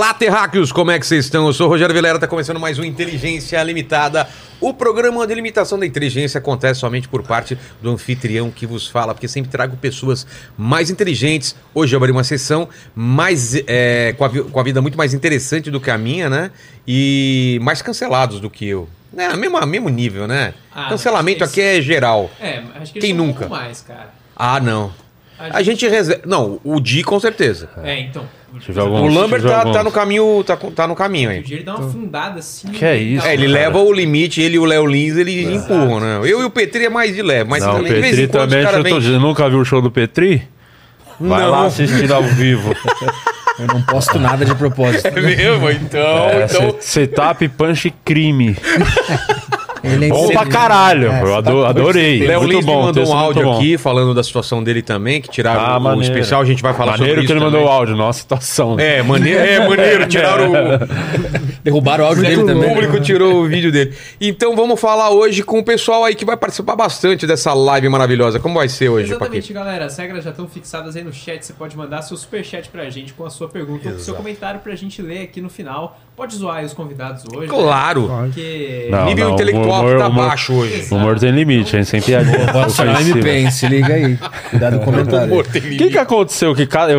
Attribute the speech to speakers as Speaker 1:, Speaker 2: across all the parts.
Speaker 1: Olá, terráqueos, como é que vocês estão? Eu sou o Rogério Vilera, tá começando mais um Inteligência Limitada. O programa de limitação da inteligência acontece somente por parte do anfitrião que vos fala, porque sempre trago pessoas mais inteligentes. Hoje eu abri uma sessão mais, com a vida muito mais interessante do que a minha, né? E mais cancelados do que eu. É, mesmo nível, né? Cancelamento aqui é geral.
Speaker 2: Acho que
Speaker 1: quem nunca?
Speaker 2: Mais, cara.
Speaker 1: Ah, não. A gente reserva. Não, o Di com certeza.
Speaker 2: Então.
Speaker 1: O Lambert tá no caminho, tá no caminho aí.
Speaker 2: O Di ele dá uma fundada assim.
Speaker 3: Que é isso?
Speaker 1: Ele leva o limite, ele e o Léo Lins, eles empurram, né? Eu e o Petri é mais de leve, mas
Speaker 3: não,
Speaker 1: também,
Speaker 3: o Petri também, nunca viu o show do Petri? Vai lá assistir ao vivo.
Speaker 4: Eu não posto nada de propósito.
Speaker 1: É mesmo? Então...
Speaker 3: Setup, punch, crime.
Speaker 4: Ele é
Speaker 3: bom pra caralho, eu adorei.
Speaker 1: Léo Lins me
Speaker 3: bom,
Speaker 1: mandou um áudio aqui falando da situação dele também, que tiraram o especial, a gente vai falar sobre isso.
Speaker 3: Maneiro que ele mandou o áudio, nossa situação.
Speaker 1: Maneiro, tiraram
Speaker 4: derrubaram o áudio dele também.
Speaker 1: O público tirou o vídeo dele. Então vamos falar hoje com o pessoal aí que vai participar bastante dessa live maravilhosa. Como vai ser hoje,
Speaker 2: Exatamente,
Speaker 1: Paquito?
Speaker 2: galera. As regras já estão fixadas aí no chat. Você pode mandar seu superchat pra gente com a sua pergunta ou com o seu comentário pra gente ler aqui no final. Pode zoar aí os convidados hoje.
Speaker 1: Claro.
Speaker 2: Né? Porque...
Speaker 1: nível intelectual tá baixo hoje.
Speaker 2: Exato.
Speaker 3: O humor tem limite, hein? Sem piadinha.
Speaker 4: Bota só no MP, se liga aí. Cuidado com o comentário.
Speaker 3: O que aconteceu?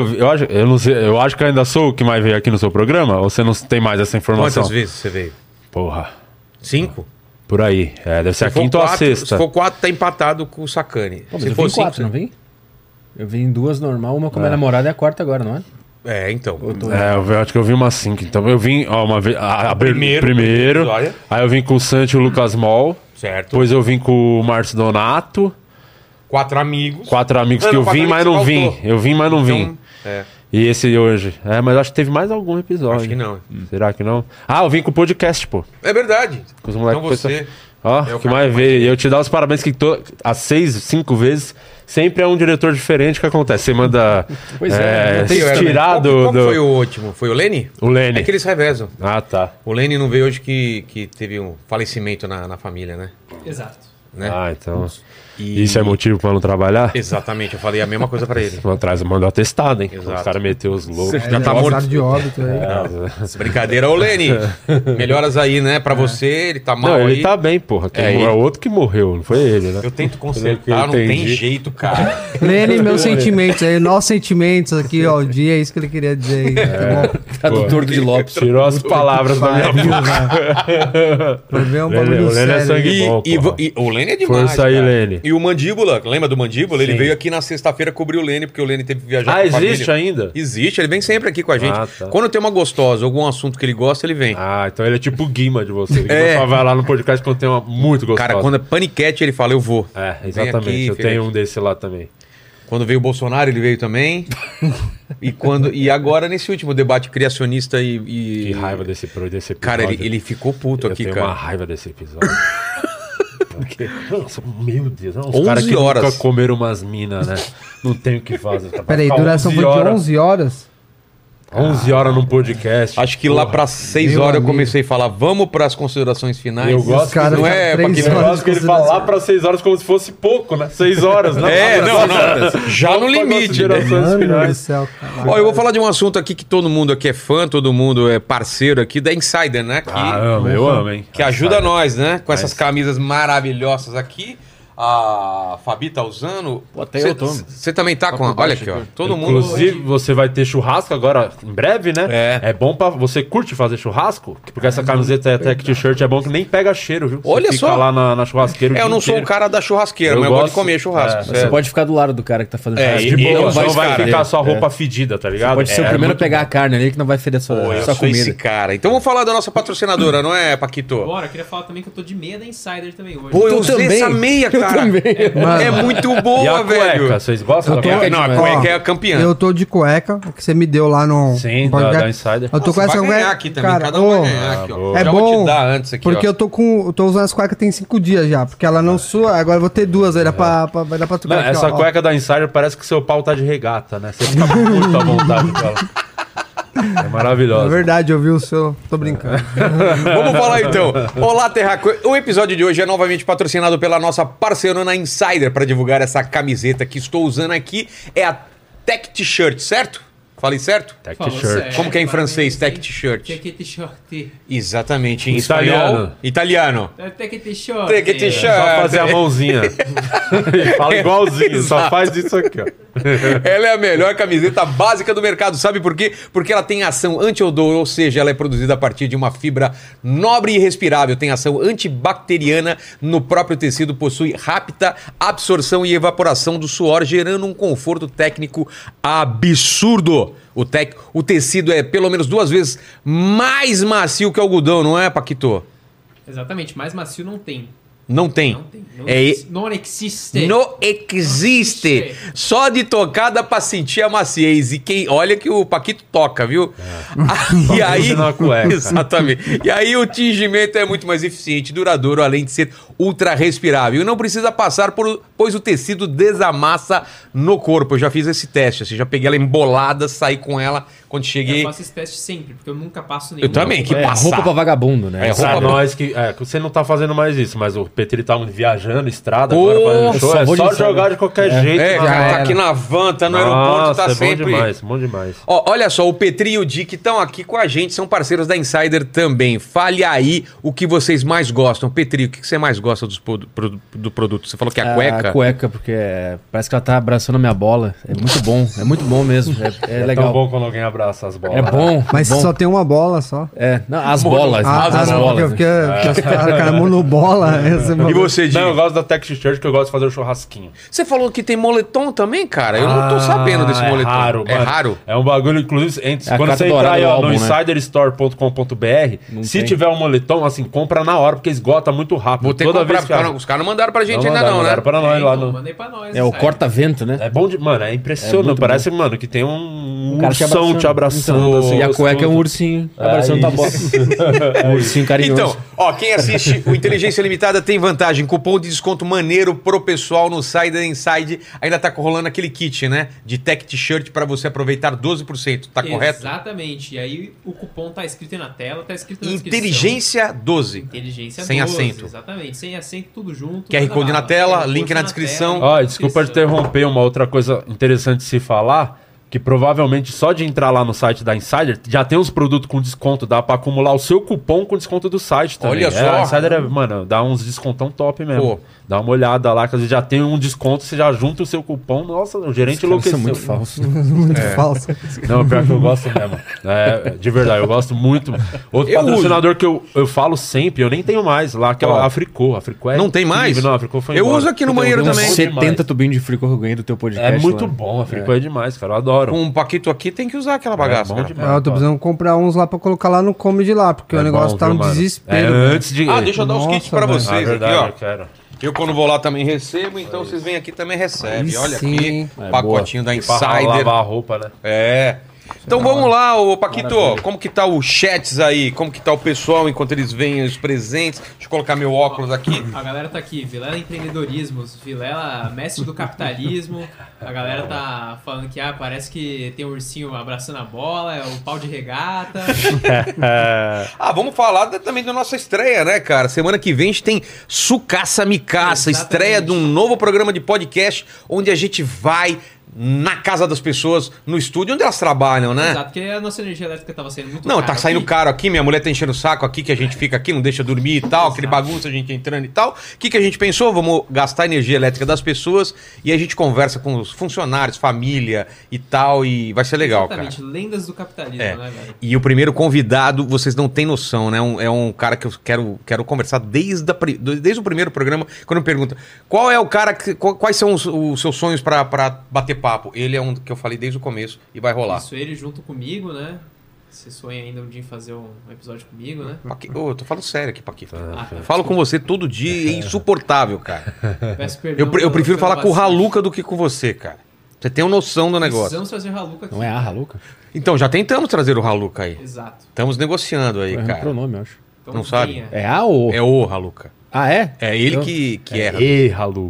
Speaker 3: Eu acho que ainda sou o que mais veio aqui no seu programa? Ou você não tem mais essa informação?
Speaker 1: Quantas vezes você veio?
Speaker 3: Porra.
Speaker 1: 5?
Speaker 3: Por aí. Deve ser a quinta ou a sexta.
Speaker 1: Se for 4, tá empatado com o Sacani.
Speaker 4: Pô,
Speaker 1: se
Speaker 4: eu
Speaker 1: for
Speaker 4: vim 4, não vim? Eu vim 2 normal, uma com minha namorada e a quarta agora, não é?
Speaker 1: Então.
Speaker 3: Eu acho que eu vi umas 5. Então eu vim uma vez. Primeiro. Aí eu vim com o Santi e o Lucas Moll.
Speaker 1: Certo.
Speaker 3: Depois eu vim com o Márcio Donato.
Speaker 1: 4 amigos.
Speaker 3: 4 amigos que eu vim, mas não vim. Eu vim, mas não vim. E esse hoje. Mas acho que teve mais algum episódio.
Speaker 1: Acho que não.
Speaker 3: Será que não? Eu vim com o podcast, pô.
Speaker 1: É verdade.
Speaker 3: Com os moleques.
Speaker 1: Então você...
Speaker 3: que mais veio. E eu te dou os parabéns que as 5 vezes sempre é um diretor diferente que acontece. Você manda tirar
Speaker 1: Qual foi o último? Foi o Lene?
Speaker 3: O Lene.
Speaker 1: É que eles revezam.
Speaker 3: Ah, tá.
Speaker 1: O Lene não veio hoje que teve um falecimento na família, né?
Speaker 2: Exato.
Speaker 1: Né?
Speaker 3: Então... Isso é motivo pra não trabalhar?
Speaker 1: Exatamente, eu falei a mesma coisa pra ele.
Speaker 3: Mandou atestado, hein?
Speaker 1: Exato.
Speaker 3: Os caras meteu os loucos.
Speaker 1: Já tá morto
Speaker 4: de óbito aí.
Speaker 1: Brincadeira. Ô, Lene, melhoras aí, né? Pra você, ele tá mal aí.
Speaker 3: Ele tá bem, porra. É o outro que morreu, não foi ele, né?
Speaker 1: Eu tento consertar, não tem jeito, cara.
Speaker 5: Lene, meus sentimentos aí, nossos sentimentos aqui, ó, o dia, é isso que ele queria dizer aí.
Speaker 4: Tradutor de Lopes.
Speaker 3: Tirou as palavras da minha boca.
Speaker 5: Pra ver um bagulho
Speaker 3: O Lene é
Speaker 5: sério.
Speaker 3: sangue bom,
Speaker 1: E o Lene é demais,
Speaker 3: Força aí,
Speaker 1: cara.
Speaker 3: Lene.
Speaker 1: E o Mandíbula, lembra do Mandíbula? Ele veio aqui na sexta-feira cobrir o Lene, porque o Lene teve que viajar com a família.
Speaker 3: Existe ainda?
Speaker 1: Existe, ele vem sempre aqui com a gente.
Speaker 3: Tá.
Speaker 1: Quando tem uma gostosa, algum assunto que ele gosta, ele vem.
Speaker 3: Então ele é tipo o Guima de você. Ele só vai lá no podcast quando tem uma muito gostosa.
Speaker 1: Cara, quando é paniquete, ele fala, eu vou.
Speaker 3: Exatamente.
Speaker 1: Aqui,
Speaker 3: eu tenho um desse lá também.
Speaker 1: Quando veio o Bolsonaro, ele veio também. E agora, nesse último debate criacionista
Speaker 3: Que raiva desse episódio.
Speaker 1: Cara, ele ficou puto aqui, cara.
Speaker 3: Eu tenho uma raiva desse episódio. Porque, nossa, meu Deus. Os
Speaker 1: 11
Speaker 3: caras que
Speaker 1: horas.
Speaker 3: nunca comeram umas minas, né? Não tem o que fazer.
Speaker 5: Peraí, duração foi de 11 horas?
Speaker 3: 11 horas num podcast.
Speaker 1: Acho que lá para 6 horas eu comecei a falar, vamos para as considerações finais.
Speaker 3: Eu gosto
Speaker 5: que
Speaker 1: não é,
Speaker 5: três
Speaker 3: Eu
Speaker 5: horas
Speaker 3: gosto que ele fala lá para 6 horas como se fosse pouco, né? 6 horas, não.
Speaker 1: Não. Já no limite. Né?
Speaker 5: Mano do céu, cara.
Speaker 1: Ó, eu vou falar de um assunto aqui que todo mundo aqui é fã, todo mundo é parceiro aqui da Insider, né?
Speaker 3: Eu amo, hein?
Speaker 1: Que ajuda nós, né? Com essas camisas maravilhosas aqui. A Fabi tá usando.
Speaker 4: Até eu tô.
Speaker 1: Você também tá com. Olha aqui, ó. Todo mundo.
Speaker 3: Inclusive, você vai ter churrasco agora em breve, né?
Speaker 1: É
Speaker 3: bom pra. Você curte fazer churrasco? Porque essa camiseta é tech t-shirt é bom que nem pega cheiro, viu?
Speaker 1: Olha
Speaker 3: você
Speaker 1: só.
Speaker 3: Fica lá na churrasqueira.
Speaker 1: Eu não sou o cara da churrasqueira, mas eu gosto de comer churrasco.
Speaker 4: Você pode ficar do lado do cara que tá fazendo churrasco.
Speaker 3: De boa,
Speaker 4: não
Speaker 3: não vai
Speaker 4: ficar
Speaker 3: ficar só roupa fedida, tá ligado?
Speaker 4: Você pode ser o primeiro a pegar a carne ali que não vai feder sua
Speaker 1: Eu sou
Speaker 4: comida.
Speaker 1: esse cara. Então vamos falar da nossa patrocinadora, não é, Paquito?
Speaker 2: Bora, eu queria falar também que eu tô de meia da Insider também hoje.
Speaker 1: Pô, eu usei essa meia, cara. É muito
Speaker 3: E
Speaker 1: boa,
Speaker 3: a
Speaker 1: velho.
Speaker 3: cueca? Vocês gostam da cueca?
Speaker 1: Não, a cueca é a campeã.
Speaker 5: Eu tô de cueca, que você me deu lá no...
Speaker 3: Sim,
Speaker 5: podcast.
Speaker 3: da Insider.
Speaker 5: Eu tô com essa
Speaker 1: vai ganhar
Speaker 5: cueca,
Speaker 1: aqui também,
Speaker 5: cara,
Speaker 1: cada um vai ganhar aqui, ó.
Speaker 5: É
Speaker 1: Já
Speaker 5: bom,
Speaker 1: vou te dar antes aqui,
Speaker 5: porque
Speaker 1: ó.
Speaker 5: eu tô usando as cuecas tem 5 dias já, porque ela não sua, agora eu vou ter 2, vai dar pra trocar aqui,
Speaker 3: Essa
Speaker 5: ó.
Speaker 3: cueca da Insider parece que seu pau tá de regata, né? Você fica muito à vontade com ela. É maravilhosa.
Speaker 5: É verdade, eu vi o seu... Tô brincando.
Speaker 1: Vamos falar então. Olá, Terraco. O episódio de hoje é novamente patrocinado pela nossa parceirona Insider para divulgar essa camiseta que estou usando aqui. É a Tech T-shirt, certo? Falei certo?
Speaker 3: Tech
Speaker 2: Falou
Speaker 3: T-shirt.
Speaker 2: certo.
Speaker 1: Como que é em francês, tech
Speaker 2: Parabéns,
Speaker 1: t-shirt?
Speaker 2: Tech t-shirt.
Speaker 1: Exatamente, em
Speaker 3: Italiano.
Speaker 1: espanhol. Italiano.
Speaker 2: Tech t-shirt.
Speaker 1: Tech t-shirt.
Speaker 3: Só fazer a mãozinha. Fala igualzinho, só faz isso aqui, ó.
Speaker 1: Ela é a melhor camiseta básica do mercado, sabe por quê? Porque ela tem ação anti-odor, ou seja, ela é produzida a partir de uma fibra nobre e respirável, tem ação antibacteriana no próprio tecido, possui rápida absorção e evaporação do suor, gerando um conforto técnico absurdo. O tecido é pelo menos 2 vezes mais macio que o algodão, não é, Paquito?
Speaker 2: Exatamente, mais macio não tem.
Speaker 1: Não tem.
Speaker 2: Não tem.
Speaker 1: Não
Speaker 2: Não existe.
Speaker 1: Não existe. Só de tocar dá pra sentir a maciez. E olha que o Paquito toca, viu? E aí,
Speaker 3: na cueca.
Speaker 1: exatamente. E aí o tingimento é muito mais eficiente, duradouro, além de ser ultra respirável. E não precisa passar pois o tecido desamassa no corpo. Eu já fiz esse teste. Assim, já peguei ela embolada, saí com ela quando cheguei.
Speaker 2: Eu faço esse teste sempre, porque eu nunca passo nenhum.
Speaker 1: Eu também, que
Speaker 4: É
Speaker 1: passar.
Speaker 4: roupa pra vagabundo, né?
Speaker 1: É,
Speaker 3: Pra
Speaker 1: roupa-
Speaker 3: nós que você não tá fazendo mais isso, mas o Petri tá viajando, estrada,
Speaker 1: Oh,
Speaker 3: agora fazendo show,
Speaker 4: só
Speaker 3: é
Speaker 4: vou
Speaker 3: só
Speaker 4: de
Speaker 3: jogar de qualquer jeito.
Speaker 1: É,
Speaker 3: na-
Speaker 1: cara, tá
Speaker 5: era.
Speaker 1: aqui na van, tá no aeroporto,
Speaker 3: Nossa,
Speaker 1: tá
Speaker 3: é
Speaker 1: sempre.
Speaker 3: bom demais.
Speaker 1: Ó, olha só, o Petri e o Dick estão aqui com a gente, são parceiros da Insider também. Fale aí o que vocês mais gostam. Petri, o que você mais gosta do produto? Você falou que é a cueca?
Speaker 4: A cueca, porque parece que ela tá abraçando a minha bola. É muito bom mesmo. É
Speaker 3: É
Speaker 4: legal.
Speaker 3: tão bom quando alguém abraça as bolas.
Speaker 4: É bom.
Speaker 5: Mas
Speaker 4: bom.
Speaker 5: só tem uma bola só.
Speaker 4: Não, as bolas. as
Speaker 5: não,
Speaker 4: bolas.
Speaker 5: porque os cara monobola.
Speaker 1: E você, Dick?
Speaker 3: Não, eu gosto da Tech T-shirt que eu gosto de fazer o churrasquinho.
Speaker 1: Você falou que tem moletom também, cara? Eu não tô sabendo desse moletom.
Speaker 3: Raro,
Speaker 1: É
Speaker 3: mano.
Speaker 1: raro?
Speaker 3: É um bagulho, inclusive,
Speaker 4: É a
Speaker 3: quando
Speaker 4: carta
Speaker 3: você entrar
Speaker 4: dourada
Speaker 3: aí
Speaker 4: do
Speaker 3: ó,
Speaker 4: álbum,
Speaker 3: no
Speaker 4: né?
Speaker 3: insiderstore.com.br, se
Speaker 4: tem.
Speaker 3: tiver um moletom, assim, compra na hora, porque esgota muito rápido.
Speaker 1: Vou ter que comprar. Os caras não mandaram pra gente ainda não, né?
Speaker 3: Mandaram pra nós lá
Speaker 2: Então,
Speaker 3: no...
Speaker 2: mandei pra nós.
Speaker 4: É o
Speaker 2: sabe?
Speaker 4: corta-vento, né?
Speaker 3: É bom de... Mano, é impressionante.
Speaker 4: muito
Speaker 3: Parece, mano, que tem um
Speaker 4: cara te
Speaker 3: ursão te abraçando.
Speaker 4: Então,
Speaker 3: assim,
Speaker 4: e a cueca é um
Speaker 3: gostoso.
Speaker 4: ursinho abraçando tua bola. Um ursinho carinhoso.
Speaker 1: Então, ó, quem assiste o Inteligência Limitada tem vantagem. Cupom de desconto maneiro pro pessoal no site da Inside. Ainda tá rolando aquele kit, né? De Tech T-shirt pra você aproveitar 12%. Tá correto?
Speaker 2: Exatamente. E aí o cupom tá escrito aí na tela, tá escrito na descrição.
Speaker 1: Inteligência 12.
Speaker 2: Inteligência
Speaker 1: Sem
Speaker 2: 12,
Speaker 1: acento.
Speaker 2: Exatamente. Sem acento, tudo junto.
Speaker 1: QR
Speaker 2: manda
Speaker 1: Code na
Speaker 2: bala.
Speaker 1: tela,
Speaker 2: QR
Speaker 1: link
Speaker 2: Code
Speaker 1: na descrição.
Speaker 2: tela,
Speaker 3: Ó, desculpa
Speaker 2: descrição.
Speaker 3: interromper, uma outra coisa interessante de se falar, que provavelmente só de entrar lá no site da Insider, já tem os produtos com desconto, dá pra acumular o seu cupom com desconto do site também.
Speaker 1: Olha só.
Speaker 3: A Insider, mano, dá uns descontão top mesmo.
Speaker 1: Pô.
Speaker 3: Dá uma olhada lá, que às vezes já tem um desconto, você já junta o seu cupom, nossa, o gerente
Speaker 4: Os caras
Speaker 3: enlouqueceu.
Speaker 4: são muito falsos.
Speaker 5: Muito falso.
Speaker 3: Não, pior que eu gosto mesmo. De verdade, eu gosto muito. Outro
Speaker 1: Eu
Speaker 3: patrocinador que eu falo sempre, eu nem tenho mais lá, que é
Speaker 1: Qual?
Speaker 3: a Africô. A Africô é
Speaker 1: Não tem mais?
Speaker 3: incrível. Não, a Africô foi
Speaker 1: Eu
Speaker 3: embora.
Speaker 1: uso aqui no
Speaker 3: Puta,
Speaker 1: banheiro
Speaker 3: eu
Speaker 1: também.
Speaker 3: uso
Speaker 4: 70 tubinhos de frico eu ganhei do teu podcast.
Speaker 3: É muito
Speaker 4: lá.
Speaker 3: bom, a Africô é demais, cara. Eu adoro.
Speaker 1: Com o Paquito aqui tem que usar aquela bagaça.
Speaker 3: bom
Speaker 1: cara.
Speaker 3: demais.
Speaker 5: Eu tô precisando comprar uns lá pra colocar lá no Comedy lá, porque o negócio
Speaker 3: bom,
Speaker 5: tá um
Speaker 3: viu, mano?
Speaker 5: desespero.
Speaker 3: É,
Speaker 5: velho.
Speaker 3: antes de...
Speaker 1: Ah, deixa eu dar os
Speaker 5: Nossa,
Speaker 1: kits pra
Speaker 5: velho.
Speaker 1: vocês
Speaker 3: verdade,
Speaker 1: aqui, ó.
Speaker 3: eu quero.
Speaker 1: Eu quando vou lá também recebo, então vocês vêm aqui também recebem.
Speaker 5: Aí
Speaker 1: Olha
Speaker 5: sim.
Speaker 1: aqui,
Speaker 4: É,
Speaker 1: pacotinho da
Speaker 3: Pra
Speaker 1: Insider.
Speaker 3: lavar a roupa, né?
Speaker 1: É. Então vamos lá, ô Paquito, como que tá o chats aí? Como que tá o pessoal enquanto eles veem os presentes? Deixa eu colocar meu óculos aqui.
Speaker 2: A galera tá aqui, Vilela Empreendedorismo, Vilela Mestre do Capitalismo. A galera tá falando que parece que tem um ursinho abraçando a bola, é o pau de regata.
Speaker 1: Ah, vamos falar também da nossa estreia, né, cara? Semana que vem a gente tem Sucaça Micaça,
Speaker 2: Exatamente.
Speaker 1: estreia de um novo programa de podcast onde a gente vai na casa das pessoas, no estúdio onde elas trabalham, né?
Speaker 2: Exato, porque a nossa energia elétrica tava saindo muito
Speaker 1: Não,
Speaker 2: cara
Speaker 1: tá saindo
Speaker 2: aqui.
Speaker 1: caro aqui, minha mulher tá enchendo o saco aqui, que a gente fica aqui, não deixa dormir e tal, aquele bagunça, a gente entrando e tal. O que a gente pensou? Vamos gastar a energia elétrica das pessoas e a gente conversa com os funcionários, família e tal, e vai ser legal,
Speaker 2: Exatamente,
Speaker 1: cara.
Speaker 2: lendas do capitalismo,
Speaker 1: É.
Speaker 2: né, velho?
Speaker 1: E o primeiro convidado, vocês não têm noção, né? É um cara que eu quero conversar desde o primeiro programa, quando me pergunta qual é o cara, quais são os seus sonhos pra bater papo? Ele é um que eu falei desde o começo e vai rolar.
Speaker 2: Isso, ele junto comigo, né? Você sonha ainda um dia em fazer um episódio comigo, né?
Speaker 1: Ô, eu tô falando sério aqui, Paquito.
Speaker 2: Ah,
Speaker 1: Falo com você todo dia, é insuportável, cara.
Speaker 2: Peço perdão
Speaker 1: Eu prefiro
Speaker 2: pela
Speaker 1: falar com o
Speaker 2: vacina.
Speaker 1: Raluca do que com você, cara. Você tem uma noção do negócio.
Speaker 2: Precisamos fazer Raluca aqui.
Speaker 4: Não é a Raluca?
Speaker 1: Então, já tentamos trazer o Raluca aí.
Speaker 2: Exato.
Speaker 1: Estamos negociando aí,
Speaker 4: É o
Speaker 1: cara.
Speaker 4: pronome, eu acho.
Speaker 2: Então,
Speaker 1: Não sabe?
Speaker 2: venha.
Speaker 4: É a ou?
Speaker 1: É o Raluca.
Speaker 4: Ah, é?
Speaker 1: É ele
Speaker 4: Eu-
Speaker 1: que erra.
Speaker 3: Erra-Luke.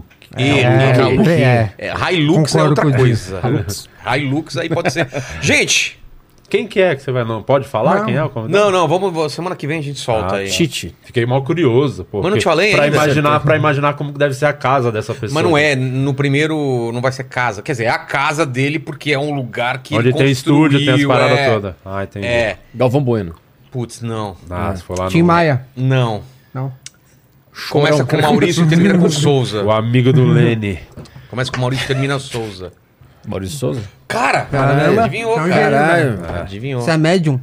Speaker 1: Hilux é outra
Speaker 5: Concordo
Speaker 1: coisa.
Speaker 5: com o
Speaker 1: Hilux aí pode ser. Gente,
Speaker 3: Quem que é que você vai... Não pode falar
Speaker 5: Não.
Speaker 3: quem é o convidado?
Speaker 1: Não, vamos. Semana que vem a gente solta aí.
Speaker 4: Tite.
Speaker 3: Fiquei mal curioso, pô.
Speaker 1: Mas não te
Speaker 3: porque
Speaker 1: falei
Speaker 3: pra
Speaker 1: ainda,
Speaker 3: pra imaginar como que deve ser a casa dessa pessoa.
Speaker 1: Mas não é, no primeiro não vai ser casa. Quer dizer, é a casa dele porque é um lugar que
Speaker 3: Onde
Speaker 1: ele
Speaker 3: tem estúdio, tem as
Speaker 1: construiu,
Speaker 3: paradas todas. Ah, entendi.
Speaker 1: É.
Speaker 4: Galvão Bueno.
Speaker 1: Putz, não.
Speaker 3: Ah, se for lá
Speaker 5: Tim
Speaker 3: no...
Speaker 5: Maia.
Speaker 1: Não.
Speaker 5: Não.
Speaker 1: Começa com Maurício e termina com Souza.
Speaker 3: O amigo do Lene.
Speaker 1: Começa com Maurício e termina Souza.
Speaker 4: Maurício Souza?
Speaker 1: Cara,
Speaker 5: Caramba.
Speaker 1: adivinhou,
Speaker 5: É um
Speaker 1: cara.
Speaker 4: Caralho.
Speaker 1: Adivinhou.
Speaker 5: Você é médium?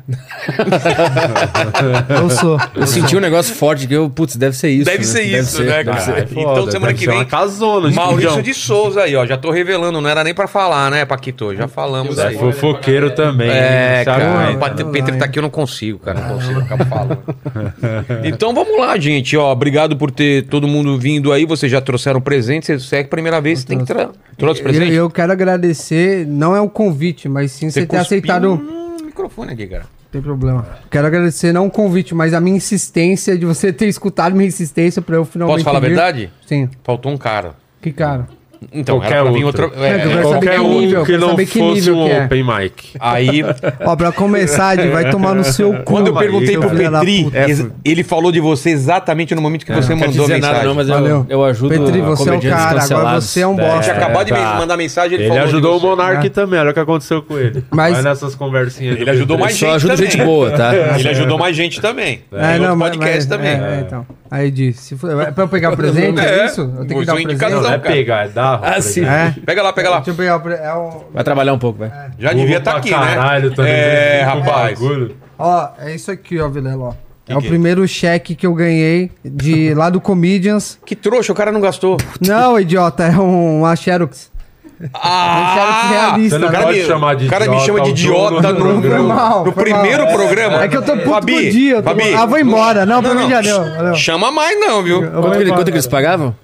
Speaker 5: Eu sou.
Speaker 4: Eu senti um negócio forte que eu, putz, deve ser isso.
Speaker 1: Deve ser isso, né, cara?
Speaker 3: Caralho,
Speaker 1: Então,
Speaker 3: foda,
Speaker 1: semana
Speaker 3: deve
Speaker 1: que
Speaker 3: ser
Speaker 1: vem,
Speaker 3: uma casona de
Speaker 1: Maurício
Speaker 3: estúdio.
Speaker 1: de Souza aí, ó. Já tô revelando, não era nem pra falar, né, Paquito? Já falamos
Speaker 3: É
Speaker 1: aí.
Speaker 3: fofoqueiro também.
Speaker 1: É,
Speaker 3: hein? Sabe
Speaker 1: cara,
Speaker 3: como é?
Speaker 1: o Peter tá aqui, eu não consigo, cara, não consigo ficar falando. Então vamos lá, gente, ó, obrigado por ter todo mundo vindo aí, vocês já trouxeram presente, você é a primeira vez, você tem que trouxe presente?
Speaker 5: Eu quero agradecer, não é um convite, mas sim você ter
Speaker 1: cuspiu
Speaker 5: aceitado.
Speaker 1: no microfone aqui, cara.
Speaker 5: Não tem problema. Quero agradecer, não um convite, mas a minha insistência de você ter escutado minha insistência pra eu finalmente.
Speaker 1: Posso falar a
Speaker 5: vir.
Speaker 1: verdade?
Speaker 5: Sim.
Speaker 1: Faltou um cara.
Speaker 5: Que cara?
Speaker 1: Então,
Speaker 3: Qualquer
Speaker 1: era pra vir
Speaker 3: outro.
Speaker 1: outra...
Speaker 5: É, eu quero saber
Speaker 3: Qualquer
Speaker 5: que
Speaker 3: um
Speaker 5: nível,
Speaker 3: que
Speaker 5: quero
Speaker 3: não
Speaker 5: saber que
Speaker 3: fosse
Speaker 5: nível
Speaker 3: um
Speaker 5: que é.
Speaker 3: open mic.
Speaker 1: Aí,
Speaker 5: Ó, pra começar, Ed, vai tomar no seu cu.
Speaker 1: quando eu perguntei
Speaker 5: seu
Speaker 1: pro
Speaker 5: filho da
Speaker 1: Petri,
Speaker 5: puta.
Speaker 1: ele falou de você exatamente no momento que você
Speaker 4: Não quero
Speaker 1: mandou a
Speaker 4: dizer
Speaker 1: mensagem.
Speaker 4: nada não, mas
Speaker 5: Valeu.
Speaker 4: eu ajudo
Speaker 5: Petri, você é o
Speaker 4: comediantes
Speaker 5: cara, agora
Speaker 4: cancelados.
Speaker 5: você é um
Speaker 1: Tinha
Speaker 5: bosta.
Speaker 1: acabado de
Speaker 3: tá.
Speaker 1: mandar mensagem, ele
Speaker 3: Ele
Speaker 1: falou
Speaker 3: ajudou o
Speaker 1: de você.
Speaker 3: Monark também, olha o que aconteceu com ele.
Speaker 5: Mas-
Speaker 3: Vai nessas conversinhas.
Speaker 1: Ele ajudou mais
Speaker 4: Só
Speaker 1: gente
Speaker 4: ajuda
Speaker 1: também.
Speaker 4: gente boa, tá?
Speaker 1: Ele ajudou mais gente também. Tem outro podcast também.
Speaker 5: Então. Aí, Edi, se for, é pra eu pegar o presente, é isso? Eu tenho que dar o
Speaker 1: Usou
Speaker 5: presente?
Speaker 1: indicação.
Speaker 3: Não é
Speaker 1: cara.
Speaker 3: pegar, é dar.
Speaker 4: Ah, sim.
Speaker 5: É.
Speaker 1: Pega lá, pega lá.
Speaker 5: Deixa eu pegar o presente. É um...
Speaker 4: Vai trabalhar um pouco, vai.
Speaker 1: Já devia estar
Speaker 3: Pra
Speaker 1: aqui,
Speaker 3: caralho,
Speaker 1: né?
Speaker 3: também.
Speaker 1: É, rapaz.
Speaker 3: Bagulho.
Speaker 5: Ó, é isso aqui, ó, Vilela, ó. É o
Speaker 1: que é
Speaker 5: primeiro cheque que eu ganhei de lá do Comedians.
Speaker 1: Que trouxa, o cara não gastou.
Speaker 5: Não, idiota, é uma Xerox.
Speaker 1: Ah!
Speaker 5: realista,
Speaker 3: Você não
Speaker 5: né?
Speaker 3: pode chamar de
Speaker 1: O cara me chama de
Speaker 3: ao
Speaker 1: idiota
Speaker 3: dono do
Speaker 1: no,
Speaker 3: programa.
Speaker 5: mal,
Speaker 1: no
Speaker 5: foi
Speaker 1: primeiro
Speaker 5: mal.
Speaker 1: programa.
Speaker 5: É que eu tô puto
Speaker 1: Fabi,
Speaker 5: com o dia. Eu tô...
Speaker 1: Fabi,
Speaker 5: vou embora. Não, pra mim já deu. Valeu.
Speaker 1: Chama mais não, viu?
Speaker 4: Quanto que eles pagavam?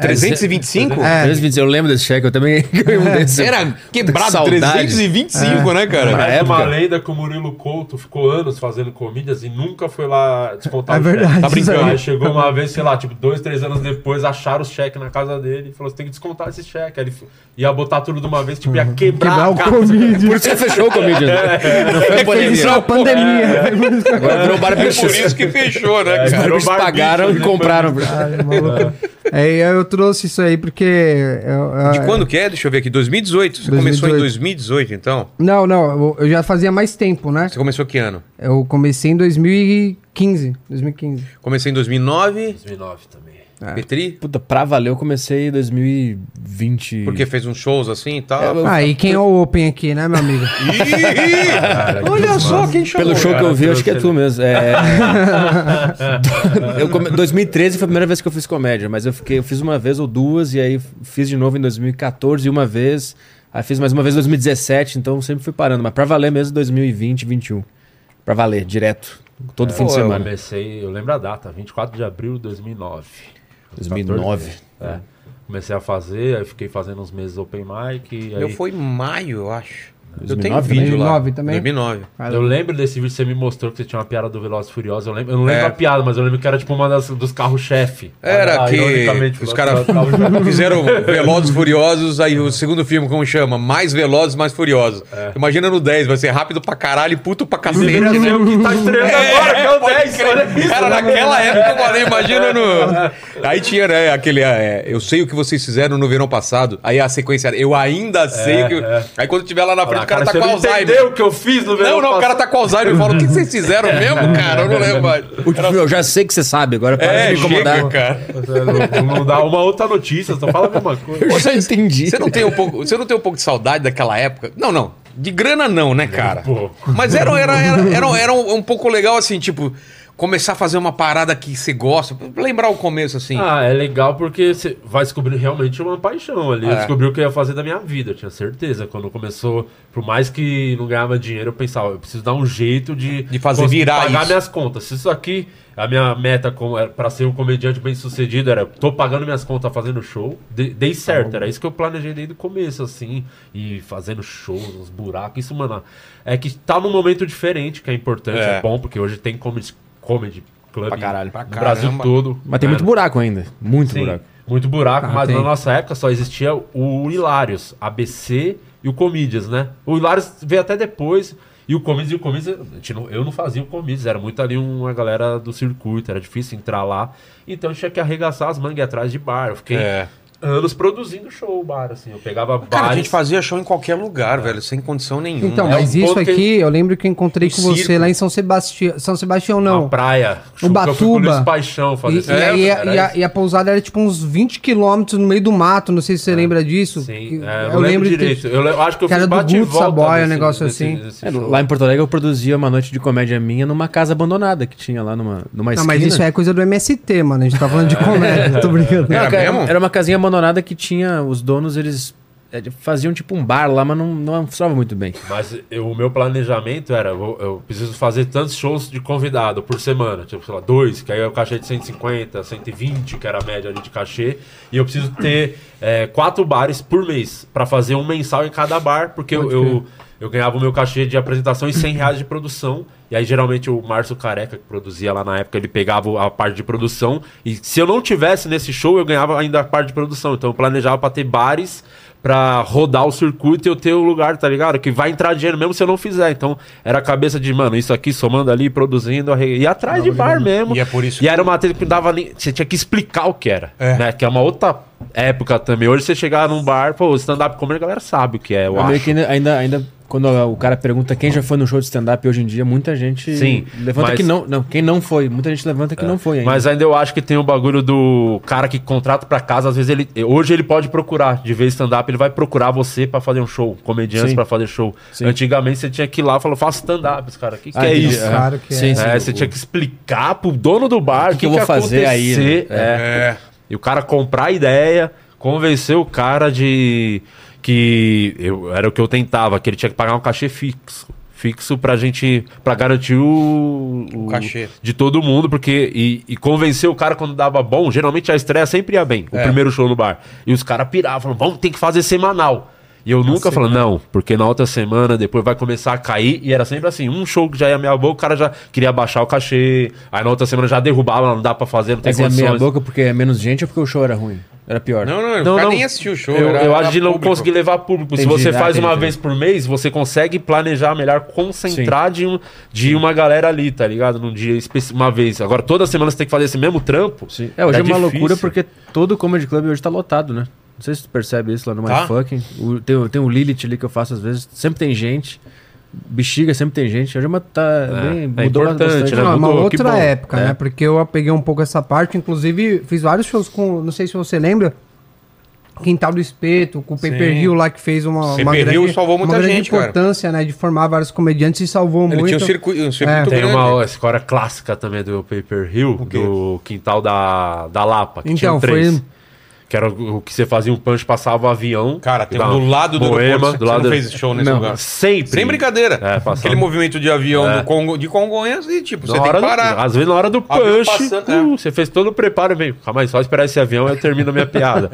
Speaker 1: 325?
Speaker 5: É.
Speaker 4: 320, eu lembro desse cheque, eu também ganhei um desses.
Speaker 1: Era quebrado,
Speaker 4: Saudade.
Speaker 1: 325, né, cara?
Speaker 4: Na
Speaker 3: É uma
Speaker 4: época.
Speaker 3: lenda que o Murilo Couto ficou anos fazendo comédias e nunca foi lá descontar
Speaker 5: É
Speaker 3: o cheque.
Speaker 5: verdade.
Speaker 1: Tá
Speaker 5: isso
Speaker 1: brincando.
Speaker 5: aí.
Speaker 3: Aí chegou uma vez, sei lá, tipo, 2, 3 anos depois, acharam o cheque na casa dele e falou: você tem que descontar esse cheque. Aí ele ia botar tudo de uma vez, tipo, ia quebrar,
Speaker 5: Quebrar
Speaker 3: a
Speaker 5: o
Speaker 3: casa.
Speaker 5: Comedians.
Speaker 4: Por isso que fechou o Comedians. Não foi a
Speaker 5: Fez isso
Speaker 4: pandemia.
Speaker 5: na pandemia.
Speaker 4: Agora virou bar
Speaker 1: É por isso que fechou, né,
Speaker 3: É,
Speaker 1: cara?
Speaker 3: virou
Speaker 4: Eles
Speaker 3: barbicha,
Speaker 4: pagaram e
Speaker 3: né?
Speaker 4: compraram.
Speaker 5: Ai, maluco. Aí eu trouxe isso aí porque...
Speaker 1: De quando que é? Deixa eu ver aqui. 2018. Você começou em 2018, então?
Speaker 5: Não, eu já fazia mais tempo, né?
Speaker 1: Você começou que ano?
Speaker 5: Eu comecei em 2015. 2015.
Speaker 1: Comecei em 2009.
Speaker 3: 2009 também.
Speaker 1: Petri?
Speaker 4: Puta, pra valer, eu comecei em 2020.
Speaker 1: Porque fez uns shows assim e tal.
Speaker 5: Ah, e quem é o Open aqui, né, meu amigo?
Speaker 1: Ih! Olha só quem chamou.
Speaker 4: Pelo show que eu vi, eu acho que é
Speaker 3: trouxe
Speaker 4: tu mesmo. 2013 foi a primeira vez que eu fiz comédia, mas eu fiz uma vez ou duas, e aí fiz de novo em 2014 uma vez, aí fiz mais uma vez em 2017, então sempre fui parando. Mas pra valer mesmo 2020, 2021. Pra valer, direto. Todo fim de
Speaker 3: Eu
Speaker 4: semana.
Speaker 3: comecei, eu lembro a data, 24 de abril de 2009.
Speaker 4: 2009.
Speaker 3: É. Comecei a fazer, aí fiquei fazendo uns meses open mic. E aí...
Speaker 1: Eu foi em maio, eu acho. Eu
Speaker 4: 2009
Speaker 1: tenho vídeo lá.
Speaker 5: 2009 também?
Speaker 1: 2009.
Speaker 3: Eu lembro desse vídeo que você me mostrou que você tinha uma piada do Velozes e Furiosos. Eu não lembro
Speaker 1: É.
Speaker 3: a piada, mas eu lembro que era tipo uma dos carros-chefe.
Speaker 1: Era que
Speaker 3: ironicamente,
Speaker 1: os
Speaker 3: Velozes
Speaker 1: caras
Speaker 3: e Furiosos, carro-chefe.
Speaker 1: fizeram Velozes e Furiosos, aí o segundo filme, como chama? Mais Velozes, Mais Furiosos. Imagina no 10, vai ser rápido pra caralho e puto pra cacete,
Speaker 3: Deveria
Speaker 1: né?
Speaker 3: ser o que tá estreando agora, que é o
Speaker 1: pode
Speaker 3: 10.
Speaker 1: crer.
Speaker 3: Olha isso.
Speaker 1: Cara, naquela época eu falei, imagina no... Aí tinha, né, aquele... eu sei o que vocês fizeram no verão passado. Aí a sequência era, eu ainda sei o que... Aí quando tiver lá na frente, o cara tá
Speaker 3: você
Speaker 1: com
Speaker 3: não
Speaker 1: Alzheimer.
Speaker 3: entendeu o que eu fiz no verão
Speaker 1: Não, o cara
Speaker 3: passado.
Speaker 1: tá com Alzheimer. Eu falo, o que vocês fizeram mesmo, cara? Eu não lembro mais.
Speaker 4: Eu já sei que você sabe, agora para de me incomodar.
Speaker 1: chega, cara.
Speaker 3: Não dá uma outra notícia, só fala a mesma coisa.
Speaker 4: Eu já entendi.
Speaker 1: Você não tem um pouco de saudade daquela época? Não. De grana não, né, cara?
Speaker 3: Pô.
Speaker 1: Mas era um pouco legal, assim, tipo, começar a fazer uma parada que você gosta. Lembrar o começo, assim.
Speaker 3: Ah, é legal porque você vai descobrir realmente uma paixão ali. Eu
Speaker 1: É.
Speaker 3: descobri o que eu ia fazer da minha vida, eu tinha certeza. Quando começou, por mais que não ganhava dinheiro, eu pensava, eu preciso dar um jeito de
Speaker 1: fazer
Speaker 3: conseguir
Speaker 1: virar
Speaker 3: pagar
Speaker 1: isso.
Speaker 3: minhas contas. Se isso aqui, a minha meta para ser um comediante bem sucedido era, tô pagando minhas contas fazendo show, dei certo. Era isso que eu planejei desde o começo, assim, e fazendo shows, uns buracos. Isso, mano, é que tá num momento diferente, que é importante, é bom, porque hoje tem comedy club
Speaker 4: Pra caralho.
Speaker 1: Pra
Speaker 3: no Brasil
Speaker 1: caramba.
Speaker 3: todo.
Speaker 4: Mas tem
Speaker 3: né?
Speaker 4: muito buraco ainda. Muito
Speaker 3: Sim,
Speaker 4: buraco.
Speaker 3: muito buraco, mas
Speaker 5: tem.
Speaker 3: na nossa época só existia o Hilários, ABC e o Comedians, né? O Hilários veio até depois E o comício, eu não fazia o comício, era muito ali uma galera do circuito, era difícil entrar lá. Então eu tinha que arregaçar as mangas atrás de bar. Eu fiquei anos produzindo show, bar, assim. Eu pegava bares...
Speaker 1: Cara, a gente fazia show em qualquer lugar, velho, sem condição nenhuma.
Speaker 5: Então, mas isso aqui, eu lembro que eu encontrei com você
Speaker 1: circo.
Speaker 5: lá em São Sebastião. São Sebastião, não.
Speaker 3: Na praia.
Speaker 5: No Batuba.
Speaker 3: Paixão fazer
Speaker 5: E a pousada era tipo uns 20 quilômetros no meio do mato, não sei se você lembra disso.
Speaker 3: Sim,
Speaker 5: eu lembro
Speaker 3: direito. Eu acho que eu
Speaker 5: fiz
Speaker 3: bate e volta
Speaker 5: Saboia, um negócio assim.
Speaker 4: Lá em Porto Alegre eu produzia uma noite de comédia minha numa casa abandonada que tinha lá numa esquina.
Speaker 5: Não, mas isso é coisa do MST, mano. A gente tá falando de comédia, tô brincando.
Speaker 1: Era mesmo?
Speaker 4: Era uma casinha abandonada que tinha... Os donos, eles faziam tipo um bar lá, mas não funcionava muito bem.
Speaker 3: Mas o meu planejamento era, eu preciso fazer tantos shows de convidado por semana, tipo, sei lá, 2, que aí é o cachê de 150, 120, que era a média ali de cachê, e eu preciso ter 4 bares por mês, pra fazer um mensal em cada bar, porque eu ganhava o meu cachê de apresentação e R$100 de produção. E aí, geralmente, o Márcio Careca, que produzia lá na época, ele pegava a parte de produção. E se eu não tivesse nesse show, eu ganhava ainda a parte de produção. Então, eu planejava pra ter bares pra rodar o circuito e eu ter o lugar, tá ligado? Que vai entrar dinheiro mesmo se eu não fizer. Então, era a cabeça de, mano, isso aqui somando ali, produzindo, e atrás de bar mesmo.
Speaker 1: E é por isso
Speaker 3: E era uma matéria que dava ali... Você tinha que explicar o que era, né? Que é uma outra época também. Hoje, você chegar num bar, pô, stand-up comedy, a galera sabe o que é, eu acho.
Speaker 4: Meio que ainda quando o cara pergunta quem já foi no show de stand-up hoje em dia, muita gente levanta que não. Não, quem não foi. Muita gente levanta que não foi ainda.
Speaker 3: Mas ainda eu acho que tem o bagulho do cara que contrata pra casa, às vezes hoje ele pode procurar, de vez stand-up, ele vai procurar você pra fazer um show, comediantes pra fazer show. Sim. Antigamente você tinha que ir lá e falar, faça stand-up, cara, o que é isso?
Speaker 5: Claro que
Speaker 4: sim,
Speaker 3: você tinha que explicar pro dono do bar o que
Speaker 4: eu vou fazer aí.
Speaker 3: Né? E o cara comprar a ideia, convencer o cara de... era o que eu tentava, que ele tinha que pagar um cachê fixo pra garantir o
Speaker 1: cachê
Speaker 3: de todo mundo, porque e convencer o cara quando dava bom. Geralmente a estreia sempre ia bem, o primeiro show no bar, e os caras piravam, vamos, tem que fazer semanal. E eu nunca falei, não, porque na outra semana depois vai começar a cair. E era sempre assim, um show que já ia meia boca, o cara já queria baixar o cachê. Aí na outra semana já derrubava, não dá pra fazer, não tem condições.
Speaker 4: Mas é meia boca porque é menos gente ou porque o show era ruim? Era pior?
Speaker 1: Não, o cara nem assistiu o show.
Speaker 3: Eu acho de não conseguir levar público.
Speaker 4: Entendi,
Speaker 3: se você faz uma vez por mês, você consegue planejar melhor, concentrar de uma galera ali, tá ligado? Num dia uma vez. Agora toda semana você tem que fazer esse mesmo trampo.
Speaker 4: Sim. Hoje é uma loucura porque todo Comedy Club hoje tá lotado, né? Não sei se tu percebe isso lá no MyFucking. Tem o Lilith ali que eu faço às vezes. Sempre tem gente. Bexiga sempre tem gente. Hoje mudou bastante.
Speaker 5: Né? Não, uma outra época, né? Porque eu peguei um pouco essa parte. Inclusive, fiz vários shows com... Não sei se você lembra. Quintal do Espeto, com o Pay-Per-View lá, que fez uma grande,
Speaker 1: salvou muita gente,
Speaker 5: importância, né? De formar vários comediantes e salvou muito.
Speaker 1: Tinha um circuito
Speaker 3: Tem uma história clássica também do Pay-Per-View, do Quintal da Lapa, que tinha 3. Que era o que você fazia um punch, passava o avião.
Speaker 1: Cara, tem do lado do aeroporto. Você não fez show nesse lugar?
Speaker 3: Sempre.
Speaker 1: Sem brincadeira. Aquele movimento de avião de Congonhas e tipo, você tem que parar.
Speaker 3: Às vezes na hora do punch, você fez todo o preparo e veio, calma aí, só esperar esse avião e eu termino a minha piada.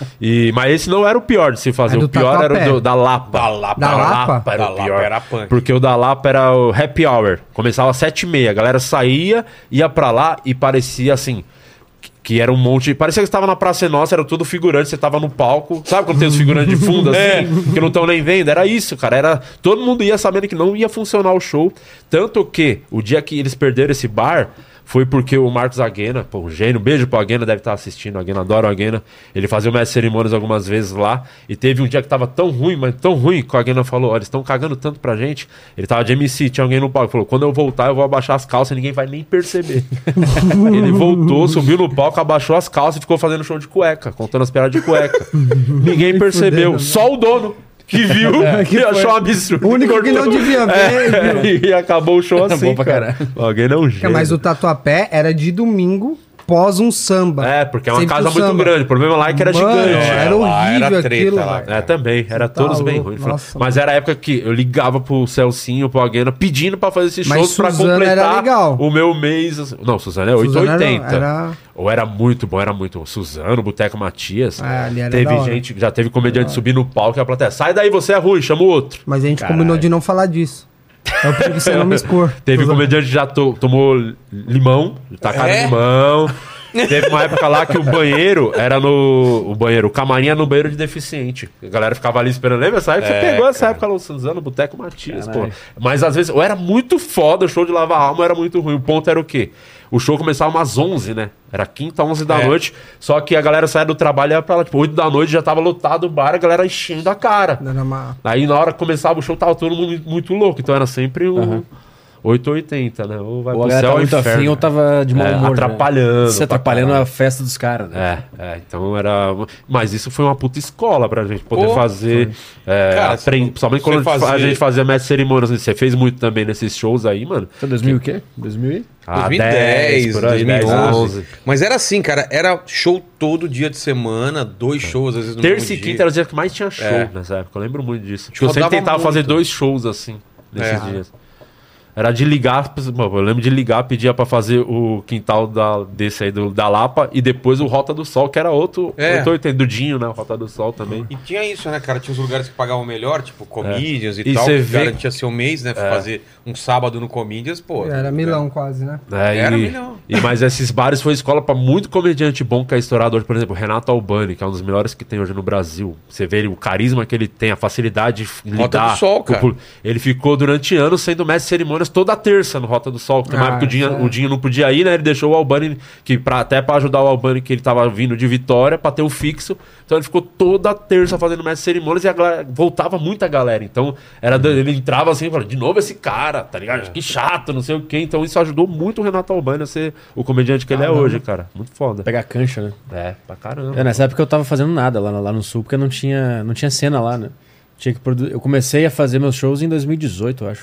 Speaker 3: Mas esse não era o pior de se fazer. O pior era o da Lapa.
Speaker 5: Da Lapa
Speaker 3: era o pior. Era punk. Porque o da Lapa era o happy hour. Começava às 7h30. A galera saía, ia pra lá e parecia assim... Que era um monte... Parecia que você estava na Praça Nossa, era tudo figurante, você estava no palco. Sabe quando tem os figurantes de fundo, assim? Que não estão nem vendo? Era isso, cara. Todo mundo ia sabendo que não ia funcionar o show. Tanto que, o dia que eles perderam esse bar... Foi porque o Marcos Aguena, um gênio, beijo pro Aguena, deve estar assistindo, o Aguena, adoro o Aguena. Ele fazia o mestre de cerimônias algumas vezes lá. E teve um dia que tava tão ruim, mas tão ruim, que o Aguena falou, olha, eles estão cagando tanto pra gente. Ele tava de MC, tinha alguém no palco, falou, quando eu voltar eu vou abaixar as calças e ninguém vai nem perceber. Ele voltou, subiu no palco, abaixou as calças e ficou fazendo show de cueca, contando as piadas de cueca. Ninguém percebeu, só o dono. Que viu, que achou um absurdo.
Speaker 5: O único que não devia ver.
Speaker 3: E acabou o show assim, cara. Alguém não gênio.
Speaker 5: Mas o Tatuapé era de domingo, pós um samba.
Speaker 3: Porque é uma casa muito grande. O problema lá é que era gigante.
Speaker 5: Era horrível aquilo.
Speaker 3: Também. Era todos bem ruins. Mas era a época que eu ligava pro Celcinho, pro Aguena, pedindo pra fazer esses shows pra completar o meu mês. Não, Suzana é 880. Ou era muito bom, era muito. Suzano, Boteco Matias. Teve gente, já teve comediante subir no palco e a plateia. Sai daí, você é ruim, chama o outro.
Speaker 5: Mas a gente combinou de não falar disso. Eu pedi você não me expor.
Speaker 3: Teve comediante que já tomou limão, tacaram limão. Teve uma época lá que o banheiro era no... O camarim era no banheiro de deficiente. A galera ficava ali esperando. Lembra essa época? Você pegou essa época lá no Suzano, Boteco Matias, pô. Mas às vezes, ou era muito foda, o show de lavar a alma era muito ruim. O ponto era o quê? O show começava umas 11, né? Era quinta, 11 da noite. Só que a galera saía do trabalho e ia pra lá. Tipo, 8 da noite já tava lotado o bar, a galera enchendo a cara. Aí na hora que começava o show, tava todo mundo muito louco. Então era sempre um 880, né? Ou vai
Speaker 4: Ou
Speaker 3: pro
Speaker 4: a galera
Speaker 3: céu
Speaker 4: tava
Speaker 3: ou
Speaker 4: muito
Speaker 3: inferno.
Speaker 4: afim ou tava de mau humor.
Speaker 3: Atrapalhando.
Speaker 4: Se atrapalhando a festa dos caras, né?
Speaker 3: Então era... Mas isso foi uma puta escola pra gente poder fazer...
Speaker 1: Cara,
Speaker 3: principalmente quando a gente fazia mestre cerimônias. Você fez muito também nesses shows aí, mano.
Speaker 4: Então 2000 o quê? 2000
Speaker 1: 2010,
Speaker 3: por aí,
Speaker 1: 2011. Mas era assim, cara, era show todo dia de semana, 2 shows às vezes no
Speaker 3: Terça e
Speaker 1: mesmo
Speaker 3: quinta
Speaker 1: dia.
Speaker 3: era o dia que mais tinha show nessa época. Eu lembro muito disso. Porque eu
Speaker 1: Rodava
Speaker 3: sempre tentava fazer
Speaker 1: muito.
Speaker 3: 2 shows assim, nesses dias. Era de ligar, eu lembro de ligar, pedia pra fazer o quintal desse aí da Lapa e depois o Rota do Sol, que era outro do Dinho, né? O Rota do Sol também.
Speaker 1: E tinha isso, né, cara? Tinha os lugares que pagavam melhor, tipo Comedians e
Speaker 3: E
Speaker 1: tal,
Speaker 3: você
Speaker 1: que
Speaker 3: vê-
Speaker 1: garantia seu mês, né? Fazer um sábado no Comedians, pô.
Speaker 5: Era milão quase, né?
Speaker 1: Era milhão.
Speaker 3: Mas esses bares foi escola pra muito comediante bom que é estourado hoje. Por exemplo, Renato Albani, que é um dos melhores que tem hoje no Brasil. Você vê o carisma que ele tem, a facilidade de
Speaker 1: Rota
Speaker 3: lidar.
Speaker 1: do Sol, cara.
Speaker 3: Ele ficou durante anos sendo mestre de cerimônias toda terça no Rota do Sol. Porque uma época o Dinho não podia ir, né? Ele deixou o Albani, até pra ajudar o Albani, que ele tava vindo de Vitória, pra ter o fixo. Então ele ficou toda terça fazendo mestre de cerimônias e voltava muita galera. Então ele entrava assim e falava, de novo esse cara, tá ligado? Que chato, não sei o quê. Então isso ajudou muito o Renato Albani a ser o comediante que ele é hoje, cara. Muito foda.
Speaker 4: Pegar cancha, né?
Speaker 3: Pra caramba.
Speaker 4: Nessa época eu tava fazendo nada lá no Sul, porque não tinha cena lá, né? Eu comecei a fazer meus shows em 2018, eu acho.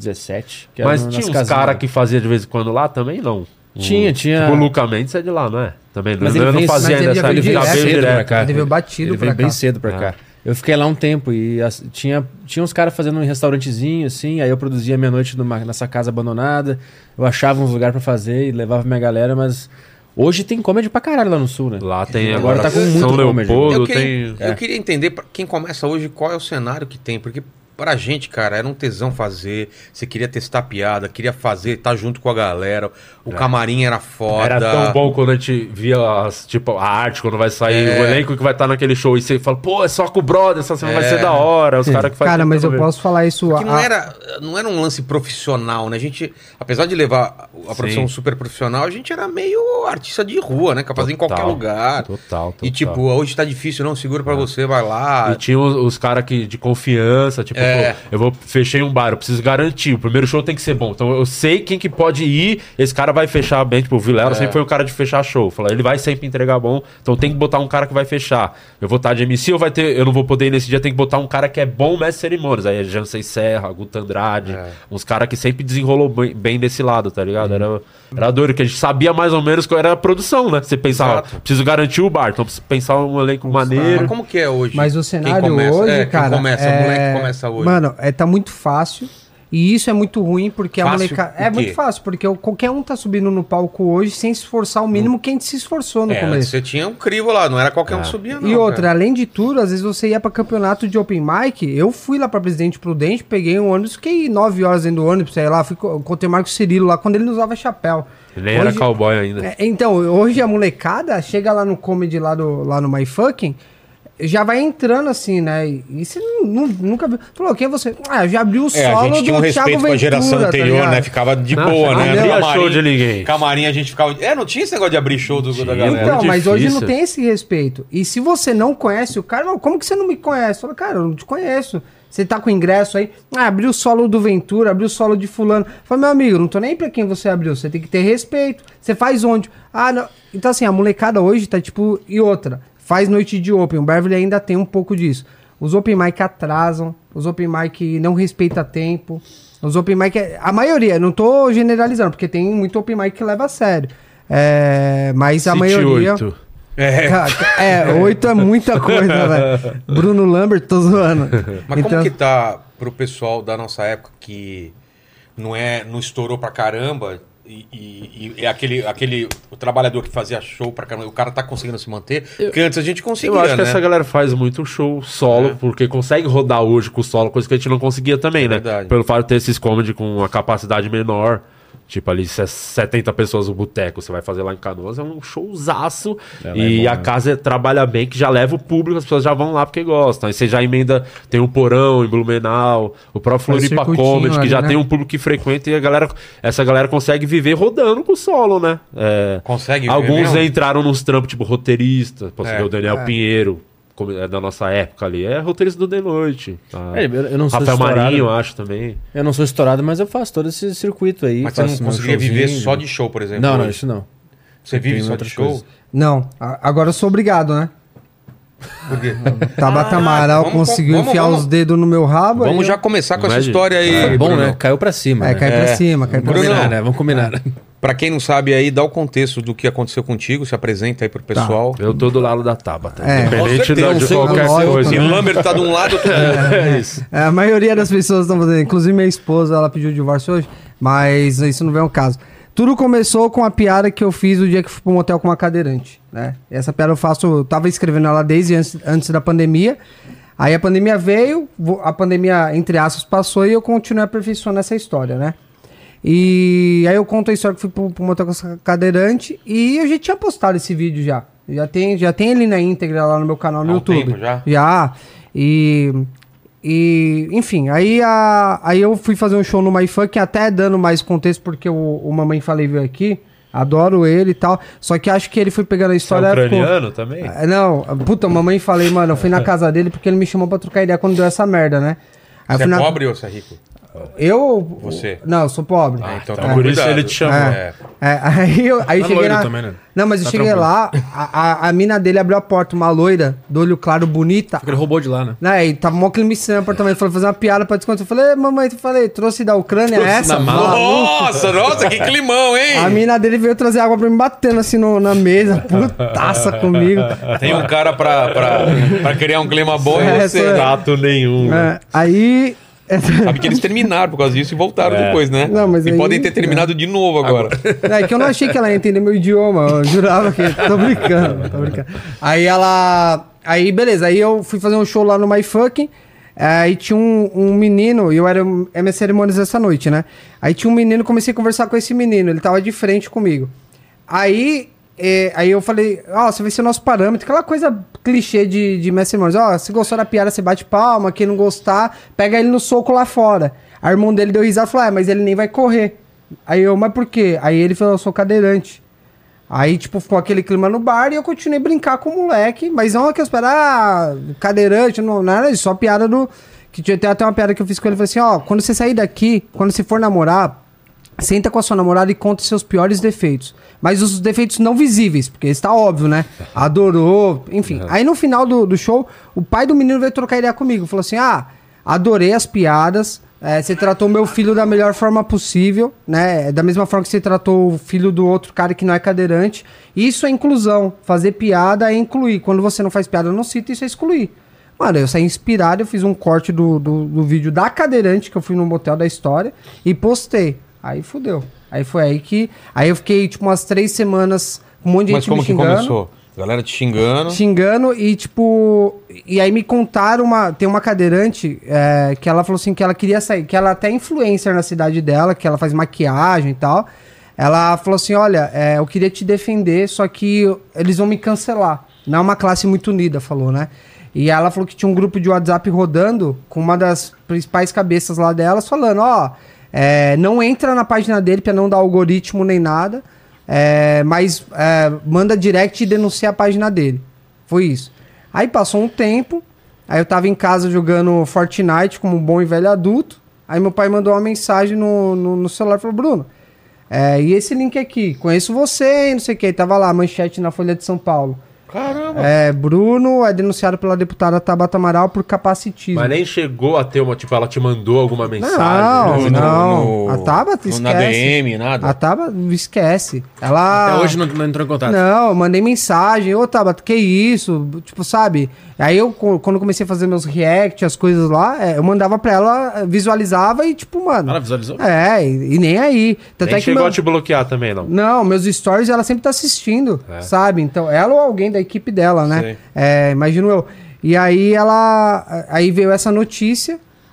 Speaker 4: 2017. Que
Speaker 3: Mas
Speaker 4: era
Speaker 3: tinha
Speaker 4: nas
Speaker 3: uns
Speaker 4: casinhas.
Speaker 3: caras que fazia de vez em quando lá também, não?
Speaker 4: Tinha.
Speaker 3: Tipo o Luca Mendes é de lá, não é? Também
Speaker 4: Mas
Speaker 3: ele
Speaker 4: ele
Speaker 3: não
Speaker 4: veio-
Speaker 3: fazia
Speaker 5: mas
Speaker 3: ainda
Speaker 5: ele
Speaker 3: essa
Speaker 5: veio
Speaker 3: ele já
Speaker 5: direto.
Speaker 3: veio
Speaker 4: cedo pra
Speaker 3: direto.
Speaker 4: cá.
Speaker 5: Ele veio batido
Speaker 4: Ele
Speaker 5: pra
Speaker 4: veio bem
Speaker 5: cá.
Speaker 4: cedo pra cá. Eu fiquei lá um tempo e tinha uns caras fazendo um restaurantezinho, assim, aí eu produzia meia-noite nessa casa abandonada, eu achava uns lugares pra fazer e levava minha galera, mas hoje tem comedy pra caralho lá no Sul, né?
Speaker 3: Lá tem
Speaker 4: Agora
Speaker 3: agora
Speaker 4: tá com muito
Speaker 3: São
Speaker 4: comedy.
Speaker 3: Leopoldo,
Speaker 1: Eu
Speaker 3: tem...
Speaker 1: queria entender, pra quem começa hoje, qual é o cenário que tem, porque pra gente, cara, era um tesão fazer, você queria testar piada, queria fazer, tá junto com a galera, o camarim era foda.
Speaker 3: Era tão bom quando a gente via a arte, quando vai sair o elenco que vai estar naquele show. E você fala, pô, é só com o brother, essa semana vai ser da hora. Os caras que fazem.
Speaker 5: Cara, mas eu
Speaker 3: tudo
Speaker 5: posso falar isso...
Speaker 1: Que não era um lance profissional, né? A gente, apesar de levar a profissão super profissional, a gente era meio artista de rua, né? Capaz de fazer em qualquer lugar.
Speaker 3: Total.
Speaker 1: E tipo, hoje tá difícil, não, segura pra você, vai lá.
Speaker 3: E tinha os caras de confiança, tipo, pô, fechei um bar, eu preciso garantir, o primeiro show tem que ser bom. Então eu sei quem que pode ir, esse cara vai fechar bem, tipo, o Vilela sempre foi o cara de fechar show. Falei, ele vai sempre entregar bom, então tem que botar um cara que vai fechar. Eu vou estar de MC ou eu não vou poder ir nesse dia, tem que botar um cara que é bom mestre de cerimônias. Aí é Jansen Serra, Guto Andrade, uns caras que sempre desenrolou bem desse lado, tá ligado? Era doido, que a gente sabia mais ou menos qual era a produção, né? Você pensava, preciso garantir o bar, então preciso pensar um elenco maneiro.
Speaker 1: Mas como que é hoje?
Speaker 5: Mas o
Speaker 1: Quem
Speaker 5: cenário
Speaker 1: começa?
Speaker 5: hoje,
Speaker 1: Quem
Speaker 5: cara...
Speaker 1: começa, o moleque que começa hoje.
Speaker 5: Mano, tá muito fácil. E isso é muito ruim, porque a
Speaker 1: Fácil
Speaker 5: molecada...
Speaker 1: o quê?
Speaker 5: É muito fácil, porque qualquer um tá subindo no palco hoje sem se esforçar o mínimo que a gente se esforçou no começo.
Speaker 1: Você tinha um crivo lá, não era qualquer um que subia, não.
Speaker 5: E outra,
Speaker 1: cara.
Speaker 5: além de tudo, às vezes você ia pra campeonato de open mic, eu fui lá pra Presidente Prudente, peguei um ônibus, fiquei 9 horas dentro do ônibus, sei lá, encontrei o Marcos Cirilo lá, quando ele não usava chapéu.
Speaker 3: Ele nem era cowboy ainda.
Speaker 5: Então, hoje a molecada chega lá no comedy, lá no My Fucking, já vai entrando assim, né? E você nunca viu. Falou, quem é você? Ah, já abriu o solo
Speaker 1: a gente tinha um
Speaker 5: do
Speaker 1: respeito
Speaker 5: Thiago
Speaker 1: com a geração
Speaker 5: Ventura, tá
Speaker 1: anterior,
Speaker 5: ligado?
Speaker 1: né? Ficava de
Speaker 3: Não,
Speaker 1: boa,
Speaker 3: não
Speaker 1: né?
Speaker 3: abria show de ninguém.
Speaker 1: Camarim a gente ficava... não tinha esse negócio de abrir show da galera.
Speaker 5: Então, mas
Speaker 3: difícil.
Speaker 5: hoje não tem esse respeito. E se você não conhece o cara, "Não, como que você não me conhece?" Fala, cara, eu não te conheço. Você tá com ingresso aí, abriu o solo do Ventura, abriu o solo de fulano. Fala, meu amigo, não tô nem pra quem você abriu, você tem que ter respeito. Você faz onde? Não. Então assim, a molecada hoje tá tipo, e outra, faz noite de open, o Beverly ainda tem um pouco disso. Os open mic atrasam, os open mic não respeita tempo, os open mic, a maioria, não tô generalizando, porque tem muito open mic que leva a sério. Mas a
Speaker 3: City
Speaker 5: maioria...
Speaker 3: 8.
Speaker 5: 8 é muita coisa, velho. Bruno Lambert, tô zoando.
Speaker 1: Mas como que tá pro pessoal da nossa época que não estourou pra caramba e é o trabalhador que fazia show pra caramba, o cara tá conseguindo se manter? Porque antes a gente conseguia,
Speaker 3: Eu acho que
Speaker 1: né?
Speaker 3: essa galera faz muito show solo, porque consegue rodar hoje com o solo, coisa que a gente não conseguia também, né?
Speaker 1: verdade.
Speaker 3: Pelo fato de ter esses comedy com uma capacidade menor. Tipo, ali 70 pessoas no boteco, você vai fazer lá em Canoas, é um showzaço.
Speaker 4: É,
Speaker 3: E
Speaker 4: é bom,
Speaker 3: a casa trabalha bem, que já leva o público, as pessoas já vão lá porque gostam. Aí você já emenda, tem um Porão em Blumenau, o próprio
Speaker 5: Faz
Speaker 3: Floripa
Speaker 5: circuitinho
Speaker 3: Comedy, que
Speaker 5: ali,
Speaker 3: já
Speaker 5: né?
Speaker 3: tem um público que frequenta e essa galera consegue viver rodando com o solo, né?
Speaker 1: Consegue ver
Speaker 3: Alguns
Speaker 1: mesmo?
Speaker 3: entraram nos trampos, tipo roteirista, posso
Speaker 1: É.
Speaker 3: ver o Daniel Pinheiro, é da nossa época ali, é roteirista do The Noite. Tá?
Speaker 4: Eu não sou
Speaker 3: Rafael
Speaker 4: estourado.
Speaker 3: Marinho, eu acho também.
Speaker 4: Eu não sou estourado, mas eu faço todo esse circuito aí.
Speaker 1: Mas você não
Speaker 4: faço meu
Speaker 1: conseguiria viver
Speaker 4: showzinho.
Speaker 1: só de show, por exemplo?
Speaker 4: Não,
Speaker 1: hoje?
Speaker 4: isso não.
Speaker 1: Você vive
Speaker 4: Tem
Speaker 1: só de
Speaker 4: outras
Speaker 1: show?
Speaker 4: coisas.
Speaker 5: Não, agora eu sou obrigado, né?
Speaker 1: Por quê?
Speaker 5: Tabata Amaral
Speaker 1: vamos-
Speaker 5: conseguiu
Speaker 1: vamos-
Speaker 5: enfiar
Speaker 1: vamos-
Speaker 5: os dedos no meu rabo. aí
Speaker 1: Vamos
Speaker 5: eu-
Speaker 1: já começar com essa
Speaker 3: Imagina.
Speaker 1: história aí.
Speaker 4: É bom,
Speaker 1: Bruno.
Speaker 4: né? Caiu pra cima.
Speaker 5: É,
Speaker 4: né?
Speaker 5: cai pra cima, cai pra
Speaker 4: Vamos
Speaker 1: Bruno,
Speaker 5: cima.
Speaker 4: combinar, né? Vamos combinar.
Speaker 1: Pra quem não sabe aí, dá o contexto do que aconteceu contigo, se apresenta aí pro pessoal.
Speaker 3: Eu tô do lado da Tabata,
Speaker 5: É.
Speaker 3: independente
Speaker 1: Com certeza,
Speaker 3: de
Speaker 1: não sei,
Speaker 3: qualquer
Speaker 5: lógico,
Speaker 3: coisa.
Speaker 1: Se
Speaker 5: né?
Speaker 1: o Lambert tá de um lado, eu tô do outro.
Speaker 3: É isso.
Speaker 5: É, a maioria das pessoas estão fazendo. Inclusive minha esposa, ela pediu o divórcio hoje, mas isso não vem ao caso. Tudo começou com a piada que eu fiz o dia que fui pra um hotel com uma cadeirante, né? Essa piada eu faço, eu tava escrevendo ela desde antes da pandemia. Aí a pandemia veio, a pandemia, entre aspas, passou e eu continuei aperfeiçoando essa história, né? E aí eu conto a história que fui pro motel com essa cadeirante e eu já tinha postado esse vídeo já. Já tem ele na íntegra lá no meu canal no
Speaker 1: Há um
Speaker 5: YouTube.
Speaker 1: tempo já?
Speaker 5: Já. E enfim, aí eu fui fazer um show no MyFunk, até dando mais contexto, porque o Mamãe Falei veio aqui. Adoro ele e tal. Só que acho que ele foi pegando a
Speaker 3: Você é
Speaker 5: história.
Speaker 3: ucraniano também?
Speaker 5: Não, puta, Mamãe Falei, mano, eu fui na casa dele porque ele me chamou pra trocar ideia quando deu essa merda, né? Aí eu
Speaker 1: Você
Speaker 5: fui
Speaker 1: é
Speaker 5: na...
Speaker 1: pobre ou você é rico?
Speaker 5: Eu.
Speaker 1: Você?
Speaker 5: Não, eu sou pobre.
Speaker 1: Ah, então
Speaker 3: tá.
Speaker 1: toma
Speaker 3: Por isso
Speaker 1: cuidado.
Speaker 3: ele te chamou.
Speaker 1: É.
Speaker 5: Aí
Speaker 4: Tá
Speaker 5: cheguei
Speaker 4: loiro
Speaker 5: na...
Speaker 4: também, né?
Speaker 5: Não, mas eu
Speaker 4: Tá
Speaker 5: cheguei lá, a mina dele abriu a porta, uma loira, do olho claro, bonita.
Speaker 4: Ele roubou de lá, né?
Speaker 5: Né, e tava mó clinicando no apartamento, falou fazer uma piada pra desconto. Eu falei, mamãe, trouxe da Ucrânia essa?
Speaker 4: na mala.
Speaker 1: Nossa, que climão, hein?
Speaker 5: A mina dele veio trazer água pra me batendo assim na mesa, putaça comigo.
Speaker 1: Tem um cara pra criar um clima bom
Speaker 5: É,
Speaker 1: e você.
Speaker 5: sou eu.
Speaker 3: Tato nenhum. né?
Speaker 5: Aí.
Speaker 1: Sabe que eles terminaram por causa disso e voltaram
Speaker 3: É.
Speaker 1: depois, né?
Speaker 5: Não, mas
Speaker 1: e
Speaker 5: aí-
Speaker 1: podem ter terminado de novo agora.
Speaker 5: É que eu não achei que ela ia entender meu idioma, eu jurava que. Tô brincando. Aí ela. Aí, beleza, aí eu fui fazer um show lá no MyFucking. Aí tinha um menino, e eu era MS Cerimônias essa noite, né? Aí tinha um menino, comecei a conversar com esse menino, ele tava de frente comigo. Aí eu falei, você vai ser o nosso parâmetro, aquela coisa clichê de MS Cerimônias. Se gostou da piada, você bate palma, quem não gostar, pega ele no soco lá fora. Aí o irmão dele deu risada e falou, mas ele nem vai correr. Aí eu, mas por quê? Aí ele falou, eu sou cadeirante. Aí, tipo, ficou aquele clima no bar e eu continuei a brincar com o moleque, mas não é que eu esperava, cadeirante, não era isso, só piada do... Que tinha até uma piada que eu fiz com ele, falei assim, quando você sair daqui, quando você for namorar, senta com a sua namorada e conta seus piores defeitos. Mas os defeitos não visíveis, porque está óbvio, né? Adorou, enfim. Aí no final do show, o pai do menino veio trocar ideia comigo, falou assim, adorei as piadas, você tratou meu filho da melhor forma possível, né? Da mesma forma que você tratou o filho do outro cara que não é cadeirante. Isso é inclusão. Fazer piada é incluir. Quando você não faz piada, não cita, isso é excluir. Mano, eu saí inspirado, eu fiz um corte do vídeo da cadeirante, que eu fui no motel da história, e postei. Aí fudeu. Aí foi aí que... Aí eu fiquei, tipo, umas 3 semanas com um monte de
Speaker 1: Mas
Speaker 5: gente
Speaker 1: como
Speaker 5: me
Speaker 1: que
Speaker 5: xingando.
Speaker 1: começou? A galera te xingando.
Speaker 5: Xingando e, tipo... E aí me contaram tem uma cadeirante que ela falou assim que ela queria sair, que ela é até influencer na cidade dela, que ela faz maquiagem e tal. Ela falou assim, olha, eu queria te defender, só que eles vão me cancelar. Não é uma classe muito unida, falou, né? E ela falou que tinha um grupo de WhatsApp rodando com uma das principais cabeças lá delas, falando, não entra na página dele pra não dar algoritmo nem nada, mas manda direct e denuncia a página dele. Foi isso. Aí passou um tempo, aí eu tava em casa jogando Fortnite como um bom e velho adulto, aí meu pai mandou uma mensagem no celular e falou, Bruno, e esse link aqui, conheço você, não sei o que, tava lá, manchete na Folha de São Paulo.
Speaker 1: Caramba.
Speaker 5: Bruno é denunciado pela deputada Tabata Amaral por capacitismo.
Speaker 3: Mas nem chegou a ter uma, tipo, ela te mandou alguma mensagem?
Speaker 5: Não. A Tabata esquece.
Speaker 1: Na DM, nada.
Speaker 5: A Tabata esquece. Ela...
Speaker 4: Até hoje não entrou em contato.
Speaker 5: Não, eu mandei mensagem. Ô, Tabata, que isso? Tipo, sabe? Aí eu, quando comecei a fazer meus react, as coisas lá, eu mandava pra ela, visualizava e tipo, mano...
Speaker 4: Ela visualizou?
Speaker 5: E nem aí. Tanto
Speaker 3: Nem
Speaker 5: é que
Speaker 3: chegou a te bloquear também, não?
Speaker 5: Não, meus stories ela sempre tá assistindo, sabe? Então, ela ou alguém da equipe dela, né?
Speaker 1: Sei.
Speaker 5: Imagino eu. E aí aí veio essa notícia,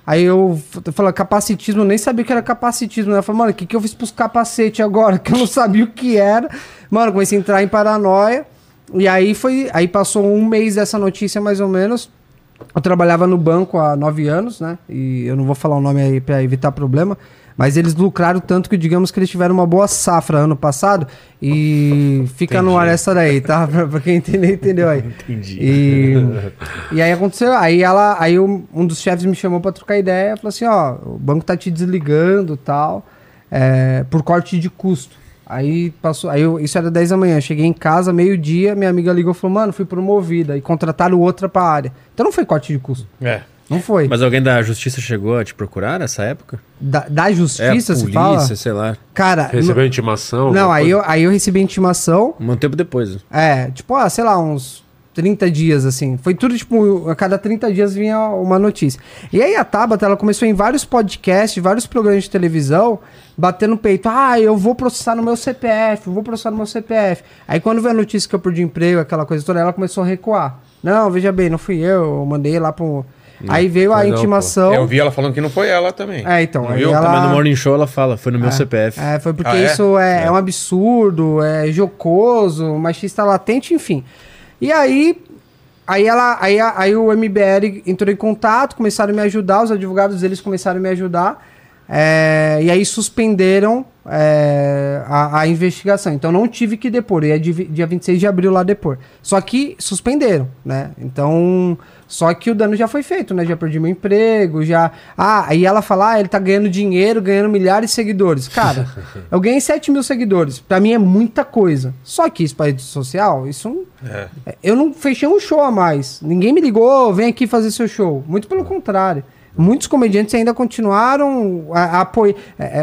Speaker 5: Aí eu falei, capacitismo, eu nem sabia o que era capacitismo, né? Eu falei, mano, o que eu fiz pros capacete agora? Que eu não sabia o que era. Mano, comecei a entrar em paranoia. E aí passou um mês dessa notícia, mais ou menos. Eu trabalhava no banco há 9 anos, né? E eu não vou falar o nome aí pra evitar problema. Mas eles lucraram tanto que, digamos que eles tiveram uma boa safra ano passado. E fica no ar essa daí, tá? Pra quem entender, entendeu aí.
Speaker 4: Entendi.
Speaker 5: E aí aconteceu, aí um dos chefes me chamou pra trocar ideia. Falou assim, ó, o banco tá te desligando e tal, por corte de custo. Aí passou, isso era 10 da manhã, cheguei em casa, meio-dia, minha amiga ligou e falou, mano, fui promovida. E contrataram outra pra área. Então não foi corte de custo. Não foi.
Speaker 4: Mas alguém da justiça chegou a te procurar nessa época?
Speaker 5: Da justiça,
Speaker 4: polícia,
Speaker 5: se fala?
Speaker 4: sei lá.
Speaker 5: Cara...
Speaker 3: Recebeu intimação?
Speaker 5: Não, aí eu recebi intimação.
Speaker 4: Um tempo depois.
Speaker 5: Tipo, sei lá, uns 30 dias, assim. Foi tudo, tipo, a cada 30 dias vinha uma notícia. E aí a Tabata, ela começou em vários podcasts, vários programas de televisão, batendo no peito. Eu vou processar no meu CPF, Aí quando veio a notícia que eu perdi emprego, aquela coisa toda, ela começou a recuar. Não, veja bem, não fui eu mandei lá pro... Aí veio a intimação.
Speaker 1: Eu vi ela falando que não foi ela também.
Speaker 5: Então.
Speaker 1: Aí
Speaker 5: ela...
Speaker 4: Mas no Morning Show ela fala, foi no meu CPF.
Speaker 5: Foi porque isso é um absurdo, é jocoso, machista latente, enfim. E aí o MBL entrou em contato, começaram a me ajudar, os advogados deles começaram a me ajudar. E aí suspenderam a investigação. Então não tive que depor. Ia dia 26 de abril lá depor. Só que suspenderam, né? Então... Só que o dano já foi feito, né? Já perdi meu emprego, já... aí ela fala, ele tá ganhando dinheiro, ganhando milhares de seguidores. Cara, eu ganhei 7 mil seguidores. Pra mim é muita coisa. Só que isso pra rede social, isso... Eu não fechei um show a mais. Ninguém me ligou, vem aqui fazer seu show. Muito pelo contrário. Muitos comediantes ainda continuaram a apoiar...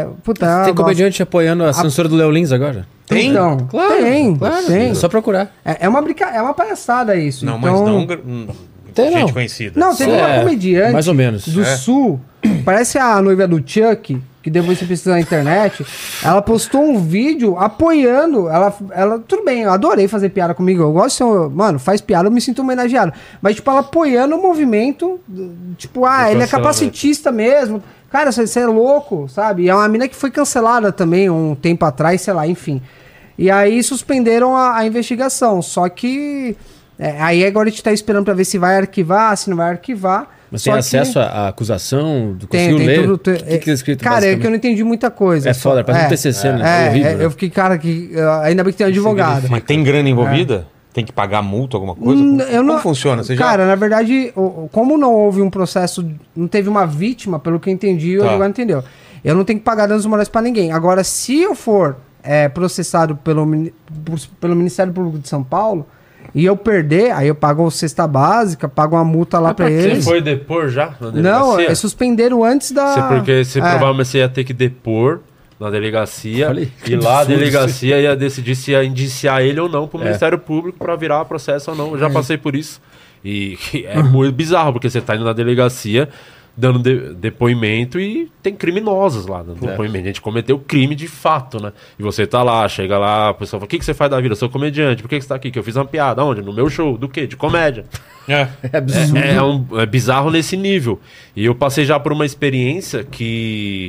Speaker 4: Tem comediante apoiando a censura do Léo Lins agora?
Speaker 5: Tem? Então, claro, tem.
Speaker 4: É só procurar.
Speaker 5: É uma palhaçada isso.
Speaker 1: Não,
Speaker 5: então...
Speaker 1: mas não... gente conhecida.
Speaker 5: Não, teve uma comediante
Speaker 4: mais ou menos.
Speaker 5: do Sul, parece a noiva do Chuck, que depois você precisa na internet, ela postou um vídeo apoiando, ela tudo bem, eu adorei fazer piada comigo, eu gosto de ser, mano, faz piada, eu me sinto homenageado, mas tipo, ela apoiando o movimento, tipo, ele é capacitista mesmo, cara, você é louco, sabe? E é uma mina que foi cancelada também um tempo atrás, sei lá, enfim. E aí suspenderam a investigação, só que... aí agora a gente tá esperando pra ver se vai arquivar, se não vai arquivar.
Speaker 4: Mas tem acesso à acusação?
Speaker 5: Tem
Speaker 4: ler?
Speaker 5: tudo.
Speaker 4: O que é escrito?
Speaker 5: Cara, é que eu não entendi muita coisa.
Speaker 4: É foda, parece um TCC, né? É horrível, né?
Speaker 5: Eu fiquei, cara, ainda bem que tem um advogado.
Speaker 1: Mas tem grana envolvida? Tem que pagar multa, alguma coisa? Como funciona?
Speaker 5: Cara, na verdade, como não houve um processo, não teve uma vítima, pelo que eu entendi, o advogado entendeu. Eu não tenho que pagar danos morais pra ninguém. Agora, se eu for processado pelo Ministério Público de São Paulo, e eu perder, aí eu pago a cesta básica, pago uma multa lá pra eles.
Speaker 3: Você foi depor já na
Speaker 5: delegacia? Não, suspenderam antes da...
Speaker 3: Porque você provavelmente você ia ter que depor na delegacia. E lá a delegacia ia decidir se ia indiciar ele ou não pro Ministério Público pra virar processo ou não. Eu já passei por isso. E é muito bizarro, porque você tá indo na delegacia dando depoimento e tem criminosos lá dando depoimento. A gente cometeu crime de fato, né? E você tá lá, chega lá, a pessoa fala, o que você faz da vida? Eu sou comediante, por que você tá aqui? Que eu fiz uma piada. Onde? No meu show. Do quê? De comédia.
Speaker 4: É absurdo.
Speaker 3: É bizarro nesse nível. E eu passei já por uma experiência que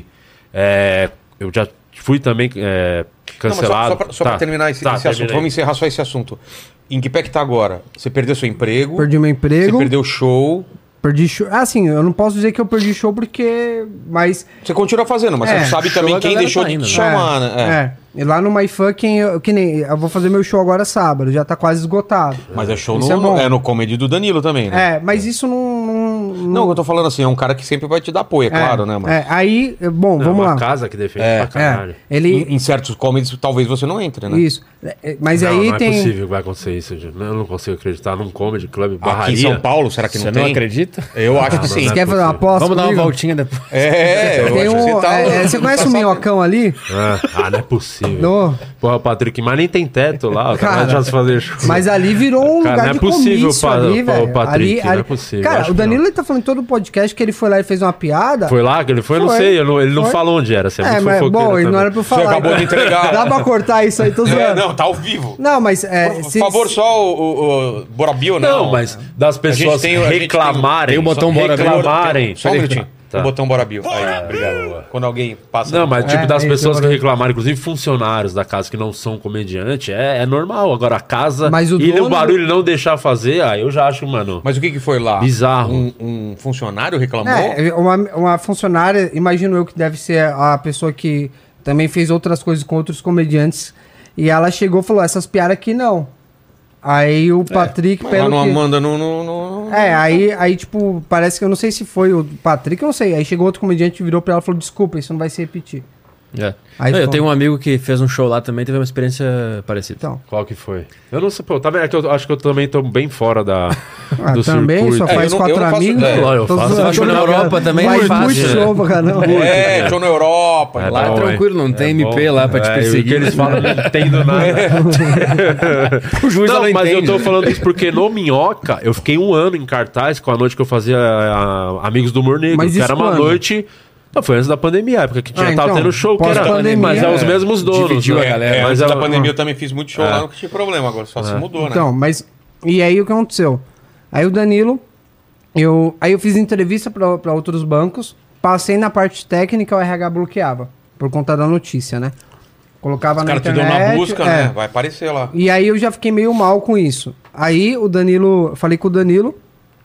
Speaker 3: eu já fui também cancelado.
Speaker 1: Só pra terminar esse assunto, vamos encerrar só esse assunto. Em que pé que tá agora? Você perdeu seu emprego?
Speaker 5: Perdi meu emprego.
Speaker 1: Você perdeu o show...
Speaker 5: Perdi show. Assim, eu não posso dizer que eu perdi show porque... Mas...
Speaker 1: Você continua fazendo, mas você não sabe também quem deixou de te chamar, né?
Speaker 5: E lá no MyFucking, eu vou fazer meu show agora sábado, já tá quase esgotado.
Speaker 1: Mas é show no comedy do Danilo também, né?
Speaker 5: Mas isso
Speaker 1: Não, eu tô falando assim, é um cara que sempre vai te dar apoio, claro, né, mano?
Speaker 5: Aí, bom, vamos lá.
Speaker 3: Uma casa que defende pra caralho.
Speaker 1: Em certos comedies, talvez você não entre, né?
Speaker 5: Isso. Mas aí
Speaker 3: não
Speaker 5: tem...
Speaker 3: Não é possível que vai acontecer isso, gente. Eu não consigo acreditar num comedy club barraria.
Speaker 1: Aqui em São Paulo, será que não tem?
Speaker 4: Você não acredita?
Speaker 1: Eu acho que sim.
Speaker 5: Você quer fazer uma aposta?
Speaker 4: Vamos dar uma voltinha depois.
Speaker 5: Você conhece o Minhocão ali?
Speaker 3: Não é possível. Porra, Patrick, mas nem tem teto lá, o cara já se fazer show.
Speaker 5: Mas ali virou um lugar de comício ali, velho.
Speaker 3: Patrick, não é possível.
Speaker 5: Cara, o Danilo ele tá falando em todo o podcast que ele foi lá e fez uma piada.
Speaker 3: Foi lá que ele foi? Eu não sei, ele não falou onde era.
Speaker 5: Mas bom, ele não era pra eu falar.
Speaker 1: Você acabou de entregar.
Speaker 5: Dá pra cortar isso aí, tô zoando.
Speaker 1: Não, tá ao vivo.
Speaker 5: Não, mas...
Speaker 1: Por favor, só o Borabio, não.
Speaker 3: Não, mas das pessoas reclamarem.
Speaker 4: Tem o botão Borabio.
Speaker 3: Reclamarem.
Speaker 1: Só um minutinho.
Speaker 3: tá.
Speaker 1: O botão Bora Bill. Aí, obrigado. Quando alguém passa...
Speaker 3: Não, mas tipo, das
Speaker 5: esse
Speaker 3: pessoas
Speaker 5: é o
Speaker 3: que
Speaker 5: Bora-
Speaker 3: reclamaram, inclusive funcionários da casa que não são comediante, é normal. Agora a casa
Speaker 5: Mas o
Speaker 3: e
Speaker 5: dono-
Speaker 3: o barulho não deixar fazer, eu já acho, mano,
Speaker 1: Mas o que foi lá?
Speaker 3: bizarro.
Speaker 1: Um funcionário reclamou?
Speaker 5: Uma funcionária, imagino eu que deve ser a pessoa que também fez outras coisas com outros comediantes. E ela chegou e falou, essas piadas aqui não. Aí o Patrick,
Speaker 1: Mas lá
Speaker 5: pelo
Speaker 1: no
Speaker 5: que...
Speaker 1: Amanda, no...
Speaker 5: Aí, tipo, parece que eu não sei se foi o Patrick, eu não sei. Aí chegou outro comediante, virou pra ela e falou, desculpa, isso não vai se repetir. Aí
Speaker 4: eu
Speaker 5: ficou-
Speaker 4: tenho um amigo que fez um show lá também, teve uma experiência parecida.
Speaker 5: Então,
Speaker 3: Qual que foi? Eu não sei, pô, tá vendo? É que eu acho que eu também tô bem fora do
Speaker 5: também,
Speaker 3: circuito.
Speaker 5: só faz
Speaker 1: eu não
Speaker 5: quatro
Speaker 1: faço
Speaker 5: amigos.
Speaker 1: ideia.
Speaker 3: Eu
Speaker 5: Tô
Speaker 3: faço.
Speaker 5: zoando,
Speaker 4: Acho que
Speaker 5: tô
Speaker 4: na
Speaker 5: brincando.
Speaker 4: Europa também
Speaker 5: Vai
Speaker 4: é fácil,
Speaker 5: muito
Speaker 4: né?
Speaker 5: show pra caramba.
Speaker 1: Show na Europa.
Speaker 3: É,
Speaker 1: lá
Speaker 3: bom,
Speaker 4: Tranquilo, não tem MP lá pra te
Speaker 3: E o que
Speaker 4: perseguir.
Speaker 3: eles falam, eu não entendo nada.
Speaker 4: O juiz
Speaker 3: Não,
Speaker 4: não
Speaker 3: mas
Speaker 4: entende.
Speaker 3: eu tô falando isso porque no Minhoca, eu fiquei 1 ano em cartaz com a noite que eu fazia Amigos do Humor Negro,
Speaker 5: Mas
Speaker 3: que
Speaker 5: isso
Speaker 3: era uma
Speaker 5: quando?
Speaker 3: noite... Não, foi antes da pandemia, época que tava
Speaker 5: então,
Speaker 3: tendo show, que era...
Speaker 5: pós-pandemia,
Speaker 3: Mas é os mesmos donos.
Speaker 4: Dividiu
Speaker 3: né?
Speaker 4: a galera.
Speaker 1: Mas
Speaker 3: Mas
Speaker 1: antes
Speaker 3: é-
Speaker 1: da pandemia eu também fiz muito show lá, não tinha problema. Agora só se mudou, né?
Speaker 5: Então, mas... E aí o que aconteceu? Aí o Danilo... Aí eu fiz entrevista pra outros bancos. Passei na parte técnica, o RH bloqueava. Por conta da notícia, né? Colocava
Speaker 1: Os
Speaker 5: na
Speaker 1: caras te
Speaker 5: internet...
Speaker 1: dão na busca,
Speaker 5: é.
Speaker 1: né? Vai aparecer lá.
Speaker 5: E aí eu já fiquei meio mal com isso. Aí o Danilo... Falei com o Danilo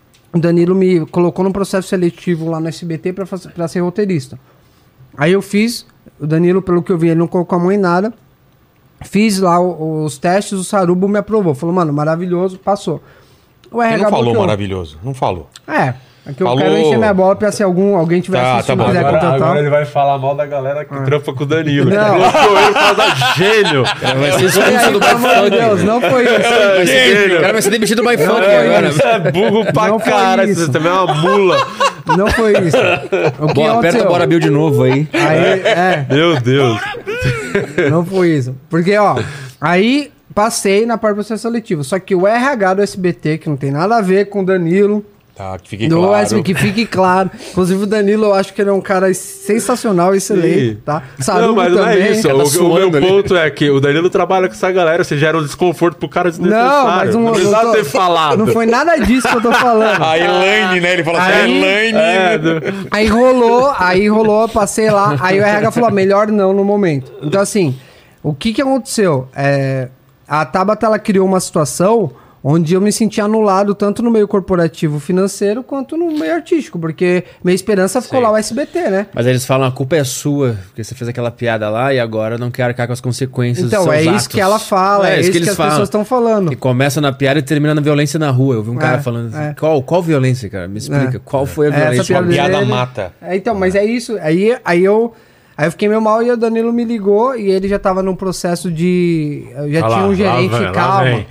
Speaker 5: me colocou num processo seletivo lá no SBT pra ser roteirista. Aí eu fiz, o Danilo, pelo que eu vi, ele não colocou a mão em nada. Fiz lá os testes, o Sarubo me aprovou. Falou, mano, maravilhoso, passou. O
Speaker 1: Ele
Speaker 5: RH
Speaker 1: não falou
Speaker 5: bloqueou.
Speaker 1: maravilhoso. Não falou.
Speaker 5: É que eu
Speaker 1: Falou.
Speaker 5: quero encher minha bola pra se alguém tiver
Speaker 1: Tá,
Speaker 5: assistindo
Speaker 1: tá bom.
Speaker 5: quiser contratar.
Speaker 3: Agora ele vai falar mal da galera que trampa com o Danilo.
Speaker 5: Não.
Speaker 3: Colocou ele pra dar gênio.
Speaker 4: Vai ser
Speaker 5: E
Speaker 4: expulso
Speaker 5: aí,
Speaker 4: do
Speaker 5: pelo amor de
Speaker 4: MyFunk.
Speaker 5: Deus, não foi isso.
Speaker 4: O cara vai ser demitido do MyFunk agora.
Speaker 3: Você é burro pra
Speaker 5: Não foi
Speaker 3: caralho.
Speaker 5: isso.
Speaker 3: Você também é uma mula.
Speaker 5: Não foi isso. O que
Speaker 4: Aperta
Speaker 5: aconteceu?
Speaker 4: o Bora Bill de novo aí.
Speaker 5: Aí,
Speaker 3: Meu Deus.
Speaker 5: não foi isso. Porque, aí passei na parte do processo seletivo. Só que o RH do SBT, que não tem nada a ver com o Danilo,
Speaker 1: Tá, que fique
Speaker 5: do
Speaker 1: claro.
Speaker 5: SBT, que fique claro. Inclusive o Danilo, eu acho que ele é um cara sensacional, excelente, tá?
Speaker 3: Não,
Speaker 5: Sarubo
Speaker 3: mas não é
Speaker 5: também.
Speaker 3: isso.
Speaker 4: Tá
Speaker 3: O meu
Speaker 4: suando ali.
Speaker 3: ponto é que o Danilo trabalha com essa galera. Você gera um desconforto pro cara desnecessário.
Speaker 5: Não, mas
Speaker 3: não precisava ter falado.
Speaker 5: Não foi nada disso que eu tô falando.
Speaker 1: A Elaine, né? Ele fala assim,
Speaker 5: Aí-
Speaker 1: Elaine.
Speaker 5: Aí rolou, passei lá, aí o RH falou, melhor não no momento. Então assim, o que aconteceu? A Tabata, ela criou uma situação onde eu me senti anulado tanto no meio corporativo financeiro quanto no meio artístico, porque minha esperança ficou lá o SBT, né?
Speaker 4: Mas eles falam, a culpa é sua, porque você fez aquela piada lá e agora não quer arcar com as consequências
Speaker 5: Então,
Speaker 4: dos
Speaker 5: é
Speaker 4: seus
Speaker 5: isso
Speaker 4: atos.
Speaker 5: que ela fala, é isso que
Speaker 4: eles
Speaker 5: as
Speaker 4: falam.
Speaker 5: pessoas estão falando.
Speaker 4: E começa na piada e termina na violência na rua. Eu vi um cara falando assim,
Speaker 5: é.
Speaker 4: qual violência, cara? Me explica, qual foi a
Speaker 5: Essa
Speaker 4: violência?
Speaker 5: piada
Speaker 1: piada
Speaker 5: dele-
Speaker 1: mata.
Speaker 5: Então, mas é isso. Aí eu fiquei meio mal e o Danilo me ligou e ele já tava num processo de. Já
Speaker 3: Olha
Speaker 5: tinha
Speaker 3: lá,
Speaker 5: um gerente.
Speaker 3: lá
Speaker 5: Calma.
Speaker 3: vem.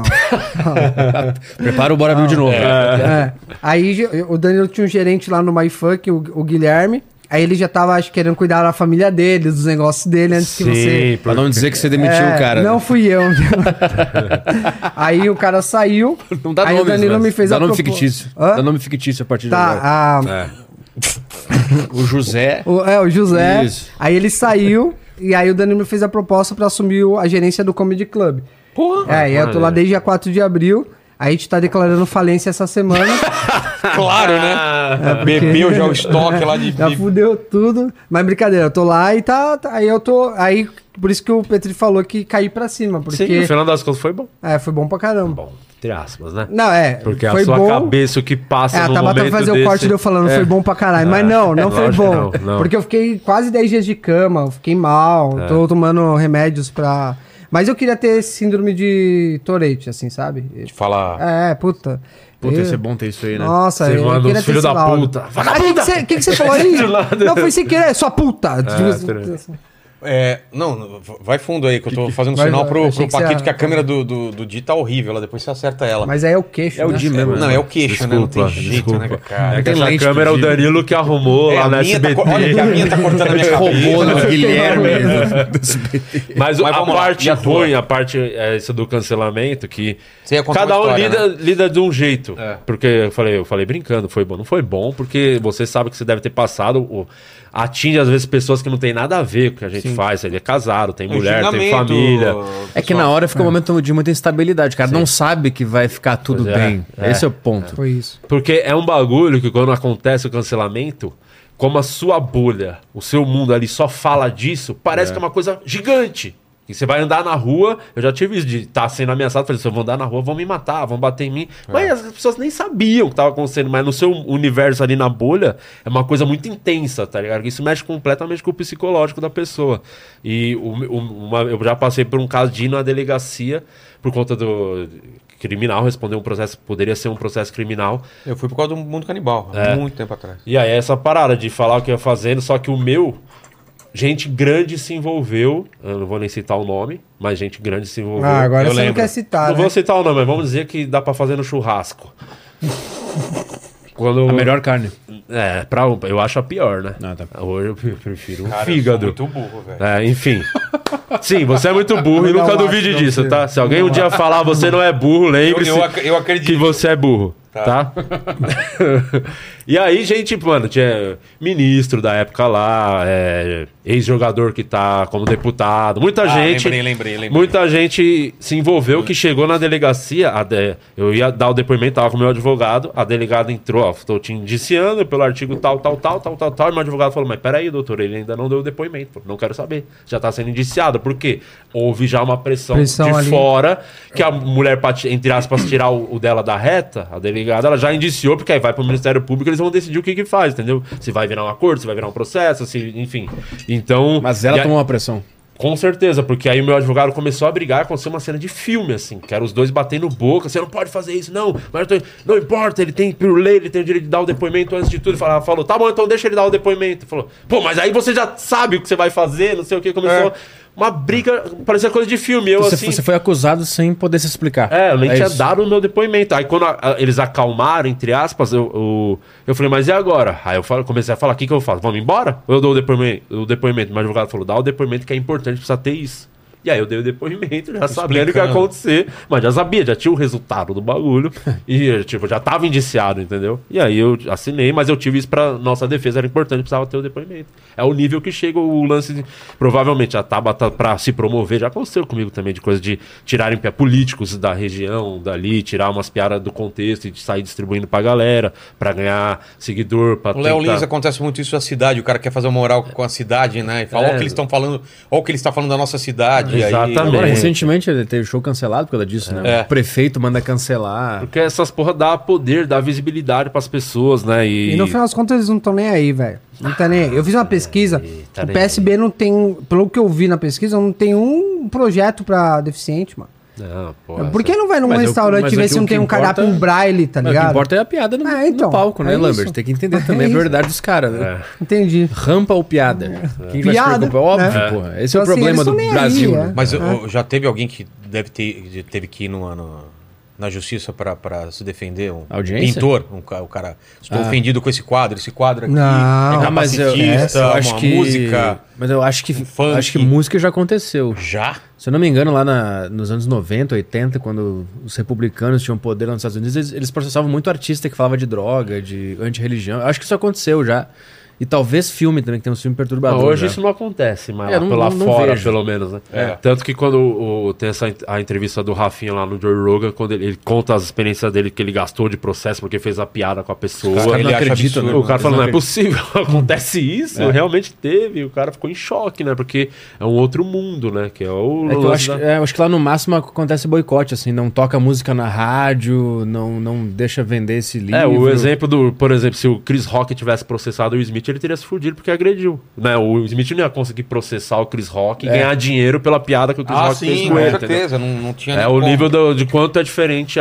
Speaker 5: Calma.
Speaker 4: Prepara o Bora Bill de novo.
Speaker 5: Aí o Danilo tinha um gerente lá no MyFunk, o Guilherme. Aí ele já tava, acho, querendo cuidar da família dele, dos negócios dele, antes que você.
Speaker 4: Pra não dizer que você demitiu o cara.
Speaker 5: Não fui eu. Aí o cara saiu.
Speaker 4: Não dá
Speaker 5: aí
Speaker 4: nome,
Speaker 5: o Danilo me fez
Speaker 4: dá
Speaker 5: a
Speaker 4: nome
Speaker 5: propo-
Speaker 4: fictício.
Speaker 5: Hã?
Speaker 4: Dá nome fictício a partir de agora.
Speaker 5: Tá,
Speaker 4: O José.
Speaker 5: o José.
Speaker 4: Isso.
Speaker 5: Aí ele saiu. E aí o Danilo me fez a proposta pra assumir a gerência do Comedy Club.
Speaker 1: Porra.
Speaker 5: E eu tô lá desde dia 4 de abril. A gente tá declarando falência essa semana.
Speaker 1: Claro, né? Bebeu já o estoque lá de...
Speaker 5: Já fudeu tudo. Mas brincadeira, eu tô lá e aí eu tô. Aí, por isso que o Petri falou que caí pra cima.
Speaker 3: Sim,
Speaker 5: Porque.
Speaker 3: no final das contas foi bom.
Speaker 5: Foi bom pra caramba.
Speaker 3: Bom, entre aspas, né?
Speaker 5: Não,
Speaker 3: Porque
Speaker 5: foi
Speaker 3: a sua
Speaker 5: bom.
Speaker 3: cabeça, o que passa
Speaker 5: A
Speaker 3: no
Speaker 5: Tabata
Speaker 3: momento
Speaker 5: vai fazer
Speaker 3: desse...
Speaker 5: o corte de eu falando, foi bom pra caralho. Mas não foi
Speaker 3: lógico
Speaker 5: bom.
Speaker 3: que não.
Speaker 5: Porque eu fiquei quase 10 dias de cama, eu fiquei mal, tô tomando remédios pra. Mas eu queria ter síndrome de Tourette, assim, sabe?
Speaker 1: De falar...
Speaker 5: Puta.
Speaker 4: Puta,
Speaker 5: Eu-
Speaker 4: ia ser bom ter isso aí, né?
Speaker 5: Nossa,
Speaker 3: Você
Speaker 5: eu
Speaker 3: manda
Speaker 5: queria
Speaker 3: os
Speaker 5: ter
Speaker 3: filhos
Speaker 5: esse
Speaker 3: da
Speaker 5: laudo.
Speaker 3: puta.
Speaker 5: O que você falou aí? Não, foi sem querer, sua puta.
Speaker 1: Não, vai fundo aí, que eu tô fazendo
Speaker 5: Vai,
Speaker 1: sinal pro
Speaker 5: achei que
Speaker 1: Paquito
Speaker 5: você-
Speaker 1: que a câmera do Di tá horrível, lá depois você acerta ela.
Speaker 5: Mas aí é o queixo,
Speaker 4: É o
Speaker 5: né?
Speaker 4: Di mesmo.
Speaker 1: Não, é o queixo, né? Não tem
Speaker 3: Desculpa,
Speaker 1: jeito,
Speaker 3: desculpa.
Speaker 1: né, cara?
Speaker 3: É que
Speaker 4: Tem
Speaker 3: essa
Speaker 4: lente
Speaker 3: câmera é o
Speaker 4: do
Speaker 3: Danilo que arrumou lá
Speaker 1: a
Speaker 3: na
Speaker 1: minha tá,
Speaker 3: SBT.
Speaker 1: olha que a minha tá cortando a minha
Speaker 4: Roubou
Speaker 1: cabeça.
Speaker 4: no Guilherme.
Speaker 3: Mas
Speaker 1: Mas
Speaker 3: a
Speaker 1: vamos lá,
Speaker 3: parte
Speaker 1: e a tua?
Speaker 3: ruim, a parte essa do cancelamento, que
Speaker 1: Você ia contar
Speaker 3: cada
Speaker 1: uma
Speaker 3: um
Speaker 1: história,
Speaker 3: lida de um jeito.
Speaker 1: É.
Speaker 3: Porque eu falei brincando, foi bom. Não foi bom, porque você sabe que você deve ter passado. Atinge, às vezes, pessoas que não tem nada a ver com o que a gente faz. Ele é casado, tem mulher, tem
Speaker 1: xingamento,
Speaker 3: família.
Speaker 4: É que na hora fica um momento de muita instabilidade. O cara não sabe que vai ficar tudo
Speaker 3: Pois é,
Speaker 4: bem. Esse é o ponto.
Speaker 5: Foi isso.
Speaker 3: Porque é um bagulho que quando acontece o cancelamento, como a sua bolha, o seu mundo ali só fala disso, parece que é uma coisa gigante. E você vai andar na rua, eu já tive isso de estar sendo ameaçado, falei, se eu vou andar na rua, vão me matar, vão bater em mim. Mas as pessoas nem sabiam o que estava acontecendo, mas no seu universo ali na bolha, é uma coisa muito intensa, tá ligado? Isso mexe completamente com o psicológico da pessoa. E eu já passei por um caso de ir na delegacia por conta do criminal, responder um processo, poderia ser um processo criminal.
Speaker 1: Eu fui por causa do Mundo Canibal, muito tempo atrás.
Speaker 3: E aí essa parada de falar o que eu ia fazendo, só que o meu... Gente grande se envolveu, eu não vou nem citar o nome, mas gente grande se envolveu.
Speaker 5: Ah, agora
Speaker 1: Eu
Speaker 5: você não
Speaker 1: lembro.
Speaker 5: quer citar,
Speaker 3: Não
Speaker 5: né?
Speaker 3: vou citar o nome, mas vamos dizer que dá pra fazer no churrasco. Quando...
Speaker 4: A melhor carne.
Speaker 3: Eu acho a pior, né?
Speaker 4: Ah, tá.
Speaker 3: Hoje eu prefiro
Speaker 1: Cara,
Speaker 3: o fígado.
Speaker 1: eu sou muito burro, velho.
Speaker 3: Enfim. Sim, você é muito burro e
Speaker 5: Não,
Speaker 3: nunca
Speaker 5: acho
Speaker 3: duvide
Speaker 5: que
Speaker 3: disso,
Speaker 5: você-
Speaker 3: tá? Se alguém um dia falar você não é burro, lembre-se
Speaker 1: Eu acredito.
Speaker 3: que você é burro, tá? E aí, gente, mano, tinha ministro da época lá, ex-jogador que tá como deputado, muita gente.
Speaker 1: Lembrei.
Speaker 3: Muita gente se envolveu que chegou na delegacia. Eu ia dar o depoimento, tava com o meu advogado. A delegada entrou, ó, estou te indiciando pelo artigo tal. E meu advogado falou: mas peraí, doutor, ele ainda não deu o depoimento. Falei, não quero saber. Já tá sendo indiciado. Por quê? Houve já uma pressão de
Speaker 5: ali.
Speaker 3: fora que a mulher, entre aspas, tirar o dela da reta. A delegada, ela já indiciou, porque aí vai pro Ministério Público, eles vão decidir o que faz, entendeu? Se vai virar um acordo, se vai virar um processo, enfim. Então.
Speaker 4: Mas ela
Speaker 3: e aí-
Speaker 4: tomou uma pressão.
Speaker 3: Com certeza, porque aí o meu advogado começou a brigar, aconteceu uma cena de filme, assim, que era os dois batendo boca, você não pode fazer isso, não, mas não importa, ele tem, por lei, ele tem o direito de dar o depoimento antes de tudo. Falou, tá bom, então deixa ele dar o depoimento. Falou, pô, mas aí você já sabe o que você vai fazer, não sei o que, começou uma briga, parecia coisa de filme, eu assim...
Speaker 4: Você foi acusado sem poder se explicar.
Speaker 3: Eu nem tinha
Speaker 4: isso.
Speaker 3: dado o meu depoimento. Aí quando eles acalmaram, entre aspas, eu falei, mas e agora? Aí eu comecei a falar, o que eu faço? Vamos embora? Ou eu dou o depoimento? Meu advogado falou, dá o depoimento que é importante, precisa ter isso. E aí eu dei o depoimento, já sabendo o que ia acontecer, mas já sabia, já tinha o resultado do bagulho e, tipo, já tava indiciado, entendeu? E aí eu assinei, mas eu tive isso pra nossa defesa, era importante, precisava ter o depoimento. É o nível que chega o lance, provavelmente a Tabata pra se promover, já aconteceu comigo também, de coisa de tirarem políticos da região, dali, tirar umas piadas do contexto e sair distribuindo pra galera, pra ganhar seguidor, pra
Speaker 1: O Léo Lins acontece muito isso na cidade, o cara quer fazer uma moral com a cidade, né? E fala, olha o que eles estão falando, olha o que eles estão falando da nossa cidade.
Speaker 3: Exatamente.
Speaker 4: Agora, recentemente, ele teve show cancelado por causa disso, né? O prefeito manda cancelar.
Speaker 3: Porque essas porra dá poder, dá visibilidade pras pessoas, né?
Speaker 5: E no final das contas eles não estão nem aí, velho. Não tá nem aí. Eu fiz uma pesquisa,
Speaker 3: tá
Speaker 5: o
Speaker 3: nem
Speaker 5: PSB não tem, pelo que eu vi na pesquisa, não tem um projeto pra deficiente, mano.
Speaker 3: Não, porra,
Speaker 5: Por que não vai num
Speaker 4: Mas
Speaker 5: restaurante e ver se não tem um cardápio um braille, tá
Speaker 4: Mas o que
Speaker 5: ligado?
Speaker 4: importa é a piada no,
Speaker 5: então,
Speaker 4: no palco, né,
Speaker 5: é
Speaker 4: Lambert?
Speaker 5: isso.
Speaker 4: Tem que entender também
Speaker 5: É
Speaker 4: a
Speaker 5: isso.
Speaker 4: verdade dos caras, né?
Speaker 5: Entendi.
Speaker 4: Rampa ou piada? Quem vai se
Speaker 5: Piada,
Speaker 4: preocupar? Óbvio,
Speaker 5: né?
Speaker 4: porra. Esse
Speaker 5: Então,
Speaker 4: é o
Speaker 5: assim,
Speaker 4: problema
Speaker 5: eles
Speaker 4: do
Speaker 5: tão nem aí,
Speaker 4: Brasil.
Speaker 5: é.
Speaker 4: né?
Speaker 1: Mas já teve alguém que teve que ir na justiça pra se defender? Um
Speaker 4: Audiência?
Speaker 1: pintor? O cara, estou ofendido com esse quadro aqui
Speaker 5: Não.
Speaker 1: é
Speaker 4: mas
Speaker 1: capacitista, uma música...
Speaker 4: Mas eu acho que
Speaker 1: funk.
Speaker 4: acho que música já aconteceu.
Speaker 1: Já?
Speaker 4: Se eu não me engano, lá nos anos 90, 80, quando os republicanos tinham poder lá nos Estados Unidos, eles processavam muito artista que falava de droga, de antirreligião. Eu acho que isso aconteceu já. E talvez filme também, que tem um filme perturbador.
Speaker 3: Hoje
Speaker 4: já.
Speaker 3: isso não acontece, mas
Speaker 4: É,
Speaker 3: lá
Speaker 4: não
Speaker 3: fora,
Speaker 4: vejo.
Speaker 3: pelo menos, né? Tanto que quando tem a entrevista do Rafinha lá no Joe Rogan, quando ele conta as experiências dele que ele gastou de processo porque fez a piada com a pessoa.
Speaker 1: Cara, ele
Speaker 4: não
Speaker 1: acha
Speaker 4: acredita,
Speaker 1: absurdo,
Speaker 3: O cara
Speaker 4: Eles
Speaker 3: falou, não é
Speaker 4: acreditam.
Speaker 3: possível, acontece isso, realmente teve. O cara ficou em choque, né? Porque é um outro mundo, né? Que é o
Speaker 4: É que
Speaker 3: lance
Speaker 4: eu acho que lá no máximo acontece boicote, assim, não toca música na rádio, não deixa vender esse livro.
Speaker 3: o exemplo por exemplo, se o Chris Rock tivesse processado o Will Smith, ele teria se fudido porque agrediu, né? O Will Smith não ia conseguir processar o Chris Rock e ganhar dinheiro pela piada que o Chris Rock fez
Speaker 1: sim,
Speaker 3: com
Speaker 1: com
Speaker 3: ele, entendeu?
Speaker 1: certeza. Não tinha
Speaker 3: É
Speaker 1: nem
Speaker 3: o
Speaker 1: como.
Speaker 3: nível de quanto é diferente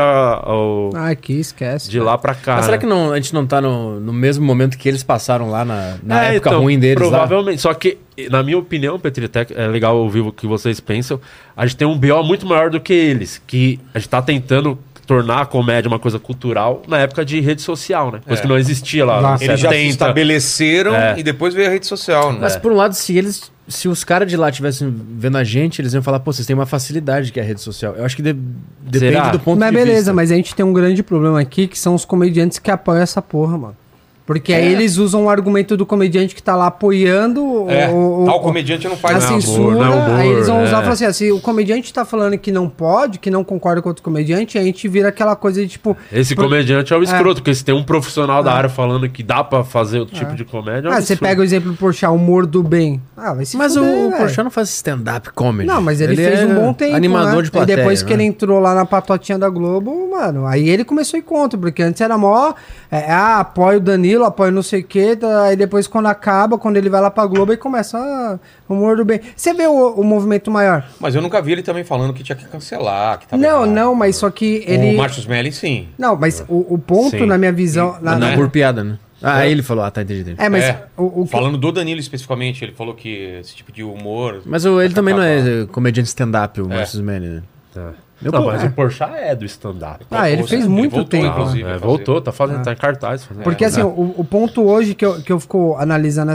Speaker 5: Aqui, esquece.
Speaker 3: de lá pra cá.
Speaker 4: Mas será
Speaker 3: né?
Speaker 4: que a gente não tá no mesmo momento que eles passaram lá na época
Speaker 3: então,
Speaker 4: ruim deles lá?
Speaker 3: provavelmente. Só que, na minha opinião, Petri, até é legal ouvir o que vocês pensam. A gente tem um BO muito maior do que eles, que a gente tá tentando tornar a comédia uma coisa cultural na época de rede social, né? Coisa que não existia lá.
Speaker 5: Nossa.
Speaker 1: Eles já se
Speaker 3: 70.
Speaker 1: estabeleceram e depois veio a rede social, né?
Speaker 4: Mas por um lado, se os caras de lá estivessem vendo a gente, eles iam falar, pô, vocês têm uma facilidade que é a rede social. Eu acho que depende
Speaker 3: Será?
Speaker 4: do ponto
Speaker 5: Mas
Speaker 4: de
Speaker 5: beleza,
Speaker 4: vista.
Speaker 5: mas a gente tem um grande problema aqui, que são os comediantes que apoiam essa porra, mano. Porque aí eles usam o argumento do comediante que tá lá apoiando
Speaker 1: Tal comediante não faz
Speaker 5: a
Speaker 1: nada.
Speaker 5: censura.
Speaker 3: não é humor,
Speaker 5: Aí eles vão
Speaker 3: né?
Speaker 5: usar e falar assim, se o comediante tá falando que não pode, que não concorda com outro comediante, a gente vira aquela coisa de tipo...
Speaker 3: Esse comediante é o escroto, porque se tem um profissional da área falando que dá pra fazer outro tipo de comédia... é um
Speaker 5: você
Speaker 3: absurdo.
Speaker 5: pega o exemplo do Porchat, humor do bem. Vai se
Speaker 4: Mas
Speaker 5: fuder,
Speaker 4: o
Speaker 5: velho.
Speaker 4: Porchat não faz stand-up comedy.
Speaker 5: Não, mas ele fez um bom tempo,
Speaker 4: animador
Speaker 5: né?
Speaker 4: de plateia,
Speaker 5: E depois que
Speaker 4: né?
Speaker 5: ele entrou lá na patotinha da Globo, mano, aí ele começou a ir contra, porque antes era mó, apoio o Danilo, apoio não sei o quê, aí depois quando acaba, quando ele vai lá pra Globo, aí começa, humor do bem. Você vê o movimento maior?
Speaker 1: Mas eu nunca vi ele também falando que tinha que cancelar, que tava errado.
Speaker 5: Não, mas só que ele...
Speaker 1: O Márcio Smelly, sim.
Speaker 5: Não, mas o ponto,
Speaker 3: Sim.
Speaker 5: na minha visão...
Speaker 4: Não,
Speaker 1: né?
Speaker 4: por piada, né? Aí ele falou, tá, entendi.
Speaker 5: mas
Speaker 1: É,
Speaker 5: o que...
Speaker 1: falando do Danilo especificamente, ele falou que esse tipo de humor...
Speaker 4: Mas ele também não é comediante stand-up, o
Speaker 1: É.
Speaker 4: Márcio Smelly, né?
Speaker 3: Não, mas o Porchat é do stand-up.
Speaker 5: ele fez muito
Speaker 1: voltou,
Speaker 5: tempo.
Speaker 1: inclusive, a fazer.
Speaker 3: Voltou, tá fazendo, tá em cartaz. Fazendo.
Speaker 5: Porque assim, o ponto hoje que eu fico analisando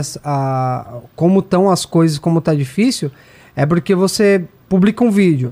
Speaker 5: como estão as coisas, como tá difícil, é porque você publica um vídeo.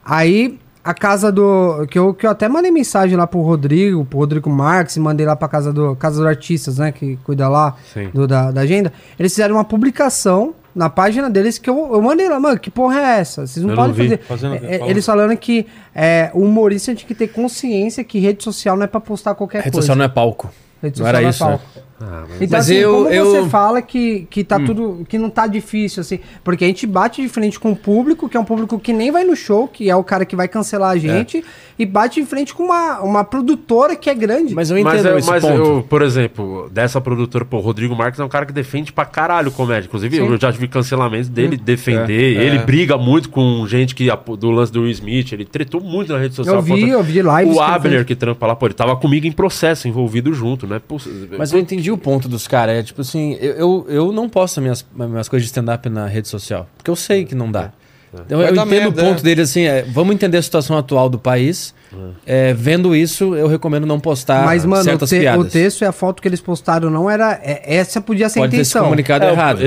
Speaker 5: Aí a casa do... Que eu até mandei mensagem lá pro Rodrigo Marques, e mandei lá pra casa do Artistas, né? Que cuida lá da agenda. Eles fizeram uma publicação na página deles que eu mandei lá, mano, que porra é essa? Vocês não
Speaker 3: Eu
Speaker 5: podem
Speaker 3: não vi.
Speaker 5: fazer. Eles falando que o humorista tinha que ter consciência que rede social não é pra postar qualquer
Speaker 4: Rede
Speaker 5: coisa.
Speaker 4: social não é palco.
Speaker 5: Rede
Speaker 4: Não
Speaker 5: social
Speaker 4: era
Speaker 5: é
Speaker 4: isso,
Speaker 5: palco. Então,
Speaker 4: Mas
Speaker 5: assim, como você
Speaker 4: eu-
Speaker 5: fala que tá tudo, que não tá difícil, assim, porque a gente bate de frente com o público, que é um público que nem vai no show, que é o cara que vai cancelar a gente, e bate de frente com uma produtora que é grande.
Speaker 4: Mas eu entendo esse ponto.
Speaker 3: eu, por exemplo, dessa produtora, o Rodrigo Marques é um cara que defende pra caralho comédia. Inclusive, eu já tive cancelamentos dele defender. Ele briga muito com gente do lance do Will Smith. Ele tretou muito na rede social.
Speaker 5: Eu vi lives
Speaker 3: O
Speaker 5: que ele
Speaker 3: Abner,
Speaker 5: fez.
Speaker 3: que trampa lá, ele tava comigo em processo, envolvido junto, né?
Speaker 4: Mas eu entendi o ponto dos caras. É tipo assim, eu não posto minhas coisas de stand-up na rede social. Porque eu sei que não dá. Então,
Speaker 1: Vai
Speaker 4: eu
Speaker 1: dar
Speaker 4: entendo
Speaker 1: merda,
Speaker 4: o ponto dele assim, vamos entender a situação atual do país. Vendo isso, eu recomendo não postar
Speaker 5: Mas, mano,
Speaker 4: certas
Speaker 5: o
Speaker 4: piadas.
Speaker 5: texto e a foto que eles postaram não era... essa podia ser a
Speaker 4: Pode ter se
Speaker 5: intenção.
Speaker 4: comunicado errado.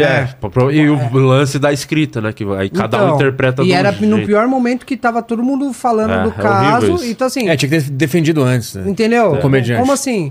Speaker 3: E o lance da escrita, né? Que aí cada um interpreta
Speaker 5: E
Speaker 3: de um
Speaker 5: era no
Speaker 3: jeito.
Speaker 5: pior momento que tava todo mundo falando do
Speaker 3: horrível
Speaker 5: caso.
Speaker 3: isso.
Speaker 5: Então, assim,
Speaker 4: Tinha que ter defendido antes, né?
Speaker 5: entendeu?
Speaker 4: O comediante.
Speaker 5: Como assim?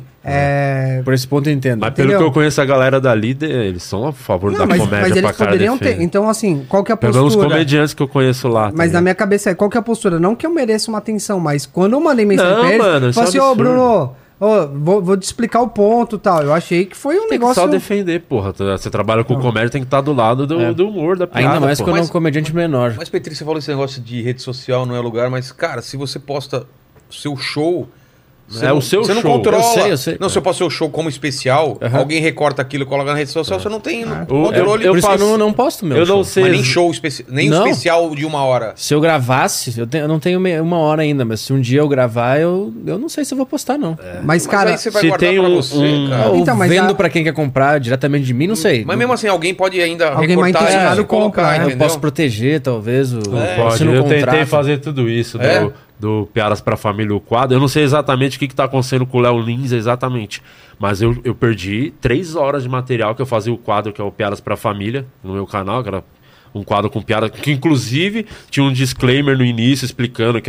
Speaker 4: Por esse ponto eu entendo.
Speaker 3: Mas pelo
Speaker 5: Entendeu?
Speaker 3: que eu conheço a galera dali, eles são a favor
Speaker 5: Não,
Speaker 3: da
Speaker 5: mas
Speaker 3: comédia
Speaker 5: eles
Speaker 3: pra cara
Speaker 5: poderiam ter.
Speaker 3: defende.
Speaker 5: Então, assim, qual que é a
Speaker 3: Pelo menos os
Speaker 5: postura?
Speaker 3: comediantes que eu conheço lá.
Speaker 5: Mas
Speaker 3: tá
Speaker 5: na minha cabeça qual que é a postura? Não que eu mereça uma atenção, mas quando eu mandei mensagem
Speaker 3: Não,
Speaker 5: pra eles,
Speaker 3: mano, isso
Speaker 5: falei assim,
Speaker 3: é
Speaker 5: ô
Speaker 3: absurdo.
Speaker 5: Bruno, vou te explicar o ponto e tal. Eu achei que foi um
Speaker 3: Tem que
Speaker 5: negócio...
Speaker 3: só defender, porra. Você trabalha com comédia, tem que estar do lado do humor, da piada.
Speaker 4: Ainda mais
Speaker 3: pô.
Speaker 4: quando é um
Speaker 1: Mas-
Speaker 4: comediante menor.
Speaker 1: Mas, Petri, você falou esse negócio de rede social não é lugar, mas, cara, se você posta seu show...
Speaker 3: É o seu
Speaker 1: você não
Speaker 3: show.
Speaker 1: controla.
Speaker 4: Eu sei.
Speaker 1: Não, se eu posto seu show como especial, alguém recorta aquilo e coloca na rede social, você não tem controle.
Speaker 3: eu
Speaker 4: Por isso que
Speaker 3: faço-
Speaker 4: eu não posto meu
Speaker 3: eu
Speaker 4: show.
Speaker 3: não sei.
Speaker 1: Mas nem show nem
Speaker 4: Não.
Speaker 1: especial de 1 hora.
Speaker 4: Se eu gravasse, eu não tenho 1 hora ainda, mas se um dia eu gravar, eu não sei se eu vou postar, não.
Speaker 5: Mas, cara...
Speaker 1: aí você vai
Speaker 3: se
Speaker 1: guardar
Speaker 3: tem
Speaker 1: pra
Speaker 3: um-
Speaker 1: você, cara.
Speaker 4: Ou
Speaker 5: Então, mas
Speaker 4: vendo
Speaker 5: a-
Speaker 4: pra quem quer comprar diretamente de mim, não sei.
Speaker 1: Mas mesmo assim, alguém pode ainda
Speaker 5: Alguém mais
Speaker 1: recortar
Speaker 5: intencionado
Speaker 1: isso e colocar,
Speaker 5: compra, né?
Speaker 4: eu
Speaker 1: entendeu?
Speaker 4: posso proteger, talvez,
Speaker 3: Pode.
Speaker 4: se no
Speaker 3: Eu tentei
Speaker 4: contrato.
Speaker 3: fazer tudo isso
Speaker 1: É?
Speaker 3: do Piadas pra Família, o quadro. Eu não sei exatamente o que tá acontecendo com o Léo Lins, exatamente. Mas eu perdi 3 horas de material que eu fazia o quadro, que é o Piadas pra Família, no meu canal, que era um quadro com piada, que inclusive tinha um disclaimer no início explicando que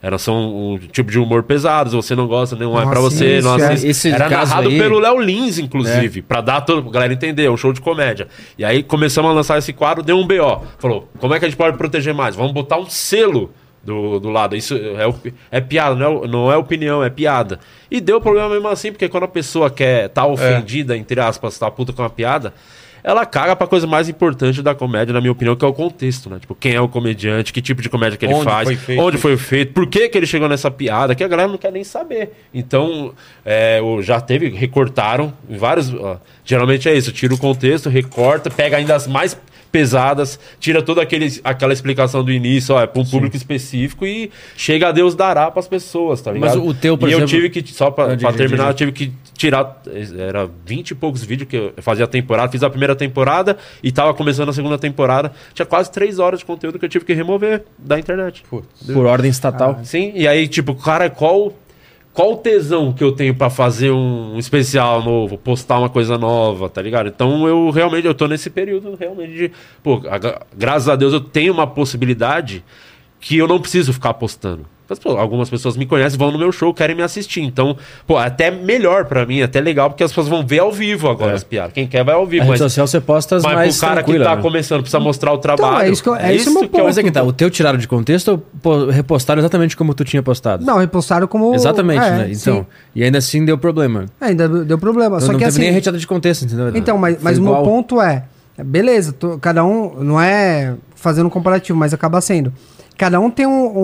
Speaker 3: são um tipo de humor pesado, se você não gosta, não é pra
Speaker 5: Nossa,
Speaker 3: você.
Speaker 5: isso,
Speaker 3: Não
Speaker 5: é.
Speaker 3: assiste.
Speaker 4: Esse
Speaker 3: Era
Speaker 4: caso
Speaker 3: narrado
Speaker 4: aí-
Speaker 3: pelo Léo Lins, inclusive, pra dar a galera entender, é um show de comédia. E aí começamos a lançar esse quadro, deu um BO. Falou, como é que a gente pode proteger mais? Vamos botar um selo do lado. Isso é piada, não é opinião, é piada. E deu problema mesmo assim, porque quando a pessoa tá ofendida, entre aspas, tá puta com uma piada, ela caga pra coisa mais importante da comédia, na minha opinião, que é o contexto, né? Tipo, quem é o comediante, que tipo de comédia que ele
Speaker 1: Onde
Speaker 3: faz,
Speaker 1: foi feito.
Speaker 3: onde foi feito, por que ele chegou nessa piada, que a galera não quer nem saber. Então, recortaram em vários... geralmente é isso, tira o contexto, recorta, pega ainda as mais pesadas, tira toda aquela explicação do início, é pra um público específico e chega a Deus dará pras pessoas, tá ligado?
Speaker 4: Mas o teu, por
Speaker 3: e
Speaker 4: exemplo...
Speaker 3: eu tive que, só pra
Speaker 4: Diga.
Speaker 3: terminar, eu tive que tirar, era 20 e poucos vídeos que eu fazia a temporada, fiz a primeira temporada e tava começando a segunda temporada, tinha quase 3 horas de conteúdo que eu tive que remover da internet.
Speaker 4: Por ordem estatal.
Speaker 3: Sim, e aí, tipo, cara, qual o tesão que eu tenho pra fazer um especial novo, postar uma coisa nova, tá ligado? Então eu tô nesse período realmente de, pô, graças a Deus eu tenho uma possibilidade que eu não preciso ficar postando. Algumas pessoas me conhecem, vão no meu show, querem me assistir. Então, pô, até melhor pra mim, até legal, porque as pessoas vão ver ao vivo agora as piadas. Quem quer vai ao vivo.
Speaker 4: Na rede social você posta as mais
Speaker 3: pro cara
Speaker 4: tranquila,
Speaker 3: que tá
Speaker 4: né?
Speaker 3: começando, precisa mostrar o trabalho.
Speaker 5: Então, é isso meu ponto.
Speaker 4: Mas é que tá, o teu tiraram de contexto ou repostaram exatamente como tu tinha postado?
Speaker 5: Não, repostaram como...
Speaker 4: Exatamente, né? Então,
Speaker 5: sim.
Speaker 4: e ainda assim deu problema.
Speaker 5: Ainda deu problema. Só
Speaker 4: Não
Speaker 5: que
Speaker 4: teve
Speaker 5: assim...
Speaker 4: nem retirada de contexto, entendeu?
Speaker 5: Então, mas
Speaker 4: Foi
Speaker 5: o meu
Speaker 4: igual.
Speaker 5: ponto é... Beleza, cada um... Não é fazendo um comparativo, mas acaba sendo... Cada um tem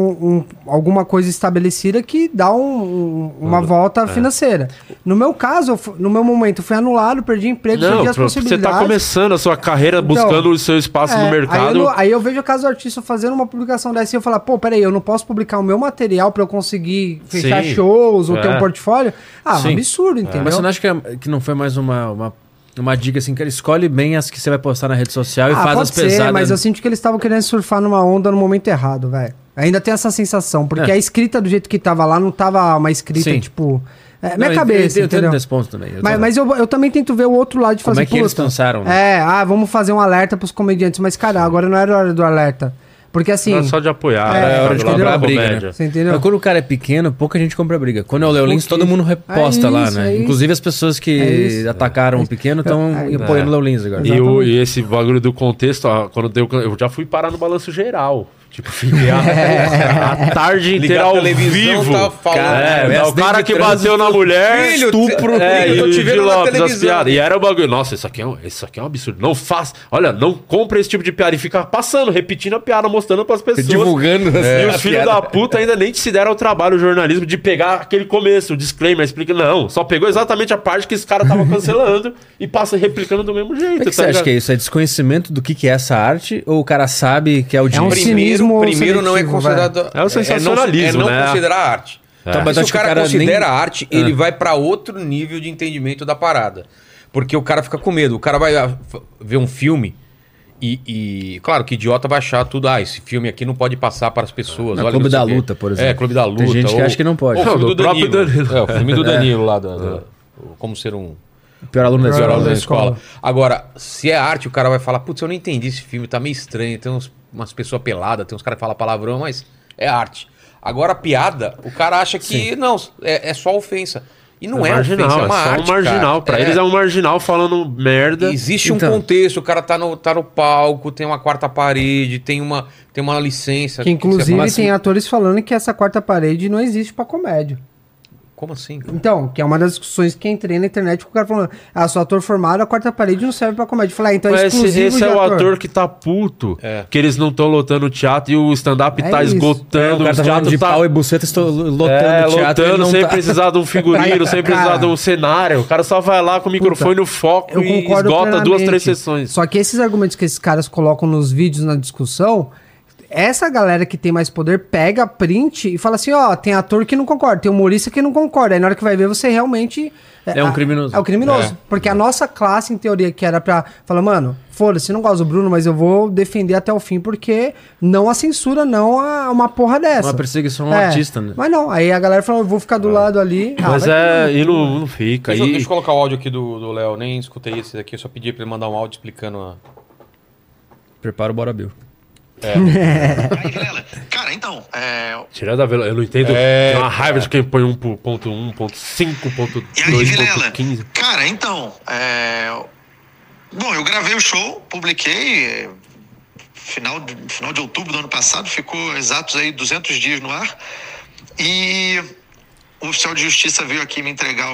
Speaker 5: alguma coisa estabelecida que dá uma volta financeira. No meu caso, no meu momento, eu fui anulado, perdi emprego, perdi as
Speaker 3: você
Speaker 5: possibilidades.
Speaker 3: tá começando a sua carreira buscando o seu espaço no mercado.
Speaker 5: Aí eu vejo o caso do artista fazendo uma publicação dessa e eu falo, pô, peraí, eu não posso publicar o meu material pra eu conseguir fechar
Speaker 3: Sim.
Speaker 5: shows ou ter um portfólio? Ah,
Speaker 4: Sim.
Speaker 5: um absurdo, entendeu?
Speaker 4: Mas você não acha que não foi mais uma dica assim, que ele escolhe bem as que você vai postar na rede social e faz
Speaker 5: pode
Speaker 4: as pesadas?
Speaker 5: ser, mas eu sinto que eles estavam querendo surfar numa onda no momento errado, velho. Ainda tem essa sensação, porque a escrita do jeito que tava lá não tava uma escrita,
Speaker 4: Sim.
Speaker 5: tipo...
Speaker 4: Não,
Speaker 5: minha cabeça,
Speaker 4: eu entendo
Speaker 5: entendeu?
Speaker 4: desse ponto também.
Speaker 5: Mas eu também tento ver o outro lado de
Speaker 4: Como
Speaker 5: fazer...
Speaker 4: é que eles
Speaker 5: puta,
Speaker 4: pensaram, né?
Speaker 5: vamos fazer um alerta pros comediantes. Mas, cara, agora não era a hora do alerta. Porque assim...
Speaker 3: Não é só de apoiar.
Speaker 5: É
Speaker 4: hora de
Speaker 3: do lado
Speaker 4: comprar
Speaker 3: da
Speaker 4: a briga,
Speaker 3: comédia.
Speaker 4: né?
Speaker 5: Você entendeu?
Speaker 4: Mas quando o cara é pequeno, pouca gente compra briga. Quando é o Léo Lins, todo mundo reposta lá,
Speaker 5: isso,
Speaker 4: né?
Speaker 5: é isso.
Speaker 4: Inclusive as pessoas que
Speaker 5: isso.
Speaker 4: atacaram o pequeno estão apoiando o Léo Lins agora.
Speaker 3: E esse bagulho do contexto, ó, eu já fui parar no Balanço Geral. Tipo, fiquei a tarde inteira
Speaker 1: Ligar a
Speaker 3: ao
Speaker 1: televisão,
Speaker 3: vivo.
Speaker 1: tá falando.
Speaker 3: Cara, o cara que bateu na mulher,
Speaker 1: Filho,
Speaker 3: estupro,
Speaker 1: filho, tô te
Speaker 3: e
Speaker 1: vendo
Speaker 3: de
Speaker 1: na
Speaker 3: Lopes, as
Speaker 1: televisão.
Speaker 3: piadas. E era o bagulho. Nossa, isso aqui é um absurdo. Não faz. Olha, não compra esse tipo de piada. E fica passando, repetindo a piada, mostrando pras pessoas.
Speaker 4: Divulgando
Speaker 3: E
Speaker 4: a
Speaker 3: os filhos
Speaker 4: piada.
Speaker 3: da puta ainda nem se deram o trabalho, o jornalismo, de pegar aquele começo, o disclaimer, explica. Não, só pegou exatamente a parte que esse cara tava cancelando e passa replicando do mesmo jeito.
Speaker 4: O que você acha que é isso? É desconhecimento do que é essa arte? Ou o cara sabe que é o dinheiro?
Speaker 5: cinismo
Speaker 1: Primeiro não é
Speaker 5: seletivo,
Speaker 1: considerado...
Speaker 3: É o sensacionalismo,
Speaker 1: não
Speaker 3: né?
Speaker 1: considerar arte.
Speaker 4: Então,
Speaker 1: E
Speaker 4: mas
Speaker 1: se
Speaker 4: acho
Speaker 1: o
Speaker 4: que o
Speaker 1: cara
Speaker 4: cara
Speaker 1: considera
Speaker 4: nem-
Speaker 1: arte, ele vai pra outro nível de entendimento da parada. Porque o cara fica com medo. O cara vai ver um filme e claro, que idiota vai achar tudo. Esse filme aqui não pode passar para as pessoas.
Speaker 4: Não,
Speaker 1: Olha,
Speaker 4: Clube
Speaker 1: não sei
Speaker 4: da
Speaker 1: o quê.
Speaker 4: Luta, por exemplo.
Speaker 1: Clube da Luta.
Speaker 4: Tem gente que acha que não pode.
Speaker 1: Ou o filme
Speaker 3: Não,
Speaker 1: do
Speaker 3: próprio
Speaker 1: Danilo.
Speaker 3: Danilo.
Speaker 1: O filme do Danilo lá. Como ser um...
Speaker 4: Pior aluno da
Speaker 1: Pior
Speaker 4: escola.
Speaker 1: aluno da
Speaker 5: da
Speaker 1: escola.
Speaker 5: escola.
Speaker 1: Agora, se é arte, o cara vai falar, putz, eu não entendi esse filme, tá meio estranho, tem umas pessoas peladas, tem uns caras que falam palavrão, mas é arte. Agora, a piada, o cara acha que, não, é só ofensa. E não é
Speaker 3: marginal,
Speaker 1: ofensa, é uma
Speaker 3: só
Speaker 1: arte,
Speaker 3: um marginal.
Speaker 1: cara.
Speaker 3: Pra eles é um marginal falando merda.
Speaker 1: Existe
Speaker 4: Então.
Speaker 1: um contexto, o cara tá no palco, tem uma quarta parede, tem uma licença.
Speaker 5: Que inclusive
Speaker 1: Mas,
Speaker 5: tem atores falando que essa quarta parede não existe pra comédia.
Speaker 1: Como assim?
Speaker 5: Então, que é uma das discussões que entrei na internet com o cara falando, sou ator formado, a quarta parede não serve pra comédia. Eu falei, então é
Speaker 3: Mas
Speaker 5: exclusivo
Speaker 3: esse
Speaker 5: de
Speaker 3: é o ator que tá puto.
Speaker 1: É.
Speaker 3: Que eles não estão lotando o teatro e o stand-up
Speaker 5: É
Speaker 3: tá
Speaker 5: isso.
Speaker 4: O
Speaker 3: esgotando.
Speaker 4: cara
Speaker 3: Os
Speaker 4: tá falando
Speaker 3: teatros
Speaker 4: de
Speaker 3: tá
Speaker 4: pau e buceta, estou lotando o teatro.
Speaker 3: lotando
Speaker 4: ele não
Speaker 3: sem
Speaker 4: tá.
Speaker 3: precisar de um figurino, sem precisar de um cenário. O cara só vai lá com o microfone no foco
Speaker 5: Eu
Speaker 3: e
Speaker 5: concordo
Speaker 3: esgota 2,
Speaker 5: plenamente.
Speaker 3: 3 sessões.
Speaker 5: Só que esses argumentos que esses caras colocam nos vídeos, na discussão, essa galera que tem mais poder pega, print e fala assim, tem ator que não concorda, tem humorista que não concorda. Aí na hora que vai ver, você realmente...
Speaker 4: É um criminoso.
Speaker 5: É o criminoso. Porque a nossa classe, em teoria, que era pra... Falar, mano, foda-se, não gosto do Bruno, mas eu vou defender até o fim, porque não a censura, não a uma porra dessa.
Speaker 4: Uma perseguição ao artista, né?
Speaker 5: Mas não, aí a galera falou, eu vou ficar do lado ali.
Speaker 3: Mas
Speaker 5: vai
Speaker 3: e não fica.
Speaker 1: Deixa
Speaker 3: E
Speaker 1: eu colocar o áudio aqui do Léo, nem escutei esse daqui, eu só pedi pra ele mandar um áudio explicando a...
Speaker 4: Prepara o Bora Bill.
Speaker 6: Aí, Vilela, cara, então,
Speaker 3: tirando a vela, eu não entendo. Tem uma raiva de quem põe 1.1, 1.5,
Speaker 6: e aí, Vilela,
Speaker 3: 1.2, 1.15.
Speaker 6: cara, então, bom, eu gravei o show, publiquei, final de outubro do ano passado, ficou exatos aí 200 dias no ar, e o oficial de justiça veio aqui me entregar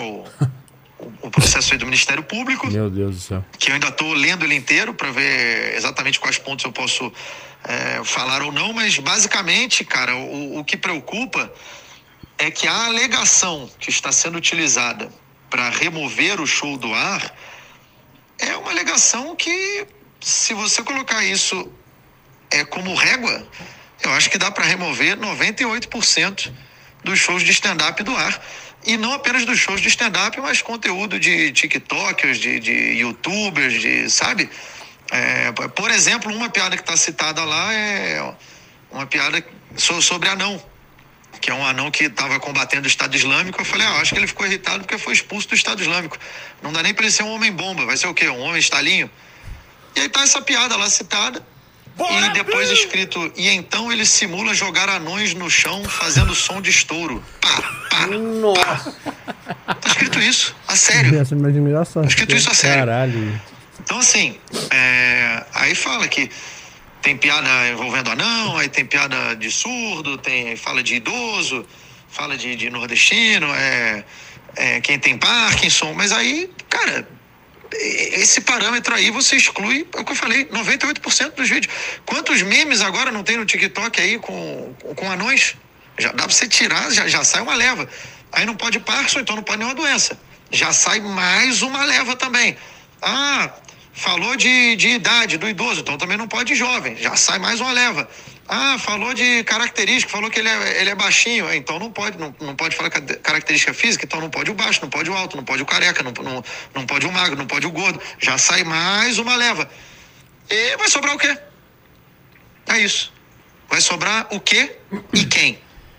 Speaker 6: o processo aí do Ministério Público,
Speaker 3: Meu Deus do céu.
Speaker 6: que eu ainda estou lendo ele inteiro para ver exatamente quais pontos eu posso falar ou não, mas basicamente, cara, o que preocupa é que a alegação que está sendo utilizada para remover o show do ar é uma alegação que, se você colocar isso como régua, eu acho que dá para remover 98% dos shows de stand-up do ar. E não apenas dos shows de stand-up, mas conteúdo de TikTokers, de YouTubers, sabe? Por exemplo, uma piada que está citada lá é uma piada sobre anão, que é um anão que estava combatendo o Estado Islâmico. Eu falei, acho que ele ficou irritado porque foi expulso do Estado Islâmico. Não dá nem para ele ser um homem-bomba, vai ser o quê? Um homem estalinho? E aí tá essa piada lá citada. e depois escrito, e então ele simula jogar anões no chão fazendo som de estouro. Pá, pá,
Speaker 1: Nossa.
Speaker 6: pá. Tá escrito isso, a sério.
Speaker 5: Essa é uma admiração.
Speaker 6: Tá escrito isso a sério.
Speaker 4: Caralho.
Speaker 6: Então, assim, aí fala que tem piada envolvendo anão, aí tem piada de surdo, fala de idoso, fala de nordestino, quem tem Parkinson, mas aí, cara, esse parâmetro aí você exclui, é o que eu falei, 98% dos vídeos. Quantos memes agora não tem no TikTok aí com anões? Já dá pra você tirar, já sai uma leva. Aí não pode Parkinson, então não pode nenhuma doença. Já sai mais uma leva também. Ah, falou de idade do idoso, então também não pode jovem. Já sai mais uma leva. Ah, falou de característica, falou que ele é baixinho, então não pode falar característica física, então não pode o baixo, não pode o alto, não pode o careca, não pode o magro, não pode o gordo. Já sai mais uma leva. E vai sobrar o quê? É isso. Vai sobrar o quê e quem?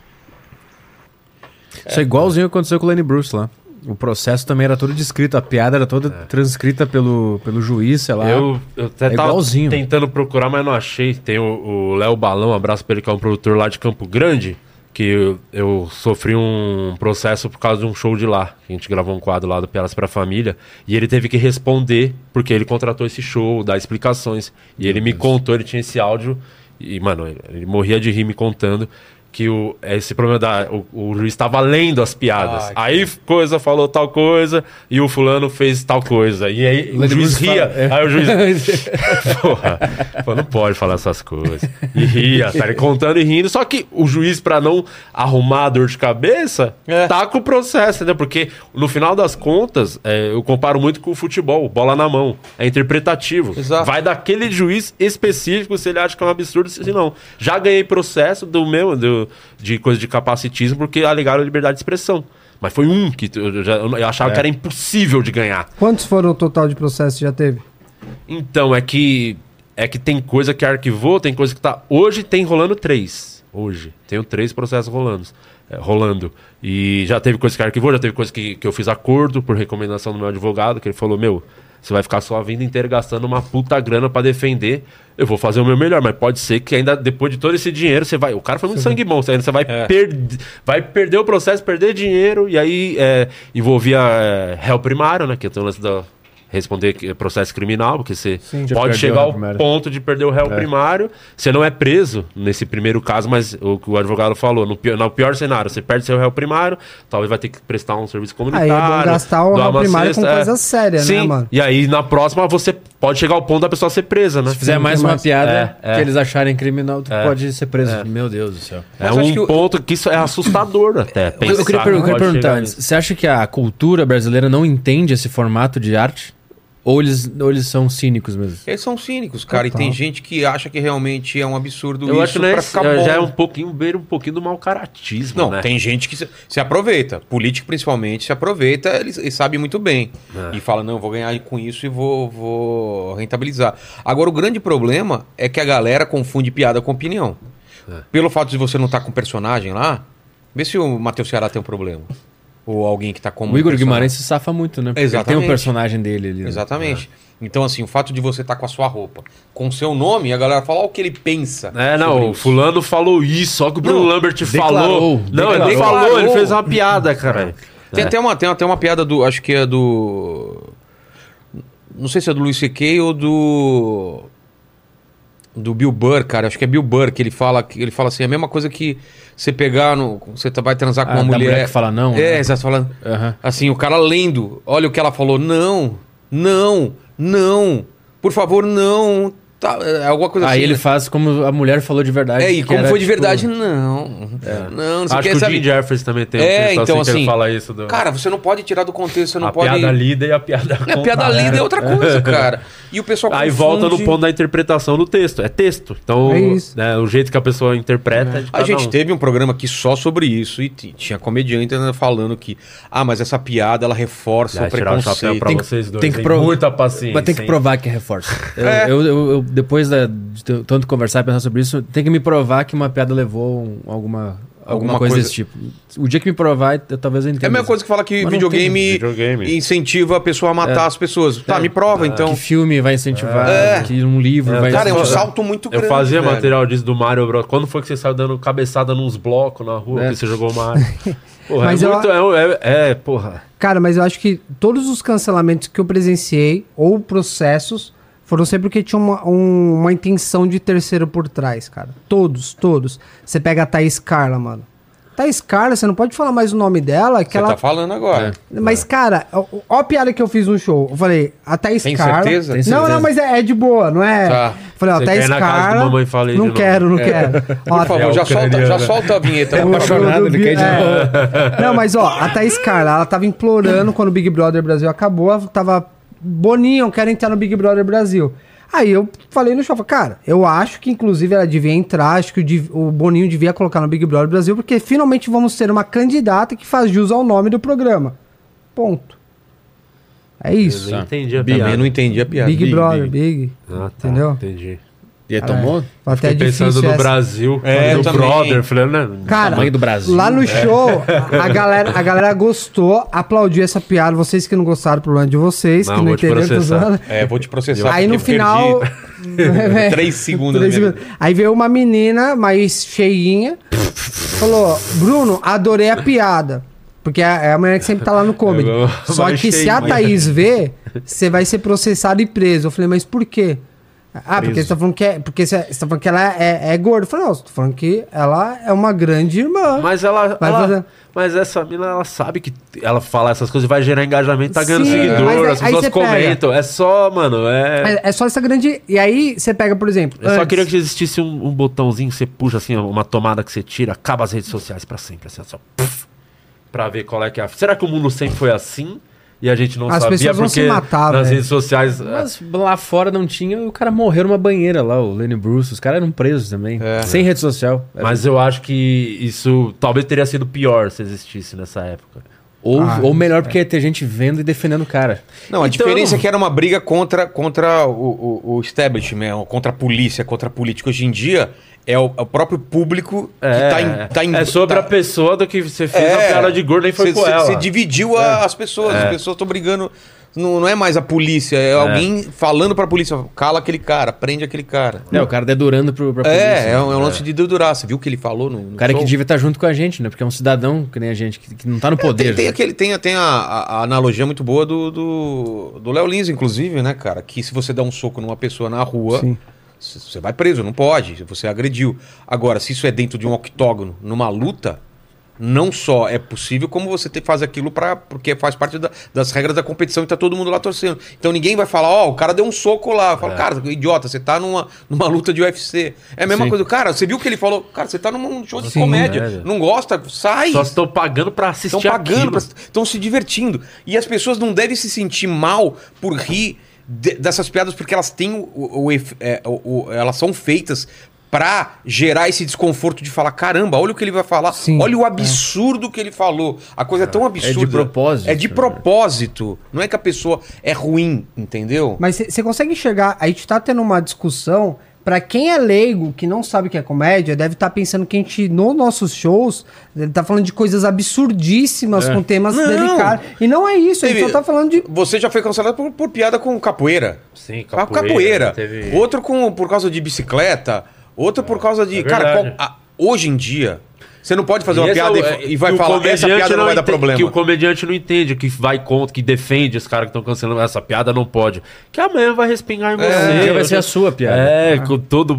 Speaker 4: Isso é igualzinho aconteceu com o Lenny Bruce lá. O processo também era todo descrito, a piada era toda transcrita pelo juiz, sei lá.
Speaker 3: Eu até tava
Speaker 4: igualzinho.
Speaker 3: tentando procurar, mas não achei. Tem o Léo Balão, um abraço pra ele, que é um produtor lá de Campo Grande, que eu sofri um processo por causa de um show de lá. A gente gravou um quadro lá do Piadas pra Família, e ele teve que responder, porque ele contratou esse show, dar explicações. E ele me contou, ele tinha esse áudio, e, mano, ele morria de rir me contando que esse problema o juiz estava lendo as piadas. Aí coisa falou tal coisa e o fulano fez tal coisa. E aí o juiz ria. Aí o juiz... Porra, não pode falar essas coisas. E ria, tá contando e rindo. Só que o juiz, pra não arrumar a dor de cabeça, tá com o processo, entendeu? Porque no final das contas, eu comparo muito com o futebol, bola na mão. É interpretativo.
Speaker 1: Exato.
Speaker 3: Vai daquele juiz específico se ele acha que é um absurdo, se não. Já ganhei processo de coisa de capacitismo porque alegaram liberdade de expressão. Mas foi um que eu achava que era impossível de ganhar.
Speaker 5: Quantos foram o total de processos que já teve?
Speaker 3: Então, é que tem coisa que arquivou, tem coisa que tá... Hoje tem rolando 3. Hoje. Tenho 3 processos rolando. E já teve coisa que arquivou, já teve coisa que eu fiz acordo por recomendação do meu advogado, que ele falou, você vai ficar sua vida inteira gastando uma puta grana pra defender. Eu vou fazer o meu melhor, mas pode ser que ainda depois de todo esse dinheiro você vai... O cara foi muito sangue bom, você vai perder o processo, perder dinheiro, e aí envolvia réu primário, né? Que tem o lance da... responder processo criminal, porque você pode chegar ao ponto de perder o réu primário. Você não é preso nesse primeiro caso, mas o que o advogado falou, no pior cenário, você perde seu réu primário, talvez vai ter que prestar um serviço comunitário.
Speaker 5: Aí é bom gastar o réu primário com coisa séria, né, mano?
Speaker 3: E aí na próxima você pode chegar ao ponto da pessoa ser presa, né?
Speaker 4: Se fizer mais uma piada que eles acharem criminal, tu pode ser preso. Meu Deus do céu.
Speaker 3: É um ponto que isso é assustador até.
Speaker 4: Eu queria perguntar antes, você acha que a cultura brasileira não entende esse formato de arte? Ou eles são cínicos mesmo?
Speaker 1: Eles são cínicos, cara. E tem gente que acha que realmente é um absurdo
Speaker 3: eu
Speaker 1: isso
Speaker 3: acho que
Speaker 1: pra ficar bom.
Speaker 3: Já é um pouquinho do mau caratismo,
Speaker 1: Não,
Speaker 3: né?
Speaker 1: tem gente que se aproveita. Político, principalmente, se aproveita. Ele sabe muito bem. E fala, não, vou ganhar com isso e vou rentabilizar. Agora, o grande problema é que a galera confunde piada com opinião. Pelo fato de você não estar com personagem lá, vê se o Matheus Ceará tem um problema. Ou alguém que tá como
Speaker 4: o Igor Guimarães se safa muito, né? Porque
Speaker 1: Exatamente.
Speaker 4: Ele tem um personagem dele ali.
Speaker 1: Exatamente. Então, assim, o fato de você estar com a sua roupa, com o seu nome, a galera fala o que ele pensa.
Speaker 3: O fulano falou isso, olha o que o Bruno Lambert falou. Não, ele falou, ele fez uma piada, cara.
Speaker 1: Tem até uma piada do, acho que é do... Não sei se é do Luis C.K. ou do Bill Burr, cara. Acho que é Bill Burr que ele fala assim, a mesma coisa que você pegar você vai transar com uma mulher
Speaker 4: que fala não.
Speaker 1: Exato, falando. Assim, o cara lendo, olha o que ela falou, não, por favor, não. Tá, alguma coisa
Speaker 4: aí
Speaker 1: assim.
Speaker 4: Ele faz como a mulher falou de verdade.
Speaker 1: E como foi de verdade, não. Não sei o que.
Speaker 3: Acho que o Jim Jeffers também tem
Speaker 1: então, assim,
Speaker 3: que ele fala isso.
Speaker 1: Cara, você não pode tirar do contexto, você não pode...
Speaker 3: A piada lida e a piada contada.
Speaker 1: A piada lida é outra coisa, cara. E o pessoal
Speaker 3: aí volta no ponto da interpretação do texto. É texto. Então, o jeito que a pessoa interpreta é de cada
Speaker 1: A gente teve um programa aqui só sobre isso e tinha comediante falando que mas essa piada, ela reforça o preconceito.
Speaker 3: Tirar o chapéu pra vocês dois.
Speaker 4: Tem muita paciência. Mas tem que provar que reforça. Depois de tanto conversar e pensar sobre isso, tem que me provar que uma piada levou alguma coisa desse tipo. O dia que me provar, talvez eu entenda.
Speaker 1: É a mesma coisa que fala que
Speaker 4: Mas não tem
Speaker 1: videogame incentiva a pessoa a matar as pessoas. Tá, me prova então.
Speaker 4: Que filme vai incentivar, que um livro vai
Speaker 1: Cara, é um
Speaker 4: incentivar.
Speaker 1: salto muito grande.
Speaker 3: Eu fazia
Speaker 1: velho.
Speaker 3: material disso do Mario Bros. Quando foi que você saiu dando cabeçada nos blocos na rua que você jogou Mario? Porra,
Speaker 5: Mas
Speaker 3: porra.
Speaker 5: Cara, mas eu acho que todos os cancelamentos que eu presenciei, ou processos, foram sempre porque tinha uma intenção de terceiro por trás, cara. Todos. Você pega a Thaís Carla, mano. Thaís Carla, você não pode falar mais o nome dela, que
Speaker 1: Você
Speaker 5: ela...
Speaker 1: tá falando agora.
Speaker 5: Mas, cara, ó a piada que eu fiz no show. Eu falei, a Thaís
Speaker 1: Tem
Speaker 5: Carla...
Speaker 1: certeza?
Speaker 4: Tem
Speaker 5: Não,
Speaker 4: certeza.
Speaker 5: mas é de boa, não é...
Speaker 1: Tá.
Speaker 5: Falei, ó,
Speaker 3: Você
Speaker 5: Thaís
Speaker 3: quer ir na casa
Speaker 5: Carla...
Speaker 3: do Mamãe Falei de
Speaker 5: não
Speaker 3: novo?
Speaker 5: quero. Ó,
Speaker 1: Por favor, já solta a vinheta.
Speaker 4: É apaixonado, ele quer de
Speaker 5: é. Não, mas ó, a Thaís Carla, ela tava implorando quando o Big Brother Brasil acabou, ela tava, Boninho, eu quero entrar no Big Brother Brasil. Aí eu falei no show, cara, eu acho que inclusive ela devia entrar, acho que o Boninho devia colocar no Big Brother Brasil, porque finalmente vamos ter uma candidata que faz jus ao nome do programa. Ponto. É isso.
Speaker 3: Eu não entendi a
Speaker 1: Também
Speaker 3: piada.
Speaker 1: não entendi a piada.
Speaker 5: Big Brother, Big.
Speaker 3: Ah, tá,
Speaker 5: Entendeu?
Speaker 3: entendi.
Speaker 4: E aí, tomou?
Speaker 5: Até
Speaker 3: Fiquei pensando
Speaker 5: difícil
Speaker 3: no
Speaker 5: essa.
Speaker 3: Brasil,
Speaker 1: É,
Speaker 3: no
Speaker 1: também.
Speaker 3: brother, falei, né?
Speaker 5: Cara,
Speaker 4: Tamanho do Brasil.
Speaker 5: lá no show, a galera gostou, aplaudiu essa piada. Vocês que não gostaram, problema de vocês,
Speaker 3: Não,
Speaker 5: que não
Speaker 3: vou te
Speaker 5: entenderam. Tô
Speaker 3: processar.
Speaker 5: zoando.
Speaker 1: É, vou te processar.
Speaker 5: Aí no
Speaker 1: porque
Speaker 5: final.
Speaker 1: perdi 3 segundos.
Speaker 5: Três
Speaker 1: da minha
Speaker 5: segundos. Aí veio uma menina mais cheinha, falou: Bruno, adorei a piada. Porque é a mulher que sempre tá lá no comedy. Só
Speaker 3: mais
Speaker 5: que se a
Speaker 3: cheinha.
Speaker 5: Thaís ver, você vai ser processado e preso. Eu falei, mas por quê? Ah, porque você tá falando que porque você tá falando que ela é gorda. Eu falei, não, você tá falando que ela é uma grande irmã.
Speaker 3: Mas
Speaker 5: Vai fazer-
Speaker 3: mas essa mina, ela sabe que ela fala essas coisas, vai gerar engajamento, tá ganhando
Speaker 5: Sim,
Speaker 3: seguidor,
Speaker 5: mas
Speaker 3: as
Speaker 5: aí
Speaker 3: pessoas
Speaker 5: você pega.
Speaker 3: comentam. É só, mano,
Speaker 5: É só essa grande. E aí você pega, por exemplo.
Speaker 3: Eu só
Speaker 5: antes-
Speaker 3: queria que existisse um botãozinho que você puxa assim, uma tomada que você tira, acaba as redes sociais pra sempre, assim, só puff, pra ver qual é que é a... Será que o mundo sempre foi assim? E a gente não
Speaker 5: As
Speaker 3: sabia
Speaker 5: pessoas vão
Speaker 3: porque
Speaker 5: se matar,
Speaker 3: nas
Speaker 5: velho.
Speaker 3: redes sociais...
Speaker 4: Mas lá fora não tinha, e o cara morreu numa banheira lá, o Lenny Bruce. Os caras eram presos também. Sem rede social.
Speaker 3: Mas eu acho que isso talvez teria sido pior se existisse nessa época.
Speaker 4: Ou melhor, porque ia ter gente vendo e defendendo o cara.
Speaker 1: Não, a
Speaker 3: Então-
Speaker 1: diferença é que era uma briga contra o establishment, contra a polícia, contra a política. Hoje em dia, é o próprio público que tá em...
Speaker 3: É sobre
Speaker 1: tá-
Speaker 3: a pessoa do que você fez a piada de gordo, nem foi com ela.
Speaker 1: Você dividiu as pessoas estão brigando. Não é mais a polícia, é alguém falando pra polícia, cala aquele cara, prende aquele cara.
Speaker 4: O cara dedurando pra polícia.
Speaker 1: É um lance de dedurar. Você viu o que ele falou no
Speaker 4: O cara
Speaker 1: show?
Speaker 4: que devia estar junto com a gente, né? Porque é um cidadão que nem a gente, que não tá no poder.
Speaker 1: Tem a analogia muito boa do Léo Lins, inclusive, né, cara? Que se você dá um soco numa pessoa na rua,
Speaker 5: Sim.
Speaker 1: você vai preso, não pode, você agrediu. Agora, se isso é dentro de um octógono, numa luta, não só é possível, como você faz aquilo porque faz parte das regras da competição e tá todo mundo lá torcendo. Então ninguém vai falar, o cara deu um soco lá. Fala, cara, idiota, você tá numa luta de UFC. É a mesma coisa. Cara, você viu o que ele falou? Cara, você tá num show de comédia. Não gosta? Sai!
Speaker 3: Só estão pagando pra assistir
Speaker 1: Estão pagando,
Speaker 3: aquilo.
Speaker 1: estão se divertindo. E as pessoas não devem se sentir mal por rir dessas piadas, porque elas têm elas são feitas pra gerar esse desconforto de falar, caramba, olha o que ele vai falar,
Speaker 5: Sim,
Speaker 1: olha o absurdo que ele falou. A coisa é tão absurda.
Speaker 4: de propósito.
Speaker 1: É de propósito. Não é que a pessoa é ruim, entendeu?
Speaker 5: Mas você consegue enxergar, a gente tá tendo uma discussão, pra quem é leigo, que não sabe o que é comédia, deve estar pensando que a gente, nos nossos shows, tá falando de coisas absurdíssimas, com temas
Speaker 1: Não.
Speaker 5: delicados. E não é isso, a gente só tá falando de...
Speaker 1: Você já foi cancelado por piada com capoeira.
Speaker 3: Sim,
Speaker 1: Capoeira.
Speaker 3: teve-
Speaker 1: Outro por causa de bicicleta. Outro por causa de...
Speaker 3: é
Speaker 1: cara,
Speaker 3: verdade.
Speaker 1: hoje em dia, você não pode fazer uma
Speaker 3: esse
Speaker 1: piada
Speaker 3: é o-
Speaker 1: e vai
Speaker 3: que o
Speaker 1: falar, essa
Speaker 3: comediante
Speaker 1: piada não vai dar problema.
Speaker 3: Que o comediante não entende, que vai contra, que defende os caras que estão cancelando, essa piada não pode. Que amanhã vai respingar em você.
Speaker 4: Já vai ser a sua piada.
Speaker 3: Com todo...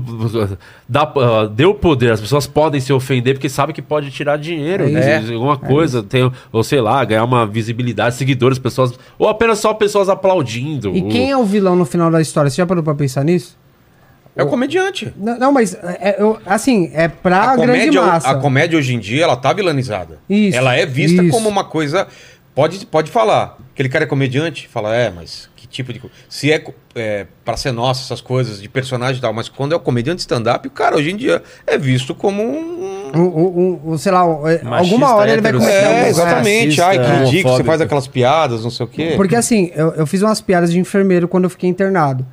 Speaker 3: deu poder, as pessoas podem se ofender porque sabem que pode tirar dinheiro, alguma coisa, ou sei lá, ganhar uma visibilidade, seguidores, pessoas... Ou apenas só pessoas aplaudindo.
Speaker 5: E quem é o vilão no final da história? Você já parou pra pensar nisso?
Speaker 1: É o comediante.
Speaker 5: Não, mas, assim, é pra grande massa.
Speaker 1: A comédia hoje em dia, ela tá vilanizada.
Speaker 5: Isso,
Speaker 1: Ela é vista
Speaker 5: isso.
Speaker 1: como uma coisa... Pode falar. Aquele cara é comediante? Fala, mas que tipo de... Se é pra ser nossa, essas coisas de personagem e tal, mas quando é o comediante stand-up, o cara hoje em dia é visto como
Speaker 5: Sei lá, alguma hora ele vai cometer
Speaker 1: É,
Speaker 5: alguma
Speaker 1: exatamente.
Speaker 4: racista,
Speaker 1: Ai, que ridículo, você
Speaker 4: homofóbico.
Speaker 1: faz aquelas piadas, não sei o quê.
Speaker 5: Porque assim, eu fiz umas piadas de enfermeiro quando eu fiquei internado.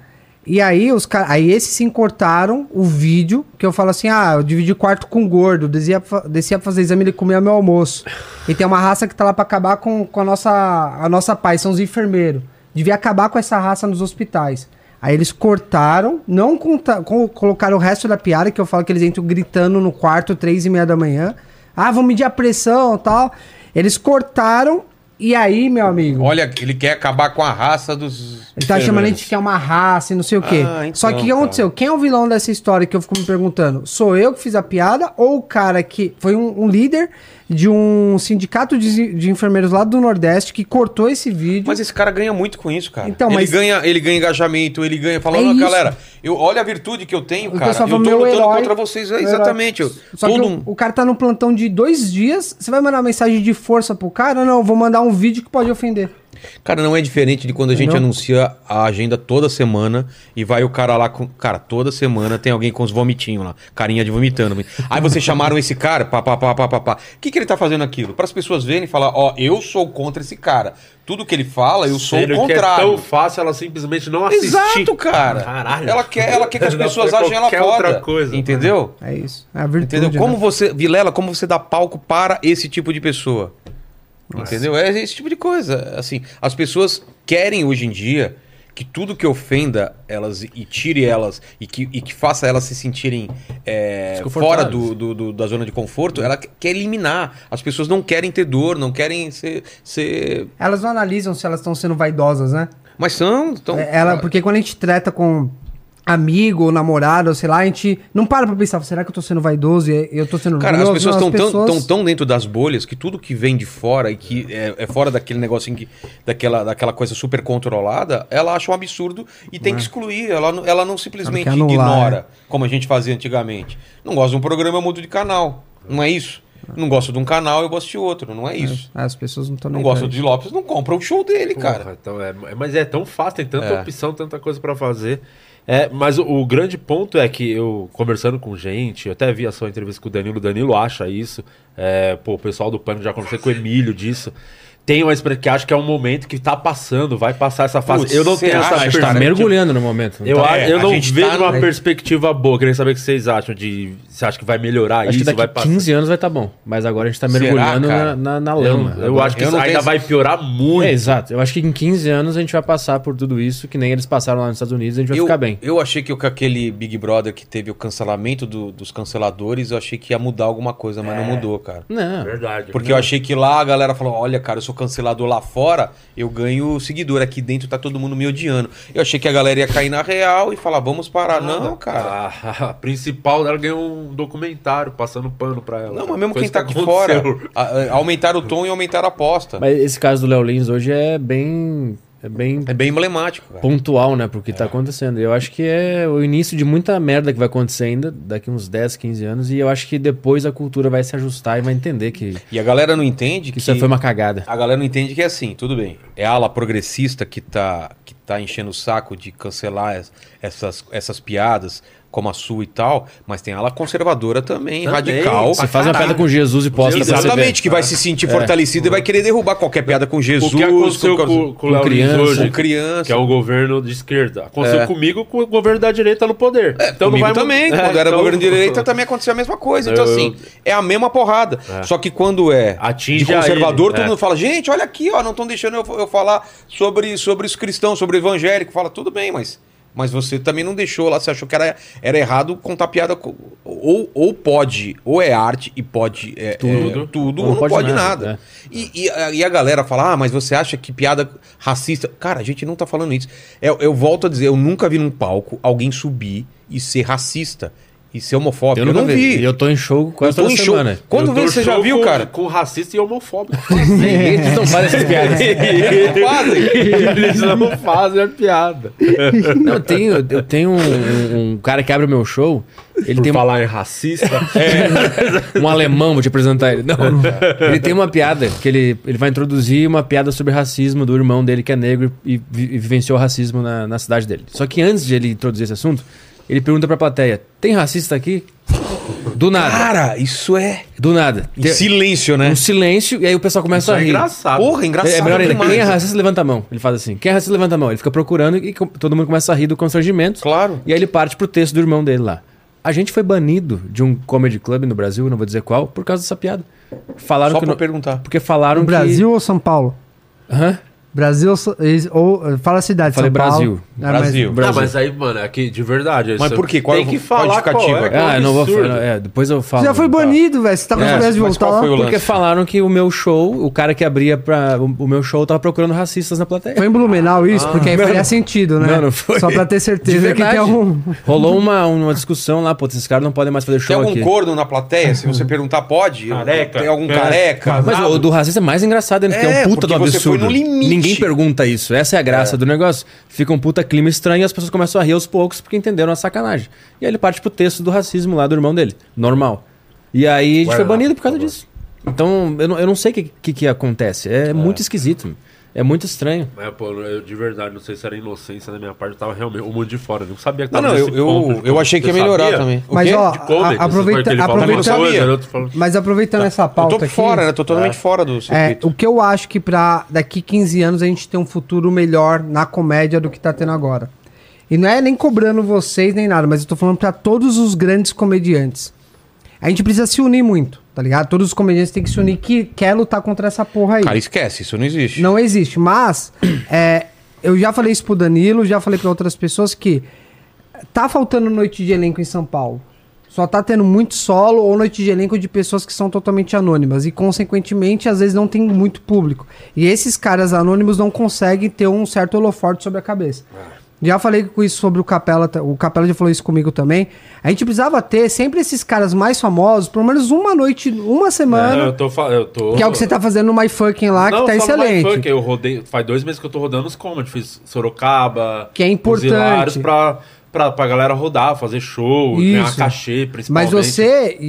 Speaker 5: E aí, aí esses sim cortaram o vídeo, que eu falo assim, eu dividi quarto com o gordo, descia pra fazer exame, ele comia meu almoço. E tem uma raça que tá lá pra acabar com a nossa paz, são os enfermeiros. Devia acabar com essa raça nos hospitais. Aí eles cortaram, não colocaram o resto da piada, que eu falo que eles entram gritando no quarto 3h30 da manhã. Vão medir a pressão e tal. Eles cortaram. E aí, meu amigo...
Speaker 1: Olha, ele quer acabar com a raça dos...
Speaker 5: Ele tá chamando a gente que é uma raça e não sei o quê.
Speaker 1: Então,
Speaker 5: Só que o que aconteceu? Quem é o vilão dessa história que eu fico me perguntando? Sou eu que fiz a piada ou o cara que foi um líder de um sindicato de enfermeiros lá do Nordeste que cortou esse vídeo?
Speaker 1: Mas esse cara ganha muito com isso, cara.
Speaker 5: Então,
Speaker 1: ele ganha engajamento, ele ganha falando, galera, olha a virtude que eu tenho, cara. Eu tô lutando contra vocês. Exatamente.
Speaker 5: Só que o cara tá no plantão de 2 dias, você vai mandar uma mensagem de força pro cara? Não, eu vou mandar um vídeo que pode ofender.
Speaker 1: Cara, não é diferente de quando a gente anuncia a agenda toda semana e vai o cara lá com... Cara, toda semana tem alguém com os vomitinhos lá, carinha de vomitando. Aí vocês chamaram esse cara, pá. O que ele tá fazendo aquilo? Para as pessoas verem e falar, eu sou contra esse cara. Tudo que ele fala, eu sou o contrário.
Speaker 3: É tão fácil ela simplesmente não assistir.
Speaker 1: Exato, cara.
Speaker 3: Caralho.
Speaker 1: Ela quer que as pessoas achem ela foda.
Speaker 3: Outra coisa,
Speaker 1: entendeu?
Speaker 5: É isso. É a virtude.
Speaker 1: Entendeu? Como você, Vilela, como você dá palco para esse tipo de pessoa? Nossa. Entendeu? É esse tipo de coisa. Assim, as pessoas querem hoje em dia que tudo que ofenda elas e tire elas e que faça elas se sentirem fora da zona de conforto, ela quer eliminar. As pessoas não querem ter dor, não querem ser...
Speaker 5: Elas não analisam se elas estão sendo vaidosas, né?
Speaker 1: Mas são...
Speaker 5: Porque quando a gente trata com amigo ou namorado, ou sei lá, a gente não para pra pensar, será que eu tô sendo vaidoso e eu tô sendo orgulhoso?
Speaker 1: Cara, as pessoas estão tão dentro das bolhas que tudo que vem de fora e que é fora daquele negocinho, daquela coisa super controlada, ela acha um absurdo e tem que excluir. Ela não simplesmente ignora, como a gente fazia antigamente. Não gosto de um programa, eu mudo de canal. Não é isso? Não gosto de um canal, eu gosto de outro. Não é isso.
Speaker 5: As pessoas não estão
Speaker 1: nem... Não gostam de Lopes, não compram o show dele, cara.
Speaker 3: Então mas é tão fácil, tem tanta opção, tanta coisa pra fazer. Mas o grande ponto é que eu, conversando com gente, eu até vi a sua entrevista com o Danilo acha isso, o pessoal do Pânico, já conversei com o Emílio disso. Tem uma experiência que acho que é um momento que tá passando, vai passar essa fase.
Speaker 1: Eu não tenho essa
Speaker 4: perspectiva. Tá mergulhando no momento.
Speaker 3: Eu não vejo uma perspectiva boa. Queria saber o que vocês acham você acha que vai melhorar
Speaker 4: acho
Speaker 3: isso?
Speaker 4: Que daqui 15 anos vai estar bom. Mas agora a gente tá mergulhando na lama.
Speaker 3: Eu acho que isso ainda vai piorar muito.
Speaker 4: Exato. Eu acho que em 15 anos a gente vai passar por tudo isso, que nem eles passaram lá nos Estados Unidos, a gente vai ficar bem.
Speaker 1: Eu achei que com aquele Big Brother que teve o cancelamento dos canceladores, eu achei que ia mudar alguma coisa, mas não mudou, cara.
Speaker 4: Não.
Speaker 3: Verdade.
Speaker 1: Porque eu achei que lá a galera falou, olha, cara, eu sou cancelador lá fora, eu ganho seguidor. Aqui dentro tá todo mundo me odiando. Eu achei que a galera ia cair na real e falar, vamos parar. Não, cara.
Speaker 3: A principal dela ganhou um documentário passando pano pra ela.
Speaker 1: Não, mas mesmo quem tá aqui fora, aumentaram o tom e aumentaram a aposta.
Speaker 4: Mas esse caso do Léo Lins hoje é bem
Speaker 1: emblemático, cara.
Speaker 4: Pontual, né? Porque tá acontecendo. Eu acho que é o início de muita merda que vai acontecer ainda daqui uns 10, 15 anos. E eu acho que depois a cultura vai se ajustar e vai entender que...
Speaker 1: E a galera não entende que...
Speaker 4: Isso foi uma cagada.
Speaker 1: A galera não entende que é assim, tudo bem. É a ala progressista que tá enchendo o saco de cancelar essas piadas, como a sua e tal, mas tem a ala conservadora também. Radical.
Speaker 4: Você faz uma piada com Jesus e posta.
Speaker 1: Exatamente, que vai se sentir fortalecido e vai querer derrubar qualquer piada com Jesus.
Speaker 3: O que aconteceu com o Léo Lins hoje, com criança, que é um governo de esquerda. Aconteceu comigo com o governo da direita no poder.
Speaker 1: Então comigo também. Quando era governo de direita também aconteceu a mesma coisa. Então assim, é a mesma porrada. Só que quando
Speaker 3: atinge
Speaker 1: de conservador, todo mundo fala, gente, olha aqui, não estão deixando eu falar sobre os cristãos, sobre o evangélico. Fala, tudo bem, mas você também não deixou lá, você achou que era errado contar piada, ou pode, ou é arte e pode tudo, ou não pode nada. E a galera fala, mas você acha que piada racista... Cara, a gente não tá falando isso. Eu volto a dizer, eu nunca vi num palco alguém subir e ser racista. E ser homofóbico. Eu não vi.
Speaker 4: E eu tô em show quase toda semana.
Speaker 1: Quando você já viu, cara?
Speaker 3: Com racista e homofóbico.
Speaker 4: Eles não fazem essas piadas.
Speaker 3: Eles não fazem a piada.
Speaker 4: Não, eu tenho um cara que abre o meu show. Ele tem
Speaker 3: falar em racista.
Speaker 4: Um alemão, vou te apresentar ele. Não. Ele tem uma piada que ele vai introduzir uma piada sobre racismo do irmão dele que é negro e vivenciou o racismo na cidade dele. Só que antes de ele introduzir esse assunto, ele pergunta pra plateia, tem racista aqui? Do nada.
Speaker 1: Cara, isso é...
Speaker 4: Do nada.
Speaker 1: Em silêncio, né?
Speaker 4: Um silêncio, e aí o pessoal começa
Speaker 3: Isso
Speaker 4: a
Speaker 3: é
Speaker 4: rir.
Speaker 3: engraçado.
Speaker 1: Porra, engraçado
Speaker 4: É melhor ainda.
Speaker 1: demais.
Speaker 4: Quem é racista, levanta a mão. Ele faz assim. Quem é racista, levanta a mão. Ele fica procurando e todo mundo começa a rir do constrangimento.
Speaker 1: Claro.
Speaker 4: E aí ele parte pro texto do irmão dele lá. A gente foi banido de um comedy club no Brasil, não vou dizer qual, por causa dessa piada. Falaram
Speaker 1: Só
Speaker 4: que
Speaker 1: pra
Speaker 4: não-
Speaker 1: perguntar.
Speaker 4: Porque falaram
Speaker 5: No Brasil ou São Paulo?
Speaker 4: que... Hã?
Speaker 5: Brasil ou fala a cidade,
Speaker 4: Falei
Speaker 5: São Paulo.
Speaker 4: Brasil.
Speaker 5: Ah,
Speaker 1: Brasil.
Speaker 3: Não, mas aí, mano, aqui, de verdade.
Speaker 1: Mas
Speaker 3: isso
Speaker 1: por quê? Qual
Speaker 3: tem
Speaker 1: é o-
Speaker 3: que
Speaker 1: qual a
Speaker 3: falar qual
Speaker 1: justificativa?
Speaker 3: é, qual é o
Speaker 4: Ah, eu não vou
Speaker 3: absurdo.
Speaker 4: falar. Depois eu falo.
Speaker 5: Você já foi banido, velho. Você tá com
Speaker 4: É,
Speaker 5: as ideias de
Speaker 1: mas
Speaker 5: voltar
Speaker 1: qual
Speaker 5: lá.
Speaker 1: foi o
Speaker 4: Porque
Speaker 1: lance?
Speaker 4: falaram que o meu show, o cara que abria para o meu show tava procurando racistas na plateia.
Speaker 5: Foi em Blumenau isso? Porque aí faria sentido, né?
Speaker 4: não foi.
Speaker 5: Só pra ter
Speaker 4: De
Speaker 5: certeza que
Speaker 4: verdade.
Speaker 5: tem algum...
Speaker 4: Rolou uma discussão lá, pô, esses caras não podem mais fazer
Speaker 1: Tem
Speaker 4: show
Speaker 1: algum
Speaker 4: aqui.
Speaker 1: corno na plateia? Se você perguntar, pode?
Speaker 3: Careca.
Speaker 1: Tem algum
Speaker 3: É.
Speaker 1: careca?
Speaker 4: Mas o do racista é mais engraçado ainda, porque é
Speaker 1: É,
Speaker 4: um puta do
Speaker 1: porque você foi
Speaker 4: absurdo.
Speaker 1: no limite.
Speaker 4: Ninguém pergunta isso. Essa é a graça do negócio. Fica um puta clima estranho e as pessoas começam a rir aos poucos porque entenderam a sacanagem. E aí ele parte pro texto do racismo lá do irmão dele. Normal. E aí a gente
Speaker 3: Guarda
Speaker 4: foi
Speaker 3: lá,
Speaker 4: banido por
Speaker 3: por
Speaker 4: causa
Speaker 3: favor.
Speaker 4: disso. Então eu não sei o que acontece. É muito esquisito. É muito estranho.
Speaker 3: Mas, pô, eu de verdade, não sei se era inocência da minha parte, eu tava realmente o mundo de fora. Eu não sabia que
Speaker 1: Não,
Speaker 3: tava
Speaker 1: não,
Speaker 3: nesse ponto.
Speaker 1: eu achei que ia
Speaker 3: Você
Speaker 1: melhorar
Speaker 3: sabia?
Speaker 1: também. O
Speaker 5: Mas
Speaker 1: quê?
Speaker 5: ó,
Speaker 3: De comedy,
Speaker 5: aproveita,
Speaker 3: ele falou
Speaker 1: Também não
Speaker 3: uma
Speaker 1: sabia.
Speaker 3: coisa, outro falou...
Speaker 5: mas aproveitando essa
Speaker 1: Eu
Speaker 5: pauta
Speaker 1: tô
Speaker 5: aqui...
Speaker 1: fora, né? Tô totalmente fora do
Speaker 5: É,
Speaker 1: circuito.
Speaker 5: o que eu acho que pra daqui 15 anos a gente ter um futuro melhor na comédia do que tá tendo agora. E não é nem cobrando vocês nem nada, mas eu tô falando pra todos os grandes comediantes. A gente precisa se unir muito, tá ligado? Todos os comediantes têm que se unir que quer lutar contra essa porra aí.
Speaker 1: Cara, esquece, isso não existe.
Speaker 5: Não existe, mas eu já falei isso pro Danilo, já falei pra outras pessoas que tá faltando noite de elenco em São Paulo. Só tá tendo muito solo ou noite de elenco de pessoas que são totalmente anônimas e, consequentemente, às vezes não tem muito público. E esses caras anônimos não conseguem ter um certo holoforte sobre a cabeça. Já falei com isso sobre o Capela já falou isso comigo também. A gente precisava ter sempre esses caras mais famosos, pelo menos uma noite, uma semana,
Speaker 3: eu tô...
Speaker 5: que é o que você tá fazendo no My Fucking lá, que tá
Speaker 3: só no
Speaker 5: excelente.
Speaker 3: MyFunk, eu rodei... Faz 2 meses que eu tô rodando os comedy. Fiz Sorocaba...
Speaker 5: Que é importante.
Speaker 3: Os Hilários pra galera rodar, fazer show, ganhar cachê, principalmente.
Speaker 5: Mas você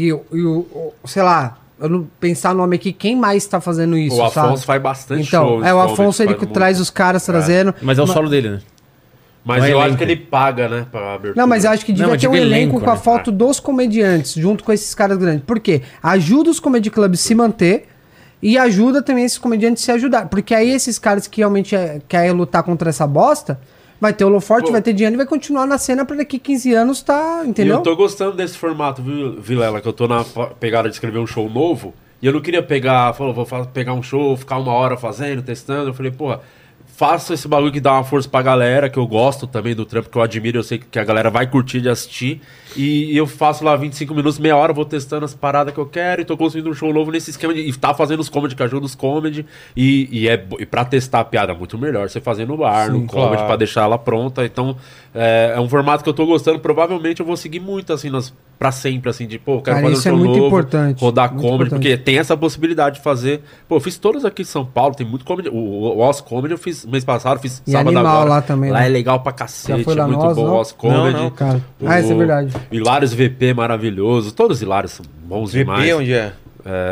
Speaker 5: sei lá, eu não pensar no nome aqui, quem mais tá fazendo isso,
Speaker 3: O Afonso
Speaker 5: sabe?
Speaker 3: faz bastante
Speaker 5: Então,
Speaker 3: show.
Speaker 5: o
Speaker 3: esse
Speaker 5: Afonso
Speaker 3: comedy,
Speaker 5: ele
Speaker 3: faz muito.
Speaker 5: traz os caras trazendo.
Speaker 4: Mas é o solo dele, né?
Speaker 3: Mas
Speaker 4: Não é
Speaker 3: eu acho
Speaker 4: elenco.
Speaker 3: que ele paga, né, pra abertura.
Speaker 5: Não, mas eu acho que devia
Speaker 4: mas
Speaker 5: ter um
Speaker 4: digo
Speaker 5: elenco
Speaker 4: elenco,
Speaker 5: com a
Speaker 4: né?
Speaker 5: foto dos comediantes, junto com esses caras grandes. Por quê? Ajuda os comedy clubs a se manter e ajuda também esses comediantes a se ajudar. Porque aí esses caras que realmente querem lutar contra essa bosta, vai ter holoforte,
Speaker 3: Pô.
Speaker 5: vai ter dinheiro e vai continuar na cena pra daqui 15 anos tá,
Speaker 3: E
Speaker 5: entendeu?
Speaker 3: eu tô gostando desse formato, viu, Vilela? Que eu tô na pegada de escrever um show novo. E eu não queria pegar, pegar um show, ficar 1 hora fazendo, testando. Eu falei, porra, faço esse bagulho que dá uma força pra galera, que eu gosto também do trampo, que eu admiro, eu sei que a galera vai curtir de assistir. E eu faço lá 25 minutos, meia hora, vou testando as paradas que eu quero e tô construindo um show novo nesse esquema e tá fazendo os comedy, que ajuda os comedy. E pra testar a piada, muito melhor você fazer no bar, no comedy,
Speaker 1: claro.
Speaker 3: pra deixar ela pronta. Então, é um formato que eu tô gostando. Provavelmente eu vou seguir muito, assim, pra sempre, assim, de, pô, eu quero
Speaker 5: Cara,
Speaker 3: fazer um
Speaker 5: isso é
Speaker 3: show
Speaker 5: muito
Speaker 3: novo,
Speaker 5: importante,
Speaker 3: rodar
Speaker 5: muito
Speaker 3: comedy,
Speaker 5: importante.
Speaker 3: porque tem essa possibilidade de fazer. Pô, eu fiz todos aqui em São Paulo, tem muito comedy. O Oz Comedy eu fiz mês passado, fiz
Speaker 5: E
Speaker 3: sábado
Speaker 5: Animal
Speaker 3: agora.
Speaker 5: lá também,
Speaker 3: Lá
Speaker 5: né?
Speaker 3: é legal pra cacete,
Speaker 5: foi lá
Speaker 3: é muito
Speaker 5: no Oz,
Speaker 3: bom
Speaker 5: não?
Speaker 3: o Oz Comedy.
Speaker 1: Não,
Speaker 5: cara. Ah, isso é verdade.
Speaker 3: Hilários VP maravilhoso, todos os Hilários são bons demais.
Speaker 1: VP onde é?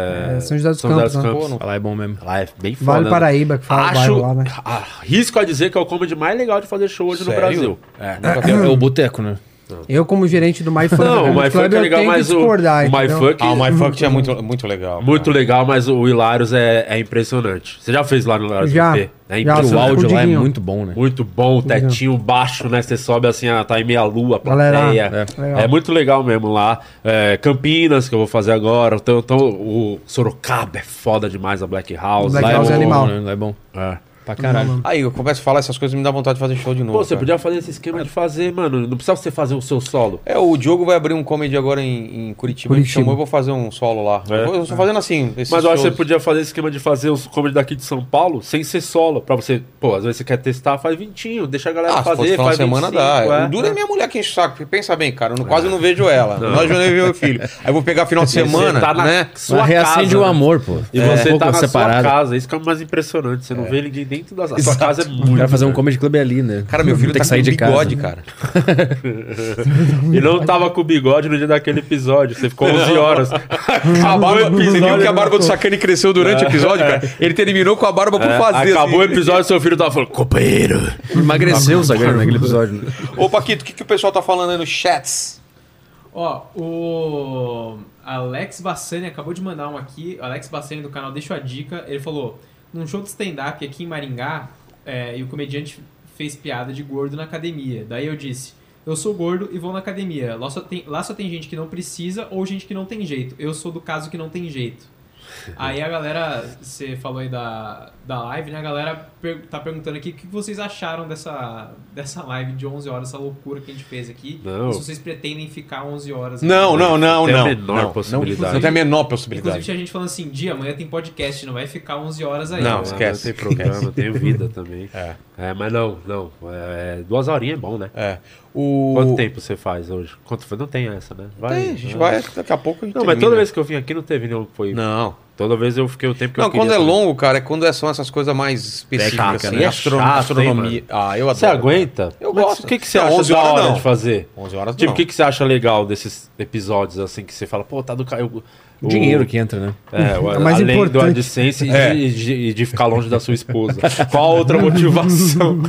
Speaker 5: São José dos Campos, né?
Speaker 1: Pô, não-
Speaker 4: Lá é bom mesmo.
Speaker 3: Lá é bem foda.
Speaker 5: Vale
Speaker 3: né?
Speaker 5: Paraíba, que fala o bairro lá, né?
Speaker 3: Arrisco a dizer que é o comedy mais legal de fazer show hoje no
Speaker 1: Sério?
Speaker 3: Brasil.
Speaker 4: É o boteco, né?
Speaker 5: Eu, como gerente do My Funk
Speaker 3: Não, o
Speaker 5: Comedy
Speaker 3: My
Speaker 5: Club,
Speaker 3: Funk é
Speaker 5: eu
Speaker 3: legal,
Speaker 5: tenho que
Speaker 3: mas o
Speaker 5: discordar,
Speaker 3: My
Speaker 5: entendeu?
Speaker 3: Funk...
Speaker 1: Ah, o My Funk é muito legal.
Speaker 3: Muito
Speaker 1: cara.
Speaker 3: legal, mas o Hilários é impressionante. Você já fez lá no Hilários
Speaker 5: Já.
Speaker 3: VP? É
Speaker 5: Já,
Speaker 4: O
Speaker 3: impressionante.
Speaker 4: áudio lá é
Speaker 5: Diguinho.
Speaker 4: muito bom, né?
Speaker 3: Muito bom, o tetinho baixo, né? Você sobe assim, tá em meia lua, a
Speaker 5: Galera,
Speaker 3: plateia.
Speaker 5: legal.
Speaker 3: É muito legal mesmo lá. Campinas, que eu vou fazer agora. Então, o Sorocaba é foda demais, a Black House.
Speaker 5: Black
Speaker 3: Lá
Speaker 5: House
Speaker 3: é
Speaker 5: é
Speaker 3: bom.
Speaker 5: animal.
Speaker 4: Né? Lá é bom.
Speaker 3: É.
Speaker 4: Pra caralho.
Speaker 1: Aí eu começo a falar essas coisas e me dá vontade de fazer show de novo.
Speaker 3: Pô, você
Speaker 1: cara.
Speaker 3: podia fazer esse esquema de fazer, mano. Não precisa você fazer o seu solo.
Speaker 1: O Diogo vai abrir um comedy agora em Curitiba. Ele me chamou, eu vou fazer um solo lá.
Speaker 3: É.
Speaker 1: Eu tô fazendo assim. esses
Speaker 3: Mas eu acho que
Speaker 1: shows.
Speaker 3: você podia fazer esse esquema de fazer os comedy daqui de São Paulo sem ser solo. Pra você, pô, às vezes você quer testar, faz 20, deixa a galera
Speaker 1: Ah, se fosse
Speaker 3: fazer,
Speaker 1: final de
Speaker 3: faz
Speaker 1: semana
Speaker 3: 25,
Speaker 1: dá. O duro é minha mulher que enche o saco. Porque pensa bem, cara. Eu quase não vejo ela. Nós já nem vemos meu filho. Aí eu vou pegar final de semana,
Speaker 3: Você tá na
Speaker 1: né?
Speaker 3: sua
Speaker 4: Reacende
Speaker 3: casa,
Speaker 4: o
Speaker 3: né?
Speaker 4: amor, pô.
Speaker 3: E você
Speaker 4: pouco
Speaker 3: tá na
Speaker 4: separado.
Speaker 3: sua casa, isso que é o mais impressionante. Você não vê ninguém dentro da sua
Speaker 1: Exato.
Speaker 3: casa, é muito.
Speaker 4: Quero fazer um
Speaker 3: grande.
Speaker 4: comedy club ali, né?
Speaker 1: Cara, meu filho
Speaker 4: Tem
Speaker 1: tá
Speaker 4: que sair
Speaker 1: com
Speaker 4: de casa.
Speaker 1: bigode, cara.
Speaker 3: E não tava com bigode no dia daquele episódio. Você ficou 11 horas.
Speaker 1: A barba, você viu que a barba do Sacani cresceu durante o episódio, cara? Ele terminou com a barba por fazer.
Speaker 3: Acabou o
Speaker 1: assim.
Speaker 3: episódio, seu filho tava falando, companheiro.
Speaker 4: Emagreceu o Zagueiro naquele episódio. Né?
Speaker 1: Ô, Paquito, o que o pessoal tá falando aí no chats?
Speaker 2: Ó, o Alex Bassani acabou de mandar um aqui. O Alex Bassani do canal Deixa a Dica. Ele falou, num show de stand-up aqui em Maringá, e o comediante fez piada de gordo na academia. Daí eu disse, eu sou gordo e vou na academia. Lá só tem gente que não precisa ou gente que não tem jeito. Eu sou do caso que não tem jeito. Aí a galera, você falou aí da live, né? A galera tá perguntando aqui o que vocês acharam dessa live de 11 horas, essa loucura que a gente fez aqui.
Speaker 3: Não.
Speaker 2: Se vocês pretendem ficar 11 horas.
Speaker 1: Não.
Speaker 3: Tem a menor possibilidade.
Speaker 1: Não tem a menor
Speaker 2: Inclusive
Speaker 1: possibilidade.
Speaker 2: tinha gente falando assim, amanhã tem podcast, não vai ficar 11 horas aí.
Speaker 1: Não,
Speaker 2: né?
Speaker 1: esquece.
Speaker 3: Não tem programa, tem vida também. Mas não. 2 horinhas é bom, né? Quanto tempo você faz hoje? Não tem essa, né?
Speaker 1: A gente vai, daqui a pouco a gente
Speaker 3: Não, mas
Speaker 1: termina.
Speaker 3: toda vez que eu vim aqui não teve nenhum que foi...
Speaker 1: Não.
Speaker 3: Toda vez eu fiquei o tempo que eu
Speaker 1: Não,
Speaker 3: queria.
Speaker 1: quando é
Speaker 3: também.
Speaker 1: longo, cara, é quando são essas coisas mais específicas,
Speaker 3: Técnica,
Speaker 1: assim.
Speaker 3: né?
Speaker 1: Astronomia.
Speaker 3: Chato, hein,
Speaker 1: Eu adoro.
Speaker 3: Você aguenta?
Speaker 1: Eu
Speaker 3: Mas
Speaker 1: gosto.
Speaker 3: O que você
Speaker 1: Não,
Speaker 3: acha
Speaker 1: 11
Speaker 3: da
Speaker 1: horas
Speaker 3: hora
Speaker 1: não.
Speaker 3: de fazer?
Speaker 1: 11 horas
Speaker 3: Tipo,
Speaker 1: não.
Speaker 3: o que você acha legal desses episódios, assim, que você fala, pô, tá do caralho.
Speaker 4: O dinheiro que entra, né?
Speaker 5: É mais
Speaker 3: além do
Speaker 5: importante.
Speaker 3: AdSense e de ficar longe da sua esposa. Qual a outra motivação?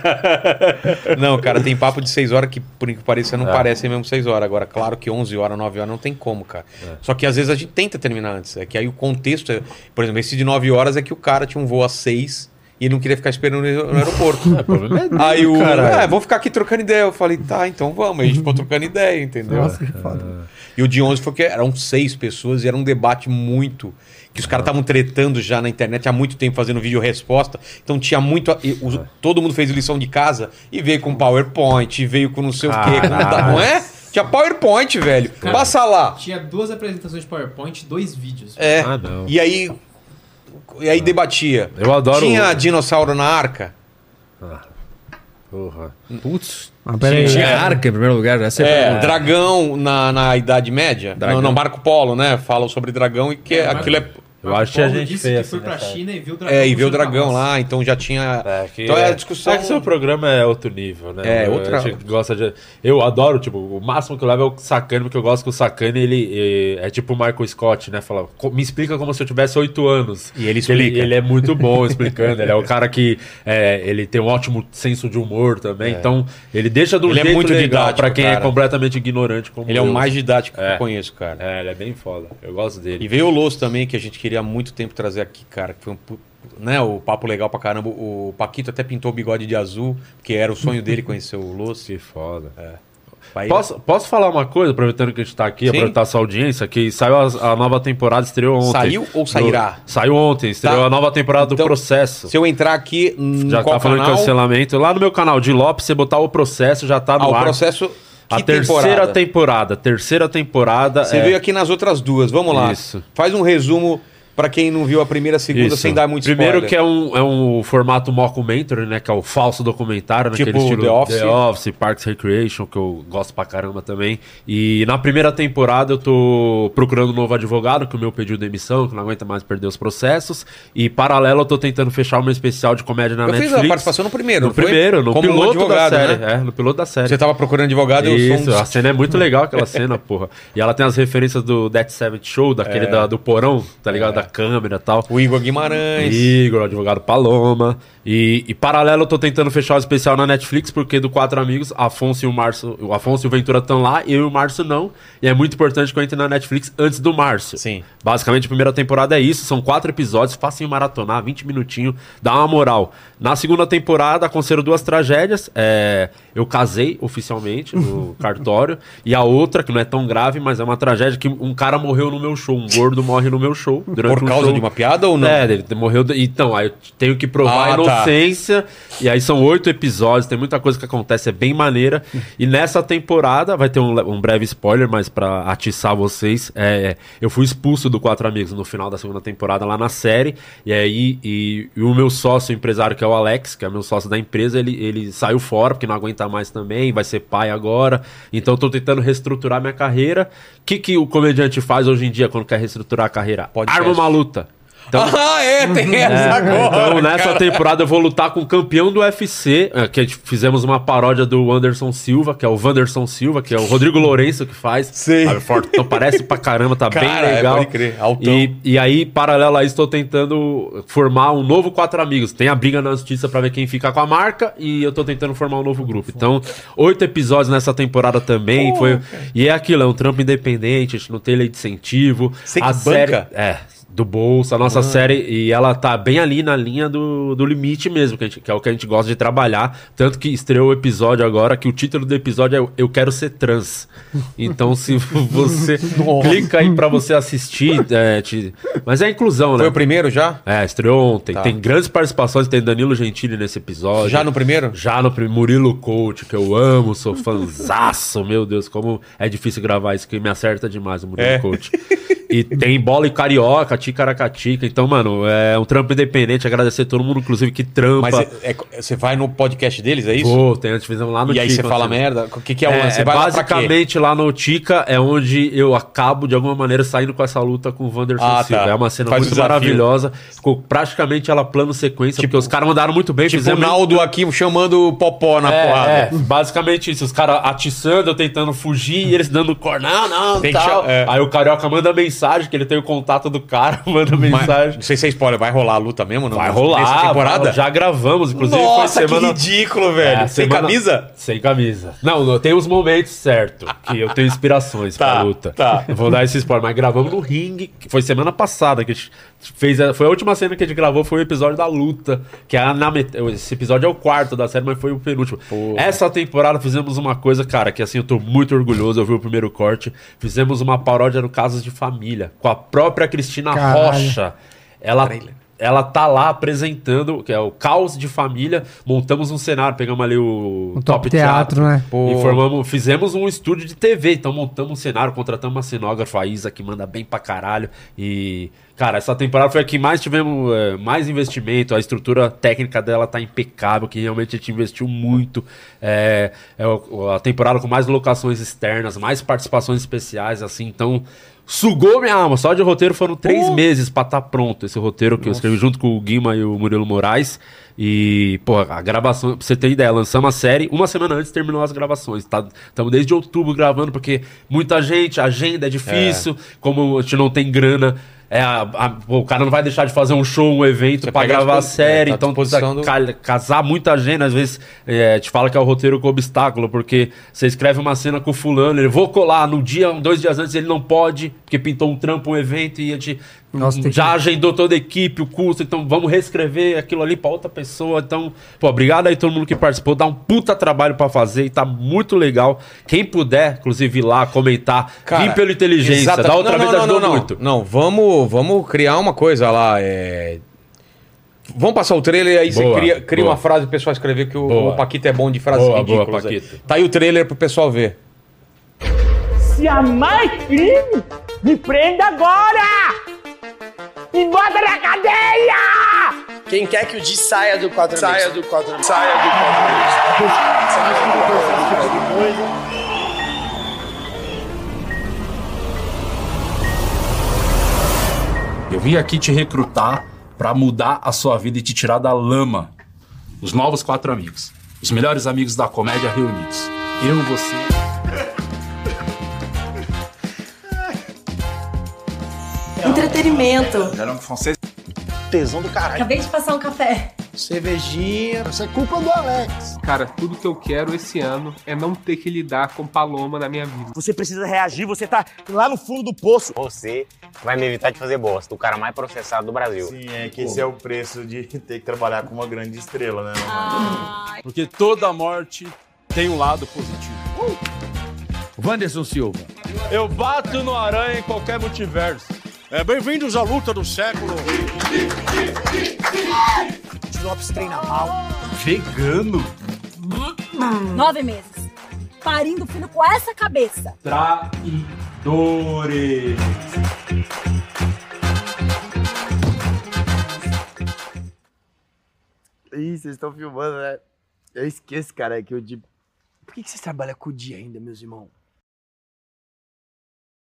Speaker 1: Não, cara, tem papo de 6 horas que, por que pareça, não parecem mesmo 6 horas. Agora, claro que 11 horas, 9 horas não tem como, cara. Só que às vezes a gente tenta terminar antes. É que aí o contexto, por exemplo, esse de 9 horas é que o cara tinha um voo às 6 e ele não queria ficar esperando no aeroporto.
Speaker 3: O problema é dele,
Speaker 1: Aí o...
Speaker 3: caralho.
Speaker 1: vamos ficar aqui trocando ideia. Eu falei, tá, então vamos. Aí a gente ficou trocando ideia, entendeu?
Speaker 5: Nossa, que foda.
Speaker 1: E o de 11 foi que eram 6 pessoas e era um debate muito... Que os caras estavam tretando já na internet há muito tempo fazendo vídeo-resposta. Então tinha muito... Todo mundo fez lição de casa e veio com PowerPoint, e veio com não sei o quê. Não é? Tinha PowerPoint, velho. Passa lá.
Speaker 2: Tinha 2 apresentações de PowerPoint, 2 vídeos.
Speaker 3: Não.
Speaker 1: E aí debatia.
Speaker 3: Eu adoro...
Speaker 1: Tinha dinossauro na arca?
Speaker 3: Porra.
Speaker 4: Putz.
Speaker 5: Mas peraí.
Speaker 4: Tinha arca em primeiro lugar, já sei.
Speaker 1: Dragão na Idade Média?
Speaker 4: Dragão.
Speaker 1: Não, Marco Polo, né? Falam sobre dragão e que aquilo é...
Speaker 3: Eu acho que a gente
Speaker 2: disse
Speaker 3: fez
Speaker 2: que foi
Speaker 3: assim,
Speaker 2: pra
Speaker 3: nessa
Speaker 2: China e viu o dragão.
Speaker 1: e ver o
Speaker 2: puxando
Speaker 1: dragão
Speaker 2: carroça.
Speaker 1: lá, então já tinha...
Speaker 3: Que
Speaker 1: então é a discussão...
Speaker 3: É que seu programa é outro nível, né?
Speaker 1: outra...
Speaker 3: A gente gosta de... Eu adoro, tipo, o máximo que eu levo é o Sacani, porque eu gosto que o Sacani, ele é tipo o Michael Scott, né? Fala, me explica como se eu tivesse 8 anos.
Speaker 1: E ele explica.
Speaker 3: Ele é muito bom explicando, ele é o cara que... ele tem um ótimo senso de humor também, então ele deixa do
Speaker 1: Ele é
Speaker 3: jeito
Speaker 1: muito
Speaker 3: legal
Speaker 1: didático,
Speaker 3: pra quem é
Speaker 1: cara.
Speaker 3: completamente ignorante como
Speaker 1: Ele é o
Speaker 3: eu.
Speaker 1: mais didático que eu conheço, cara.
Speaker 3: Ele é bem foda, eu gosto dele.
Speaker 1: E veio o Losso também, que a gente queria há muito tempo trazer aqui, cara. Que foi né, o papo legal pra caramba. O Paquito até pintou o bigode de azul, que era o sonho dele conhecer o Losso.
Speaker 3: Que foda.
Speaker 1: Aí-
Speaker 3: Posso falar uma coisa, aproveitando que a gente tá aqui,
Speaker 1: Sim.
Speaker 3: aproveitar essa audiência, que saiu a nova temporada, estreou ontem.
Speaker 1: Saiu ou sairá?
Speaker 3: Saiu ontem, estreou
Speaker 1: Tá.
Speaker 3: a nova temporada do
Speaker 1: Então,
Speaker 3: Processo.
Speaker 1: Se eu entrar aqui no
Speaker 3: Já
Speaker 1: qual
Speaker 3: tá falando de
Speaker 1: canal,
Speaker 3: cancelamento. Lá no meu canal de Lopes, você botar o Processo, já tá no
Speaker 1: o
Speaker 3: ar.
Speaker 1: processo...
Speaker 3: A
Speaker 1: que
Speaker 3: terceira temporada.
Speaker 1: Você veio aqui nas outras duas, vamos lá.
Speaker 3: Isso.
Speaker 1: Faz um resumo pra quem não viu a primeira e a segunda,
Speaker 3: Isso.
Speaker 1: sem dar muito
Speaker 3: Primeiro
Speaker 1: spoiler.
Speaker 3: que é um formato mockumentary, né? Que é o falso documentário,
Speaker 1: Tipo
Speaker 3: naquele estilo
Speaker 1: The Office.
Speaker 3: Parks and Recreation, que eu gosto pra caramba também. E na primeira temporada eu tô procurando um novo advogado, que o meu pediu demissão, que não aguenta mais perder os processos. E paralelo eu tô tentando fechar o meu especial de comédia na
Speaker 1: Eu
Speaker 3: Netflix.
Speaker 1: fiz a participação no primeiro,
Speaker 3: No
Speaker 1: não foi?
Speaker 3: primeiro, no
Speaker 1: Como um
Speaker 3: piloto
Speaker 1: advogado,
Speaker 3: da série.
Speaker 1: né?
Speaker 3: No piloto da série.
Speaker 1: Você tava procurando advogado, eu
Speaker 3: Isso,
Speaker 1: sou um...
Speaker 3: a cena é muito legal, aquela cena, porra. E ela tem as referências do Death Seventh Show, daquele do porão, tá ligado? Da câmera e tal.
Speaker 1: O Igor Guimarães.
Speaker 3: Igor, advogado Paloma. E paralelo, eu tô tentando fechar o especial na Netflix, porque do Quatro Amigos, Afonso e o Ventura estão lá, eu e o Márcio não. E é muito importante que eu entre na Netflix antes do Márcio.
Speaker 1: Sim.
Speaker 3: Basicamente, a primeira temporada é isso, são 4 episódios, facinho maratonar, 20 minutinhos, dá uma moral. Na segunda temporada, aconteceram 2 tragédias. Eu casei oficialmente no cartório, e a outra, que não é tão grave, mas é uma tragédia, que um cara morreu no meu show, um gordo morre no meu show. Durante
Speaker 1: Por causa
Speaker 3: show.
Speaker 1: de uma piada ou não?
Speaker 3: Ele morreu. Então, aí eu tenho que provar a
Speaker 1: Ah, tá.
Speaker 3: inocência. E aí são 8 episódios, tem muita coisa que acontece, é bem maneira. E nessa temporada, vai ter um breve spoiler, mas pra atiçar vocês, eu fui expulso do Quatro Amigos no final da segunda temporada lá na série. E aí e o meu sócio empresário, que é o Alex, que é meu sócio da empresa, ele saiu fora, porque não aguenta mais também, vai ser pai agora. Então eu tô tentando reestruturar minha carreira. O que o comediante faz hoje em dia quando quer reestruturar a carreira?
Speaker 1: Podcast.
Speaker 3: Arma uma luta. Então,
Speaker 1: tem essa agora.
Speaker 3: então nessa temporada eu vou lutar com o campeão do UFC, que a gente fizemos uma paródia do Anderson Silva, que é o Wanderson Silva, que é o Rodrigo Lourenço que faz.
Speaker 1: Sei.
Speaker 3: Sabe, forte, então parece pra caramba, tá bem legal.
Speaker 1: Pode crer, altão.
Speaker 3: E aí, paralelo a isso, estou tentando formar um novo Quatro Amigos. Tem a briga na justiça pra ver quem fica com a marca e eu tô tentando formar um novo grupo. Então, 8 episódios nessa temporada também. E é aquilo, é um trampo independente, a gente não tem lei de incentivo.
Speaker 1: Você que
Speaker 3: a
Speaker 1: banca?
Speaker 3: série, do bolso, a nossa série, e ela tá bem ali na linha do limite mesmo, que é o que a gente gosta de trabalhar. Tanto que estreou o episódio agora, que o título do episódio é Eu Quero Ser Trans. Então, se você clica aí pra você assistir, mas é inclusão, né?
Speaker 1: Foi o primeiro já?
Speaker 3: Estreou ontem.
Speaker 1: Tá.
Speaker 3: Tem grandes participações, tem Danilo Gentili nesse episódio.
Speaker 1: Já no primeiro?
Speaker 3: Já no primeiro. Murilo Coach, que eu amo, sou fãzaço, meu Deus, como é difícil gravar isso, que me acerta demais o Murilo Coach. E tem Bola e Carioca, Ticaracatica. Então, mano, é um trampo independente. Agradecer a todo mundo, inclusive, que trampa.
Speaker 1: Mas você vai no podcast deles, é isso?
Speaker 3: Pô, antes fizemos lá no Tica.
Speaker 1: E aí você fala merda? O que é o lance? Você vai lá pra quê?
Speaker 3: Basicamente, lá no Tica é onde eu acabo, de alguma maneira, saindo com essa luta com o Wanderson Silva.
Speaker 1: Tá.
Speaker 3: É uma cena
Speaker 1: Faz
Speaker 3: muito
Speaker 1: o desafio.
Speaker 3: maravilhosa. Ficou praticamente ela plano sequência, porque os caras mandaram muito bem.
Speaker 1: Tipo o Naldo aqui chamando o Popó na porrada.
Speaker 3: Basicamente isso. Os caras atiçando, eu tentando fugir, e eles dando cor. Não,
Speaker 1: Tem que
Speaker 3: tal.
Speaker 1: chamar-
Speaker 3: Aí o Carioca manda mensagem, que ele tem o contato do cara, manda mensagem.
Speaker 1: Não sei se é spoiler, vai rolar a luta mesmo? Não?
Speaker 3: Vai rolar.
Speaker 1: Nessa temporada?
Speaker 3: Já gravamos, inclusive.
Speaker 1: Nossa,
Speaker 3: foi semana...
Speaker 1: que ridículo, velho. Sem camisa?
Speaker 3: Sem camisa. Não, tem os momentos certos, que eu tenho inspirações pra luta.
Speaker 1: Tá.
Speaker 3: Eu vou dar esse spoiler, mas gravamos no ringue, que foi semana passada que a gente fez. Foi a última cena que a gente gravou, foi o episódio da luta. Que é esse episódio é o quarto da série, mas foi o penúltimo.
Speaker 1: Porra.
Speaker 3: Essa temporada fizemos uma coisa, cara, que assim, eu tô muito orgulhoso. Eu vi o primeiro corte. Fizemos uma paródia no Casos de Família, com a própria Cristina Rocha. Ela tá lá apresentando, que é o Caos de Família. Montamos um cenário, pegamos ali o
Speaker 5: Top Teatro, né?
Speaker 3: E fizemos um estúdio de TV. Então montamos um cenário, contratamos uma cenógrafa, a Isa, que manda bem pra caralho. E, cara, essa temporada foi a que mais tivemos mais investimento. A estrutura técnica dela tá impecável, que realmente a gente investiu muito. É a temporada com mais locações externas, mais participações especiais, assim. Então, sugou minha alma. Só de roteiro foram 3 meses pra estar pronto. Esse roteiro que eu escrevi junto com o Guima e o Murilo Moraes. E, pô, a gravação, pra você ter ideia, lançamos a série, uma semana antes terminou as gravações. Estamos desde outubro gravando, porque muita gente, a agenda é difícil, como a gente não tem grana. O cara não vai deixar de fazer um show, um evento
Speaker 1: Você
Speaker 3: pra
Speaker 1: pega
Speaker 3: gravar a
Speaker 1: dispo-
Speaker 3: série,
Speaker 1: tá à
Speaker 3: então
Speaker 1: disposição
Speaker 3: precisa casar muita agenda. Às vezes te fala que é o roteiro com obstáculo, porque você escreve uma cena com o fulano, ele vou colar no dia, 2 dias antes ele não pode, porque pintou um trampo, um evento, e a gente já agendou toda a equipe, o custo, então vamos reescrever aquilo ali pra outra pessoa. Então, pô, obrigado aí todo mundo que participou, dá um puta trabalho pra fazer e tá muito legal. Quem puder, inclusive, ir lá comentar,
Speaker 1: Cara,
Speaker 3: vim pelo Inteligência, da outra vez ajudou muito.
Speaker 1: Não, vamos criar uma coisa lá. Vamos passar o trailer e aí você cria uma frase pro pessoal escrever, que o Paquito é bom de frases ridículas.
Speaker 3: Paquito.
Speaker 1: Tá aí o trailer pro pessoal ver.
Speaker 7: Se há mais crime, me prenda agora! Me bota na cadeia!
Speaker 8: Quem quer que o Di saia do quadro
Speaker 7: Saia do quadro.
Speaker 9: Eu vim aqui te recrutar pra mudar a sua vida e te tirar da lama. Os novos 4 amigos. Os melhores amigos da comédia reunidos. Eu, você...
Speaker 10: Entretenimento.
Speaker 8: Tesão do caralho.
Speaker 10: Acabei de passar um café.
Speaker 8: Cervejinha. Isso é culpa do Alex.
Speaker 2: Cara, tudo que eu quero esse ano é não ter que lidar com Paloma na minha vida.
Speaker 8: Você precisa reagir, você tá lá no fundo do poço.
Speaker 11: Você vai me evitar de fazer bosta, o cara mais processado do Brasil.
Speaker 12: Sim, é que esse é o preço de ter que trabalhar com uma grande estrela, né?
Speaker 9: Porque toda morte tem um lado positivo.
Speaker 13: Wanderson Silva.
Speaker 9: Eu bato no aranha em qualquer multiverso.
Speaker 13: Bem-vindos à luta do século.
Speaker 8: Lopes treina mal.
Speaker 9: Vegano?
Speaker 10: 9 meses. Parindo filho com essa cabeça.
Speaker 9: Traidores.
Speaker 8: Ih, vocês estão filmando, né? Eu esqueço, cara, que o Di... Por que vocês trabalham com o Di ainda, meus irmãos?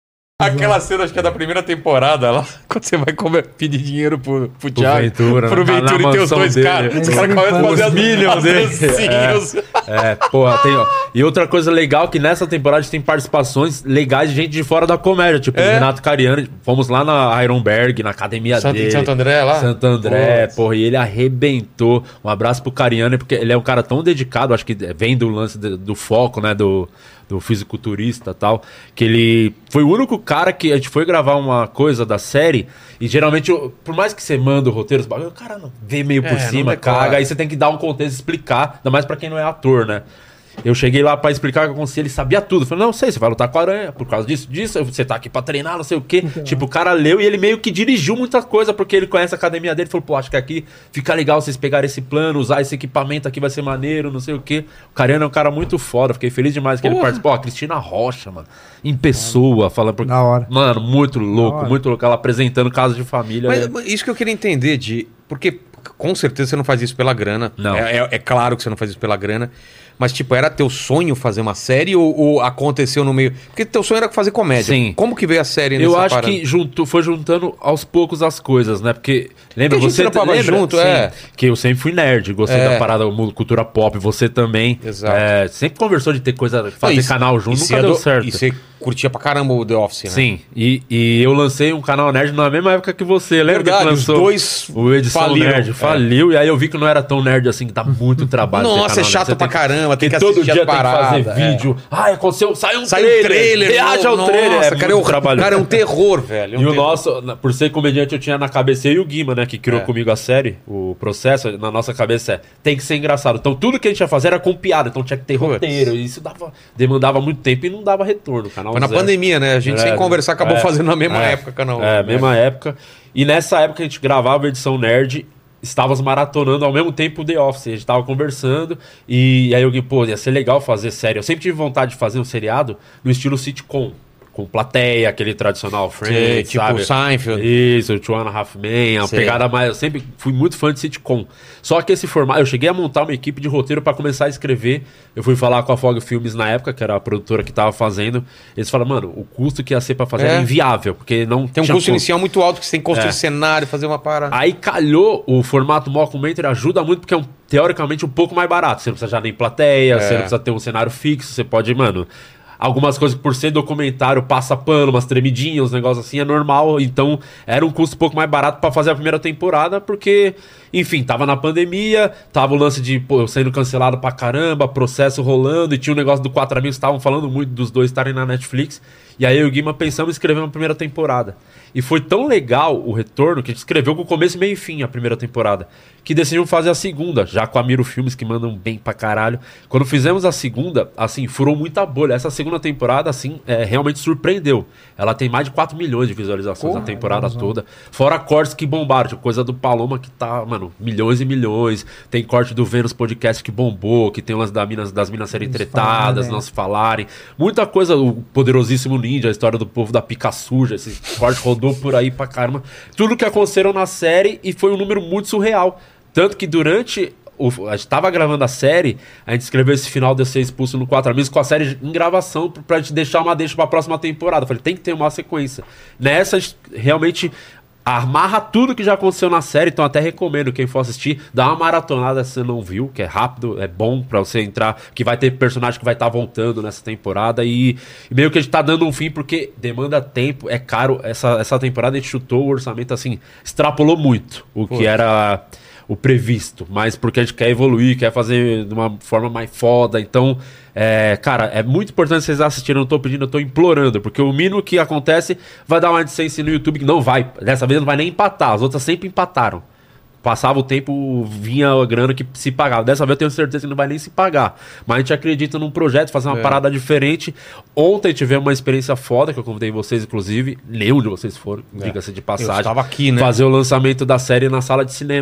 Speaker 1: Aquela cena, acho que é da primeira temporada lá, quando você vai pedir dinheiro pro Thiago,
Speaker 3: Ventura,
Speaker 1: pro Ventura e ter os dois caras. Os caras começam a fazer as
Speaker 3: milhas
Speaker 1: dancinhas.
Speaker 3: Porra, tem... Ó. E outra coisa legal que nessa temporada a gente tem participações legais de gente de fora da comédia, tipo o Renato Cariani. Fomos lá na Ironberg, na academia dele.
Speaker 1: Santo André lá?
Speaker 3: Santo André, porra, e ele arrebentou. Um abraço pro Cariani, porque ele é um cara tão dedicado, acho que vem do lance do foco, né, do fisiculturista e tal, que ele foi o único cara que a gente foi gravar uma coisa da série e geralmente, por mais que você manda o roteiro, o cara não vê meio por cima, caga, aí você tem que dar um contexto e explicar, ainda mais pra quem não é ator, né? Eu cheguei lá pra explicar o que acontecia, ele sabia tudo. Eu falei, não sei, você vai lutar com a aranha por causa disso, você tá aqui pra treinar, não sei o quê. Tipo, o cara leu e ele meio que dirigiu muita coisa, porque ele conhece a academia dele. Falou, pô, acho que aqui fica legal vocês pegarem esse plano, usar esse equipamento aqui vai ser maneiro, não sei o quê. O Cariano é um cara muito foda, fiquei feliz demais que ele participou. Ó, a Cristina Rocha, mano, em pessoa, falando...
Speaker 5: Da hora.
Speaker 3: Mano, muito louco, ela apresentando Casa de Família.
Speaker 1: Mas isso que eu queria entender, porque com certeza você não faz isso pela grana.
Speaker 3: Não.
Speaker 1: É claro que você não faz isso pela grana. Mas, tipo, era teu sonho fazer uma série ou aconteceu no meio... Porque teu sonho era fazer comédia.
Speaker 3: Sim.
Speaker 1: Como que veio a série nessa
Speaker 3: Eu acho
Speaker 1: parada?
Speaker 3: que foi juntando aos poucos as coisas, né? Porque, lembra,
Speaker 1: Porque a gente
Speaker 3: você
Speaker 1: trampava junto,
Speaker 3: Sim, que eu sempre fui nerd, gostei da parada cultura pop, você também.
Speaker 1: Exato.
Speaker 3: Sempre conversou de ter coisa, fazer canal junto, nunca deu certo.
Speaker 1: E você curtia pra caramba o The Office, né?
Speaker 3: Sim, e eu lancei um canal nerd na mesma época que você. Lembra
Speaker 1: Verdade,
Speaker 3: que lançou
Speaker 1: os dois
Speaker 3: o Edição
Speaker 1: faliram.
Speaker 3: Nerd? Faliu, e aí eu vi que não era tão nerd assim, que dá muito trabalho.
Speaker 1: Nossa, é chato pra caramba, tem que assistir
Speaker 3: todo dia
Speaker 1: as paradas.
Speaker 3: tem que fazer vídeo. Aconteceu, saiu um
Speaker 1: trailer.
Speaker 3: Reage ao trailer.
Speaker 1: Nossa, cara, é um terror, velho.
Speaker 3: E o nosso, por ser comediante, eu tinha na cabeça eu e o Guima, né, que criou comigo a série, o processo, na nossa cabeça tem que ser engraçado. Então tudo que a gente ia fazer era com piada, então tinha que ter roteiro. E isso demandava muito tempo e não dava retorno. Canal
Speaker 1: Foi na pandemia, né? A gente sem conversar acabou fazendo na mesma época, canal.
Speaker 3: Mesma época. E nessa época a gente gravava a edição Nerd, estávamos maratonando ao mesmo tempo o The Office. A gente tava conversando e aí eu digo, pô, ia ser legal fazer série. Eu sempre tive vontade de fazer um seriado no estilo sitcom. Com plateia, aquele tradicional Friends,
Speaker 1: tipo
Speaker 3: sabe?
Speaker 1: Seinfeld.
Speaker 3: Isso, Two and a Half Men, a pegada mais... Eu sempre fui muito fã de sitcom. Só que esse formato... Eu cheguei a montar uma equipe de roteiro para começar a escrever. Eu fui falar com a Fog Filmes na época, que era a produtora que tava fazendo. Eles falaram, mano, o custo que ia ser para fazer era inviável, porque não
Speaker 1: tem um custo inicial muito alto, que você tem que construir cenário, fazer uma parada.
Speaker 3: Aí calhou, o formato mockumentary ajuda muito, porque é teoricamente um pouco mais barato. Você não precisa já nem plateia, você não precisa ter um cenário fixo, você pode, mano... Algumas coisas, por ser documentário, passa pano, umas tremidinhas, uns negócios assim, é normal. Então, era um custo um pouco mais barato pra fazer a primeira temporada, porque, enfim, tava na pandemia, tava o lance de, pô, eu sendo cancelado pra caramba, processo rolando, e tinha um negócio do Quatro Amigos, estavam falando muito dos dois estarem na Netflix. E aí eu e o Guima pensamos em escrever uma primeira temporada. E foi tão legal o retorno que a gente escreveu com começo, meio e fim a primeira temporada, que decidimos fazer a segunda, já com a Miro Filmes, que mandam bem pra caralho. Quando fizemos a segunda, assim, furou muita bolha. Essa segunda temporada, assim, realmente surpreendeu. Ela tem mais de 4 milhões de visualizações na temporada toda. Fora cortes que bombaram, tipo, coisa do Paloma que tá, mano, milhões e milhões. Tem corte do Vênus Podcast que bombou, que tem umas das minas serem tretadas, não se falarem. Muita coisa, o Poderosíssimo Ninja, a história do povo da pica suja, esse corte rodou por aí pra caramba. Tudo que aconteceram na série e foi um número muito surreal. Tanto que durante... a gente tava gravando a série, a gente escreveu esse final de ser expulso no Quatro Amigos com a série em gravação pra gente deixar uma deixa pra próxima temporada. Eu falei, tem que ter uma sequência. Nessa, a gente realmente amarra tudo que já aconteceu na série, então até recomendo quem for assistir, dá uma maratonada se você não viu, que é rápido, é bom pra você entrar, que vai ter personagem que vai estar voltando nessa temporada e meio que a gente tá dando um fim porque demanda tempo, é caro. Essa temporada a gente chutou o orçamento assim, extrapolou muito o que era o previsto, mas porque a gente quer evoluir, quer fazer de uma forma mais foda, então, cara, é muito importante vocês assistirem, eu não tô pedindo, eu tô implorando, porque o mínimo que acontece vai dar uma AdSense no YouTube que não vai, dessa vez não vai nem empatar, as outras sempre empataram. Passava o tempo, vinha a grana que se pagava. Dessa vez eu tenho certeza que não vai nem se pagar. Mas a gente acredita num projeto, fazer uma parada diferente. Ontem tivemos uma experiência foda, que eu convidei vocês, inclusive, nem onde vocês foram, diga-se de passagem.
Speaker 1: Eu estava aqui, né?
Speaker 3: Fazer o lançamento da série na sala de cinema.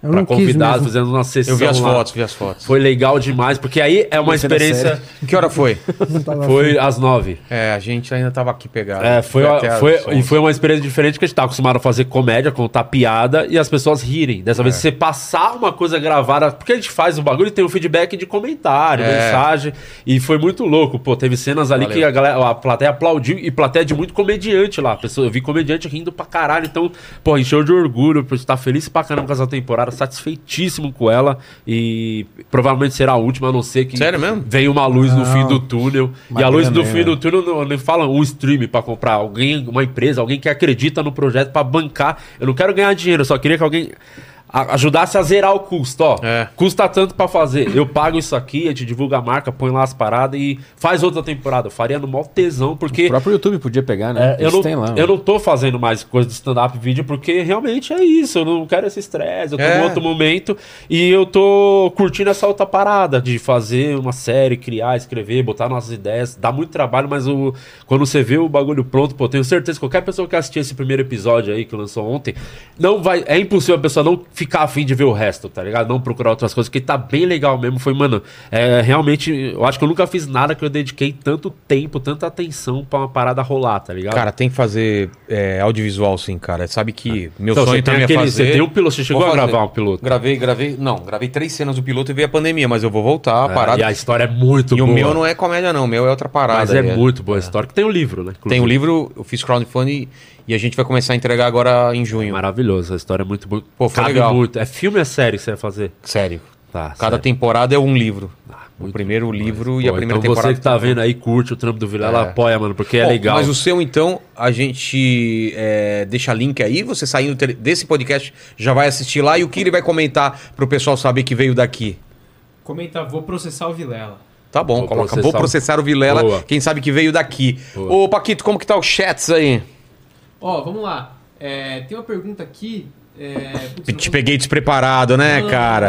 Speaker 5: Eu
Speaker 3: pra
Speaker 5: não quis
Speaker 3: convidados,
Speaker 5: mesmo.
Speaker 3: fizemos uma sessão
Speaker 1: Eu vi as
Speaker 3: lá.
Speaker 1: fotos, vi as fotos.
Speaker 3: Foi legal demais, porque aí é uma experiência...
Speaker 1: Que hora foi?
Speaker 3: Foi às 9.
Speaker 1: É, a gente ainda tava aqui pegado.
Speaker 3: Foi
Speaker 1: até as 11.
Speaker 3: e foi uma experiência diferente, que a gente tá acostumado a fazer comédia, contar piada e as pessoas rirem. Dessa vez você passar uma coisa gravada, porque a gente faz o bagulho e tem o feedback de comentário, mensagem, e foi muito louco. Pô, teve cenas ali que a plateia aplaudiu, e plateia de muito comediante lá. Eu vi comediante rindo pra caralho, então, pô, encheu de orgulho, por estar feliz pra caramba com essa temporada, satisfeitíssimo com ela, e provavelmente será a última, a não ser que venha uma luz no fim do túnel. E a luz do fim do túnel não fala um stream pra comprar, alguém, uma empresa, alguém que acredita no projeto pra bancar. Eu não quero ganhar dinheiro, eu só queria que alguém ajudasse a zerar o custo, ó. Custa tanto pra fazer. Eu pago isso aqui, a gente divulga a marca, põe lá as paradas e faz outra temporada. Eu faria no maior tesão, porque...
Speaker 4: O próprio YouTube podia pegar, né?
Speaker 3: Eu não tô fazendo mais coisa de stand-up vídeo, porque realmente é isso. Eu não quero esse estresse, eu tô em outro momento. E eu tô curtindo essa outra parada de fazer uma série, criar, escrever, botar nossas ideias. Dá muito trabalho, mas quando você vê o bagulho pronto, pô, tenho certeza que qualquer pessoa que assistir esse primeiro episódio aí, que lançou ontem, é impossível a pessoa não ficar afim de ver o resto, tá ligado? Não procurar outras coisas, porque tá bem legal mesmo. Foi, mano, realmente, eu acho que eu nunca fiz nada que eu dediquei tanto tempo, tanta atenção pra uma parada rolar, tá ligado?
Speaker 1: Cara, tem que fazer audiovisual sim, cara. Sabe que meu
Speaker 3: então,
Speaker 1: sonho também é fazer...
Speaker 3: Você tem um piloto, você chegou a gravar um piloto?
Speaker 1: Gravei 3 cenas do piloto e veio a pandemia, mas eu vou voltar, a parada...
Speaker 3: E a história é muito boa.
Speaker 1: E o meu não é comédia não, o meu é outra parada.
Speaker 3: Mas é muito boa a história, que tem um livro, né? Inclusive.
Speaker 1: Tem um livro, eu fiz crowdfunding e a gente vai começar a entregar agora em junho.
Speaker 3: Maravilhoso, a história é muito boa.
Speaker 1: Pô, foi legal.
Speaker 3: Muito. É filme ou é série que você vai fazer?
Speaker 1: Sério.
Speaker 3: Tá,
Speaker 1: Cada temporada é um livro. O primeiro livro e a primeira
Speaker 3: então
Speaker 1: temporada.
Speaker 3: Você que tá vendo aí, curte o trampo do Vilela, apoia, mano, porque é legal.
Speaker 1: Mas o seu, então, a gente deixa link aí, você saindo desse podcast já vai assistir lá e o que ele vai comentar pro pessoal saber que veio daqui?
Speaker 2: Comenta, vou processar o Vilela.
Speaker 1: Tá bom, vou processar o Vilela, boa. Quem sabe que veio daqui. Boa. Ô, Paquito, como que tá o chats aí?
Speaker 2: Ó, vamos lá. Tem uma pergunta aqui...
Speaker 1: Te peguei despreparado, né, cara?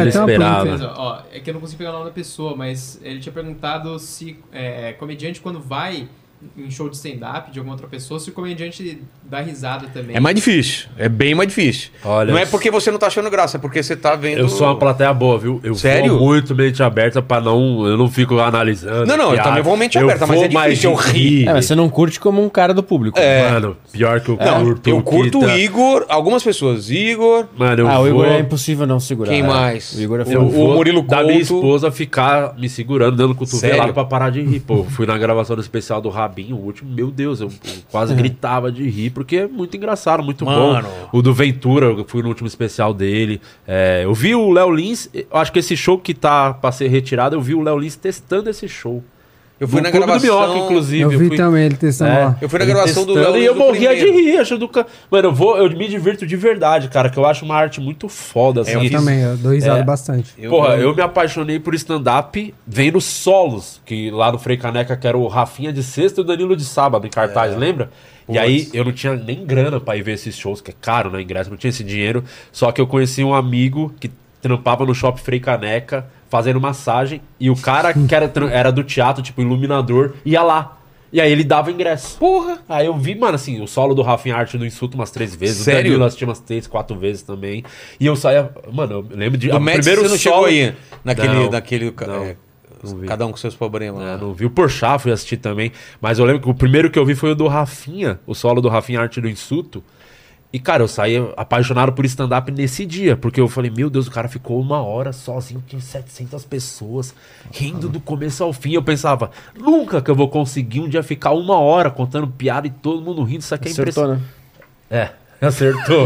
Speaker 2: É que eu não consigo pegar o nome da pessoa, mas ele tinha perguntado se comediante, quando vai em show de stand-up de alguma outra pessoa, se o comediante dá risada também.
Speaker 1: É mais difícil, é bem mais difícil. Olha, não é porque você não tá achando graça, é porque você tá vendo...
Speaker 3: Eu sou uma plateia boa, viu? Eu
Speaker 1: Sério?
Speaker 3: vou muito mente aberta pra não... Eu não fico analisando.
Speaker 1: Não, eu também vou mente aberta, mas é difícil, eu ri.
Speaker 4: Mas você não curte como um cara do público.
Speaker 3: Mano, pior que eu curto.
Speaker 1: Eu curto o Igor, algumas pessoas. Igor...
Speaker 3: Mano,
Speaker 4: o Igor é impossível não segurar.
Speaker 1: Quem mais?
Speaker 4: O Igor é
Speaker 3: o Murilo Couto. Da minha esposa ficar me segurando, dando cotovelado pra parar de rir. Pô, fui na gravação do especial do Rabinho, o último, meu Deus, eu quase gritava de rir, porque é muito engraçado, muito bom. O do Ventura, eu fui no último especial dele. Eu vi o Léo Lins, eu acho que esse show que tá pra ser retirado, eu vi o Léo Lins testando esse show.
Speaker 1: Eu fui na gravação do
Speaker 3: Minhoca, inclusive.
Speaker 5: Eu vi também ele testando lá.
Speaker 1: Eu fui na gravação do Léo Lins.
Speaker 3: E eu morria de rir, Mano, eu me divirto de verdade, cara, que eu acho uma arte muito foda, assim.
Speaker 5: Eu também, eu dou risada bastante.
Speaker 3: Eu me apaixonei por stand-up vendo solos, que lá no Frei Caneca, que era o Rafinha de sexta e o Danilo de sábado, em cartaz, lembra? E aí eu não tinha nem grana pra ir ver esses shows, que é caro, né, ingresso, não tinha esse dinheiro. Só que eu conheci um amigo que trampava no Shopping Frei Caneca, fazendo massagem, e o cara que era do teatro, tipo, iluminador, ia lá. E aí ele dava ingresso.
Speaker 1: Porra!
Speaker 3: Aí eu vi, mano, assim, o solo do Rafinha Arte do Insulto umas 3 vezes.
Speaker 1: Sério?
Speaker 3: O Danilo assisti umas 3, 4 vezes também. E eu saía... Mano, eu lembro de...
Speaker 1: O primeiro você não chegou aí?
Speaker 3: Naquele
Speaker 1: cada um com seus problemas.
Speaker 3: Não vi. O Porchat fui assistir também. Mas eu lembro que o primeiro que eu vi foi o do Rafinha. O solo do Rafinha Arte do Insulto. E, cara, eu saí apaixonado por stand-up nesse dia, porque eu falei, meu Deus, o cara ficou 1 hora sozinho, tinha 700 pessoas, rindo do começo ao fim. Eu pensava, nunca que eu vou conseguir um dia ficar 1 hora contando piada e todo mundo rindo, isso aqui é impressionante.
Speaker 4: Né?
Speaker 3: Acertou.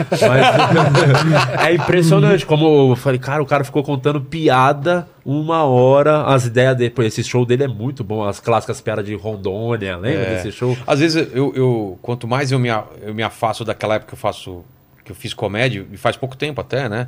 Speaker 3: Mas é impressionante como eu falei, cara, o cara ficou contando piada 1 hora, as ideias dele. Pô, esse show dele é muito bom, as clássicas piadas de Rondônia, lembra desse show?
Speaker 1: Às vezes eu quanto mais eu me afasto daquela época que eu fiz comédia, e faz pouco tempo até, né?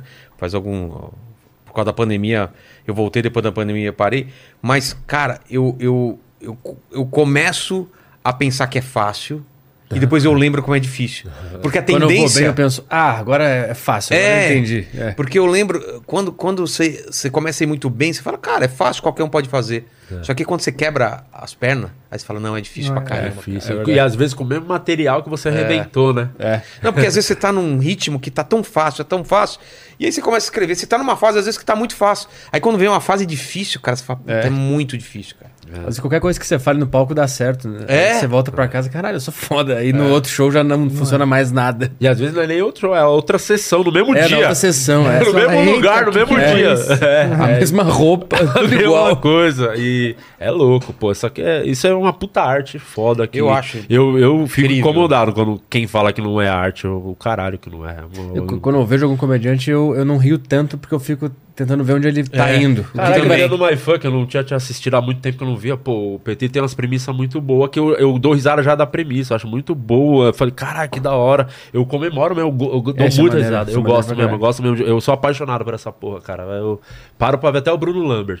Speaker 1: Por causa da pandemia, eu voltei, depois da pandemia parei. Mas, cara, eu começo a pensar que é fácil. E depois eu lembro como é difícil. Porque a tendência...
Speaker 4: Quando eu vou bem, eu penso, agora é fácil, agora eu entendi.
Speaker 1: Porque eu lembro, quando você começa a ir muito bem, você fala, cara, é fácil, qualquer um pode fazer. Só que quando você quebra as pernas, Aí você fala, não, é difícil pra caramba.
Speaker 3: É difícil.
Speaker 1: Cara.
Speaker 3: E às vezes com o mesmo material que você arrebentou, né?
Speaker 1: Não, porque às vezes você tá num ritmo que tá tão fácil, e aí você começa a escrever. Você tá numa fase, às vezes, que tá muito fácil. Aí quando vem uma fase difícil, cara, você fala, puta, é muito difícil, cara.
Speaker 4: Mas qualquer coisa que você fale no palco dá certo, né? Aí você volta pra casa, caralho, eu sou foda. Aí no outro show já não funciona mais nada.
Speaker 3: E às vezes não é nem outro show, é outra sessão, no mesmo dia.
Speaker 4: É outra sessão,
Speaker 3: No mesmo lugar, no mesmo dia.
Speaker 4: A mesma roupa, tudo
Speaker 3: a
Speaker 4: igual.
Speaker 3: mesma coisa. E é louco, pô. Isso é uma puta arte foda aqui.
Speaker 1: Eu acho.
Speaker 3: Eu fico
Speaker 1: incrível.
Speaker 3: incomodado quando quem fala que não é arte, o caralho que não é.
Speaker 4: Quando eu vejo algum comediante, eu não rio tanto porque eu fico tentando ver onde ele tá indo.
Speaker 3: Caralho, eu ia no MyFunk, eu não tinha assistido há muito tempo que eu não via. Pô, o PT tem umas premissas muito boas que eu dou risada já da premissa, eu acho muito boa. Eu falei, caralho, que da hora. Eu comemoro mesmo, eu dou muita risada. Eu gosto mesmo, eu sou apaixonado por essa porra, cara. Eu paro pra ver até o Bruno Lambert.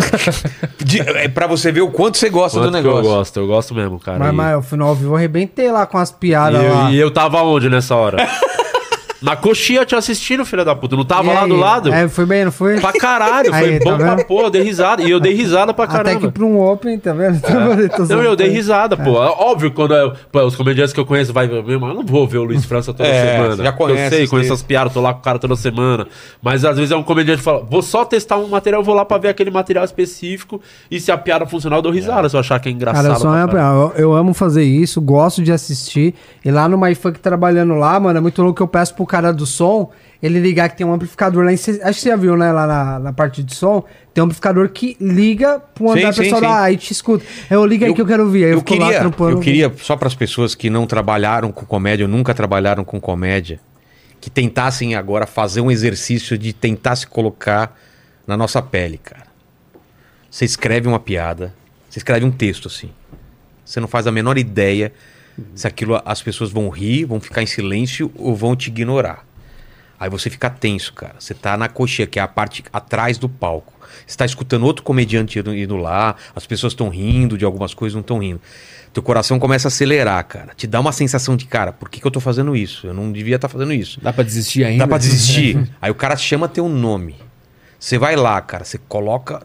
Speaker 1: Pra você ver o quanto você gosta do negócio.
Speaker 3: Eu gosto mesmo, cara.
Speaker 5: Mas eu fui no ao vivo, eu arrebentei lá com as piadas lá.
Speaker 3: E eu tava onde nessa hora? Na coxinha te assistindo, filha da puta. Não tava lá do lado?
Speaker 5: Foi bem, não foi?
Speaker 3: Pra caralho, foi bom pra porra. Eu dei risada. E eu dei risada pra caramba.
Speaker 5: Até que pra um Open, tá vendo?
Speaker 3: Não, eu dei risada, pô. Óbvio, quando os comediantes que eu conheço vai ver, eu não vou ver o Luiz França toda semana.
Speaker 1: Já conhece,
Speaker 3: eu conheço as piadas, tô lá com o cara toda semana. Mas às vezes é um comediante que fala, vou só testar um material, vou lá pra ver aquele material específico. E se a piada funcionar, eu dou risada. Se eu achar que é engraçado.
Speaker 5: Cara, eu amo fazer isso, gosto de assistir. E lá no MyFunk trabalhando lá, mano, é muito louco que eu peço pro cara do som ele ligar que tem um amplificador lá. Acho que você já viu, né? Lá na parte de som, tem um amplificador que liga pro andar pessoal lá e te escuta. Eu ligo aí que eu quero ouvir. Aí eu fico lá trampando.
Speaker 1: Eu queria, só para as pessoas que não trabalharam com comédia, ou nunca trabalharam com comédia, que tentassem agora fazer um exercício de tentar se colocar na nossa pele, cara. Você escreve uma piada, você escreve um texto assim. Você não faz a menor ideia se aquilo as pessoas vão rir, vão ficar em silêncio ou vão te ignorar. Aí você fica tenso, cara. Você tá na coxinha, que é a parte atrás do palco. Você tá escutando outro comediante indo lá, as pessoas estão rindo de algumas coisas, não estão rindo. Teu coração começa a acelerar, cara. Te dá uma sensação de, cara, por que eu tô fazendo isso? Eu não devia estar fazendo isso.
Speaker 4: Dá pra desistir ainda?
Speaker 1: Dá pra desistir. Aí o cara chama teu nome. Você vai lá, cara, você coloca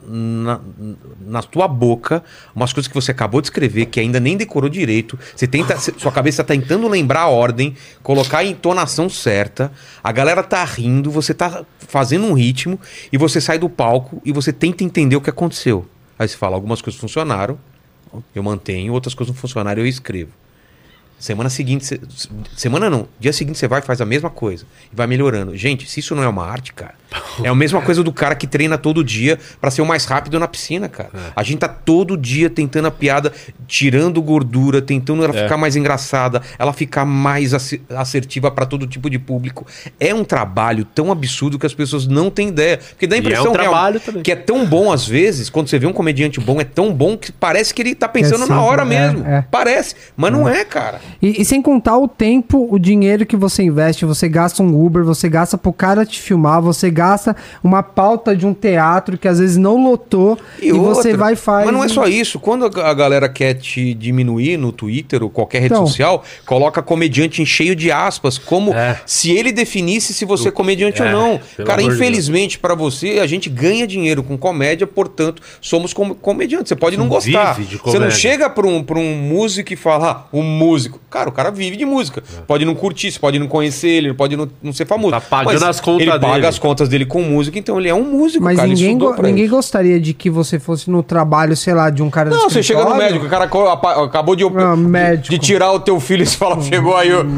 Speaker 1: na tua boca umas coisas que você acabou de escrever, que ainda nem decorou direito. Você tenta, sua cabeça tá tentando lembrar a ordem, colocar a entonação certa. A galera tá rindo, você tá fazendo um ritmo e você sai do palco e você tenta entender o que aconteceu. Aí você fala, algumas coisas funcionaram, eu mantenho, outras coisas não funcionaram, eu escrevo. Semana seguinte, dia seguinte você vai e faz a mesma coisa e vai melhorando. Gente, se isso não é uma arte, cara, é a mesma coisa do cara que treina todo dia pra ser o mais rápido na piscina, cara. A gente tá todo dia tentando a piada, tirando gordura, tentando ela ficar mais engraçada, ela ficar mais assertiva pra todo tipo de público. É um trabalho tão absurdo que as pessoas não têm ideia. Porque dá a impressão que é tão bom às vezes, quando você vê um comediante bom, é tão bom que parece que ele tá pensando na hora mesmo. Parece, mas não é, cara.
Speaker 5: E sem contar o tempo, o dinheiro que você investe, você gasta um Uber, você gasta pro cara te filmar, você gasta uma pauta de um teatro que às vezes não lotou e você vai e faz.
Speaker 1: Mas não é só isso. Quando a galera quer te diminuir no Twitter ou qualquer rede social, coloca comediante em cheio de aspas, como se ele definisse se você é comediante ou não. Cara, infelizmente pra você, a gente ganha dinheiro com comédia, portanto, somos comediantes. Você pode não gostar. Você não chega pra um músico e fala, um músico. Cara, o cara vive de música. Pode não curtir, você pode não conhecer ele, pode não ser famoso.
Speaker 3: Tá pagando as contas dele.
Speaker 1: Ele paga as contas dele com música, então ele é um músico,
Speaker 5: mas
Speaker 1: cara.
Speaker 5: Ninguém gostaria de que você fosse no trabalho, sei lá, de um cara...
Speaker 1: Não, você chega no médico, o cara acabou de tirar o teu filho e você fala, chegou aí o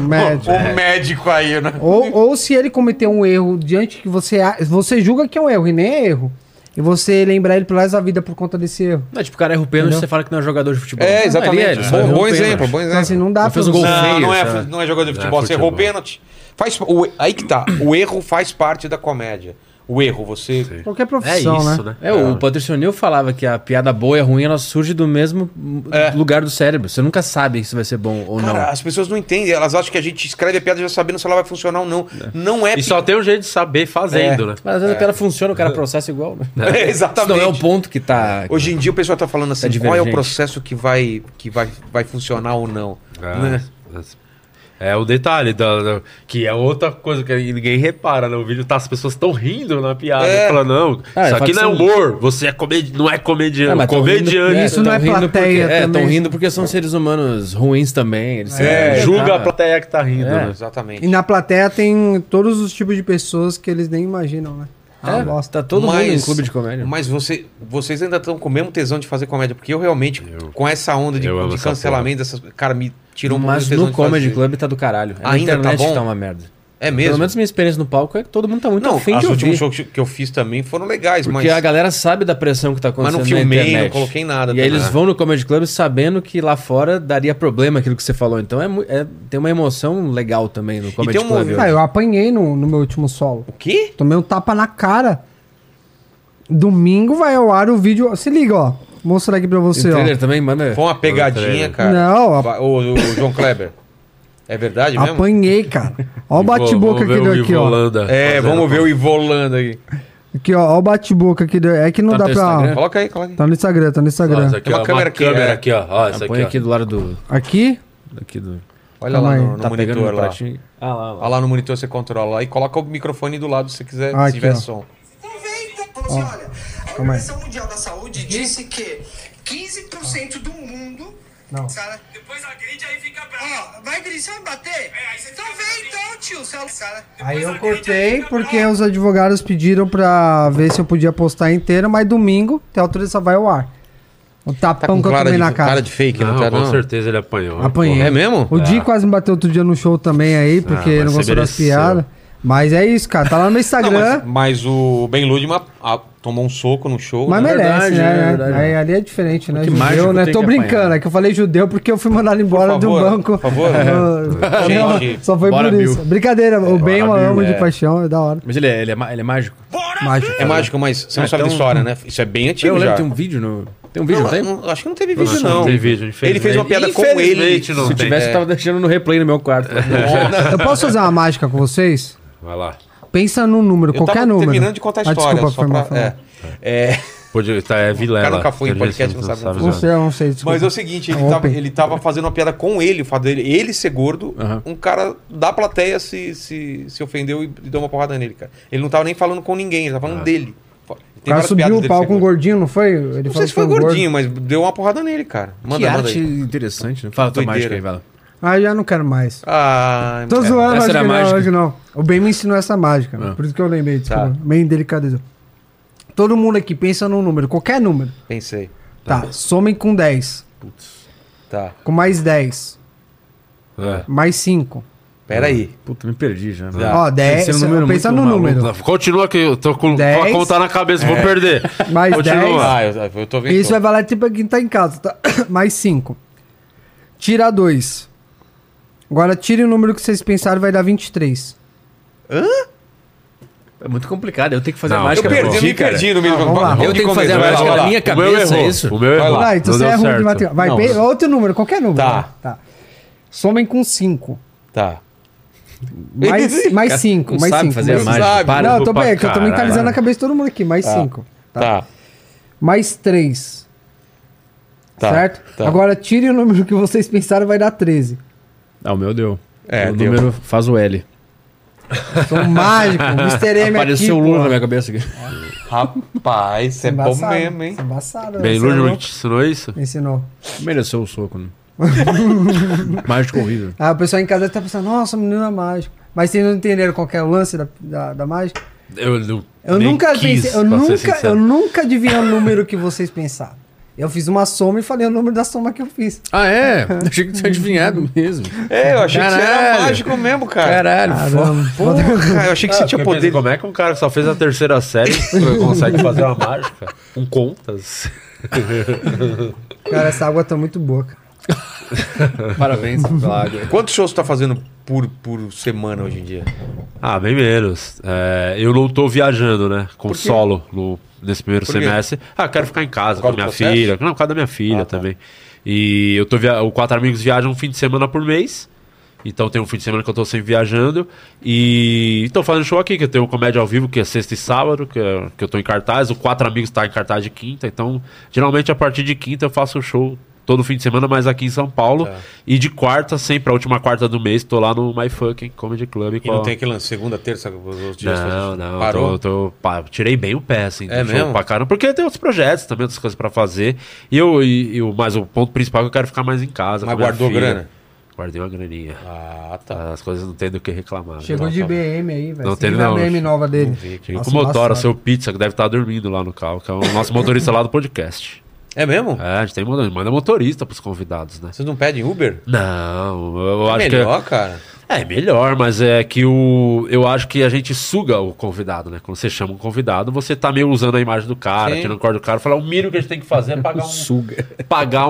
Speaker 1: médico aí, né?
Speaker 5: Ou se ele cometeu um erro diante que você julga que é um erro e nem é erro. E você lembrar ele pelo resto da vida por conta desse erro.
Speaker 4: Não, tipo, o cara erra o pênalti, você fala que não é jogador de futebol.
Speaker 1: É, exatamente.
Speaker 4: Bom
Speaker 1: exemplo.
Speaker 5: Então, assim, não dá pra...
Speaker 4: Fez um gol feio.
Speaker 1: Não é jogador de futebol, você errou o pênalti. Aí que tá, o erro faz parte da comédia. O erro, você...
Speaker 5: Qualquer profissão,
Speaker 4: né? O Patricio Neal falava que a piada boa e a ruim, ela surge do mesmo lugar do cérebro. Você nunca sabe se vai ser bom ou não.
Speaker 1: As pessoas não entendem. Elas acham que a gente escreve a piada já sabendo se ela vai funcionar ou não. Não é...
Speaker 3: E só tem um jeito de saber fazendo, né?
Speaker 4: Mas às vezes a piada funciona, o cara processa igual, né?
Speaker 1: Exatamente.
Speaker 4: Isso não é o ponto que tá...
Speaker 1: Hoje em dia o pessoal tá falando assim, qual é o processo que vai funcionar ou não.
Speaker 3: É o detalhe, que é outra coisa que ninguém repara, né? O vídeo tá, as pessoas estão rindo na piada. Fala, não, isso aqui não é humor, você não é comediante. Comediante.
Speaker 5: Isso não é plateia também.
Speaker 4: Estão rindo porque são seres humanos ruins também. Eles
Speaker 3: julga a plateia que tá rindo, né?
Speaker 1: Exatamente.
Speaker 5: E na plateia tem todos os tipos de pessoas que eles nem imaginam, né?
Speaker 4: Tá todo mundo em clube de comédia.
Speaker 1: Mas vocês ainda estão com o mesmo tesão de fazer comédia, porque eu realmente, com essa onda de cancelamento, cara, me tirou muito
Speaker 4: Mas
Speaker 1: tesão
Speaker 4: no
Speaker 1: de fazer.
Speaker 4: Comedy Club tá do caralho. A
Speaker 1: Ainda
Speaker 4: internet
Speaker 1: tá bom?
Speaker 4: tá uma merda.
Speaker 1: É mesmo?
Speaker 4: Pelo menos minha experiência no palco é que todo mundo tá muito afim de
Speaker 1: os últimos
Speaker 4: ouvir.
Speaker 1: shows que eu fiz também foram legais,
Speaker 4: Porque a galera sabe da pressão que tá acontecendo
Speaker 1: mas não filmei,
Speaker 4: na internet.
Speaker 1: não coloquei nada.
Speaker 4: E aí eles vão no Comedy Club sabendo que lá fora daria problema aquilo que você falou. Então tem uma emoção legal também no Comedy Club.
Speaker 5: Eu apanhei no meu último solo.
Speaker 1: O quê?
Speaker 5: Tomei um tapa na cara. Domingo vai ao ar o vídeo. Se liga, ó. Vou mostrar aqui pra você,
Speaker 4: O
Speaker 5: ó.
Speaker 4: trailer também, manda.
Speaker 1: Foi uma pegadinha, cara.
Speaker 5: Não,
Speaker 1: o João Kleber. É verdade mesmo?
Speaker 5: Apanhei, cara. Ó o bate-boca aqui, ó.
Speaker 1: Vamos ver o Ivolanda aí.
Speaker 5: Aqui, ó o bate-boca aqui. É que não dá pra...
Speaker 1: Coloca aí.
Speaker 5: Tá no Instagram.
Speaker 3: Tem uma câmera aqui, ó. Essa
Speaker 4: Põe
Speaker 3: aqui,
Speaker 4: aqui do lado do...
Speaker 5: Aqui?
Speaker 4: Aqui do...
Speaker 1: Olha lá no
Speaker 4: Tá pegando
Speaker 1: monitor
Speaker 4: no
Speaker 1: lá.
Speaker 4: pratinho. lá.
Speaker 1: Olha lá no monitor, você controla lá e coloca o microfone do lado se você quiser,
Speaker 5: Aqui,
Speaker 1: se tiver
Speaker 5: ó.
Speaker 1: som.
Speaker 5: Ó.
Speaker 6: Olha, a Organização Mundial da Saúde disse que 15% do mundo...
Speaker 5: Não.
Speaker 6: Cara, depois agride aí fica bravo. Ó, vai agredir, você vai bater? Então vem então, tio. Cara,
Speaker 5: Aí eu cortei porque os advogados pediram pra ver se eu podia postar inteiro, mas domingo, até a altura só vai ao ar. O tapão que eu tomei na cara.
Speaker 1: Cara de fake,
Speaker 3: não
Speaker 1: tá?
Speaker 3: Com certeza ele apanhou.
Speaker 5: Apanhei.
Speaker 1: É mesmo?
Speaker 5: O Di quase me bateu outro dia no show também aí, porque não gostou das piadas. Mas é isso, cara. Tá lá no meu Instagram.
Speaker 1: Não, mas o Ben Ludman tomou um soco no show.
Speaker 5: Mas
Speaker 1: né?
Speaker 5: merece,
Speaker 4: verdade,
Speaker 5: né? Aí ali é diferente, né?
Speaker 4: Que
Speaker 5: Judeu,
Speaker 4: mágico
Speaker 5: né?
Speaker 4: tem
Speaker 5: Tô
Speaker 4: que
Speaker 5: brincando,
Speaker 4: apanhar.
Speaker 5: é que eu falei judeu porque eu fui mandado embora do banco.
Speaker 1: Por favor.
Speaker 5: Não,
Speaker 1: Gente,
Speaker 5: só foi
Speaker 4: bora,
Speaker 5: por isso.
Speaker 4: Bill.
Speaker 5: Brincadeira, o Ben eu
Speaker 1: Bill,
Speaker 5: amo de paixão, é da hora.
Speaker 4: Mas ele é mágico?
Speaker 5: Mágico.
Speaker 1: É mágico, mas você não sabe da história, né? Isso é bem antigo
Speaker 4: Eu lembro,
Speaker 1: já.
Speaker 4: tem um vídeo no... Tem um vídeo, não tem?
Speaker 1: Acho que não teve vídeo,
Speaker 3: Não
Speaker 1: não.
Speaker 3: tem vídeo,
Speaker 1: Ele fez uma piada com ele.
Speaker 3: Não
Speaker 4: Se
Speaker 3: tem.
Speaker 4: tivesse, eu tava deixando no replay no meu quarto.
Speaker 5: Eu posso fazer uma mágica com vocês?
Speaker 3: Vai lá.
Speaker 5: Pensa num número,
Speaker 1: Eu
Speaker 5: qualquer
Speaker 1: tava
Speaker 5: número.
Speaker 1: terminando de contar a história.
Speaker 5: Desculpa,
Speaker 1: só
Speaker 5: foi mal,
Speaker 1: pra...
Speaker 5: foi mal.
Speaker 3: É Vilela.
Speaker 1: O cara nunca foi em podcast, não sabe como funciona.
Speaker 5: Não sei, desculpa.
Speaker 1: Mas é o seguinte,
Speaker 5: Open.
Speaker 1: ele tava fazendo uma piada com ele, o fato dele, ele ser gordo, um cara da plateia se ofendeu e deu uma porrada nele, cara. Ele não tava nem falando com ninguém, ele tava falando dele.
Speaker 5: O cara subiu o pau com um gordinho, não foi? Ele
Speaker 1: Não sei se foi gordinho, mas deu uma porrada nele, cara.
Speaker 4: Que arte interessante, né? Fala a tua mágica aí, vai lá.
Speaker 5: Ah, já não quero mais.
Speaker 1: Ah,
Speaker 5: Tô zoando,
Speaker 4: essa
Speaker 5: acho
Speaker 4: era
Speaker 5: que
Speaker 4: a
Speaker 5: não,
Speaker 4: mágica.
Speaker 5: acho que não. O Ben me ensinou essa mágica, né? Por isso que eu lembrei, desculpa.
Speaker 1: Tá.
Speaker 5: Bem delicadeza. Todo mundo aqui pensa num número, qualquer número.
Speaker 1: Pensei.
Speaker 5: Tá, somem com 10.
Speaker 1: Tá.
Speaker 5: Com mais 10. Mais 5.
Speaker 1: Pera aí.
Speaker 4: Puta, me perdi já.
Speaker 5: Ó, 10.
Speaker 4: Pensei num número
Speaker 5: Pensa
Speaker 4: muito
Speaker 5: no
Speaker 4: maluco.
Speaker 5: número.
Speaker 3: Continua que eu tô com
Speaker 5: 10.
Speaker 3: a conta na cabeça, vou perder.
Speaker 5: Mais
Speaker 3: Continua.
Speaker 5: 10.
Speaker 1: Eu tô vendo.
Speaker 5: Isso vai valer tipo quem tá em casa, tá? Mais 5. Tira 2. Agora tire o número que vocês pensaram, vai dar 23.
Speaker 4: É muito complicado, eu tenho que fazer
Speaker 3: Não,
Speaker 4: a mágica.
Speaker 1: Eu me perdi no meio.
Speaker 5: Vamos lá.
Speaker 4: Eu tenho que fazer a mágica na minha cabeça, é isso?
Speaker 3: O meu errou.
Speaker 5: Ah, então
Speaker 3: Não
Speaker 5: você
Speaker 3: deu
Speaker 5: é ruim de
Speaker 3: certo.
Speaker 5: matemática. Vai,
Speaker 1: Não.
Speaker 5: outro número, qualquer número.
Speaker 1: Tá.
Speaker 5: Vai. Tá. Somem com 5.
Speaker 1: Tá.
Speaker 5: Mais 5.
Speaker 4: Não
Speaker 5: Mais
Speaker 4: sabe
Speaker 5: 5.
Speaker 4: fazer a mágica.
Speaker 1: sabe.
Speaker 4: Para.
Speaker 5: Não, eu tô
Speaker 3: pra
Speaker 5: bem, que eu tô
Speaker 3: caralho.
Speaker 5: mentalizando a cabeça de todo mundo aqui. Mais 5.
Speaker 1: Tá.
Speaker 5: Mais 3.
Speaker 1: Tá.
Speaker 5: Certo?
Speaker 1: Tá.
Speaker 5: Agora tire o número que vocês pensaram, vai dar 13.
Speaker 4: Ah, o meu deu.
Speaker 1: É,
Speaker 4: o
Speaker 1: deu.
Speaker 4: número faz o L.
Speaker 5: Sou mágico. Mr. M
Speaker 4: Apareceu o
Speaker 5: aqui,
Speaker 4: Lula
Speaker 5: pô.
Speaker 4: na minha cabeça aqui.
Speaker 1: Rapaz, isso é bom
Speaker 5: Embaçado.
Speaker 1: mesmo, hein?
Speaker 5: Embaçado.
Speaker 3: Bem,
Speaker 5: você é
Speaker 3: Lúcio
Speaker 5: louco.
Speaker 3: te ensinou isso?
Speaker 5: Me ensinou.
Speaker 4: Mereceu o soco, né? Mágico horrível.
Speaker 5: Ah, o pessoal em casa tá pensando, nossa, menino é mágico. Mas vocês não entenderam qual que é o lance da mágica?
Speaker 3: Eu
Speaker 5: Eu nunca pensei,
Speaker 3: pra ser sincero.
Speaker 5: eu nunca adivinhei o número que vocês pensaram. Eu fiz uma soma e falei o número da soma que eu fiz.
Speaker 4: Ah, é? Eu achei que tinha adivinhado mesmo.
Speaker 1: É, eu achei que você era
Speaker 4: Caralho.
Speaker 1: mágico mesmo, cara.
Speaker 4: Caralho,
Speaker 5: Caramba.
Speaker 1: Porra, eu achei que você tinha
Speaker 3: Porque
Speaker 1: poder.
Speaker 3: pensa, como é que um cara que só fez a terceira série consegue fazer uma mágica com contas?
Speaker 5: Cara, essa água tá muito boa, cara.
Speaker 4: Parabéns pela água.
Speaker 1: Quantos shows você tá fazendo por semana hoje em dia?
Speaker 3: Ah, bem menos. Eu não tô viajando, né? Com solo nesse primeiro
Speaker 1: Por quê?
Speaker 3: semestre. Ah, quero ficar em casa
Speaker 1: Por
Speaker 3: com
Speaker 1: causa
Speaker 3: a minha
Speaker 1: do processo?
Speaker 3: filha. Não, por causa da minha filha também. E eu tô o Quatro Amigos viajam um fim de semana por mês. Então tem um fim de semana que eu tô sempre viajando. E tô fazendo show aqui, que eu tenho comédia ao vivo, que é sexta e sábado, que eu tô em cartaz. O Quatro Amigos tá em cartaz de quinta. Então, geralmente a partir de quinta eu faço um show todo fim de semana, mas aqui em São Paulo. E de quarta, sempre, a última quarta do mês, tô lá no My Fucking Comedy Club.
Speaker 1: E não tem aquele lance, segunda, terça, os dias?
Speaker 3: Não.
Speaker 1: Parou?
Speaker 3: Tirei bem o pé, assim.
Speaker 1: É mesmo?
Speaker 3: Pra caramba, porque tem outros projetos também, outras coisas pra fazer. Mas o ponto principal é que eu quero ficar mais em casa.
Speaker 1: Mas guardou grana?
Speaker 3: Guardei uma graninha.
Speaker 1: Ah, tá.
Speaker 3: As coisas não tem do que reclamar.
Speaker 5: Chegou de BM aí, velho.
Speaker 3: Não tem não.
Speaker 5: BM nova dele.
Speaker 3: Cheguei com o Motora, seu Pizza, que deve estar dormindo lá no carro, que é o nosso motorista lá do podcast.
Speaker 1: É mesmo?
Speaker 3: É, a gente manda motorista pros convidados, né?
Speaker 1: Vocês não pedem Uber?
Speaker 3: Não, eu acho que...
Speaker 1: É melhor, cara.
Speaker 3: É melhor, mas é que eu acho que a gente suga o convidado, né? Quando você chama um convidado, você tá meio usando a imagem do cara, tirando o corda do cara, falar o mínimo que a gente tem que fazer é pagar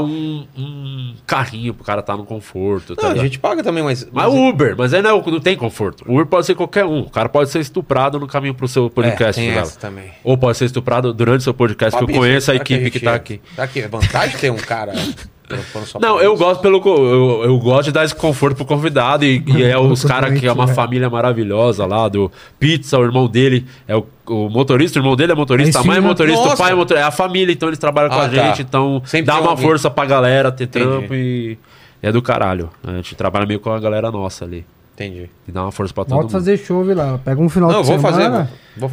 Speaker 3: um carrinho pro cara estar no conforto.
Speaker 1: Não, a gente paga também, mas
Speaker 3: Uber, mas aí não tem conforto. O Uber pode ser qualquer um. O cara pode ser estuprado no caminho pro seu podcast.
Speaker 1: Tem essa também.
Speaker 3: Ou pode ser estuprado durante o seu podcast, que eu conheço a equipe que tá aqui.
Speaker 1: É vantagem ter um cara...
Speaker 3: Não, eu gosto eu gosto de dar esse conforto pro convidado e é os caras que é uma família maravilhosa lá do Pizza, o irmão dele é o motorista, o irmão dele é motorista, a mãe é motorista, o pai é motorista, é a família, então eles trabalham com a gente, então sempre dá uma força pra galera ter trampo e é do caralho. A gente trabalha meio com a galera nossa ali.
Speaker 1: Entendi.
Speaker 3: E dá uma força pra todo
Speaker 5: mundo. Fazer show lá, pega um final de semana.
Speaker 1: Vou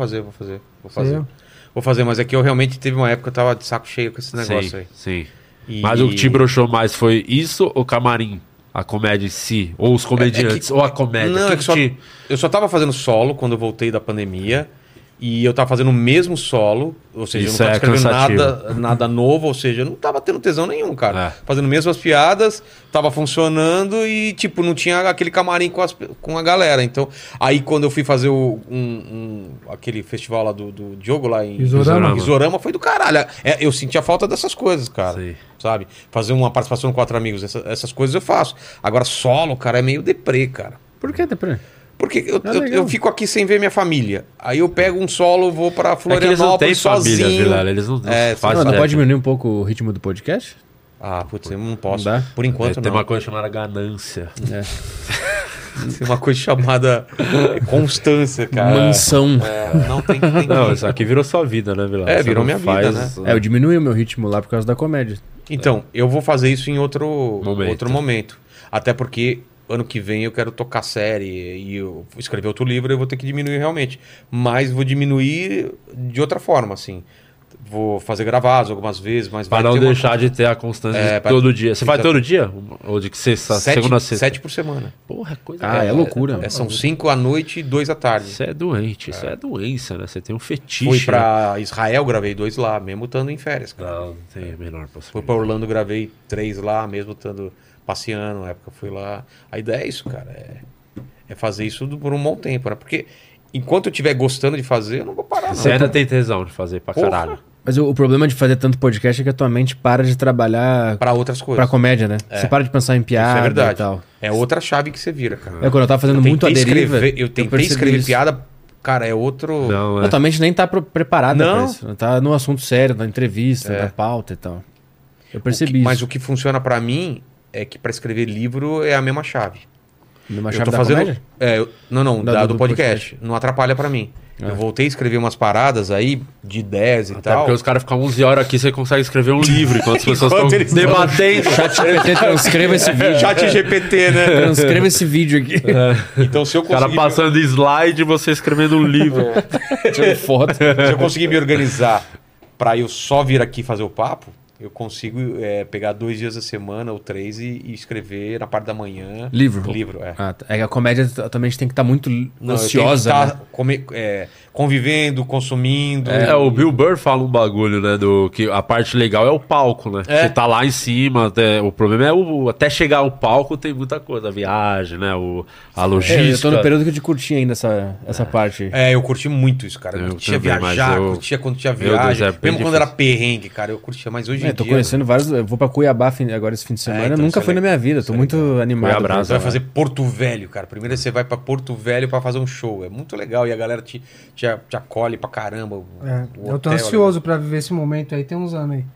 Speaker 1: fazer, mas é que eu realmente teve uma época que eu tava de saco cheio com esse negócio aí.
Speaker 3: Sim. Mas o que te broxou mais foi isso ou camarim? A comédia em si? Ou os comediantes? Ou a comédia?
Speaker 1: Não, eu só tava fazendo solo quando eu voltei da pandemia. E eu tava fazendo o mesmo solo. Ou seja, eu não tava escrevendo nada novo. Ou seja, eu não tava tendo tesão nenhum, cara. Fazendo mesmas piadas, tava funcionando e, tipo, não tinha aquele camarim com a galera. Então, aí quando eu fui fazer aquele festival lá do Diogo lá em Isorama, foi do caralho. Eu sentia falta dessas coisas, cara. Sim. Sabe? Fazer uma participação com 4 amigos, essas coisas eu faço. Agora, solo, cara, é meio deprê, cara.
Speaker 4: Por que deprê?
Speaker 1: Porque eu fico aqui sem ver minha família. Aí eu pego um solo, vou pra Florianópolis sozinho.
Speaker 3: Família, Vilar. Eles não fazem.
Speaker 4: Não pode diminuir um pouco o ritmo do podcast?
Speaker 1: Ah, putz, eu não posso. Não Por enquanto não.
Speaker 3: Tem uma coisa chamada ganância.
Speaker 1: Tem uma coisa chamada constância, cara.
Speaker 4: Mansão.
Speaker 1: Não tem.
Speaker 3: Não, isso aqui virou sua vida, né, Vilar?
Speaker 1: Virou minha vida, né?
Speaker 4: Eu diminui o meu ritmo lá por causa da comédia.
Speaker 1: Então, eu vou fazer isso em outro momento. Até porque ano que vem eu quero tocar série e eu escrever outro livro, eu vou ter que diminuir realmente. Mas vou diminuir de outra forma, assim. Vou fazer gravados algumas vezes, mas
Speaker 3: para não deixar de ter a constância de todo dia. Você faz todo dia? Ou de sexta, segunda a sexta?
Speaker 1: 7 por semana.
Speaker 3: Porra, coisa.
Speaker 4: É loucura.
Speaker 1: São 5 à noite e 2 à tarde.
Speaker 3: Isso é doente, isso é doença, né? Você tem um fetiche.
Speaker 1: Fui pra Israel, gravei 2 lá, mesmo estando em férias, cara.
Speaker 3: Não tem a menor possibilidade.
Speaker 1: Fui pra Orlando, gravei 3 lá, mesmo estando passeando, na época fui lá. A ideia é isso, cara. É fazer isso por um bom tempo, né? Porque enquanto eu estiver gostando de fazer, eu não vou parar.
Speaker 3: Você ainda tem tesão de fazer pra caralho.
Speaker 4: Mas o problema de fazer tanto podcast é que a tua mente para de trabalhar
Speaker 1: pra outras coisas.
Speaker 4: Pra comédia, né? Você para de pensar em piada e tal.
Speaker 1: É outra chave que você vira, cara.
Speaker 4: Quando eu tava fazendo muito a deriva...
Speaker 1: Eu tentei escrever piada, cara, é outro...
Speaker 4: Não, tua mente nem tá preparada pra isso. Tá no assunto sério, na entrevista, na pauta e tal. Eu percebi isso.
Speaker 1: Mas o que funciona pra mim é que pra escrever livro é a mesma chave.
Speaker 4: Mesma chave da comédia?
Speaker 1: Do podcast. Não atrapalha pra mim. Eu voltei a escrever umas paradas aí de 10 e
Speaker 3: Até
Speaker 1: tal.
Speaker 3: Porque os caras ficam 11 horas aqui, você consegue escrever um livro enquanto as pessoas estão debatendo.
Speaker 4: ChatGPT, transcreva esse vídeo.
Speaker 1: ChatGPT, né?
Speaker 4: Transcreva esse vídeo aqui.
Speaker 1: Então, se eu conseguir...
Speaker 3: O cara passando slide e você escrevendo um livro.
Speaker 4: Tirando foto.
Speaker 1: Se eu conseguir me organizar pra eu só vir aqui fazer o papo, eu consigo pegar 2 dias da semana ou 3 e escrever na parte da manhã.
Speaker 4: Livro, a comédia também a gente tem que estar muito ansiosa.
Speaker 1: Convivendo, consumindo.
Speaker 3: O Bill Burr fala um bagulho, né? Que a parte legal é o palco, né? Você tá lá em cima, o problema é até chegar ao palco tem muita coisa. A viagem, né? A logística.
Speaker 4: Eu tô no período de curtir ainda essa parte.
Speaker 1: Eu curti muito isso, cara. Eu curtia viajar, curtia quando tinha viagem. Mesmo quando era perrengue, cara, eu curtia. Mas hoje em dia...
Speaker 4: Tô conhecendo vários... Eu vou pra Cuiabá agora esse fim de semana. Então nunca fui na minha vida. Tô muito animado.
Speaker 1: Você vai fazer Porto Velho, cara. Primeiro você vai pra Porto Velho pra fazer um show. É muito legal. E a galera te acolhe pra caramba.
Speaker 5: Eu tô ansioso pra viver esse momento aí. Tem uns anos aí.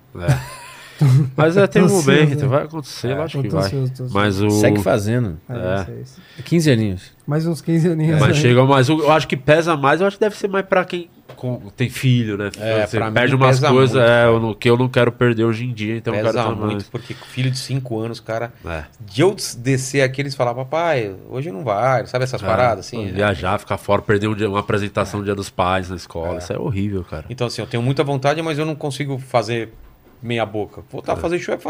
Speaker 3: Mas tem um momento. Vai acontecer, eu acho que vai. Mas
Speaker 4: segue fazendo. 15 aninhos.
Speaker 5: Mais uns 15 aninhos.
Speaker 3: Mas chega mais... Eu acho que pesa mais. Eu acho que deve ser mais pra quem tem filho, né? Você
Speaker 1: pra mim
Speaker 3: perde umas
Speaker 1: pesa
Speaker 3: coisas
Speaker 1: muito,
Speaker 3: que eu não quero perder hoje em dia, então eu
Speaker 1: Pesa
Speaker 3: quero
Speaker 1: muito,
Speaker 3: mais.
Speaker 1: porque filho de 5 anos, cara... De eu descer aqui, eles falavam, papai, hoje não vai, sabe essas paradas, assim?
Speaker 3: Viajar, ficar fora, perder uma apresentação do Dia dos Pais na escola, isso é horrível, cara.
Speaker 1: Então, assim, eu tenho muita vontade, mas eu não consigo fazer meia boca. Voltar a fazer show é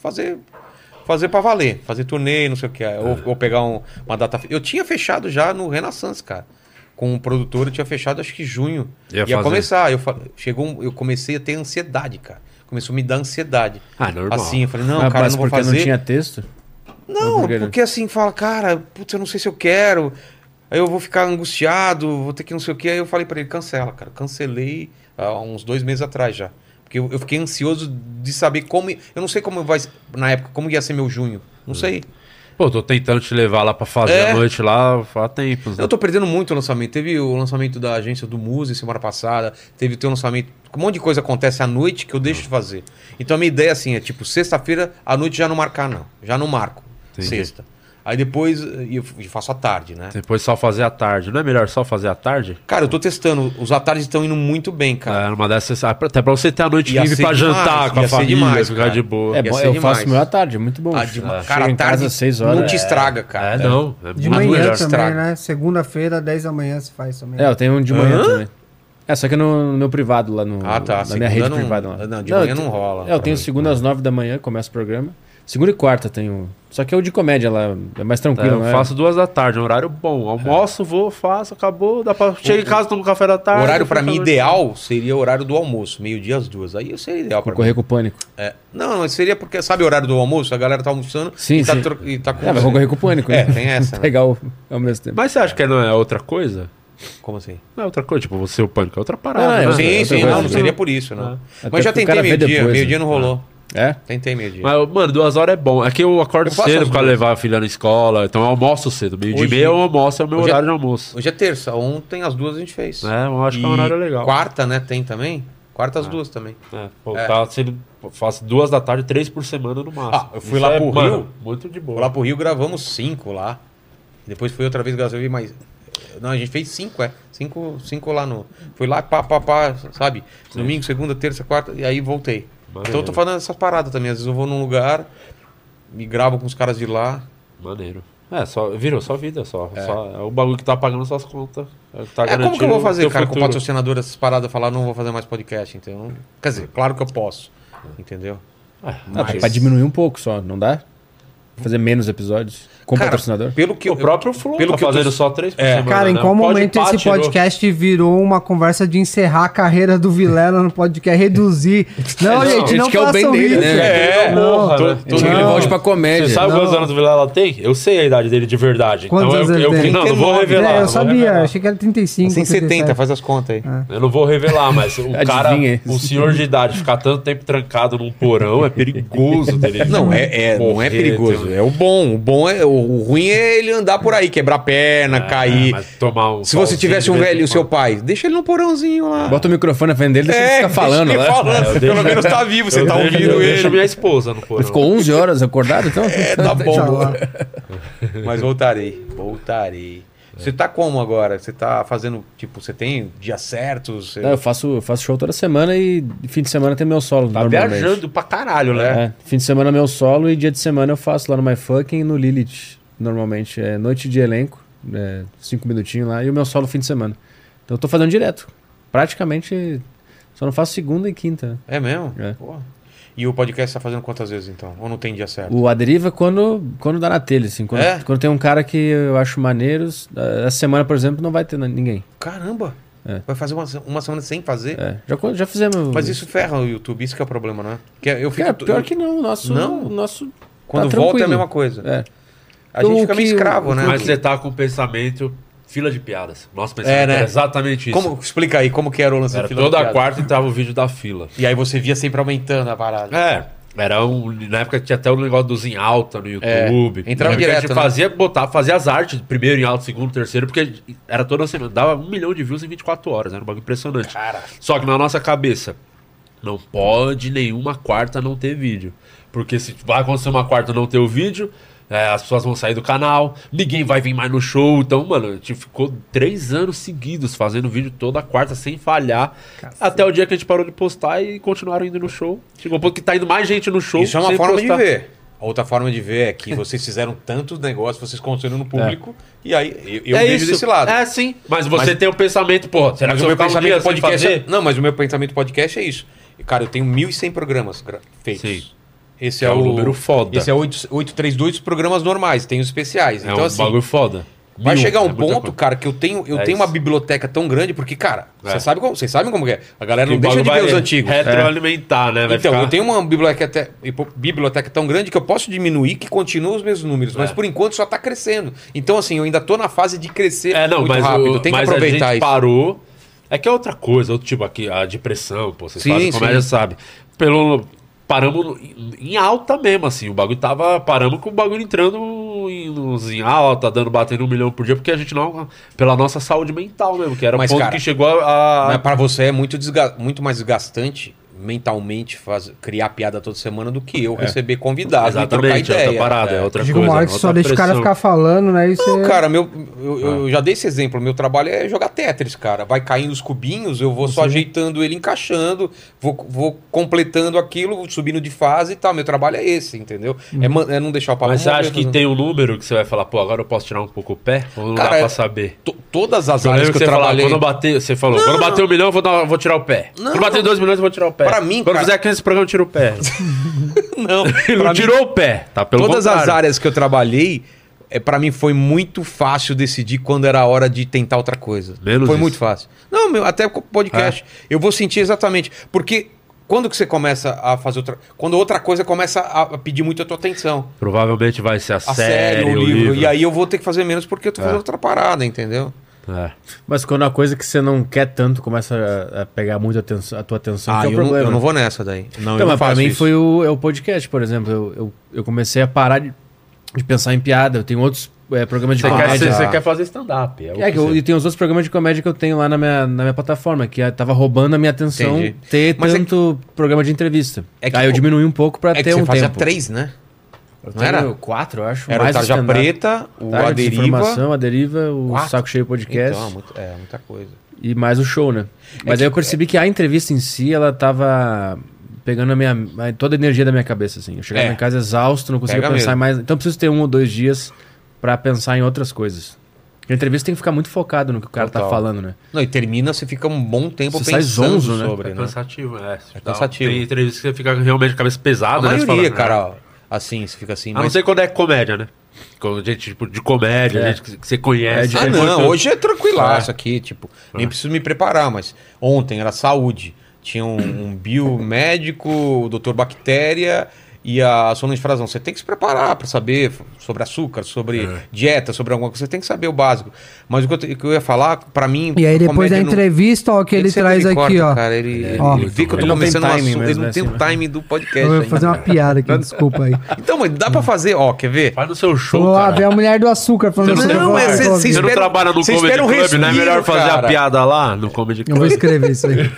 Speaker 1: fazer pra valer, fazer turnê, não sei o que, ou pegar uma data... Eu tinha fechado já no Renaissance, cara. Com um produtor, eu tinha fechado acho que junho. Ia começar. Eu comecei a ter ansiedade, cara. Começou a me dar ansiedade.
Speaker 3: Normal.
Speaker 1: Assim, eu falei, não, cara, eu não vou fazer.
Speaker 4: Não tinha texto?
Speaker 1: Não, porque assim, fala, cara, putz, eu não sei se eu quero. Aí eu vou ficar angustiado, vou ter que não sei o que. Aí eu falei pra ele, cancela, cara. Cancelei há uns 2 meses atrás já. Porque eu fiquei ansioso de saber como... Eu não sei como vai... Na época, como ia ser meu junho. Não sei.
Speaker 3: Pô, tô tentando te levar lá pra fazer a noite lá há tempos. Né?
Speaker 1: Eu tô perdendo muito o lançamento. Teve o lançamento da agência do Muse semana passada. Teve o teu lançamento. Um monte de coisa acontece à noite que eu deixo de fazer. Então a minha ideia assim é tipo, sexta-feira à noite já não marcar, não. Já não marco. Entendi. Sexta. Aí depois eu faço à tarde, né?
Speaker 3: Depois só fazer à tarde. Não é melhor só fazer à tarde?
Speaker 1: Cara, eu tô testando. Os à tarde estão indo muito bem, cara.
Speaker 3: Numa dessas, até pra você ter a noite livre pra jantar com a família, ficar de boa.
Speaker 4: É bom, eu faço meu à tarde, é muito bom.
Speaker 1: Cara, à tarde
Speaker 4: às 6 horas.
Speaker 1: não te estraga, cara.
Speaker 3: Não.
Speaker 5: De manhã também, né? Segunda-feira, 10 da manhã se faz também.
Speaker 4: Eu tenho um de manhã também. Só que no meu privado lá no...
Speaker 1: tá.
Speaker 4: Na minha rede privada lá.
Speaker 1: Não, de manhã não rola.
Speaker 4: Eu tenho segunda às 9 da manhã, começa o programa. Segunda e quarta tenho... Só que é o de comédia lá, é mais tranquilo,
Speaker 3: Eu faço 2 da tarde, um horário bom. Almoço, faço, acabou, dá pra... Chego em casa, tomo café da tarde.
Speaker 1: O horário pra mim ideal seria o horário do almoço, meio-dia às 2. Aí seria ideal pra mim.
Speaker 4: Concorrer com o Pânico.
Speaker 1: Não, seria porque, sabe o horário do almoço? A galera tá almoçando e tá com...
Speaker 4: vai concorrer com o Pânico.
Speaker 1: Tem essa. Né?
Speaker 4: Pegar ao mesmo tempo.
Speaker 3: Mas você acha que não é outra coisa?
Speaker 1: Como assim?
Speaker 3: Não é outra coisa, tipo, você o Pânico é outra parada. Né?
Speaker 1: Sim, não seria por isso, não. Mas já tentei meio-dia não rolou. Tentei meio-dia.
Speaker 3: Mas, mano, 2 horas é bom. É que eu acordo cedo pra levar a filha na escola, então eu almoço cedo. Meio-dia e meia eu almoço, é o meu horário de almoço.
Speaker 1: Hoje é terça, ontem às 2 a gente fez.
Speaker 3: Eu acho que é um horário legal.
Speaker 1: Quarta, né, tem também? Quarta às 2 também.
Speaker 3: Faço 2 da tarde, 3 por semana no máximo.
Speaker 1: Eu fui lá pro Rio.
Speaker 3: Muito de boa.
Speaker 1: Fui lá pro Rio, gravamos 5 lá. Depois fui outra vez, gravei mais... Não, a gente fez 5, 5 lá no... Fui lá, sabe? Domingo, segunda, terça, quarta, e aí voltei. Então eu tô fazendo essas paradas também. Às vezes eu vou num lugar, me gravo com os caras de lá.
Speaker 3: Maneiro. Virou só vida, só. É o bagulho que tá pagando suas contas.
Speaker 1: Como que eu vou fazer, cara, com patrocinador essas paradas, falar não vou fazer mais podcast, então... Quer dizer, claro que eu posso, entendeu?
Speaker 4: Pra diminuir um pouco só, não dá? Fazer menos episódios com patrocinador?
Speaker 1: Pelo que
Speaker 3: o próprio Flow tá fazendo só 3 por semana.
Speaker 5: Cara, em qual momento esse podcast virou uma conversa de encerrar a carreira do Vilela no podcast, reduzir? Não, gente, não façam isso.
Speaker 4: Ele volte pra comédia.
Speaker 3: Você sabe quantos anos o Vilela tem? Eu sei a idade dele de verdade.
Speaker 5: Quantos anos ele tem?
Speaker 3: Não vou revelar.
Speaker 5: Eu sabia, achei que era 35.
Speaker 1: Tem 70, faz as contas aí.
Speaker 3: Eu não vou revelar, mas o cara, um senhor de idade, ficar tanto tempo trancado num porão é perigoso.
Speaker 1: Não, não é perigoso. É o bom. O bom é... O ruim é ele andar por aí, quebrar perna, cair. Se você tivesse um velho, o seu pai, deixa ele no porãozinho lá.
Speaker 4: Bota o microfone na frente dele, deixa ele ficar falando lá.
Speaker 1: Pelo menos tá vivo, você tá ouvindo ele.
Speaker 3: Deixa minha esposa no porão.
Speaker 4: Ele ficou 11 horas acordado, então?
Speaker 1: Tá bom. Mas voltarei. Você tá como agora? Você tá fazendo, tipo, você tem dias certos?
Speaker 4: Eu faço show toda semana e fim de semana tem meu solo.
Speaker 3: Tá viajando pra caralho, né?
Speaker 4: Fim de semana meu solo e dia de semana eu faço lá no My Fucking e no Lilith. Normalmente é noite de elenco, 5 minutinhos lá, e o meu solo fim de semana. Então eu tô fazendo direto. Praticamente, só não faço segunda e quinta.
Speaker 1: É mesmo? Porra. E o podcast tá fazendo quantas vezes, então? Ou não tem dia certo?
Speaker 4: O A Deriva quando dá na telha, assim. Quando tem um cara que eu acho maneiros. Essa semana, por exemplo, não vai ter ninguém.
Speaker 1: Caramba! Vai fazer uma semana sem fazer?
Speaker 4: Já fizemos.
Speaker 1: Mas isso ferra o YouTube, isso que é o problema, né?
Speaker 4: Pior que não. Nosso
Speaker 1: quando volta é a mesma coisa. A gente fica meio escravo, né?
Speaker 3: Mas você tá com o pensamento... Fila de piadas. Nosso pensamento era exatamente isso.
Speaker 1: Explica aí, como que era o lance da fila de piadas?
Speaker 3: Toda quarta entrava o vídeo da fila.
Speaker 1: E aí você via sempre aumentando a parada.
Speaker 3: Na época tinha até o negócio dos em alta no YouTube.
Speaker 1: Entrava direto,
Speaker 3: a gente fazia as artes, primeiro em alta, segundo, terceiro, porque era toda semana. Dava 1 milhão de views em 24 horas. Era um bagulho impressionante.
Speaker 1: Cara.
Speaker 3: Só que na nossa cabeça, não pode nenhuma quarta não ter vídeo. Porque se vai acontecer uma quarta não ter o vídeo... as pessoas vão sair do canal, ninguém vai vir mais no show. Então, mano, a gente ficou 3 anos seguidos fazendo vídeo toda quarta sem falhar. Até o dia que a gente parou de postar e continuaram indo no show. Chegou um pouco que tá indo mais gente no show.
Speaker 1: Isso é uma
Speaker 3: sem
Speaker 1: forma
Speaker 3: postar.
Speaker 1: de ver. A outra forma de ver é que vocês fizeram tantos negócios, vocês construíram no público, e aí eu vejo desse lado.
Speaker 3: É, sim. Mas você tem o pensamento, pô, será que
Speaker 1: o
Speaker 3: eu
Speaker 1: meu
Speaker 3: vou ficar um dia
Speaker 1: pensamento
Speaker 3: sem
Speaker 1: podcast
Speaker 3: fazer?
Speaker 1: Não, mas o meu pensamento podcast é isso. E, cara, eu tenho 1.100 programas feitos.
Speaker 3: Sim.
Speaker 1: Esse
Speaker 3: é o número foda.
Speaker 1: Esse é 832 programas normais, tem os especiais.
Speaker 3: É
Speaker 1: então,
Speaker 3: um
Speaker 1: assim,
Speaker 3: bagulho foda.
Speaker 1: Vai chegar um
Speaker 3: muita
Speaker 1: ponto,
Speaker 3: coisa.
Speaker 1: cara, que eu tenho uma biblioteca tão grande, porque, cara, vocês sabem como que é. A galera
Speaker 3: Que
Speaker 1: não
Speaker 3: o
Speaker 1: deixa de
Speaker 3: bagulho
Speaker 1: ver os
Speaker 3: vai
Speaker 1: antigos.
Speaker 3: retroalimentar, né? Vai
Speaker 1: Então,
Speaker 3: ficar-
Speaker 1: eu tenho uma biblioteca tão grande que eu posso diminuir que continua os mesmos números, mas por enquanto só tá crescendo. Então, assim, eu ainda tô na fase de crescer muito rápido. Eu tenho que aproveitar
Speaker 3: a gente
Speaker 1: isso.
Speaker 3: parou. É que é outra coisa, outro tipo aqui, a depressão, pô, vocês
Speaker 1: Sim,
Speaker 3: fazem comédia,
Speaker 1: sim.
Speaker 3: sabe? Paramos em alta mesmo, assim. O bagulho paramos com o bagulho entrando em alta, batendo 1 milhão por dia, porque a gente não. Pela nossa saúde mental mesmo, que era o ponto
Speaker 1: cara,
Speaker 3: que chegou a.
Speaker 1: Mas pra você é muito mais desgastante mentalmente criar piada toda semana do que eu receber convidados e trocar
Speaker 3: Exatamente, é
Speaker 1: ideia.
Speaker 3: outra parada, é outra
Speaker 5: Digo, uma hora que só deixa o cara ficar falando, né? Isso
Speaker 1: Não, cara, eu já dei esse exemplo. Meu trabalho é jogar Tetris, cara. Vai caindo os cubinhos, eu vou só ajeitando ele, encaixando, vou completando aquilo, subindo de fase e tal. Meu trabalho é esse, entendeu? É não deixar o papo
Speaker 3: Mas você
Speaker 1: morrer,
Speaker 3: acha que tem um número que você vai falar, pô, agora eu posso tirar um pouco o pé? Ou não dá pra saber?
Speaker 1: Todas as
Speaker 3: Eu
Speaker 1: áreas
Speaker 3: lembro
Speaker 1: que eu
Speaker 3: você
Speaker 1: trabalhei...
Speaker 3: quando bater, você falou, quando bater 1 milhão, eu vou tirar o pé.
Speaker 1: Não.
Speaker 3: Quando bater 2 milhões, eu vou tirar o pé.
Speaker 1: Pra mim,
Speaker 3: quando
Speaker 1: cara-
Speaker 3: fizer 15 programa, eu tiro o pé.
Speaker 1: Não,
Speaker 3: Ele não tirou o pé, tá? Pelo
Speaker 1: Todas as
Speaker 3: contrário.
Speaker 1: áreas que eu trabalhei, pra mim foi muito fácil decidir quando era a hora de tentar outra coisa.
Speaker 3: Menos
Speaker 1: foi
Speaker 3: isso.
Speaker 1: muito fácil. Não, até com o podcast. Eu vou sentir exatamente. Porque quando que você começa a fazer outra... Quando outra coisa começa a pedir muito a tua atenção.
Speaker 3: Provavelmente vai ser a
Speaker 1: A
Speaker 3: série,
Speaker 1: série, o
Speaker 3: o
Speaker 1: livro.
Speaker 3: livro.
Speaker 1: E aí eu vou ter que fazer menos porque eu tô fazendo outra parada, entendeu?
Speaker 4: Mas quando a coisa que você não quer tanto começa a pegar muito a tua atenção, que é o problema.
Speaker 1: Eu não vou nessa daí. Não, eu
Speaker 4: Então,
Speaker 1: não
Speaker 4: mas pra
Speaker 1: faço
Speaker 4: mim
Speaker 1: isso.
Speaker 4: foi o podcast, por exemplo. Eu comecei a parar de pensar em piada. Eu tenho outros programas de comédia.
Speaker 3: Você quer fazer stand-up.
Speaker 4: E tem os outros programas de comédia que eu tenho lá na minha plataforma, que tava roubando a minha atenção
Speaker 1: Entendi.
Speaker 4: ter
Speaker 1: Mas
Speaker 4: tanto programa de entrevista.
Speaker 1: É que
Speaker 4: Aí eu diminui um pouco pra
Speaker 1: É que
Speaker 4: ter
Speaker 1: você
Speaker 4: um
Speaker 1: fazia
Speaker 4: tempo.
Speaker 1: 3, né?
Speaker 4: Eu
Speaker 1: Não era?
Speaker 4: tenho 4, eu acho.
Speaker 1: Era o
Speaker 4: mais
Speaker 1: Tarja
Speaker 4: stand-up.
Speaker 1: Preta, o
Speaker 4: Tarja
Speaker 1: A
Speaker 4: de
Speaker 1: Deriva.
Speaker 4: Informação, a Deriva, o
Speaker 1: 4?
Speaker 4: Saco Cheio Podcast.
Speaker 1: Então, muita coisa.
Speaker 4: E mais o show, né? Mas
Speaker 1: que-
Speaker 4: aí eu percebi que a entrevista em si, ela tava pegando toda a energia da minha cabeça, assim. Eu chegava em casa exausto, não conseguia
Speaker 1: Pega
Speaker 4: pensar
Speaker 1: mesmo.
Speaker 4: em mais. Então eu preciso ter 1 ou 2 dias pra pensar em outras coisas. A entrevista tem que ficar muito focado no que o cara tá
Speaker 1: Total.
Speaker 4: falando, né?
Speaker 1: Não, e termina, você fica um bom tempo
Speaker 4: Você sai
Speaker 1: pensando
Speaker 4: zonzo, né?
Speaker 1: sobre,
Speaker 3: É cansativo, é
Speaker 1: cansativo.
Speaker 3: Tem entrevistas que você fica realmente de cabeça pesada,
Speaker 1: A
Speaker 3: né? Você
Speaker 1: maioria,
Speaker 3: fala,
Speaker 1: cara, assim, você fica assim...
Speaker 3: A não ser quando é comédia, né? Quando gente tipo, de comédia, gente que você conhece.
Speaker 1: Ah, não, hoje é tranquilaço aqui, tipo, nem preciso me preparar, mas ontem era saúde. Tinha um biomédico, o doutor Bactéria e a Solange Frazão. Você tem que se preparar para saber sobre açúcar, sobre dieta, sobre alguma coisa. Você tem que saber o básico. Mas o que eu ia falar, para mim...
Speaker 5: E aí depois da
Speaker 1: comédia não-
Speaker 5: entrevista, ó, que ele
Speaker 1: Esse
Speaker 5: traz
Speaker 1: ele
Speaker 5: aqui,
Speaker 1: corta,
Speaker 5: ó.
Speaker 1: Cara, ele vê que eu tô
Speaker 4: Ele não tem
Speaker 1: começando um
Speaker 4: timing
Speaker 1: assunto, ele
Speaker 4: mesmo,
Speaker 1: não
Speaker 4: né,
Speaker 1: tem o
Speaker 4: assim,
Speaker 1: timing do podcast
Speaker 5: Eu vou
Speaker 1: ainda.
Speaker 5: fazer uma piada aqui, desculpa aí.
Speaker 1: Então, mas dá pra fazer, ó, quer ver?
Speaker 3: Faz no seu show,
Speaker 5: Falou,
Speaker 3: cara.
Speaker 5: vem a mulher do açúcar falando
Speaker 3: Você
Speaker 5: assim,
Speaker 3: não,
Speaker 5: eu vou-
Speaker 3: você
Speaker 5: eu
Speaker 3: não trabalha no Comedy
Speaker 1: espera um
Speaker 3: Club, não é melhor
Speaker 1: respiro,
Speaker 3: fazer
Speaker 1: cara.
Speaker 3: a piada lá no Comedy Club?
Speaker 5: vou escrever isso aí.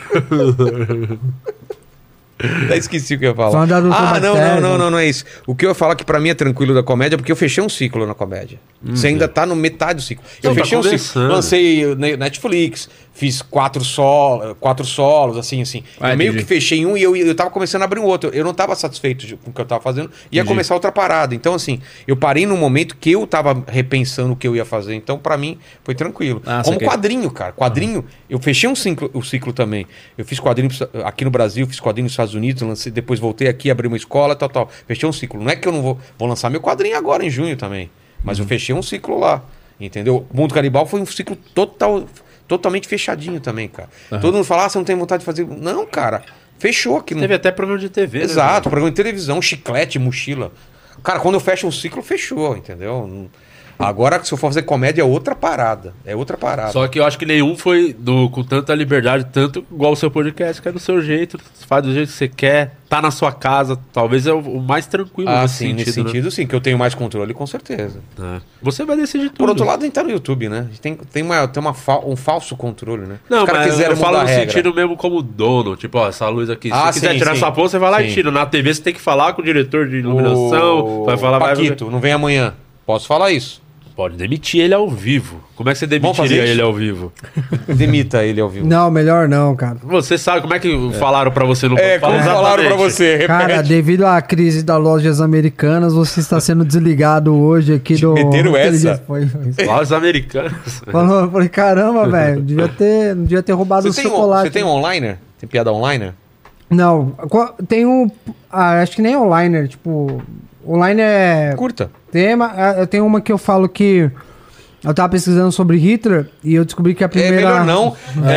Speaker 1: Até esqueci o que eu ia falar.
Speaker 5: Falando da doutora Bactéria.
Speaker 1: Não é isso. O que eu ia falar que pra mim é tranquilo da comédia, porque eu fechei um ciclo na comédia. Você ainda tá no metade do ciclo. Eu
Speaker 3: Não, tá
Speaker 1: fechei um ciclo.
Speaker 3: começando.
Speaker 1: Lancei Netflix, fiz 4 solos, assim. Eu meio que fechei um e eu tava começando a abrir um outro. Eu não tava satisfeito com o que eu tava fazendo. Ia começar outra parada. Então, assim, eu parei num momento que eu tava repensando o que eu ia fazer. Então, pra mim, foi tranquilo. Como
Speaker 4: saquei.
Speaker 1: quadrinho, cara. Quadrinho, eu fechei o ciclo também. Eu fiz quadrinho aqui no Brasil, fiz quadrinho nos Estados Unidos, lancei, depois voltei aqui, abri uma escola, tal. Fechei um ciclo. Não é que eu não vou lançar meu quadrinho agora em junho também. Mas eu fechei um ciclo lá. Entendeu? O Mundo Canibal foi um ciclo totalmente fechadinho também, cara. Todo mundo fala, você não tem vontade de fazer. Não, cara. Fechou aqui.
Speaker 3: Teve até programa de TV,
Speaker 1: Exato,
Speaker 3: né?
Speaker 1: programa de televisão, chiclete, mochila. Cara, quando eu fecho um ciclo, fechou, entendeu? Agora, se eu for fazer comédia, é outra parada. É outra parada.
Speaker 3: Só que eu acho que nenhum foi com tanta liberdade, tanto igual o seu podcast, que é do seu jeito, faz do jeito que você quer, tá na sua casa. Talvez é o mais tranquilo
Speaker 1: nesse sentido, sim, que eu tenho mais controle, com certeza.
Speaker 3: Você vai decidir tudo.
Speaker 1: Por outro lado, a gente tá no YouTube, né? A gente tem um falso controle, né?
Speaker 3: Não, mas eu falo no
Speaker 1: regra.
Speaker 3: sentido mesmo como dono. Tipo, ó, essa luz aqui. Se você quiser
Speaker 1: sim,
Speaker 3: tirar essa porra, você vai lá e tira. Na TV você tem que falar com o diretor de iluminação. Vai falar...
Speaker 1: Paquito, não vem amanhã. Posso falar isso?
Speaker 3: Pode demitir ele ao vivo. Como é que você demitiria ele ao vivo?
Speaker 1: Demita ele ao vivo.
Speaker 5: Não, melhor não, cara.
Speaker 3: Você sabe como é que falaram pra você no
Speaker 1: como falaram pra você? Repete.
Speaker 5: Cara, devido à crise das lojas americanas, você está sendo desligado hoje aqui do...
Speaker 1: Meteram essa?
Speaker 3: Lojas americanas.
Speaker 5: Falei, caramba, velho, não devia ter roubado o chocolate.
Speaker 1: Você tem um onliner? Tem piada online?
Speaker 5: Não, tem acho que nem onliner, tipo... Online é...
Speaker 1: Curta.
Speaker 5: Tema, eu tenho uma que eu falo que... Eu tava pesquisando sobre Hitler e eu descobri que a primeira...
Speaker 1: melhor não.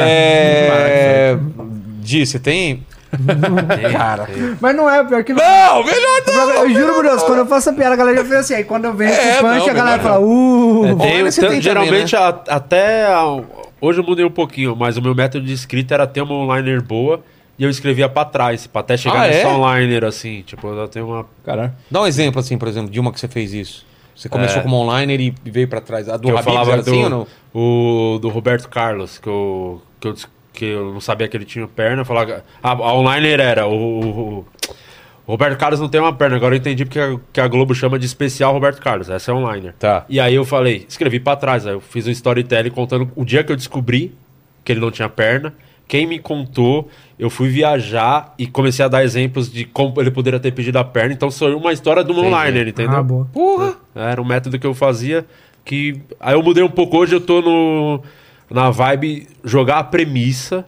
Speaker 1: Di, você tem...
Speaker 5: Cara. Mas não é, pior que não.
Speaker 1: Não, melhor não.
Speaker 5: Eu juro por Deus, quando eu faço a piada, a galera já fez assim. Aí quando eu venho com o punch, a galera fala...
Speaker 3: geralmente, até... Hoje eu mudei um pouquinho, mas o meu método de escrita era ter uma onliner boa e eu escrevia pra trás, pra até chegar nesse onliner, assim. Tipo, eu tenho uma...
Speaker 1: Caralho. Dá um exemplo, assim, por exemplo, de uma que você fez isso. Você começou como onliner e veio pra trás. A do
Speaker 3: eu
Speaker 1: Habib's
Speaker 3: falava
Speaker 1: era assim ou não?
Speaker 3: O do Roberto Carlos, que eu não sabia que ele tinha perna. Eu falava, a onliner era o Roberto Carlos não tem uma perna. Agora eu entendi porque que a Globo chama de especial Roberto Carlos. Essa é onliner.
Speaker 1: Tá.
Speaker 3: E aí eu falei, escrevi pra trás. Aí eu fiz um storytelling contando o dia que eu descobri que ele não tinha perna. Quem me contou, eu fui viajar e comecei a dar exemplos de como ele poderia ter pedido a perna. Então foi uma história do onliner, entendeu?
Speaker 5: Ah, boa.
Speaker 1: Porra!
Speaker 3: Era um método que eu fazia que... Aí eu mudei um pouco. Hoje eu tô na vibe jogar a premissa.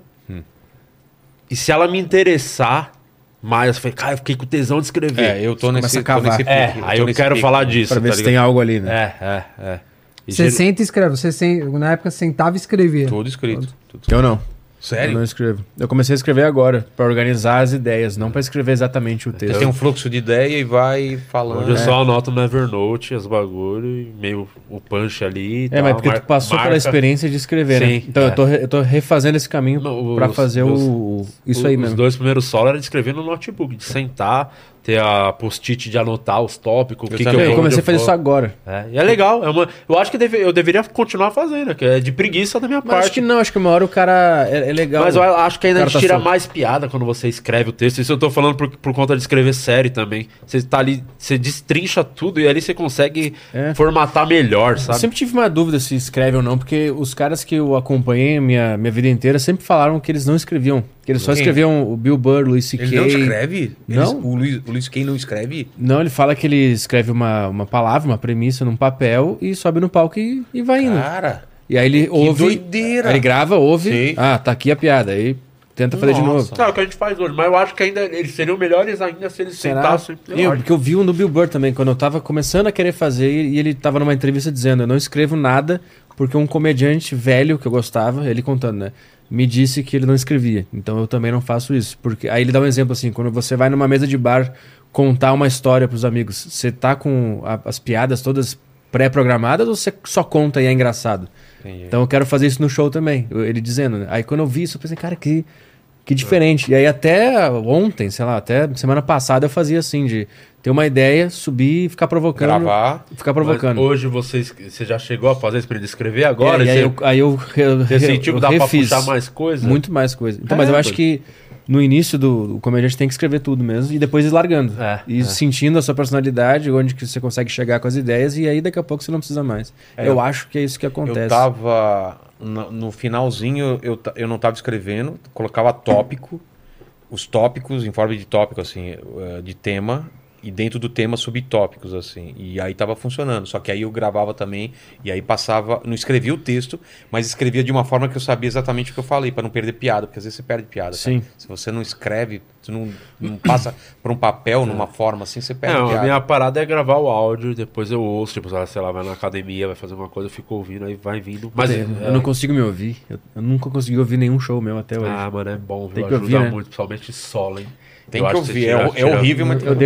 Speaker 3: E se ela me interessar mais, eu falei, cara, eu fiquei com tesão de escrever.
Speaker 1: Eu tô nesse pique.
Speaker 3: Aí eu quero falar disso.
Speaker 4: Pra ver se tem algo ali, né?
Speaker 5: Você senta e escreve. Na época sentava e escrevia.
Speaker 1: Tudo escrito.
Speaker 4: Eu não.
Speaker 1: Sério?
Speaker 4: Eu não escrevo. Eu comecei a escrever agora, pra organizar as ideias, não pra escrever exatamente o texto.
Speaker 1: Você tem um fluxo de ideia e vai falando.
Speaker 3: Hoje eu só anoto no Evernote as bagulho e meio o punch ali e tal.
Speaker 4: Mas porque tu passou pela experiência de escrever, né? Então eu tô refazendo esse caminho pra fazer isso aí mesmo.
Speaker 3: Os 2 primeiros solos era de escrever no notebook, de sentar, ter a post-it de anotar os tópicos.
Speaker 4: Eu comecei a fazer isso agora.
Speaker 3: E é legal. Eu acho que eu deveria continuar fazendo, que é de preguiça da minha parte.
Speaker 4: Acho que não, acho que uma hora o cara é legal.
Speaker 3: Mas eu acho que ainda tira
Speaker 4: tá
Speaker 3: mais piada quando você escreve o texto. Isso eu tô falando por conta de escrever série também. Você tá ali, você destrincha tudo e ali você consegue formatar melhor, sabe?
Speaker 4: Eu sempre tive uma dúvida se escreve ou não, porque os caras que eu acompanhei minha vida inteira sempre falaram que eles não escreviam. Que eles só escreviam o Bill Burr, Louis C.K.
Speaker 1: Ele não escreve?
Speaker 4: Não.
Speaker 1: O Louis C.K. não escreve?
Speaker 4: Não, ele fala que ele escreve uma palavra, uma premissa num papel e sobe no palco e vai indo.
Speaker 1: Cara,
Speaker 4: e aí ele ouve.
Speaker 1: Doideira.
Speaker 4: Aí ele grava, ouve.
Speaker 1: Sim.
Speaker 4: Tá aqui a piada. Aí tenta fazer de novo.
Speaker 3: Não, é o que a gente faz hoje. Mas eu acho que ainda eles seriam melhores ainda se eles sentassem.
Speaker 4: Porque eu vi um do Bill Burr também, quando eu tava começando a querer fazer, e ele tava numa entrevista dizendo: eu não escrevo nada porque um comediante velho que eu gostava, ele contando, né? Me disse que ele não escrevia. Então eu também não faço isso. Porque aí ele dá um exemplo assim: quando você vai numa mesa de bar contar uma história pros amigos, você tá com as piadas todas pré-programadas ou você só conta e é engraçado? Entendi. Então eu quero fazer isso no show também. Ele dizendo, né? Aí quando eu vi isso, eu pensei, cara, que diferente. E aí até ontem, sei lá, até semana passada eu fazia assim, de ter uma ideia, subir e ficar provocando.
Speaker 1: Gravar.
Speaker 4: Ficar provocando.
Speaker 3: Mas hoje você já chegou a fazer isso pra ele escrever agora?
Speaker 4: Aí eu
Speaker 3: sentiu que dá pra puxar mais coisa?
Speaker 4: Muito mais coisa. Então, mas eu acho que no início do comediante tem que escrever tudo mesmo e depois ir largando. Sentindo a sua personalidade, onde que você consegue chegar com as ideias e aí daqui a pouco você não precisa mais. Eu acho que é isso que acontece.
Speaker 1: Eu tava... No finalzinho eu não tava escrevendo, colocava tópico, os tópicos em forma de tópico, assim, de tema, e dentro do tema subtópicos, assim, e aí tava funcionando, só que aí eu gravava também, e aí passava, não escrevia o texto, mas escrevia de uma forma que eu sabia exatamente o que eu falei, para não perder piada, porque às vezes você perde piada.
Speaker 4: Sim.
Speaker 1: Cara. Se você não escreve, você não passa por um papel, numa forma assim, você perde piada.
Speaker 3: A minha parada é gravar o áudio, e depois eu ouço, tipo, sei lá, vai na academia, vai fazer uma coisa, eu fico ouvindo, aí vai vindo. Mas
Speaker 4: eu não consigo me ouvir, eu nunca consegui ouvir nenhum show meu até hoje.
Speaker 3: Mano, é bom,
Speaker 4: tem
Speaker 3: viu?
Speaker 4: que
Speaker 3: Ajuda
Speaker 4: ouvir, né?
Speaker 3: muito, principalmente solo, hein?
Speaker 1: Tem que ouvir, é horrível, mas
Speaker 4: eu devo ter perdido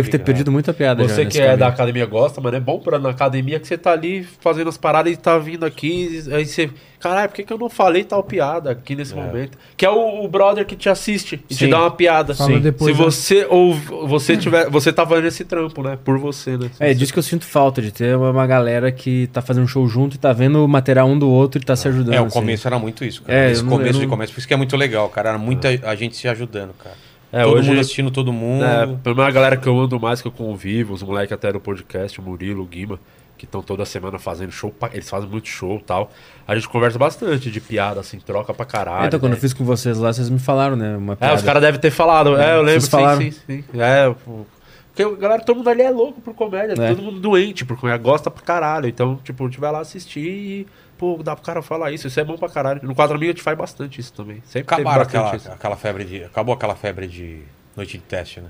Speaker 4: feito muita piada já
Speaker 3: Você
Speaker 4: nesse
Speaker 3: que é
Speaker 4: caminho.
Speaker 3: da academia gosta, mano, é bom pra na academia que você tá ali fazendo as paradas e tá vindo aqui, aí você... Caralho, por que eu não falei tal piada aqui nesse momento? Que é o brother que te assiste e te dá uma piada.
Speaker 5: Fala depois,
Speaker 3: Se você ou você tiver... Você tá fazendo esse trampo, né? Por você, né?
Speaker 4: É disso que eu sinto falta, de ter uma galera que tá fazendo show junto e tá vendo o material um do outro e tá se ajudando.
Speaker 1: É, o
Speaker 4: assim.
Speaker 1: começo era muito isso, cara.
Speaker 4: É,
Speaker 1: Esse
Speaker 4: eu não-
Speaker 1: começo
Speaker 4: eu
Speaker 1: de
Speaker 4: não-
Speaker 1: começo. Por isso que é muito legal, cara. Era muita a gente se ajudando, cara.
Speaker 3: É,
Speaker 1: todo
Speaker 3: hoje-
Speaker 1: mundo assistindo todo mundo.
Speaker 3: Pelo menos a galera que eu ando mais, que eu convivo, os moleques até do podcast, o Murilo, o Guima, que estão toda semana fazendo show, eles fazem muito show e tal. A gente conversa bastante de piada, assim, troca pra caralho.
Speaker 4: Então, quando
Speaker 3: né?
Speaker 4: eu fiz com vocês lá, vocês me falaram, né? Uma piada.
Speaker 3: Os caras devem ter falado. Eu lembro,
Speaker 4: Vocês falaram.
Speaker 3: sim. Porque, galera, todo mundo ali é louco por comédia, todo mundo doente por comédia, gosta pra caralho. Então, tipo, a gente vai lá assistir e, pô, dá pro cara falar isso é bom pra caralho. No Quadro Amigo a gente faz bastante isso também. Sempre teve
Speaker 1: Acabaram
Speaker 3: bastante isso.
Speaker 1: acabou aquela febre de noite de teste, né?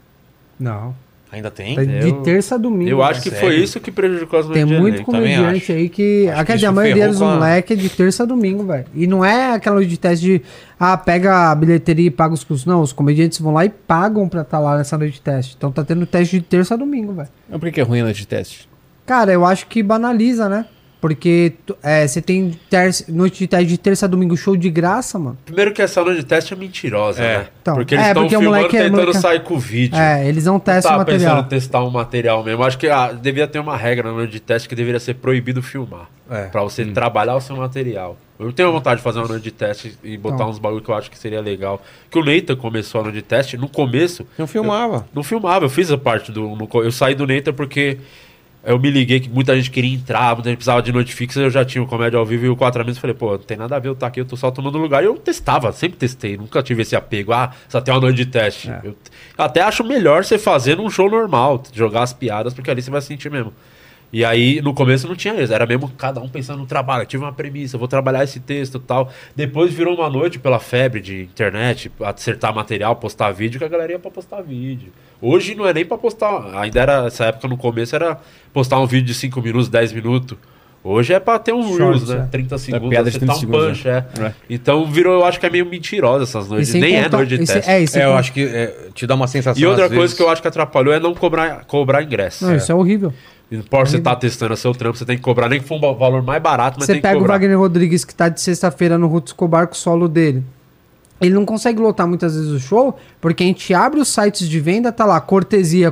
Speaker 5: Não.
Speaker 1: Ainda tem?
Speaker 5: Tá de terça a domingo.
Speaker 3: Eu acho
Speaker 5: velho.
Speaker 3: que foi isso que prejudicou as
Speaker 5: Tem
Speaker 3: noites de
Speaker 5: muito
Speaker 3: Enem.
Speaker 5: comediante aí que.
Speaker 1: Acho que
Speaker 5: Quer dizer, a
Speaker 1: isso
Speaker 5: maioria
Speaker 1: ferrou
Speaker 5: dos
Speaker 1: com a-
Speaker 5: moleques é de terça a domingo, velho. E não é aquela noite de teste de. Pega a bilheteria e paga os custos. Não, os comediantes vão lá e pagam pra estar lá nessa noite de teste. Então tá tendo teste de terça a domingo, velho.
Speaker 4: Mas por que é ruim a noite de teste?
Speaker 5: Cara, eu acho que banaliza, né? Porque você tem noite de teste de terça a domingo, show de graça, mano.
Speaker 3: Primeiro que essa noite de teste é mentirosa, né?
Speaker 5: Então,
Speaker 3: porque eles estão
Speaker 5: porque o
Speaker 3: filmando
Speaker 5: moleque
Speaker 3: tentando
Speaker 5: moleque-
Speaker 3: sair com o vídeo.
Speaker 5: Eles não testam o
Speaker 3: Tava
Speaker 5: material.
Speaker 3: pensando em testar um material mesmo. Acho que devia ter uma regra na noite de teste que deveria ser proibido filmar. Pra você trabalhar o seu material. Eu tenho vontade de fazer uma noite de teste e botar
Speaker 5: Então.
Speaker 3: uns bagulho que eu acho que seria legal. Que o Neita começou a noite de teste, no começo...
Speaker 1: Não filmava.
Speaker 3: Não filmava, eu fiz a parte do... Eu saí do Neita porque... Eu me liguei que muita gente queria entrar, muita gente precisava de noite fixa, eu já tinha o Comédia ao Vivo e o 4 Amigos. Falei, pô, não tem nada a ver eu estar aqui, eu tô só tomando lugar. E eu testava, sempre testei, nunca tive esse apego. Só tem uma noite de teste. Eu até acho melhor você fazer num show normal, jogar as piadas, porque ali você vai sentir mesmo. E aí, no começo não tinha isso, era mesmo cada um pensando no trabalho. Eu tive uma premissa, eu vou trabalhar esse texto e tal. Depois virou uma noite pela febre de internet, acertar material, postar vídeo, que a galera ia pra postar vídeo. Hoje não é nem pra postar, ainda era, essa época no começo era postar um vídeo de 5 minutos, 10 minutos. Hoje é pra ter um Reels, né? 30 segundos,
Speaker 4: piada de
Speaker 3: acertar
Speaker 4: 30
Speaker 3: um
Speaker 4: segundos,
Speaker 3: punch, Então virou, eu acho que é meio mentirosa essas noites,
Speaker 5: sem
Speaker 3: nem
Speaker 5: contar-
Speaker 3: é noite de
Speaker 5: e sem-
Speaker 3: teste.
Speaker 1: eu acho que te dá uma sensação.
Speaker 3: E outra
Speaker 1: às
Speaker 3: coisa
Speaker 1: vezes-
Speaker 3: que eu acho que atrapalhou é não cobrar ingresso.
Speaker 5: Não, isso é horrível.
Speaker 3: Não importa se você tá testando o seu trampo, você tem que cobrar, nem que for um valor mais barato, mas
Speaker 5: Você
Speaker 3: tem que
Speaker 5: pega o
Speaker 3: cobrar.
Speaker 5: Wagner Rodrigues, que tá de sexta-feira no Roots Escobar com o solo dele. Ele não consegue lotar muitas vezes o show, porque a gente abre os sites de venda, tá lá, cortesia.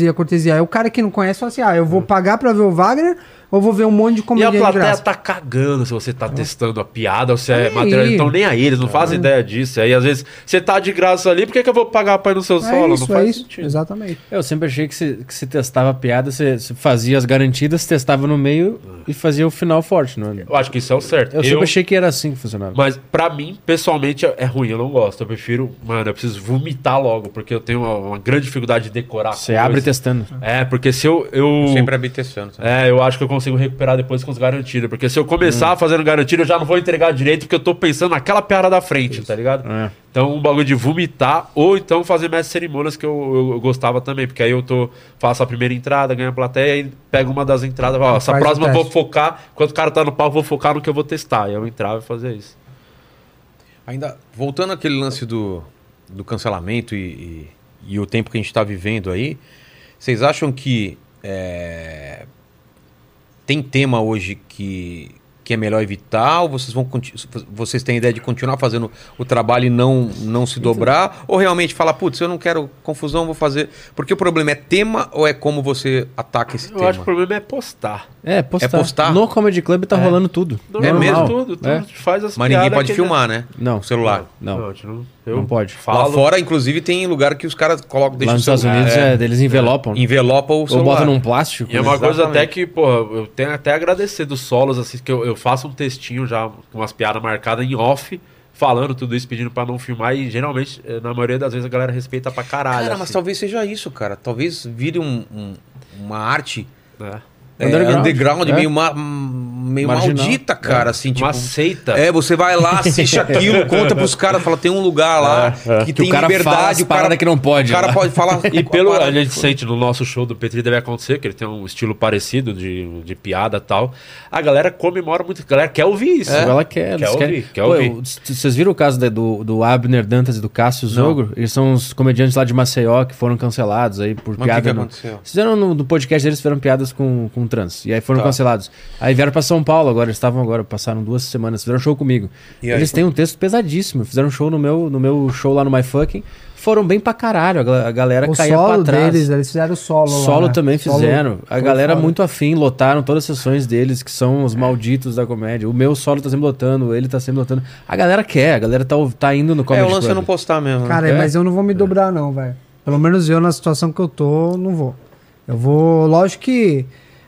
Speaker 5: Aí o cara que não conhece fala assim, eu vou pagar pra ver o Wagner ou vou ver um monte de
Speaker 3: E a
Speaker 5: comediante de
Speaker 3: plateia
Speaker 5: graça.
Speaker 3: tá cagando se você tá testando a piada ou se é
Speaker 5: Nem
Speaker 3: material.
Speaker 5: aí.
Speaker 3: Então nem aí, eles não fazem ideia disso. Aí às vezes você tá de graça ali, por que eu vou pagar pra ir no seu solo? Não faz sentido.
Speaker 5: Exatamente.
Speaker 4: Eu sempre achei que se testava a piada, você fazia as garantidas, testava no meio e fazia o final forte, não é?
Speaker 3: Eu acho que isso é o certo.
Speaker 4: Eu sempre achei que era assim que funcionava.
Speaker 3: Mas pra mim, pessoalmente, é ruim, eu não gosto. Eu prefiro, eu preciso vomitar logo, porque eu tenho uma grande dificuldade de decorar.
Speaker 4: Você abre testando.
Speaker 3: Porque se eu
Speaker 1: sempre abri testando.
Speaker 3: eu acho que eu consigo recuperar depois com os garantidos. Porque se eu começar fazendo garantido, eu já não vou entregar direito, porque eu tô pensando naquela piada da frente, tá ligado? Então, um bagulho de vomitar, ou então fazer mestre cerimônias, que eu gostava também, porque aí eu faço a primeira entrada, ganho a plateia, e pego uma das entradas, falo, essa
Speaker 5: Faz o
Speaker 3: próxima eu vou
Speaker 5: teste.
Speaker 3: focar, enquanto o cara tá no palco, eu vou focar no que eu vou testar. E eu entrava e fazia isso.
Speaker 1: Ainda voltando àquele lance do cancelamento e o tempo que a gente está vivendo aí, vocês acham que tem tema hoje que é melhor evitar, ou vocês têm a ideia de continuar fazendo o trabalho e não se dobrar, ou realmente falar, putz, eu não quero confusão, vou fazer... Porque o problema é tema ou é como você ataca esse tema?
Speaker 3: Eu acho que o problema é postar.
Speaker 4: Postar.
Speaker 1: É postar?
Speaker 4: No Comedy Club tá rolando tudo.
Speaker 1: É mesmo?
Speaker 3: Tudo. Faz as
Speaker 1: Mas ninguém
Speaker 3: piadas
Speaker 1: pode
Speaker 3: que-
Speaker 1: filmar, né?
Speaker 4: Não.
Speaker 1: O celular.
Speaker 4: Não.
Speaker 3: Eu
Speaker 4: Não pode.
Speaker 1: Lá fora, inclusive, tem lugar que os caras colocam...
Speaker 4: Lá nos Estados Unidos, eles envelopam.
Speaker 1: Envelopa o celular.
Speaker 4: Ou botam num plástico.
Speaker 3: E é uma coisa até que, eu tenho até a agradecer dos solos, assim, que eu faço um textinho já, com umas piadas marcadas em off, falando tudo isso, pedindo pra não filmar, e geralmente, na maioria das vezes, a galera respeita pra caralho.
Speaker 1: Cara, mas
Speaker 3: assim.
Speaker 1: talvez seja isso, cara. Talvez vire uma arte
Speaker 3: Underground.
Speaker 1: underground
Speaker 4: É.
Speaker 1: meio meio
Speaker 4: Marginal.
Speaker 1: maldita, cara, assim, tipo...
Speaker 3: Uma seita.
Speaker 1: Você vai lá, assiste aquilo, conta pros caras, fala, tem um lugar lá que tem
Speaker 4: o cara
Speaker 1: liberdade,
Speaker 4: fala as paradas que não pode.
Speaker 1: O cara
Speaker 4: lá.
Speaker 1: pode falar...
Speaker 3: E pelo a gente sente no nosso show do Petri deve acontecer, que ele tem um estilo parecido de piada e tal. A galera comemora muito, a galera quer ouvir isso.
Speaker 4: Ela quer
Speaker 3: ouvir.
Speaker 4: Vocês viram o caso do Abner Dantas e do Cássio Zogro? Eles são os comediantes lá de Maceió que foram cancelados aí por
Speaker 1: Mas
Speaker 4: piada.
Speaker 1: O que aconteceu?
Speaker 4: Fizeram no podcast deles, fizeram piadas com trans. E aí foram cancelados. Aí vieram pra São Paulo agora, eles estavam agora, passaram 2 semanas, fizeram show comigo. Eles têm um texto pesadíssimo. Fizeram show no meu show lá no My Fucking. Foram bem pra caralho, a galera caía pra trás.
Speaker 5: Eles fizeram solo lá,
Speaker 4: Solo
Speaker 5: né?
Speaker 4: também fizeram. A galera
Speaker 5: foda.
Speaker 4: muito afim, lotaram todas as sessões deles, que são os malditos da comédia. O meu solo tá sempre lotando, ele tá sempre lotando. A galera quer, a galera tá indo no Comedy
Speaker 1: O lance é
Speaker 4: Club.
Speaker 1: não postar mesmo.
Speaker 5: Cara, mas eu não vou me dobrar não, velho. Pelo menos eu, na situação que eu tô, não vou. Eu vou... Lógico que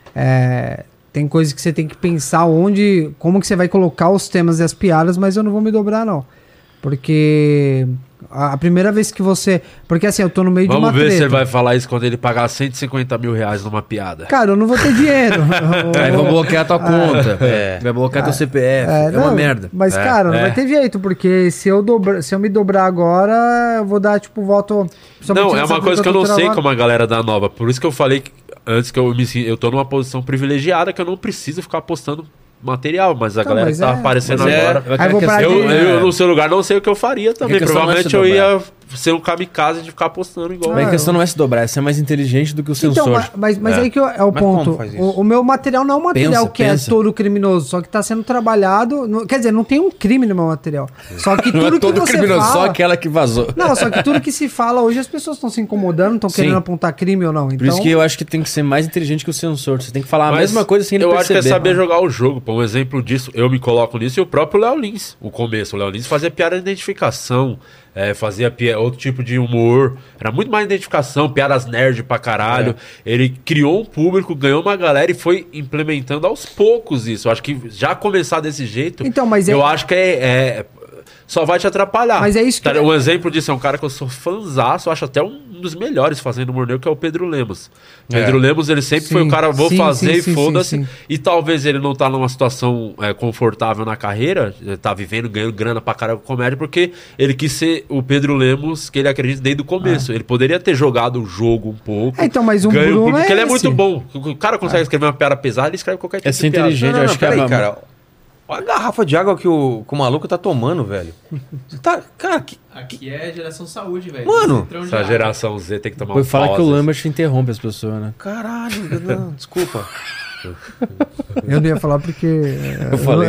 Speaker 5: tem coisas que você tem que pensar como que você vai colocar os temas e as piadas, mas eu não vou me dobrar não. Porque... A primeira vez que você... Porque assim, eu tô no meio de uma
Speaker 3: Vamos ver
Speaker 5: treta.
Speaker 3: se ele vai falar isso quando ele pagar 150 mil reais numa piada.
Speaker 5: Cara, eu não vou ter dinheiro.
Speaker 4: Aí vão bloquear a tua conta. Vai bloquear teu CPF. É uma merda.
Speaker 5: Mas, cara, não vai ter jeito, porque se eu me dobrar agora, eu vou dar, tipo, voto...
Speaker 3: Não, é uma coisa que eu não sei como a galera da Nova. Por isso que eu falei que antes que eu tô numa posição privilegiada que eu não preciso ficar postando material, mas a galera que tá aparecendo agora. Eu, no seu lugar, não sei o que eu faria também. Provavelmente eu ia ser um kamikaze de ficar postando igual.
Speaker 4: Mas a questão não é se dobrar, é ser mais inteligente do que o sensor.
Speaker 5: Mas aí que é o ponto. O meu material não é um material é todo criminoso, só que tá sendo trabalhado. Quer dizer, não tem um crime no meu material. Só que tudo que você
Speaker 4: criminoso,
Speaker 5: fala...
Speaker 4: só aquela que vazou.
Speaker 5: Não, só que tudo que se fala hoje as pessoas estão se incomodando, estão querendo apontar crime ou não. Então...
Speaker 4: Por isso que eu acho que tem que ser mais inteligente que o sensor. Você tem que falar a mesma coisa sem ele perceber.
Speaker 3: Eu acho que é saber jogar o jogo. Pô, um exemplo disso, eu me coloco nisso, e o próprio Léo Lins. O começo, o Léo Lins fazia piada de identificação, fazia outro tipo de humor. Era muito mais identificação, piadas nerd pra caralho. Ele criou um público, ganhou uma galera e foi implementando aos poucos isso. Eu acho que já começar desse jeito,
Speaker 5: então, mas
Speaker 3: eu acho que só vai te atrapalhar.
Speaker 5: Mas é isso que...
Speaker 3: Um exemplo disso é um cara que eu sou fãzaço, eu acho até um dos melhores fazendo humor negro, que é o Pedro Lemos. Pedro Lemos, ele sempre foi o cara, vou fazer e foda-se. E talvez ele não tá numa situação confortável na carreira, tá vivendo, ganhando grana pra caralho com comédia, porque ele quis ser o Pedro Lemos que ele acredita desde o começo. Ele poderia ter jogado o jogo um pouco.
Speaker 5: Então, mas o Bruno
Speaker 3: porque ele é muito bom. O cara consegue escrever uma piada pesada, ele escreve qualquer tipo de piada.
Speaker 4: Inteligente,
Speaker 1: não,
Speaker 4: eu acho que
Speaker 1: é... cara, olha a garrafa de água que o maluco tá tomando, velho. Você tá... Cara,
Speaker 2: Aqui é geração saúde, velho.
Speaker 1: Mano,
Speaker 3: essa geração Z tem que tomar
Speaker 4: Foi falar que o Lambert interrompe as pessoas, né?
Speaker 1: Caralho, não, desculpa.
Speaker 5: Eu não ia falar porque...
Speaker 1: Eu falei.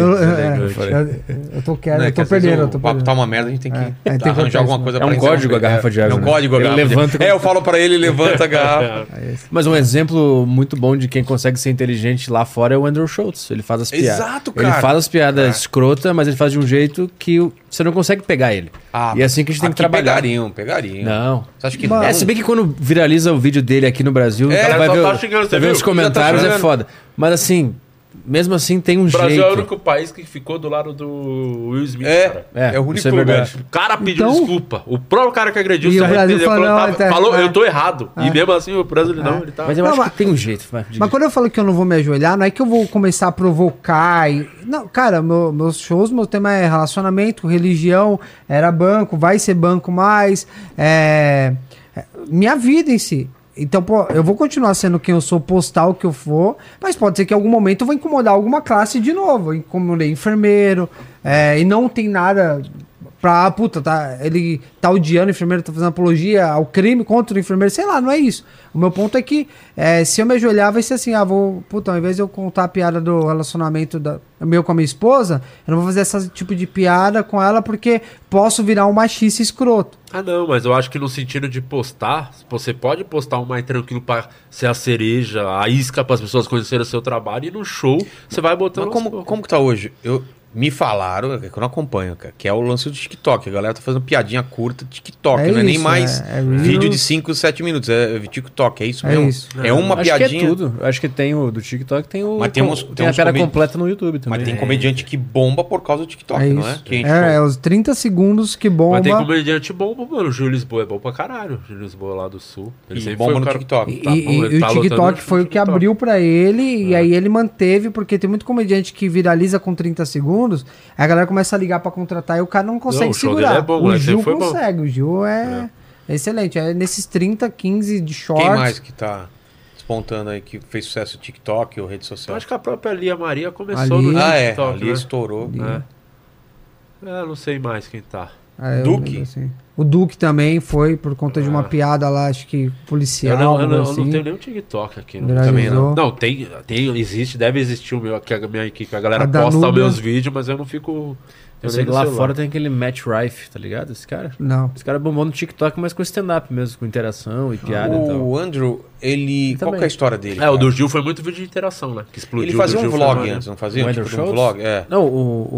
Speaker 5: Eu tô quieto, eu tô perdendo.
Speaker 1: O papo tá uma merda, a gente tem que arranjar
Speaker 5: que
Speaker 1: alguma coisa pra
Speaker 4: um código a garrafa de água.
Speaker 1: É um código a garrafa de água. Eu falo pra ele, levanta a garrafa.
Speaker 4: Mas um exemplo muito bom de quem consegue ser inteligente lá fora é o Andrew Schultz. Ele faz as piadas.
Speaker 1: Exato, cara.
Speaker 4: Ele faz as piadas escrota, mas ele faz de um jeito que você não consegue pegar ele. E é assim que a gente tem que trabalhar.
Speaker 1: Pegariam.
Speaker 4: Não.
Speaker 1: Você acha que não?
Speaker 4: Se bem que quando viraliza o vídeo dele aqui no Brasil, vai ver os comentários, é foda. Mas assim, mesmo assim tem um jeito.
Speaker 3: O Brasil é o único país que ficou do lado do Will Smith, cara.
Speaker 1: É o único
Speaker 4: isso é verdade.
Speaker 3: O cara pediu desculpa. O próprio cara que agrediu
Speaker 5: E o Brasil
Speaker 3: falou, eu tô errado. E mesmo assim o brasileiro não, ele tá...
Speaker 4: Mas eu acho que tem um jeito.
Speaker 5: Mas quando eu falo que eu não vou me ajoelhar, não é que eu vou começar a provocar. Não, cara, meus shows, meu tema é relacionamento, religião, era banco, vai ser banco mais. Minha vida em si. Então, pô, eu vou continuar sendo quem eu sou, postar o que eu for, mas pode ser que em algum momento eu vou incomodar alguma classe de novo. Eu incomodei enfermeiro, e não tem nada pra, ele tá odiando o enfermeiro, tá fazendo apologia ao crime contra o enfermeiro, sei lá, não é isso. O meu ponto é que, se eu me ajoelhar, vai ser assim, ao invés de eu contar a piada do relacionamento meu com a minha esposa, eu não vou fazer esse tipo de piada com ela, porque posso virar um machista escroto.
Speaker 3: Ah, não, mas eu acho que no sentido de postar, você pode postar um mais tranquilo pra ser a cereja, a isca para as pessoas conhecerem o seu trabalho, e no show você vai botando...
Speaker 1: Mas como que tá hoje? Me falaram, que eu não acompanho, cara, que é o lance do TikTok. A galera tá fazendo piadinha curta TikTok.
Speaker 5: É
Speaker 1: não é nem
Speaker 5: isso,
Speaker 1: mais
Speaker 5: é
Speaker 1: vídeo
Speaker 5: Reels.
Speaker 1: de 5, 7 minutos. É TikTok, é isso
Speaker 5: É
Speaker 1: mesmo?
Speaker 5: isso.
Speaker 1: É uma
Speaker 4: Acho
Speaker 1: piadinha.
Speaker 4: que é tudo. Acho que tem o do TikTok, tem o.
Speaker 1: Mas tem uns
Speaker 4: a piada
Speaker 1: comed-
Speaker 4: completa no YouTube também.
Speaker 1: Mas tem comediante que bomba por causa do TikTok,
Speaker 5: É
Speaker 1: não é?
Speaker 5: isso.
Speaker 1: Que a gente
Speaker 5: É os 30 segundos que bomba.
Speaker 3: Mas tem comediante bom, mano. O Gil Lisboa é bom pra caralho. O Gil Lisboa lá do Sul. Ele
Speaker 1: E
Speaker 3: sempre
Speaker 1: bomba
Speaker 3: foi o
Speaker 1: no
Speaker 3: cara-
Speaker 1: TikTok.
Speaker 5: E,
Speaker 3: Tá bom,
Speaker 5: e
Speaker 3: ele
Speaker 5: o
Speaker 3: tá lutando
Speaker 5: TikTok
Speaker 3: no
Speaker 5: foi o que
Speaker 3: TikTok.
Speaker 5: abriu pra ele, e aí ele manteve, porque tem muito comediante que viraliza com 30 segundos, aí a galera começa a ligar pra contratar e o cara não consegue
Speaker 3: Não, o show
Speaker 5: segurar.
Speaker 3: dele é bom,
Speaker 5: o
Speaker 3: mas
Speaker 5: Gil
Speaker 3: sempre foi bom.
Speaker 5: consegue, o Gil é excelente. É nesses 30, 15 de shorts.
Speaker 1: Quem mais que tá despontando aí, que fez sucesso no TikTok ou rede
Speaker 3: Eu
Speaker 1: social?
Speaker 3: acho que a própria Lia Maria começou
Speaker 5: Ali-
Speaker 3: no
Speaker 1: Ah, é.
Speaker 3: TikTok,
Speaker 1: Ali
Speaker 3: né?
Speaker 1: estourou.
Speaker 3: Não sei mais quem tá.
Speaker 5: É, eu
Speaker 1: Duque?
Speaker 5: lembro, assim. O Duque também foi por conta de uma piada lá, acho que policial.
Speaker 3: Eu não
Speaker 5: algo assim.
Speaker 3: tenho nenhum TikTok aqui. Não,
Speaker 5: Viralizou.
Speaker 3: também não. Não, existe, deve existir o meu, que a minha equipe, a galera
Speaker 5: A
Speaker 3: posta
Speaker 5: Danúbia.
Speaker 3: meus vídeos, mas eu não fico.
Speaker 4: Eu
Speaker 3: Eu
Speaker 4: sei
Speaker 3: nem
Speaker 4: que
Speaker 3: no
Speaker 4: lá
Speaker 3: celular.
Speaker 4: fora tem aquele Matt Rife, tá ligado? Esse cara?
Speaker 5: Não.
Speaker 4: Esse cara bombou no TikTok, mas com stand-up mesmo, com interação e piada e tal.
Speaker 1: O Andrew, ele. Qual
Speaker 4: também.
Speaker 1: que é a história dele?
Speaker 3: É, o
Speaker 1: cara?
Speaker 3: do Gil foi muito vídeo de interação, né? Que explodiu.
Speaker 1: Ele fazia
Speaker 3: do
Speaker 1: um
Speaker 3: Gil foi
Speaker 1: vlog
Speaker 3: maneiro.
Speaker 1: antes, não fazia?
Speaker 4: O
Speaker 1: Tipo
Speaker 4: Andrew
Speaker 1: de um
Speaker 4: Schultz?
Speaker 1: vlog? É.
Speaker 4: Não,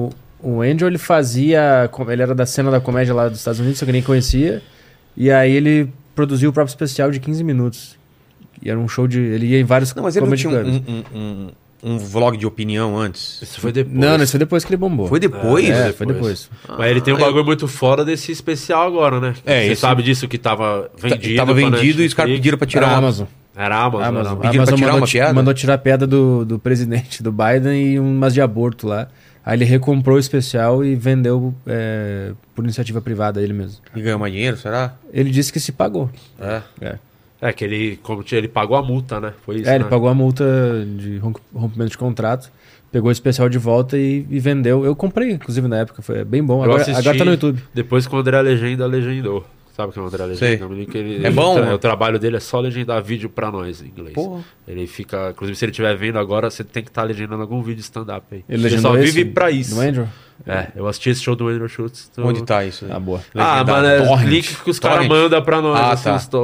Speaker 4: o Andrew, ele fazia... Ele era da cena da comédia lá dos Estados Unidos, só que nem conhecia. E aí ele produziu o próprio especial de 15 minutos. E era um show de... Ele ia em vários
Speaker 1: Não, mas ele não
Speaker 4: comedy
Speaker 1: tinha
Speaker 4: clubs.
Speaker 1: um vlog de opinião antes?
Speaker 3: Isso foi depois.
Speaker 4: Não, isso foi depois que ele bombou.
Speaker 1: Foi depois?
Speaker 4: É, foi depois.
Speaker 3: Mas ele tem um bagulho muito fora desse especial agora, né?
Speaker 1: É,
Speaker 3: Você
Speaker 1: esse-
Speaker 3: sabe disso que tava vendido.
Speaker 1: Tava
Speaker 3: pra
Speaker 1: vendido e os caras
Speaker 3: Netflix.
Speaker 1: pediram pra
Speaker 4: Era
Speaker 1: tirar.
Speaker 4: a Amazon.
Speaker 3: Era a Amazon.
Speaker 4: Amazon.
Speaker 3: era a
Speaker 1: Pediram
Speaker 4: Amazon
Speaker 1: pra tirar
Speaker 4: mandou,
Speaker 1: uma piada?
Speaker 4: mandou tirar a piada do presidente do Biden e umas de aborto lá. Aí ele recomprou o especial e vendeu por iniciativa privada ele mesmo.
Speaker 1: E ganhou mais dinheiro, será?
Speaker 4: Ele disse que se pagou.
Speaker 1: É.
Speaker 3: É que ele, ele pagou a multa, né? Foi isso,
Speaker 4: Ele
Speaker 3: né?
Speaker 4: pagou a multa de rompimento de contrato, pegou o especial de volta e vendeu. Eu comprei, inclusive, na época. Foi bem bom.
Speaker 3: Eu
Speaker 4: Agora
Speaker 3: assisti
Speaker 4: tá no YouTube.
Speaker 3: Depois que o André Legenda legendou. Sabe o que é o André Legenda?
Speaker 1: Sei.
Speaker 3: É um menino que ele,
Speaker 1: É bom,
Speaker 3: ele,
Speaker 1: né?
Speaker 3: o trabalho dele é só legendar vídeo pra nós em inglês.
Speaker 1: Porra.
Speaker 3: Ele fica... Inclusive, se ele estiver vendo agora, você tem que estar legendando algum vídeo stand-up aí.
Speaker 4: Ele
Speaker 3: Ele
Speaker 4: legendou
Speaker 3: só
Speaker 4: esse
Speaker 3: vive pra isso.
Speaker 4: do Andrew?
Speaker 3: É, eu assisti esse show do Andrew Schultz.
Speaker 1: Onde tá isso aí?
Speaker 4: Ah, boa.
Speaker 3: Ah,
Speaker 1: Legendado.
Speaker 3: mano, é
Speaker 1: Torrent.
Speaker 3: link que os caras
Speaker 1: Torrent.
Speaker 3: mandam pra nós,
Speaker 1: Ah,
Speaker 3: assim,
Speaker 1: tá.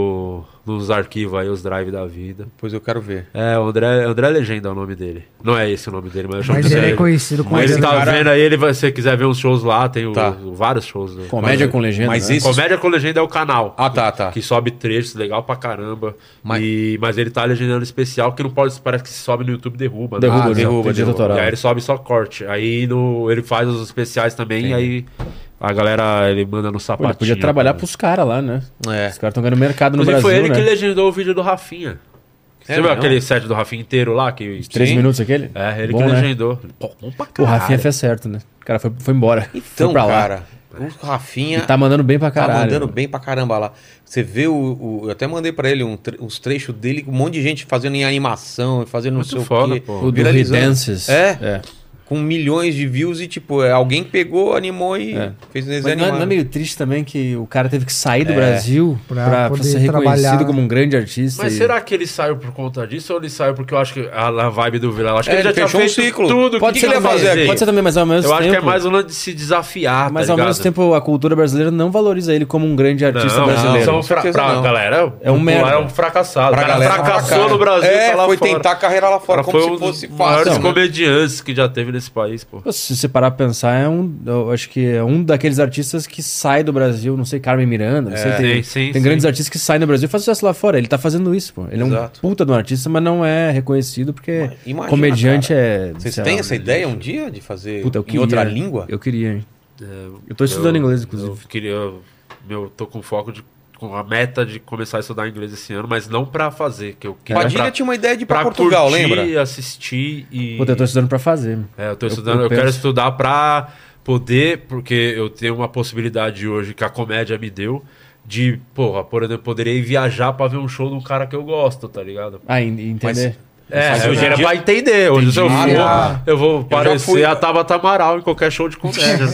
Speaker 3: nos arquivos aí, os drive da vida.
Speaker 1: Pois eu quero ver.
Speaker 3: É, o André Legenda é o nome dele. Não é esse o nome dele, mas eu chamo
Speaker 5: Mas
Speaker 3: de
Speaker 5: ele é
Speaker 3: André.
Speaker 5: conhecido como
Speaker 3: Mas ele
Speaker 5: esse
Speaker 3: tá
Speaker 5: cara.
Speaker 3: vendo aí, se você quiser ver uns shows lá, tem
Speaker 1: Tá.
Speaker 3: vários shows. Né?
Speaker 4: Comédia com legenda,
Speaker 1: mas
Speaker 4: né?
Speaker 1: esse-
Speaker 3: Comédia com Legenda é o canal.
Speaker 1: Ah, tá.
Speaker 3: Que sobe trechos, legal pra caramba.
Speaker 1: Mas-
Speaker 3: Mas ele tá legendando especial, que não pode, parece que se sobe no YouTube derruba.
Speaker 4: Derruba,
Speaker 3: né?
Speaker 1: derruba,
Speaker 4: tem direito
Speaker 1: derruba.
Speaker 4: autoral.
Speaker 3: E aí ele sobe só corte. Aí ele faz os especiais também, e aí a galera ele manda no
Speaker 4: Pô,
Speaker 3: sapatinho.
Speaker 4: ele podia trabalhar
Speaker 3: né?
Speaker 4: pros caras lá, né?
Speaker 1: É.
Speaker 4: Os caras estão ganhando mercado no
Speaker 3: Inclusive
Speaker 4: Brasil,
Speaker 3: foi ele
Speaker 4: né?
Speaker 3: que legendou o vídeo do Rafinha. Você
Speaker 1: É
Speaker 3: viu
Speaker 1: mesmo?
Speaker 3: aquele set do Rafinha inteiro lá? Que...
Speaker 4: 3
Speaker 1: Sim.
Speaker 4: minutos aquele?
Speaker 3: É, ele
Speaker 4: Bom,
Speaker 3: que
Speaker 4: né?
Speaker 3: legendou. Pô, bom pra
Speaker 4: O
Speaker 3: caralho.
Speaker 4: Rafinha fez certo, né? O cara foi embora.
Speaker 1: Então,
Speaker 4: foi pra lá.
Speaker 1: cara, o Rafinha
Speaker 4: E tá mandando bem pra
Speaker 1: tá
Speaker 4: caralho.
Speaker 1: mandando bem pra caramba lá. Você vê eu até mandei pra ele uns trechos dele, um monte de gente fazendo em animação, fazendo não
Speaker 3: Muito
Speaker 1: sei
Speaker 3: foda,
Speaker 1: o quê.
Speaker 3: pô.
Speaker 4: O do
Speaker 1: viralizando.
Speaker 4: Redances.
Speaker 1: É. Com milhões de views e, tipo, alguém pegou, animou e fez desenho
Speaker 4: Mas não
Speaker 1: animado.
Speaker 4: é meio triste também que o cara teve que sair do Brasil pra
Speaker 5: poder
Speaker 4: ser reconhecido
Speaker 5: trabalhar.
Speaker 4: como um grande artista.
Speaker 3: Mas
Speaker 4: e-
Speaker 3: será que ele saiu por conta disso ou ele saiu porque eu acho que a vibe do Vila? Eu acho que ele já tinha
Speaker 1: fechou um
Speaker 3: feito
Speaker 1: ciclo.
Speaker 3: tudo.
Speaker 1: Pode
Speaker 3: que
Speaker 1: ser
Speaker 3: ele ia fazer aqui?
Speaker 4: Pode ser também, mas ao mesmo
Speaker 3: Eu
Speaker 4: tempo...
Speaker 3: acho que é mais um lance de se desafiar,
Speaker 4: Mas
Speaker 3: tá
Speaker 4: ao
Speaker 3: ligado?
Speaker 4: mesmo tempo a cultura brasileira não valoriza ele como um grande artista brasileiro.
Speaker 3: São pra
Speaker 1: não.
Speaker 3: galera,
Speaker 4: É um merda.
Speaker 3: é um fracassado.
Speaker 1: Pra
Speaker 3: O cara
Speaker 1: galera,
Speaker 3: fracassou
Speaker 1: cara.
Speaker 3: no Brasil, tá lá
Speaker 1: foi
Speaker 3: fora.
Speaker 1: tentar a carreira lá fora,
Speaker 3: Cara,
Speaker 1: como
Speaker 3: foi
Speaker 1: se
Speaker 3: um
Speaker 1: fosse
Speaker 3: dos maiores
Speaker 1: fácil. né?
Speaker 3: comediantes que já teve nesse país, pô.
Speaker 4: Pô, se você parar pra pensar, eu acho que é um daqueles artistas que sai do Brasil, não sei, Carmen Miranda, não sei, tem,
Speaker 3: sim,
Speaker 4: tem
Speaker 3: sim.
Speaker 4: grandes artistas que saem do Brasil e fazem sucesso lá fora. Ele tá fazendo isso, pô. Ele é
Speaker 1: Exato.
Speaker 4: um puta de um artista, mas não é reconhecido porque
Speaker 1: Imagina,
Speaker 4: comediante
Speaker 1: cara.
Speaker 4: é...
Speaker 1: Vocês
Speaker 4: sei
Speaker 1: têm
Speaker 4: lá,
Speaker 1: essa ideia um dia de fazer
Speaker 4: Puta, eu
Speaker 1: em
Speaker 4: queria,
Speaker 1: outra língua?
Speaker 4: Eu queria, hein? Eu tô estudando inglês, inclusive.
Speaker 3: Eu queria... Eu tô com foco com a meta de começar a estudar inglês esse ano, mas não pra fazer, que eu queria
Speaker 1: Padilha tinha uma ideia de ir pra Portugal,
Speaker 3: curtir,
Speaker 1: lembra?
Speaker 3: assistir e...
Speaker 4: Puta, eu tô estudando pra fazer.
Speaker 3: Eu tô estudando, eu
Speaker 4: penso-
Speaker 3: quero estudar pra poder, porque eu tenho uma possibilidade hoje que a comédia me deu de, porra, por exemplo, poderia ir viajar pra ver um show de um cara que eu gosto, tá ligado?
Speaker 4: Ah, entender.
Speaker 3: Hoje
Speaker 1: hoje em
Speaker 3: era
Speaker 1: dia-
Speaker 3: pra entender. Hoje se eu for,
Speaker 1: Ah,
Speaker 3: eu vou
Speaker 1: já
Speaker 3: parecer
Speaker 1: fui-
Speaker 3: a Tabata Amaral em qualquer show de comédia.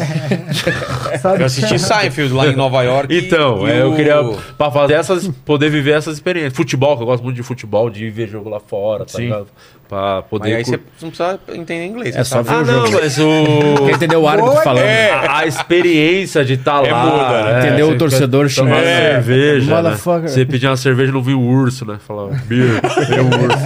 Speaker 1: Eu assisti Seinfeld lá em Nova York.
Speaker 3: Então,
Speaker 1: e
Speaker 3: eu
Speaker 1: o-
Speaker 3: queria pra fazer poder viver essas experiências. Futebol, que eu gosto muito de futebol, de ver jogo lá fora, tá
Speaker 4: Sim.
Speaker 3: ligado? Pra poder...
Speaker 1: Mas aí você não precisa entender inglês.
Speaker 4: É
Speaker 1: você
Speaker 4: só
Speaker 1: sabe?
Speaker 4: ver o jogo.
Speaker 3: Não, mas o...
Speaker 4: Quer entender o árbitro falando.
Speaker 3: A experiência de estar lá.
Speaker 1: muda, né?
Speaker 4: Entendeu
Speaker 3: você
Speaker 4: o torcedor
Speaker 3: quer tomar
Speaker 4: chinês.
Speaker 3: cerveja, né?
Speaker 4: Motherfucker.
Speaker 3: Você pedir uma cerveja e não viu o urso, né? Falar, beer, veio o urso.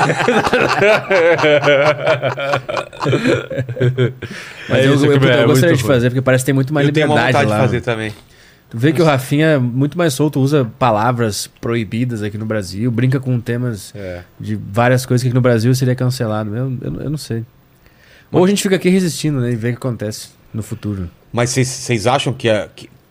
Speaker 4: Mas eu gostaria de fazer, porque parece que tem muito mais
Speaker 1: Eu tenho uma
Speaker 4: liberdade
Speaker 1: vontade
Speaker 4: lá.
Speaker 1: de fazer também.
Speaker 4: Tu vê que o Rafinha é muito mais solto, usa palavras proibidas aqui no Brasil, brinca com temas de várias coisas que aqui no Brasil seria cancelado. Eu não sei. Ou a gente fica aqui resistindo, né? E vê o que acontece no futuro.
Speaker 1: Mas vocês acham que a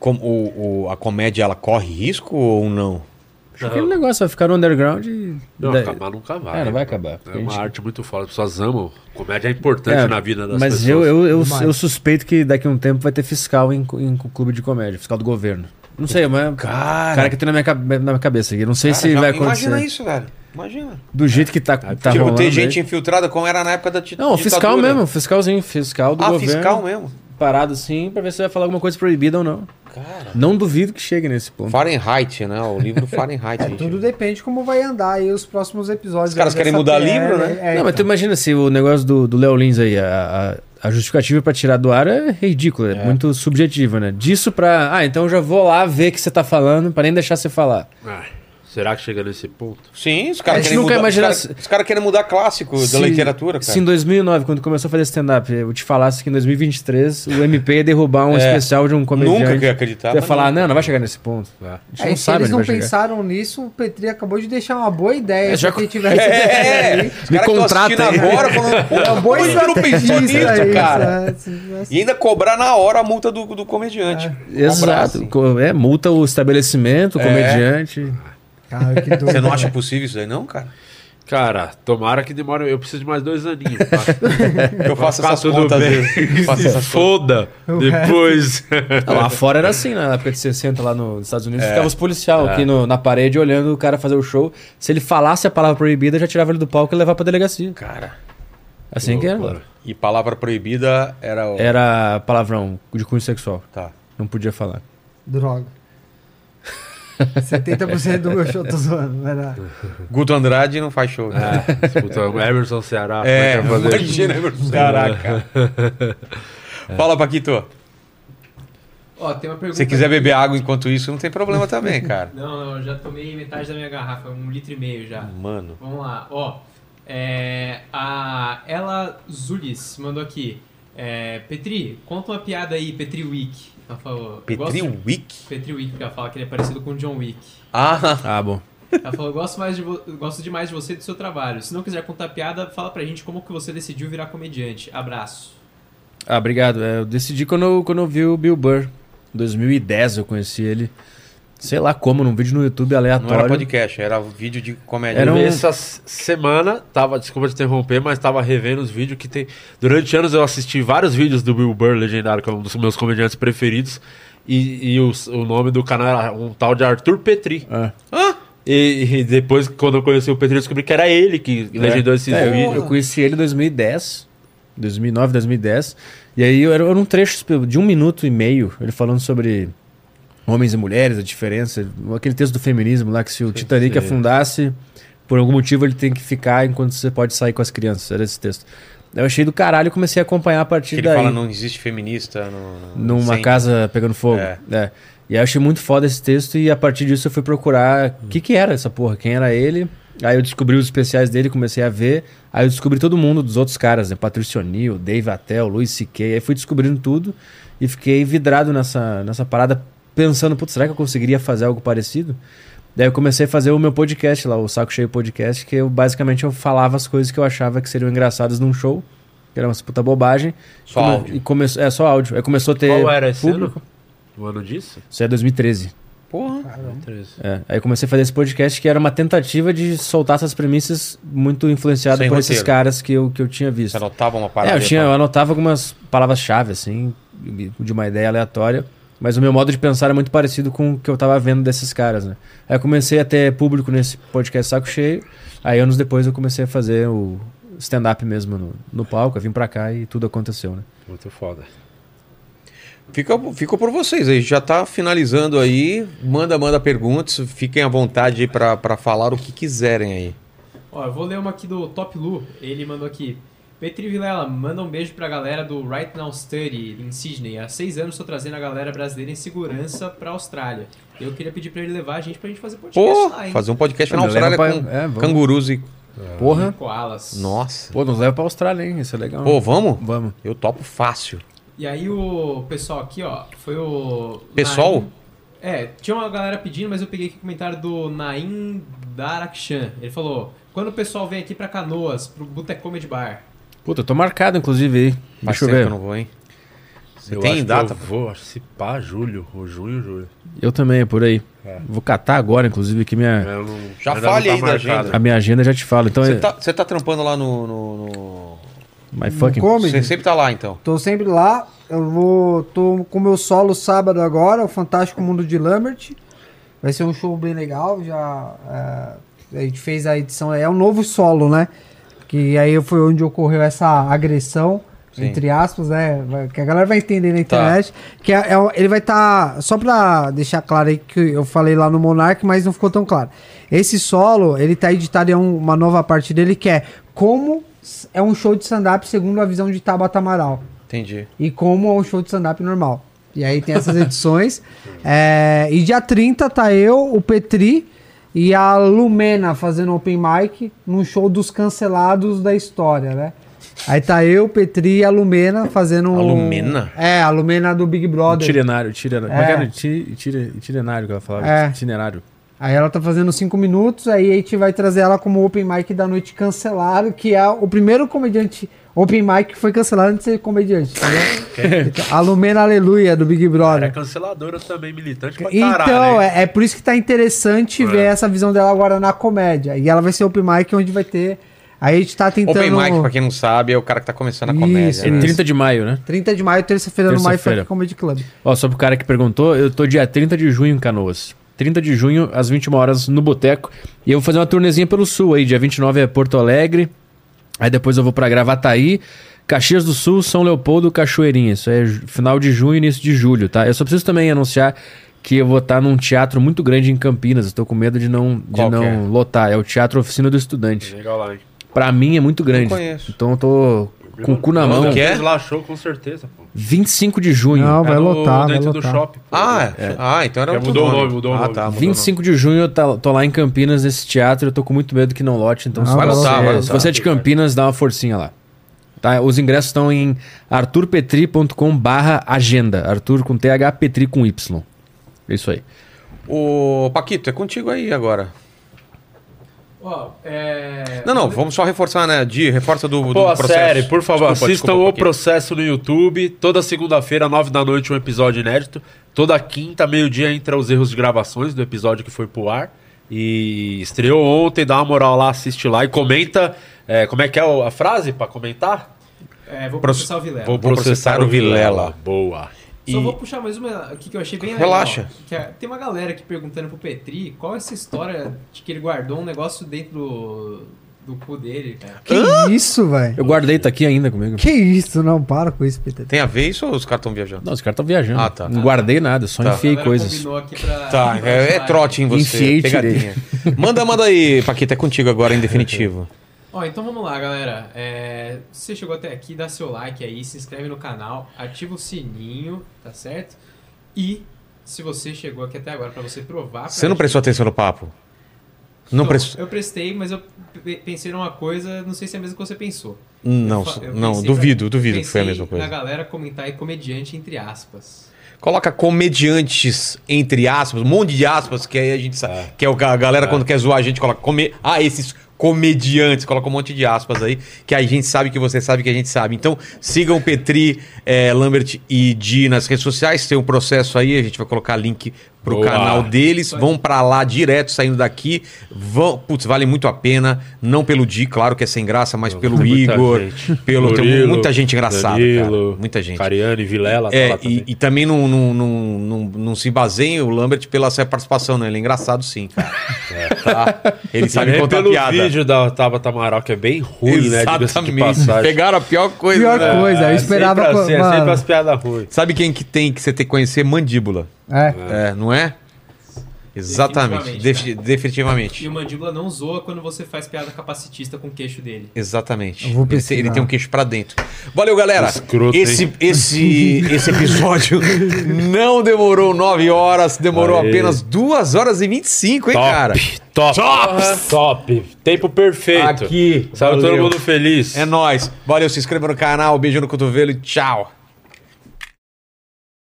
Speaker 1: comédia ela corre risco ou não?
Speaker 4: Aquele negócio vai ficar no underground e...
Speaker 3: Não, acabar nunca vai.
Speaker 4: Não vai acabar.
Speaker 3: É uma arte muito foda. As pessoas amam. Comédia é importante na vida das
Speaker 4: mas
Speaker 3: pessoas.
Speaker 4: Mas eu suspeito que daqui a um tempo vai ter fiscal em clube de comédia, fiscal do governo. Não sei, mas cara que tem na minha cabeça aqui. Não sei se vai acontecer.
Speaker 1: Imagina isso, velho. Imagina.
Speaker 4: Do jeito que tá rolando.
Speaker 1: Ter gente infiltrada como era na época da ditadura.
Speaker 4: Não, fiscal mesmo. Fiscal do governo.
Speaker 1: Fiscal mesmo.
Speaker 4: Parado assim, pra ver se vai falar alguma coisa proibida ou não.
Speaker 1: Cara.
Speaker 4: Não duvido que chegue nesse ponto.
Speaker 1: Fahrenheit, né? O livro Fahrenheit.
Speaker 5: Tudo depende como vai andar aí os próximos episódios.
Speaker 1: Os caras querem mudar livro, né?
Speaker 4: Não, mas tu imagina se o negócio do Léo Lins aí, a justificativa pra tirar do ar é ridícula, é muito subjetiva, né? Disso pra... então eu já vou lá ver o que você tá falando pra nem deixar você falar.
Speaker 3: Será que chega nesse ponto?
Speaker 1: Sim, os caras querem mudar. Os caras querem mudar clássico da literatura, cara.
Speaker 4: Se em 2009, quando começou a fazer stand-up, eu te falasse que em 2023 o MP ia derrubar um especial de um comediante.
Speaker 1: Nunca que ia acreditar.
Speaker 4: Você ia falar, não vai chegar nesse ponto. A gente não
Speaker 5: se
Speaker 4: sabe
Speaker 5: eles não
Speaker 4: chegar.
Speaker 5: pensaram nisso, o Petri acabou de deixar uma boa ideia.
Speaker 4: Já
Speaker 5: se tivesse
Speaker 4: me contrata aí.
Speaker 1: Agora, falando,
Speaker 5: é uma boa
Speaker 1: ideia. Não pensou nisso, cara. E ainda cobrar na hora a multa do comediante.
Speaker 4: Exato. Multa o estabelecimento, o comediante.
Speaker 5: Cara, que doido.
Speaker 1: Você não acha possível isso aí, não, cara?
Speaker 3: Cara, tomara que demore. Eu preciso de mais 2 aninhos, tá?
Speaker 1: Eu faço essas contas bem.
Speaker 3: Foda. Depois.
Speaker 4: Lá fora era assim, na época de 60, lá nos Estados Unidos, ficava os policiais aqui na parede olhando o cara fazer o show. Se ele falasse a palavra proibida, já tirava ele do palco e levava pra delegacia.
Speaker 1: Cara.
Speaker 4: Assim que era.
Speaker 1: E palavra proibida era...
Speaker 4: Era palavrão de cunho sexual.
Speaker 1: Tá.
Speaker 4: Não podia falar.
Speaker 5: Droga. 70% do meu show tô zoando, vai lá.
Speaker 1: Guto Andrade não faz show. Né?
Speaker 3: Emerson Ceará.
Speaker 1: Imagina Emerson Ceará, cara. Fala, Paquito.
Speaker 2: Ó, tem uma pergunta.
Speaker 1: Se quiser beber água enquanto isso, não tem problema também, cara.
Speaker 2: Não, eu já tomei metade da minha garrafa, 1,5 litro já.
Speaker 1: Mano.
Speaker 2: Vamos lá, ó. A Ela Zulis mandou aqui. Petri, conta uma piada aí, Petri Wick. Ela falou.
Speaker 1: Petri Wick?
Speaker 2: Petri Wick, porque ela fala que ele é parecido com o John Wick.
Speaker 4: Bom.
Speaker 2: Ela falou, gosto demais de você e do seu trabalho. Se não quiser contar piada, fala pra gente como que você decidiu virar comediante. Abraço.
Speaker 4: Obrigado. Eu decidi quando eu vi o Bill Burr. Em 2010 eu conheci ele. Sei lá como, num vídeo no YouTube aleatório.
Speaker 1: Não era podcast, era vídeo de comédia.
Speaker 3: Essa semana, desculpa te interromper, mas tava revendo os vídeos que tem... Durante anos eu assisti vários vídeos do Bill Burr, legendário, que é um dos meus comediantes preferidos. E o nome do canal era um tal de Arthur Petri. E depois, quando eu conheci o Petri, eu descobri que era ele que legendou esses vídeos.
Speaker 4: Eu conheci ele em 2010. 2009, 2010. E aí era um trecho de 1 minuto e meio, ele falando sobre... homens e mulheres, a diferença, aquele texto do feminismo lá, que se o Titanic afundasse, por algum motivo ele tem que ficar enquanto você pode sair com as crianças, era esse texto. Eu achei do caralho e comecei a acompanhar a partir daí.
Speaker 1: Ele fala, não existe feminista
Speaker 4: numa casa pegando fogo. E aí eu achei muito foda esse texto e a partir disso eu fui procurar o que era essa porra, quem era ele. Aí eu descobri os especiais dele, comecei a ver. Aí eu descobri todo mundo dos outros caras, né? Patricio O'Neill, Dave Attell, Louis C.K. Aí fui descobrindo tudo e fiquei vidrado nessa parada, pensando, putz, será que eu conseguiria fazer algo parecido? Daí eu comecei a fazer o meu podcast lá, o Saco Cheio Podcast, que basicamente eu falava as coisas que eu achava que seriam engraçadas num show, que era uma puta bobagem.
Speaker 1: Só áudio?
Speaker 4: Só áudio. Aí começou a ter
Speaker 3: Qual era esse
Speaker 4: público.
Speaker 3: O ano disso?
Speaker 4: Isso é 2013.
Speaker 1: Porra.
Speaker 4: Aí eu comecei a fazer esse podcast que era uma tentativa de soltar essas premissas muito influenciado por esses caras que eu tinha visto.
Speaker 1: Você anotava uma parada?
Speaker 4: Eu anotava algumas palavras-chave, assim, de uma ideia aleatória. Mas o meu modo de pensar é muito parecido com o que eu tava vendo desses caras, né? Aí eu comecei a ter público nesse podcast Saco Cheio. Aí anos depois eu comecei a fazer o stand-up mesmo no palco. Eu vim pra cá e tudo aconteceu, né?
Speaker 3: Muito foda.
Speaker 1: Fica por vocês aí, já tá finalizando aí. Manda perguntas, fiquem à vontade aí pra falar o que quiserem aí.
Speaker 2: Ó, eu vou ler uma aqui do Top Lu. Ele mandou aqui. Petri Vilela, manda um beijo pra galera do Right Now Study em Sydney. Há 6 anos estou trazendo a galera brasileira em segurança pra Austrália. Eu queria pedir pra ele levar a gente pra gente fazer podcast lá, hein?
Speaker 1: Fazer um podcast na Austrália com cangurus e...
Speaker 4: Porra.
Speaker 2: Koalas.
Speaker 1: Nossa.
Speaker 4: Pô, nos leva pra Austrália, hein? Isso é legal.
Speaker 1: Pô, vamos?
Speaker 4: Vamos.
Speaker 1: Eu topo fácil.
Speaker 2: E aí o pessoal aqui, ó, foi o...
Speaker 1: Pessoal?
Speaker 2: Tinha uma galera pedindo, mas eu peguei aqui o comentário do Naim Darakshan. Ele falou, quando o pessoal vem aqui pra Canoas, pro Boteco Comedy Bar...
Speaker 4: Puta, eu tô marcado, inclusive, aí. Deixa eu ver.
Speaker 1: Que eu não vou, hein? Você tem data?
Speaker 3: Eu vou, acho que se pá, julho. Ou junho.
Speaker 4: Eu também, é por aí. Vou catar agora, inclusive, aqui minha...
Speaker 1: Já fale aí da agenda.
Speaker 4: A minha agenda já te falo. Então,
Speaker 1: Você tá trampando lá no...
Speaker 4: My fucking...
Speaker 1: Você sempre tá lá, então?
Speaker 5: Tô sempre lá. Tô com o meu solo sábado agora, o Fantástico Mundo de Lambert. Vai ser um show bem legal. A gente fez a edição... É um novo solo, né? Que aí foi onde ocorreu essa agressão, entre aspas, né? Que a galera vai entender na internet. Tá. Que ele vai estar... Só pra deixar claro aí que eu falei lá no Monark, mas não ficou tão claro. Esse solo, ele tá editado em uma nova parte dele, que é como é um show de stand-up segundo a visão de Tabata Amaral.
Speaker 1: Entendi.
Speaker 5: E como é um show de stand-up normal. E aí tem essas edições. E dia 30 tá eu, o Petri... E a Lumena fazendo open mic num show dos cancelados da história, né? Aí tá eu, Petri e a Lumena fazendo
Speaker 1: A Lumena?
Speaker 5: A Lumena do Big Brother.
Speaker 4: Itinerário. Itinerário que ela falava. Itinerário.
Speaker 5: Aí ela tá fazendo 5 minutos, aí a gente vai trazer ela como open mic da noite cancelado, que é o primeiro comediante open mic que foi cancelado antes de ser comediante, entendeu? Então, a Lumena Aleluia do Big Brother.
Speaker 3: É canceladora também, militante pra
Speaker 5: caralho. Então,
Speaker 3: né?
Speaker 5: é por isso que tá interessante ver essa visão dela agora na comédia. E ela vai ser open mic onde vai ter... Aí a gente tá tentando...
Speaker 1: Open mic, pra quem não sabe, é o cara que tá começando a comédia.
Speaker 4: Né? 30 de maio, né?
Speaker 5: 30 de maio, terça-feira no My Fucking Comedy Club.
Speaker 4: Ó, só pro cara que perguntou, eu tô dia 30 de junho em Canoas. 30 de junho, às 21 horas, no Boteco. E eu vou fazer uma turnezinha pelo Sul aí. Dia 29 é Porto Alegre. Aí depois eu vou pra Gravataí, Caxias do Sul, São Leopoldo, Cachoeirinha. Isso é final de junho e início de julho, tá? Eu só preciso também anunciar que eu vou estar num teatro muito grande em Campinas. Eu tô com medo de não lotar. É o Teatro Oficina do Estudante.
Speaker 3: Legal lá, hein?
Speaker 4: Pra mim é muito grande.
Speaker 1: Não conheço.
Speaker 4: Então eu tô com o cu na mão.
Speaker 3: Quer? Lá show, com certeza, pô.
Speaker 4: 25 de junho.
Speaker 5: Não, vai lotar, vai
Speaker 3: dentro
Speaker 5: lotar.
Speaker 3: do shopping.
Speaker 1: Então era
Speaker 3: mudou o nome. Mudou o nome.
Speaker 1: Tá,
Speaker 4: 25 de junho eu tô lá em Campinas nesse teatro. Eu tô com muito medo que não lote. Então se você é de Campinas, dá uma forcinha lá. Tá? Os ingressos estão em arturpetri.com/agenda. Arthur com TH, Petri com Y. É isso aí.
Speaker 1: Ô, Paquito, é contigo aí agora. Não, vamos só reforçar, né? Reforça do processo.
Speaker 3: Série, por favor, assistam o
Speaker 1: Paquito.
Speaker 3: Processo no YouTube. Toda segunda-feira, 9 da noite, um episódio inédito. Toda quinta, meio-dia, entra os erros de gravações do episódio que foi pro ar. E estreou ontem, dá uma moral lá, assiste lá e comenta. Como é que é a frase pra comentar?
Speaker 2: Vou processar o Vilela.
Speaker 3: Vou processar o Vilela. Boa.
Speaker 2: Só vou puxar mais uma aqui que eu achei bem
Speaker 1: legal. Relaxa.
Speaker 2: Tem uma galera aqui perguntando pro Petri qual é essa história de que ele guardou um negócio dentro do cu dele, cara.
Speaker 5: Que isso, velho?
Speaker 4: Eu guardei, tá aqui ainda comigo.
Speaker 5: Que isso? Não, para com isso, Petri.
Speaker 1: Tem a ver isso ou os caras estão viajando?
Speaker 4: Não, os caras estão viajando.
Speaker 1: Tá.
Speaker 4: Não guardei nada, só enfiei coisas.
Speaker 1: Tá, é trote em você.
Speaker 4: Enfiei e tirei.
Speaker 1: Manda aí, Paquito, é contigo agora em definitivo.
Speaker 2: Então vamos lá, galera. Se você chegou até aqui, dá seu like aí, se inscreve no canal, ativa o sininho, tá certo? E se você chegou aqui até agora pra você provar...
Speaker 1: Você não prestou atenção no papo? Não prestou?
Speaker 2: Eu prestei, mas eu pensei numa coisa, não sei se é a mesma que você pensou.
Speaker 1: Não, duvido que foi a mesma coisa.
Speaker 2: Na galera comentar aí comediante entre aspas.
Speaker 1: Coloca comediantes entre aspas, um monte de aspas, que aí a gente sabe. Que é a galera quando quer zoar a gente coloca esses comediantes, coloca um monte de aspas aí, que a gente sabe que você sabe que a gente sabe. Então, sigam Petri, Lambert e Di nas redes sociais, tem um processo aí, a gente vai colocar link pro canal deles, vão pra lá direto, saindo daqui, vale muito a pena, não pelo Di, claro que é sem graça, mas pelo Igor, tem muita gente engraçada, Danilo, cara, muita gente.
Speaker 3: Cariani, Vilela,
Speaker 1: e também não se baseia o Lambert pela sua participação, né? Ele é engraçado sim, cara. Tá? Ele sabe contar piada.
Speaker 3: O vídeo da Tabata Amaral, que é bem ruim,
Speaker 1: exatamente,
Speaker 3: né? De passagem.
Speaker 1: Pegaram a pior coisa.
Speaker 5: Eu esperava...
Speaker 3: É sempre as piadas ruins.
Speaker 1: Sabe quem que você tem que conhecer? Mandíbula. Não é? Exatamente. Definitivamente.
Speaker 2: E o Mandíbula não zoa quando você faz piada capacitista com o queixo dele.
Speaker 1: Exatamente.
Speaker 5: Eu vou pesquisar.
Speaker 1: Ele tem um queixo pra dentro. Valeu, galera.
Speaker 3: Escroto,
Speaker 1: esse episódio não demorou 9 horas, demorou apenas 2 horas e 25, hein, cara?
Speaker 3: Top. Tempo perfeito.
Speaker 1: Aqui.
Speaker 3: Sabe, todo mundo feliz.
Speaker 1: É nóis. Valeu, se inscreva no canal, beijo no cotovelo e tchau.